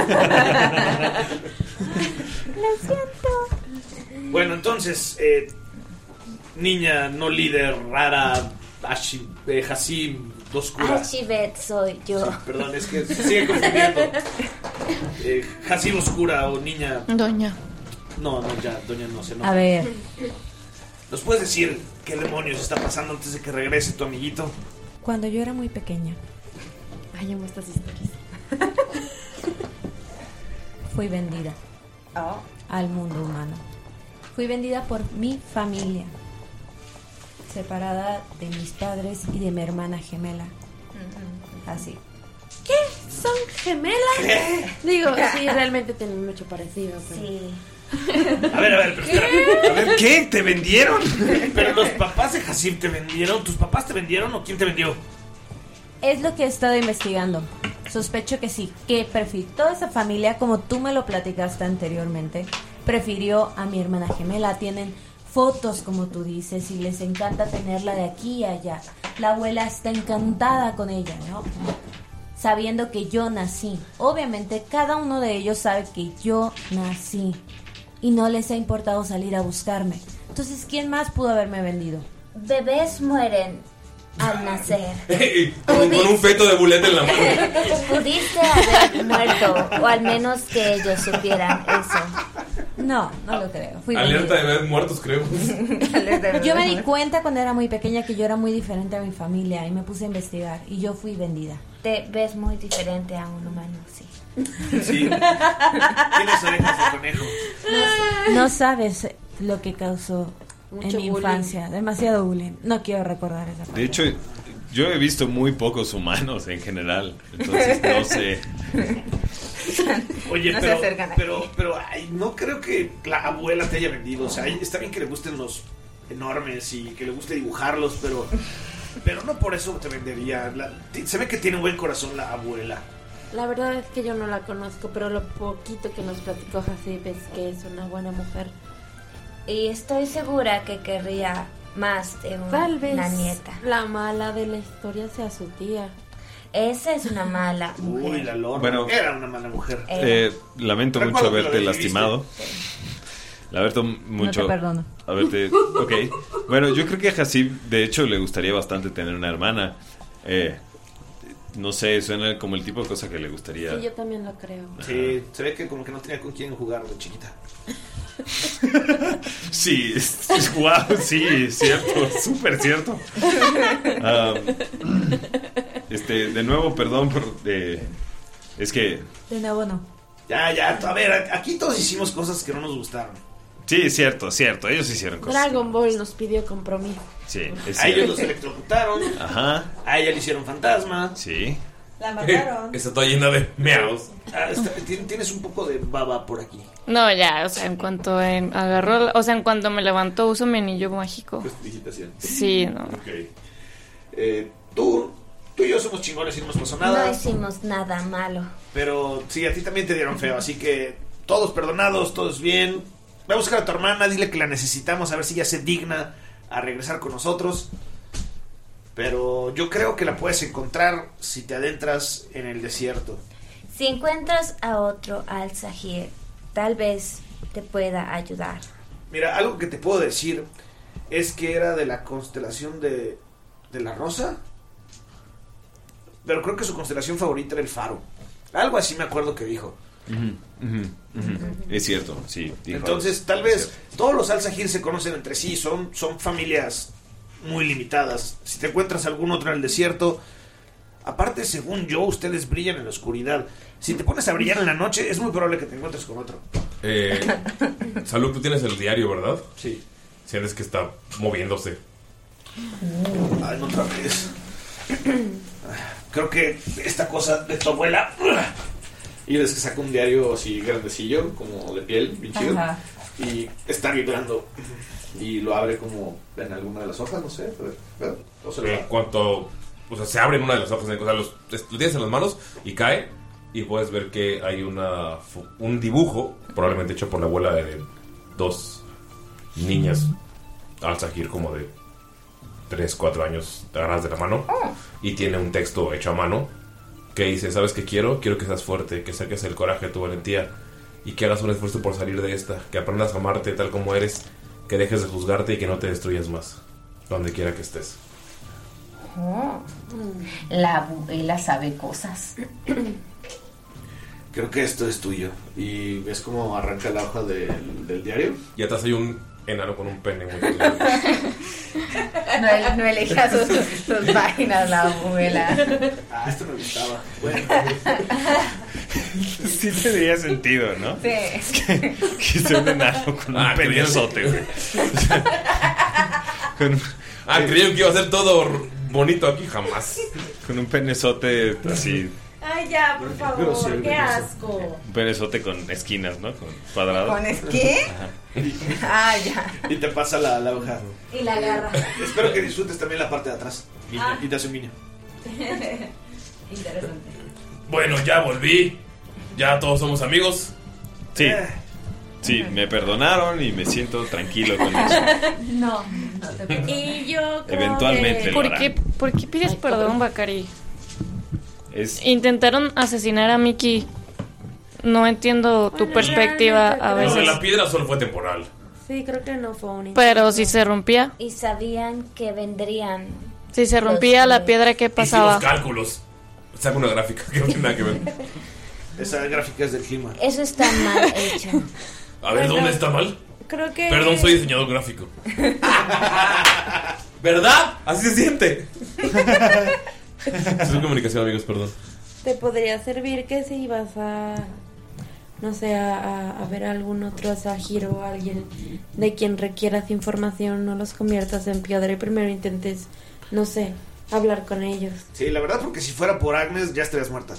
Lo siento. Bueno, entonces, eh, niña no líder, rara, Ashi, eh, Hasim, oscura. Archivet soy yo. Sí, perdón, es que se sigue confundiendo. Eh, Hasim oscura o niña. Doña. No, no, ya, doña no se enoja. A ver. ¿Nos puedes decir qué demonios está pasando antes de que regrese tu amiguito? Cuando yo era muy pequeña, Ay, amo estas historias. fui vendida al mundo humano. Fui vendida por mi familia, separada de mis padres y de mi hermana gemela. Así. ¿Qué? ¿Son gemelas? ¿Qué? Digo, sí, realmente tienen mucho parecido. Pero... Sí. A ver, a ver, pero espera. A ver, ¿qué? ¿Te vendieron? Pero los papás de Hasim te vendieron. ¿Tus papás te vendieron o quién te vendió? Es lo que he estado investigando. Sospecho que sí, que prefirió toda esa familia, como tú me lo platicaste anteriormente, prefirió a mi hermana gemela. Tienen fotos, como tú dices, y les encanta tenerla de aquí y allá. La abuela está encantada con ella, ¿no? Sabiendo que yo nací. Obviamente, cada uno de ellos sabe que yo nací. Y no les ha importado salir a buscarme. Entonces, ¿quién más pudo haberme vendido? Bebés mueren al nacer. con, con un feto de buleta en la mano. Pudiste haber muerto, o al menos que ellos supieran eso. No, no lo creo. Fui Alerta vendida. de bebés muertos, creo. Yo me di cuenta cuando era muy pequeña que yo era muy diferente a mi familia y me puse a investigar y yo fui vendida. Te ves muy diferente a un humano, sí. Sí. Tienes orejas de conejo. No, no sabes lo que causó Mucho en mi bullying. infancia. Demasiado bullying. No quiero recordar esa parte. De hecho, yo he visto muy pocos humanos en general. Entonces, no sé. Oye, No se pero, acercan a pero, pero, ay, no creo que la abuela te haya vendido. O sea, está bien que le gusten los enormes y que le guste dibujarlos, pero, pero no por eso te vendería. La- ti- se ve que tiene un buen corazón la abuela. La verdad es que yo no la conozco, pero lo poquito que nos platicó Hasib es que es una buena mujer. Y estoy segura que querría más de una, Tal vez una nieta. la mala de la historia sea su tía. Esa es una mala mujer. Uy, la lorna. Bueno. Era una mala mujer. Eh, lamento Recuerdo mucho que lo haberte desviviste. lastimado. Lamento mucho. No te perdono. Haberte. Ok. Bueno, yo creo que a Hasib, de hecho, le gustaría bastante tener una hermana. Eh, no sé, suena como el tipo de cosa que le gustaría. Sí, yo también lo creo. Sí, se ve que como que no tenía con quién jugar de chiquita. Sí, es, es guau, sí, es cierto, súper cierto. Um, este, de nuevo, perdón por. eh, es que. De nuevo no. Ya, ya, a ver, aquí todos hicimos cosas que no nos gustaron. Sí, es cierto, es cierto. Ellos hicieron cosas. Dragon Ball nos pidió compromiso. Sí, es A ellos cierto. los electrocutaron. Ajá. A ella le hicieron fantasma. Sí. La mataron. Está toda llena de meados. Ah, está- tien- tienes un poco de baba por aquí. No, ya, o sea, en cuanto en- agarró, la- o sea, en cuanto me levantó, uso mi anillo mágico. Digitación. Sí, no. Ok. Eh, tú, tú y yo somos chingones y no nos pasó nada. No hicimos nada malo. Pero sí, a ti también te dieron feo. Así que todos perdonados, todos bien. Ve a buscar a tu hermana, dile que la necesitamos, a ver si ya se digna a regresar con nosotros. Pero yo creo que la puedes encontrar si te adentras en el desierto. Si encuentras a otro Al-Zahir, tal vez te pueda ayudar. Mira, algo que te puedo decir es que era de la constelación de, de la Rosa. Pero creo que su constelación favorita era el Faro. Algo así me acuerdo que dijo. Uh-huh, uh-huh, uh-huh. Es cierto, sí. Dijo Entonces, algo. tal vez todos los Al-Zahir se conocen entre sí. Son, son familias muy limitadas. Si te encuentras algún otro en el desierto... Aparte, según yo, ustedes brillan en la oscuridad. Si te pones a brillar en la noche, es muy probable que te encuentres con otro. Eh, Salud, tú tienes el diario, ¿verdad? Sí. Sientes que está moviéndose. Ay, no otra vez. Creo que esta cosa de tu abuela. Y ves que saca un diario así grandecillo, como de piel, bien chido. Ajá. Y está vibrando. Y lo abre como en alguna de las hojas, no sé. ¿Verdad? O se lo En cuanto... O sea, se abre en una de las hojas, o sea, los, lo tienes en las manos y cae. Y puedes ver que hay una un dibujo, probablemente hecho por la abuela de dos niñas Al-Zahir, como de tres, cuatro años, agarradas de la mano. Y tiene un texto hecho a mano que dice: ¿sabes qué quiero? Quiero que seas fuerte, que saques el coraje de tu valentía y que hagas un esfuerzo por salir de esta, que aprendas a amarte tal como eres, que dejes de juzgarte y que no te destruyas más, donde quiera que estés. Oh, la abuela sabe cosas. Creo que esto es tuyo. Y ves cómo arranca la hoja del, del diario. Y atrás hay un enano con un pene muy No, no elegía sus, sus páginas la abuela. Ah, esto me gustaba. Bueno. Sí tendría sentido, ¿no? Sí. Que, que sea un enano con Ah, un penezote, güey. Con- Ah, creyeron que iba a ser todo bonito aquí, jamás. Con un penezote así. Ay, ya, por favor, qué asco. Un penezote con esquinas, ¿no? Con cuadrados. ¿Con es qué? Ah, ya. Y te pasa la, la hoja. Y la agarra. Espero que disfrutes también la parte de atrás. Guiño, Ah. Y te hace un guiño. Interesante. Bueno, ya volví. Ya todos somos amigos. Sí. Sí, me perdonaron y me siento tranquilo con eso. No, no te preocupes. Y yo creo Eventualmente que... lo ¿Por harán. qué, ¿Por qué pides perdón, Bacari? Es Intentaron asesinar a Mickey. No entiendo tu Bueno, perspectiva realmente a Lo de veces. la piedra solo fue temporal. Sí, creo que no fue un Pero si se rompía, Y sabían que vendrían. si se rompía la piedra, ¿qué Hicimos pasaba? cálculos. Saca una gráfica que no tiene nada que ver. Esa gráfica es del clima. Eso está mal hecho. A ver, Bueno, ¿dónde está mal? Creo que... Perdón, soy diseñador gráfico. ¿Verdad? Así se siente. Es comunicación, amigos, perdón. Te podría servir que si ibas a... No sé, a, a- a ver a algún otro Zahir o alguien de quien requieras información, no los conviertas en piedra y primero intentes, no sé, hablar con ellos. Sí, la verdad, porque si fuera por Agnes ya estarías muerta.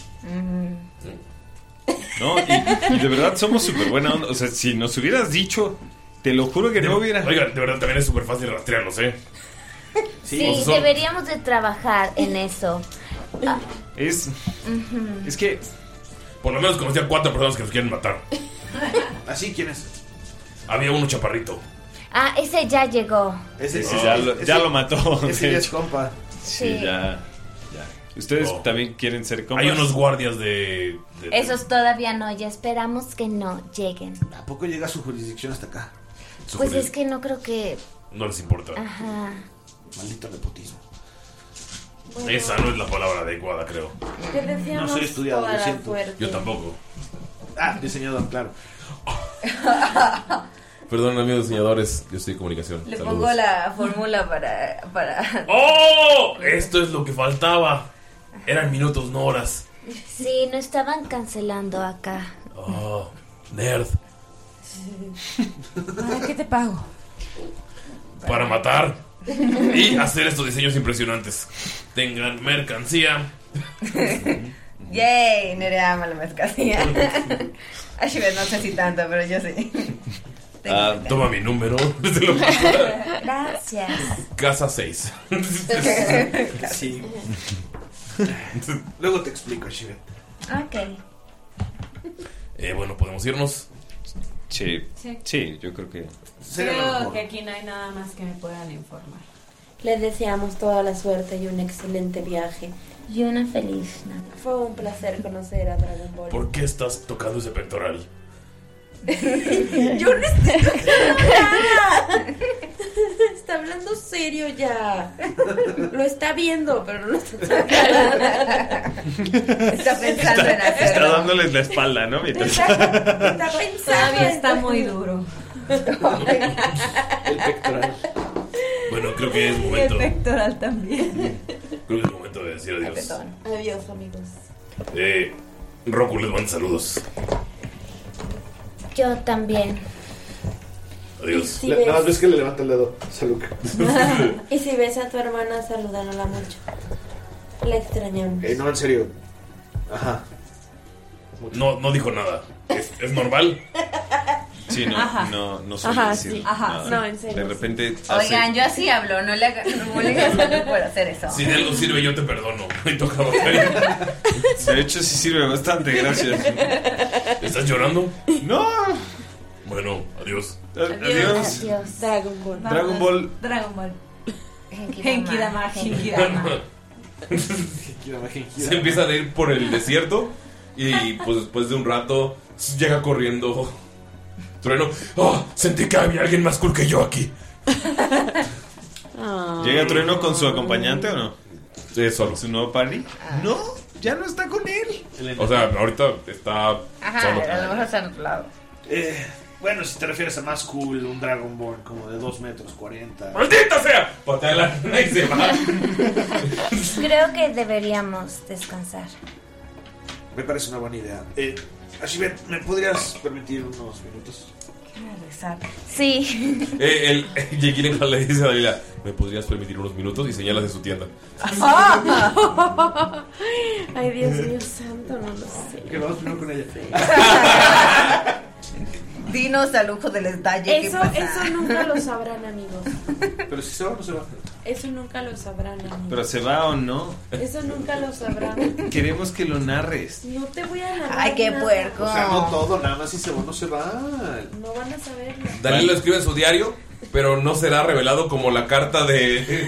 No, y, y de verdad somos súper buena onda. O sea, si nos hubieras dicho, te lo juro que no hubiera. Oigan, de verdad también es súper fácil rastrearlos, ¿eh? Sí, O sea, son- deberíamos de trabajar en eso. Ah, Es. ujú. Es que. Por lo menos conocí a cuatro personas que nos quieren matar. ¿Así quién es? Había uno chaparrito. Ah, ese ya llegó. Ese, Sí, ya lo, ya lo mató. Ese de ya es hecho. compa. Sí, Sí. ya. ya. ¿Ustedes Oh. también quieren ser compas? Hay unos guardias de. de- Esos todavía no, ya esperamos que no lleguen. ¿A poco llega su jurisdicción hasta acá? su Pues juris- es que no creo que... No les importa. Ajá. Maldito nepotismo. Esa no es la palabra adecuada, creo. Te deseamos No soy estudiado, toda lo la siento. suerte. Yo tampoco. Ah, diseñador, claro. Perdón, amigos diseñadores, yo estoy en comunicación. Le Saludos. pongo la fórmula para... para... ¡Oh! Esto es lo que faltaba. Eran minutos, no horas. Sí, no estaban cancelando acá. Oh, nerd. ¿Para qué te pago? Para matar y hacer estos diseños impresionantes. Tengan mercancía. Yay, Nerea ama la mercancía. Ashibet no sé si tanto, pero yo sí. Ah, toma mi número. Se lo paso. Gracias. Casa seis. Sí. Luego te explico, Shivet. Ok. Eh, bueno, podemos irnos. Sí, Sí. sí, yo creo que. Sería lo Creo mejor. que aquí no hay nada más que me puedan informar. Les deseamos toda la suerte y un excelente viaje. Y una feliz Navidad. Fue un placer conocer a Dragon Ball. ¿Por qué estás tocando ese pectoral? Yo no estoy tocando nada. Está hablando serio ya. Lo está viendo, pero no lo está tocando. Está pensando en hacerlo. Está dándoles la espalda, ¿no? Mientras... Está pensando. Todavía está muy duro. El pectoral. Bueno, creo que es El momento. pectoral también. Creo que es momento de decir adiós. Adiós, amigos. Eh, Roku les manda saludos. Yo también. Adiós. Sí, Le- ves. nada más ves que le levanta el dedo. Salud. Y si ves a tu hermana, salúdala mucho. La extrañamos. Eh, no, en serio. Ajá. No, no dijo nada. ¿Es, es normal? Sí, no, Ajá. no, no suele Ajá, decir sí. Ajá, nada. no, en serio, De sí. repente hace- Oigan, yo así hablo, no le haga- no me le hagas por hacer eso. Si de algo sirve, yo te perdono. Y toca bajar. De hecho, sí sirve bastante, gracias. ¿Estás llorando? No. Bueno, adiós. Adiós. Adiós. Dragon Ball. Dragon Ball. Dragon Ball. Genki Dama, Genki Dama. Se empieza a ir por el desierto. Y pues después de un rato llega corriendo Trueno. ¡Oh! Sentí que había alguien más cool que yo aquí. ¿Llega Trueno con su acompañante o no? Sí, solo. ¿Su nuevo party? No, ya no está con él. O sea, ahorita está Ajá, solo. a lo mejor está en otro lado. Eh, bueno, si te refieres a más cool, un Dragonborn como de dos metros cuarenta. ¡Maldita sea! Patea la lana y se va. Creo que deberíamos descansar. Me parece una buena idea. Eh, Ashibet, ¿me podrías permitir unos minutos? Sí. Eh, el Jekylin le dice a Dalila: ¿me podrías permitir unos minutos? Y señalas de su tienda. Ay, Dios mío santo, no lo sé. Que vamos primero con ella. Dinos al lujo del detalle. Eso, ¿qué pasa? eso nunca lo sabrán, amigos. Pero si se va o no se va. Eso nunca lo sabrán, amigos. Pero se va o no. Eso nunca lo sabrán. Queremos que lo narres. No te voy a narrar. Ay, qué nada. puerco. O sea, no todo, nada más si se va o no se va. No van a saberlo. Dalila lo escribe en su diario, pero no será revelado como la carta de.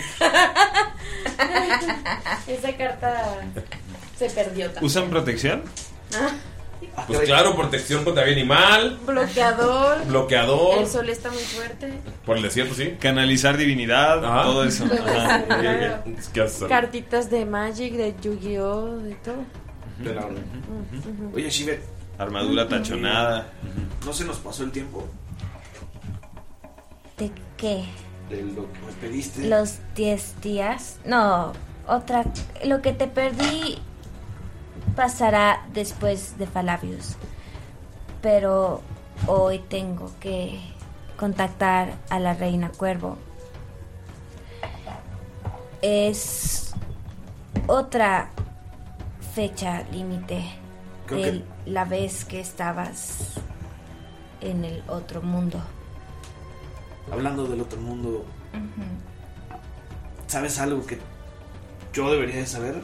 Esa carta se perdió también. ¿Usan protección? Ah, Pues claro, protección contra bien y mal. bloqueador. Bloqueador. El sol está muy fuerte. Por el desierto, sí. Canalizar divinidad, Ajá. todo eso. Ajá. Claro. ¿Qué haces? Cartitas de Magic, de Yu-Gi-Oh, de todo. De la orden. Ujú. Oye, Ashibet. Armadura tachonada. ¿No se nos pasó el tiempo? ¿De qué? De lo que me pediste. ¿Los diez días? No, otra. Lo que te perdí pasará después de Falabius. Pero hoy tengo que contactar a la reina Cuervo. Es otra fecha límite Creo de que- la vez que estabas en el otro mundo. Hablando del otro mundo, ¿sabes algo que yo debería de saber?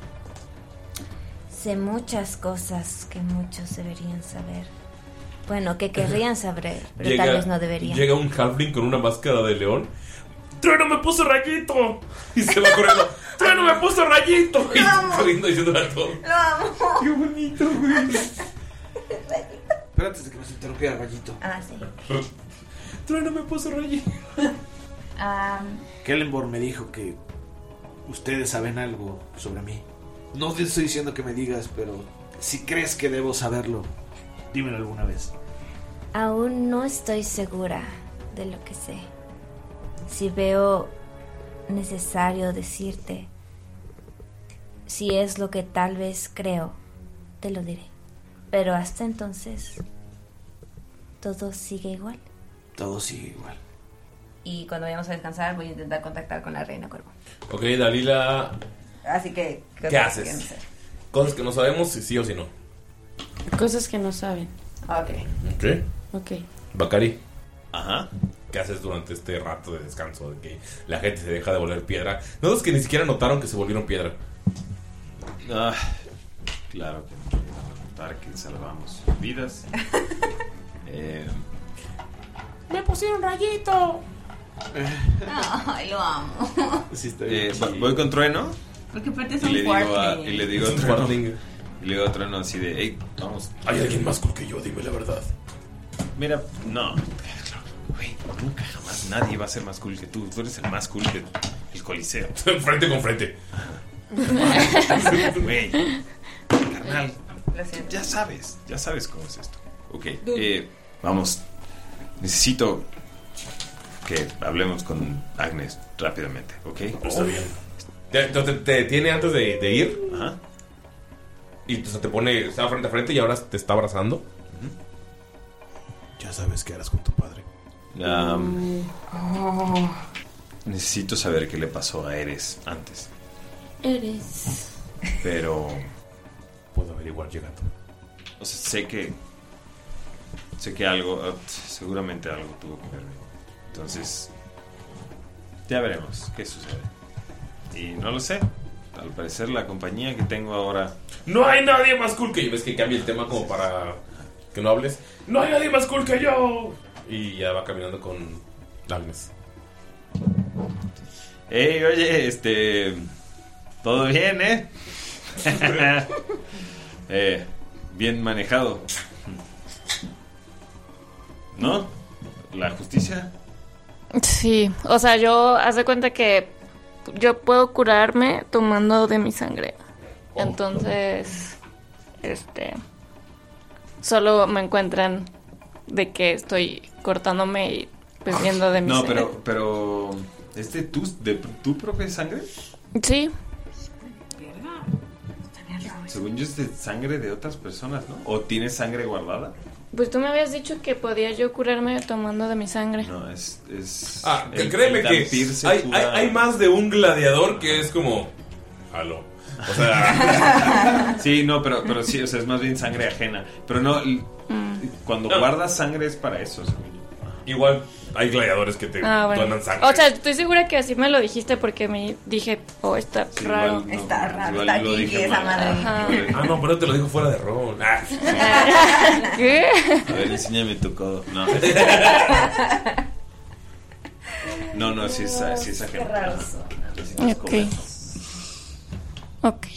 Sé muchas cosas que muchos deberían saber. Bueno, que querrían saber, pero tal vez no deberían. Llega un halfling con una máscara de león. ¡Trueno me puso rayito! Y se va corriendo. ¡Trueno me puso rayito! Y está corriendo diciéndole a todo. Lo amo. ¡Qué bonito, güey! Espérate antes de que nos interrumpa Rayito. Ah, sí. Trueno me puso rayito. Ah, Kellenborn me dijo que ustedes saben algo sobre mí. No te estoy diciendo que me digas, pero si crees que debo saberlo, dímelo alguna vez. Aún no estoy segura de lo que sé. Si veo necesario decirte, si es lo que tal vez creo, te lo diré. Pero hasta entonces, todo sigue igual. Todo sigue igual. y cuando vayamos a descansar voy a intentar contactar con la reina Cuervo. Ok, Dalila, Así que... ¿qué que haces? quieren hacer? Cosas que no sabemos, si sí o si no. Cosas que no saben. Ok. Ok. Ok. Bacari. Ajá. ¿Qué haces durante este rato de descanso? De que la gente se deja de volver piedra. Notas que ni siquiera notaron que se volvieron piedra. Ah, claro que no quiero notar que salvamos vidas. eh, Me pusieron rayito. Ay, lo amo. sí está bien. Eh, va- voy con Trueno. Porque aparte es Y un le digo a, cuartling. y le digo Es a un Trueno. cuartling. Y le digo a Trueno así de, hey, vamos. Hay alguien más cool que yo, dime la verdad. Mira, no. Güey, nunca jamás nadie va a ser más cool que tú. Tú eres el más cool que el Coliseo. Frente con frente. Güey, carnal, ya sabes, ya sabes cómo es esto. Ok, eh, vamos. Necesito que hablemos con Agnes rápidamente, ¿ok? Está bien. ¿Te, te, te detiene antes de, de ir? Ajá. Y o sea, te pone, estaba frente a frente y ahora te está abrazando. Ya sabes qué harás con tu padre. Um, oh. Necesito saber qué le pasó a Eres antes. Eres. Pero puedo averiguar llegando. O sea, sé que sé que algo, seguramente algo tuvo que ver. Entonces ya veremos qué sucede. Y no lo sé. Al parecer la compañía que tengo ahora. No hay nadie más cool que yo. Ves que cambia el tema como para que no hables. No hay nadie más cool que yo. Y ya va caminando con Agnes. Ey, oye, este, todo bien, ¿eh? eh bien manejado. ¿No? ¿La justicia? Sí, o sea, yo haz de cuenta que yo puedo curarme tomando de mi sangre. Oh. Entonces, este, solo me encuentran de que estoy cortándome y bebiendo de mi no, sangre. No, pero, pero, ¿es de tu, de tu propia sangre? Sí. Según yo es de sangre de otras personas, ¿no? ¿O tienes sangre guardada? Pues tú me habías dicho que podía yo curarme tomando de mi sangre. No, es... es ah, que créeme que hay, hay, hay más de un gladiador que es como... Aló. O sea... sí, no, pero, pero sí, o sea, es más bien sangre ajena. Pero no, mm. cuando no. guardas sangre es para eso, según yo. Igual hay gladiadores que te ah, bueno. donan sangre. O sea, estoy segura que así me lo dijiste porque me dije, oh, está sí, raro. Igual, no, está raro, está aquí esa madre. Ajá. Ah, no, pero te lo dijo fuera de rol. Ah. ¿Qué? A ver, enséñame tu codo. No. No, no, sí es, sí es ajeno. Qué raro. Ok. Ok.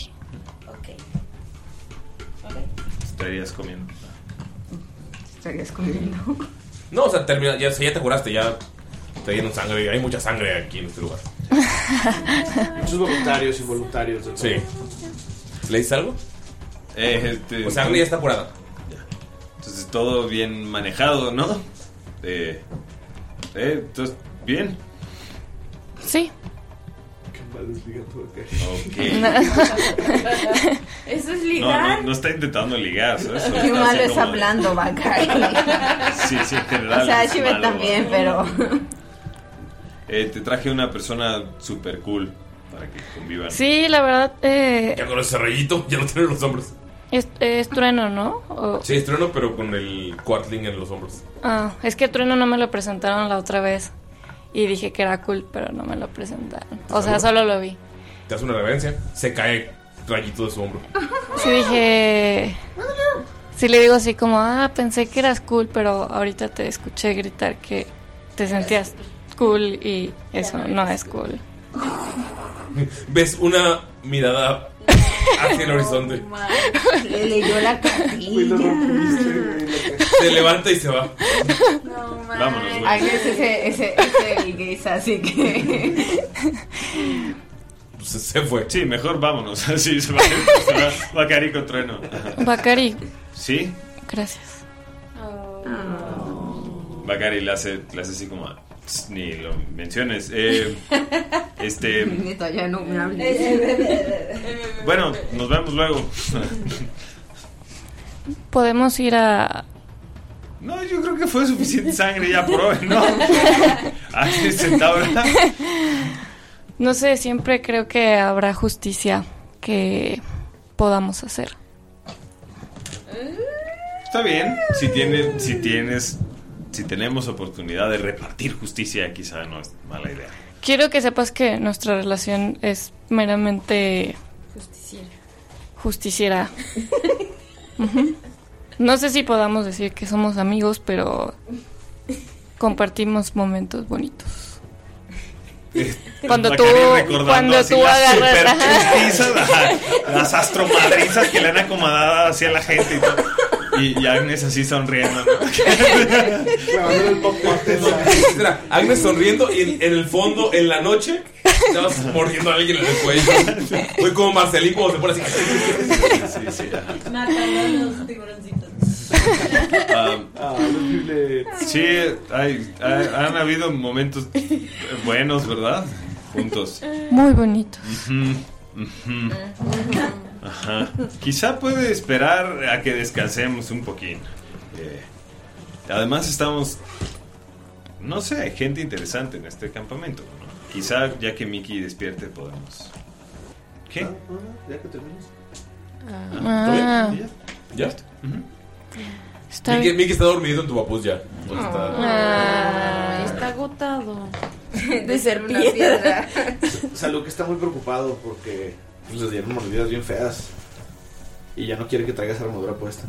Ok. Estarías comiendo. Estarías comiendo. No, o sea, termina, ya, ya te curaste, ya te dieron sangre. Hay mucha sangre aquí en este lugar. Muchos voluntarios y voluntarios. De todo. Sí. ¿Le dices algo? Eh, este, o sea, sangre ya está curada. Ya. Entonces todo bien manejado, ¿no? Eh, eh, entonces, bien. Sí. Okay. Eso es ligar. No, no, no está intentando ligar, ¿sabes? Solo Qué está malo es como... hablando, Bacari. Sí, sí, en general. O sea, es Shivet malo, también, malo. pero. Eh, te traje una persona super cool para que convivan. Sí, la verdad. Eh, ya con ese rayito, ya lo tienen los hombros. Es, es Trueno, ¿no? O... Sí, es Trueno, pero con el Quatling en los hombros. Ah, es que Trueno no me lo presentaron la otra vez. Y dije que era cool, pero no me lo presentaron. O sea, solo lo vi. Te hace una reverencia, se cae rayito de su hombro. Sí, dije... Sí, le digo así como, ah, pensé que eras cool, pero ahorita te escuché gritar que te sentías cool y eso no es cool. Ves una mirada hacia el horizonte. Le leyó la cartilla. Se levanta y se va. No, vámonos, güey. Agnes ese, ese, ese el gays, así que. Se, se fue. Sí, mejor vámonos. Sí, se va, se va Bacari con Trueno. Bacari. ¿Sí? Gracias. Oh. Bacari le hace, le hace así como. Ni lo menciones. Eh, este. Neta, ya no me hables. Bueno, nos vemos luego. Podemos ir a. No, yo creo que fue suficiente sangre ya por hoy, ¿no? Así Centaura. No sé, siempre creo que habrá justicia que podamos hacer. Está bien, si tienes, si tienes, si tenemos oportunidad de repartir justicia, quizá no es mala idea. Quiero que sepas que nuestra relación es meramente justiciera. Justiciera. Uh-huh. No sé si podamos decir que somos amigos, pero compartimos momentos bonitos. Cuando tú, cuando tú agarras las, las astromadrizas que le han acomodado hacia la gente y todo. Y, y Agnes así sonriendo, ¿no? Espera, Agnes sonriendo y en, en el fondo, en la noche, estabas mordiendo a alguien en el cuello. Fue como Marcelín cuando se pone así. Sí, sí. Matando a los tiburoncitos. Um, sí, hay, hay- han habido momentos buenos, ¿verdad? Juntos. Muy bonito. Ujú, ujú. Ajá. Quizá puede esperar a que descansemos un poquito. Eh, además estamos, no sé, hay gente interesante en este campamento, ¿no? Quizá ya que Mickey despierte podemos. ¿Qué? Ya que termines. Ah. ¿Ya? Ujú. Está Mickey, bien. Mickey está dormido en tu papús ya. No está- Ah, está agotado. De ser una piedra. Salud que está muy preocupado porque pues, les dieron mordidas bien feas. Y ya no quiere que traigas armadura puesta.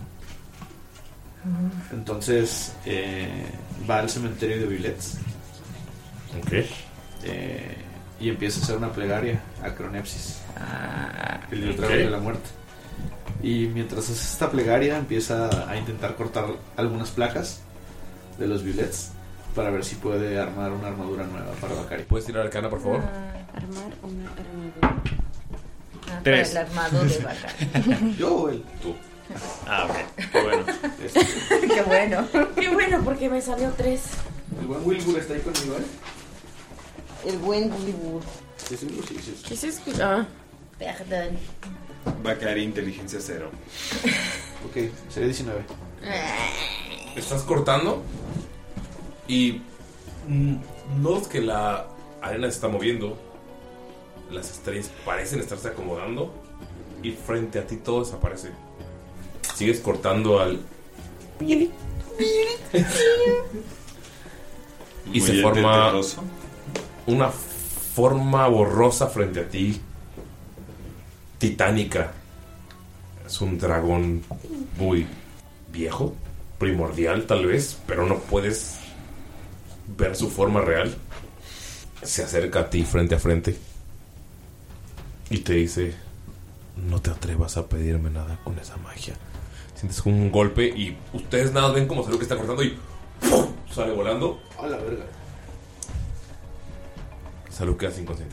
Entonces eh, va al cementerio de Villets. Ok. Eh, y empieza a hacer una plegaria a Cronepsis, el dios ok. dragón de la muerte. Y mientras hace esta plegaria empieza a intentar cortar algunas placas de los Villets para ver si puede armar una armadura nueva para Bakari. ¿Puedes tirar arcana, por favor? Armar una armadura. Ah, Tres. para el armado de Bakari. Yo o él. Tú. Ah, ok. Qué bueno. Qué bueno. Qué bueno, porque me salió tres. El buen Wilbur está ahí conmigo, ¿eh? El buen Wilbur. Sí, sí, sí, sí, sí. ¿Qué se escucha? Perdón. Bakari, inteligencia cero. Ok, sería diecinueve. Estás cortando y mm, notas que la arena se está moviendo. Las estrellas parecen estarse acomodando y frente a ti todo desaparece. Sigues cortando al y Muy se forma tenebroso. una forma borrosa frente a ti, titánica. Es un dragón muy viejo, primordial tal vez, pero no puedes ver su forma real. Se acerca a ti frente a frente y te dice: no te atrevas a pedirme nada con esa magia. Sientes un golpe y ustedes nada ven como Salud que está cortando y ¡pum! Sale volando. A la verga. Salud quedas inconsciente.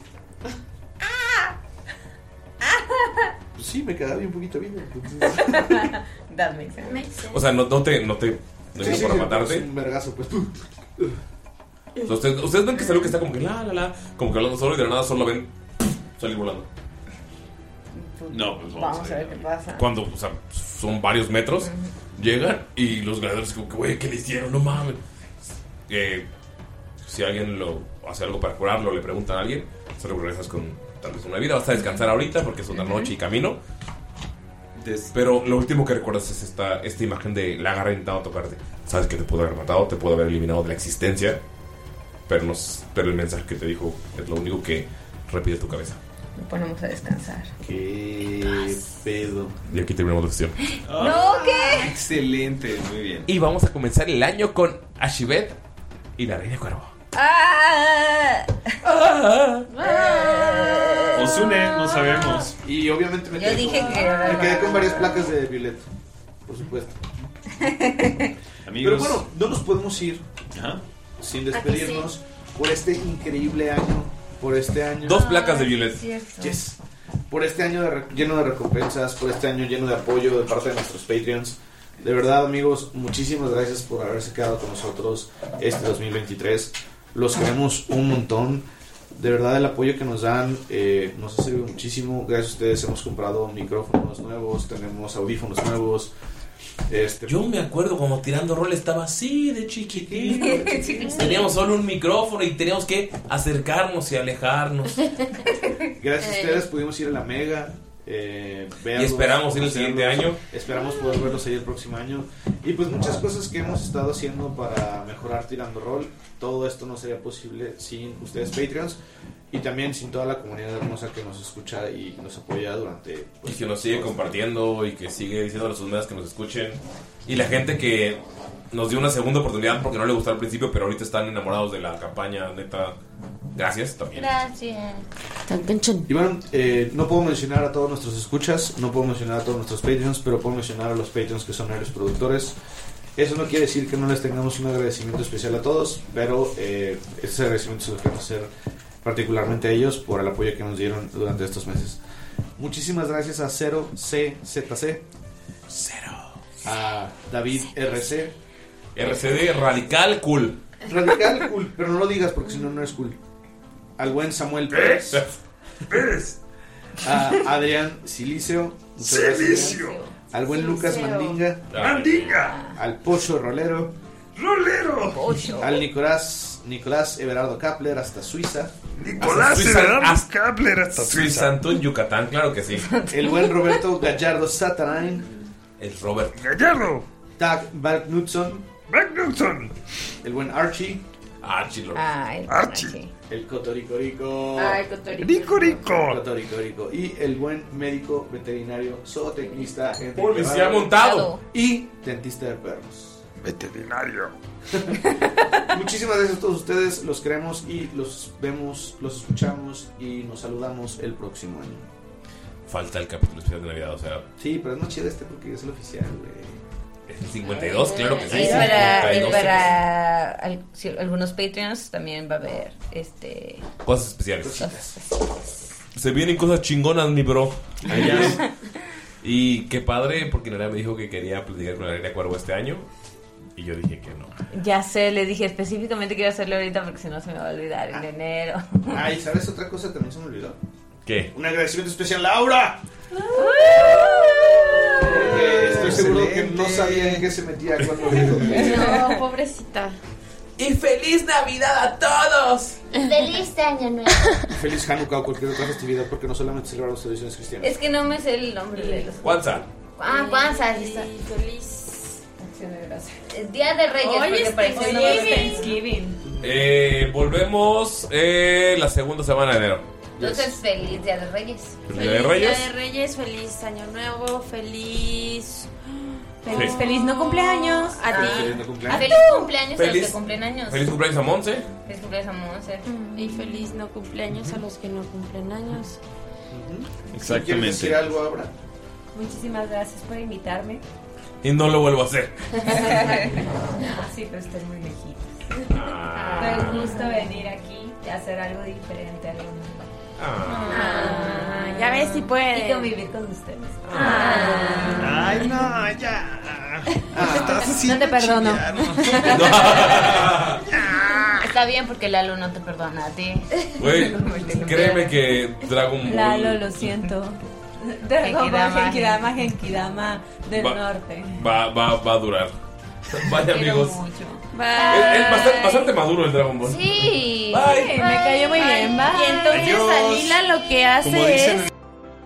Pues sí, me quedaba bien poquito bien. That makes sense. O sea, no, no te no te no Sí, iba sí, para sí, matarte. es un vergazo, pues. Ustedes, ustedes ven que Salud que está como que la la la, como que hablando solo y de la nada solo ven salir volando. No, pues Vamos a ver qué pasa. Cuando, o sea, son varios metros, llegan y los gladiadores como que, güey, ¿qué le hicieron? No mames. Eh, si alguien lo hace algo para curarlo, le preguntan a alguien, solo regresas con tal vez una vida. Vas a descansar ahorita porque es una noche y camino. Des- Pero lo último que recuerdas es esta, esta imagen de la garra intentando tocarte. Sabes que te pudo haber matado, te pudo haber eliminado de la existencia, pero, no, s- pero el mensaje que te dijo es lo único que repite tu cabeza. Nos ponemos a descansar. Qué pedo. Y aquí terminamos la sesión. No, ¿qué? Excelente, muy bien. Y vamos a comenzar el año con Ashibet y la Reina Cuervo. ¡Ah! Osune, no sabemos. Y obviamente me Yo quedé, dije con, que era me quedé la- con varias placas de Violet, por supuesto. Amigos. Pero bueno, no nos podemos ir Ajá. sin despedirnos por este increíble año. Por este año. Dos placas de Violet. Yes. Por este año de re- lleno de recompensas, por este año lleno de apoyo de parte de nuestros Patreons. De verdad, amigos, muchísimas gracias por haberse quedado con nosotros este dos mil veintitrés. Los queremos un montón. De verdad, el apoyo que nos dan eh, nos ha servido muchísimo. Gracias a ustedes hemos comprado micrófonos nuevos, tenemos audífonos nuevos. Este, Yo me acuerdo como tirando rol estaba así de chiquitito. Teníamos solo un micrófono y teníamos que acercarnos y alejarnos. Gracias a ustedes pudimos ir a la Mega. Eh, verlos, Y esperamos ir el siguiente conocerlos. año. Esperamos poder verlos ahí el próximo año. Y pues muchas cosas que hemos estado haciendo para mejorar Tirando Rol. Todo esto no sería posible sin ustedes Patreons. Y también sin toda la comunidad hermosa que nos escucha y nos apoya durante... Y que nos sigue compartiendo y que sigue diciendo a las medias que nos escuchen. Y la gente que nos dio una segunda oportunidad porque no le gustó al principio, pero ahorita están enamorados de la campaña, neta. Gracias también. Gracias. Y bueno, eh, no puedo mencionar a todos nuestros escuchas, no puedo mencionar a todos nuestros Patreons, pero puedo mencionar a los Patreons que son héroes productores. Eso no quiere decir que no les tengamos un agradecimiento especial a todos, pero eh, ese agradecimiento se lo queremos hacer particularmente a ellos por el apoyo que nos dieron durante estos meses. Muchísimas gracias a cero C Z C, Cero. a David R C, R C D Radical Cool. Radical Cool, pero no lo digas porque si no, no es cool. Al buen Samuel Pérez, Pérez. a Adrián Silicio, muchas gracias, Silicio. Adrián. Al buen Lucas Mandinga, Mandinga. al Pocho Rolero, Rolero. al Nicolás Nicolás Everardo Kapler hasta Suiza, Nicolás Suiza, Everardo hasta- Kapler hasta Suiza Suiza. Antún, Yucatán, claro que sí. el buen Roberto Gallardo Satanain, El Robert. Gallardo. Tag Knudson, Magnusson. el buen Archie, Archie Lord. Ah, el Archie. Archie. el Cotoricorico, Ay, Cotorico. Rico, rico. Cotoricorico y el buen médico veterinario zootecnista Enrique Policía Guevara, montado. y dentista de perros. Veterinario. Muchísimas gracias a todos ustedes, los queremos y los vemos, los escuchamos y nos saludamos el próximo año. Falta el capítulo especial de Navidad, o sea, Sí, pero es más chido este porque es el oficial, güey. es el cincuenta y dos, claro que sí. Y para, y cincuenta y dos. para al- si- algunos Patreons también va a haber este Cosas especiales. cosas. Se vienen cosas chingonas, mi bro. Y qué padre, porque Nerea me dijo que quería platicar con la Reina Cuervo este año. Y yo dije que no. Ya sé, le dije específicamente quiero hacerlo ahorita porque si no se me va a olvidar en enero. Ay, ¿sabes otra cosa? También se me olvidó. ¿Qué? Un agradecimiento especial a Laura. Porque estoy seguro que no sabía en qué se metía cuando dijo que... No, pobrecita. ¡Y feliz Navidad a todos! Feliz año nuevo. Feliz Hanukkah o cualquier otra festividad porque no solamente celebramos tradiciones cristianas. Es que no me sé el nombre de los. Kwanzaa. Ah, Kwanzaa. Y feliz Acción de gracias. El Día de Reyes. Oye, porque es pareció Thanksgiving. no me- Thanksgiving. Eh, volvemos eh, la segunda semana de enero. Entonces, feliz Día de Reyes. ¿El Día de Reyes? Día de Reyes, feliz año nuevo, feliz. Feliz, Sí. feliz no cumpleaños. A ti. Feliz no cumpleaños. Feliz cumpleaños a los Feliz- que cumplen años. Feliz cumpleaños a Monse. Feliz cumpleaños a Monse. Y feliz no cumpleaños a los que no cumplen años. ¿Quieres decir algo ahora? Muchísimas gracias por invitarme. Y no lo vuelvo a hacer. Sí, pero estoy muy lejitos. Ah. Fue un gusto venir aquí y hacer algo diferente, algo nuevo. Ah, ya ves si puede. Y convivir con ustedes. Ay, no, ya. Estás No haciendo te perdono. chillar. Está bien porque Lalo no te perdona a ti. Güey, créeme que Dragon Ball Lalo, lo siento. Genkidama, Genkidama, Genkidama del Va- norte. va, va, va a durar. Vaya Quiero amigos. mucho. Es, es bastante, bastante maduro el Dragon Ball. Sí. Bye. Sí, me cayó muy bien. Bye. Y entonces Adiós. Alila lo que hace Como dicen es.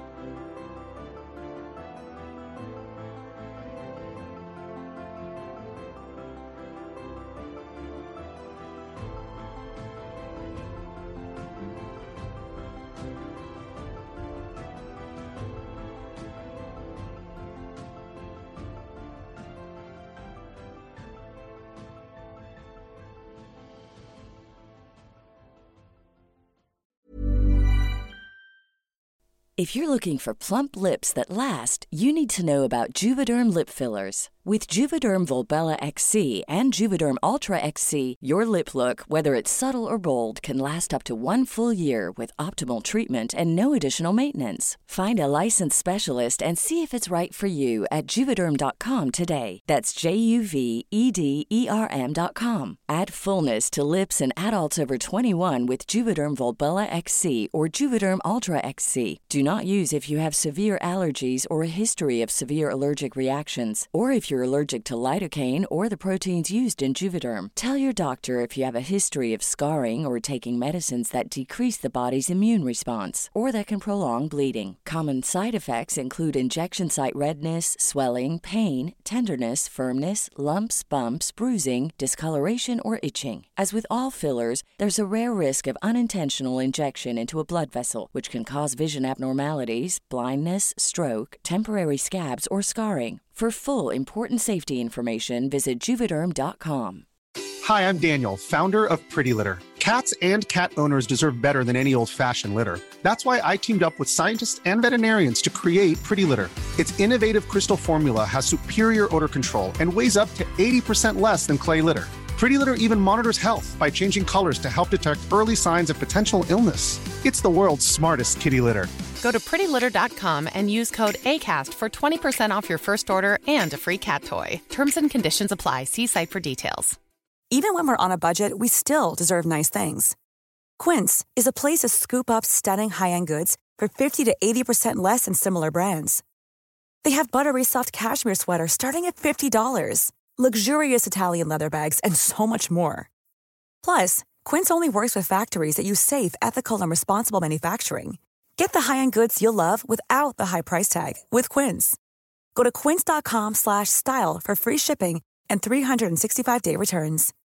If you're looking for plump lips that last, you need to know about Juvederm lip fillers. With Juvederm Volbella X C and Juvederm Ultra X C, your lip look, whether it's subtle or bold, can last up to one full year with optimal treatment and no additional maintenance. Find a licensed specialist and see if it's right for you at juvederm dot com today. That's J U V E D E R M dot com. Add fullness to lips in adults over twenty-one with Juvederm Volbella X C or Juvederm Ultra X C. Do not use if you have severe allergies or a history of severe allergic reactions, or if you're allergic to lidocaine or the proteins used in Juvederm. Tell your doctor if you have a history of scarring or taking medicines that decrease the body's immune response or that can prolong bleeding. Common side effects include injection site redness, swelling, pain, tenderness, firmness, lumps, bumps, bruising, discoloration, or itching. As with all fillers, there's a rare risk of unintentional injection into a blood vessel, which can cause vision abnormalities, blindness, stroke, temporary scabs, or scarring. For full, important safety information, visit Juvederm dot com. Hi, I'm Daniel, founder of Pretty Litter. Cats and cat owners deserve better than any old-fashioned litter. That's why I teamed up with scientists and veterinarians to create Pretty Litter. Its innovative crystal formula has superior odor control and weighs up to eighty percent less than clay litter. Pretty Litter even monitors health by changing colors to help detect early signs of potential illness. It's the world's smartest kitty litter. Go to pretty litter dot com and use code ACAST for twenty percent off your first order and a free cat toy. Terms and conditions apply. See site for details. Even when we're on a budget, we still deserve nice things. Quince is a place to scoop up stunning high-end goods for fifty to eighty percent less than similar brands. They have buttery soft cashmere sweaters starting at fifty dollars, luxurious Italian leather bags, and so much more. Plus, Quince only works with factories that use safe, ethical, and responsible manufacturing. Get the high-end goods you'll love without the high price tag with Quince. Go to quince dot com slash style for free shipping and three sixty-five day returns.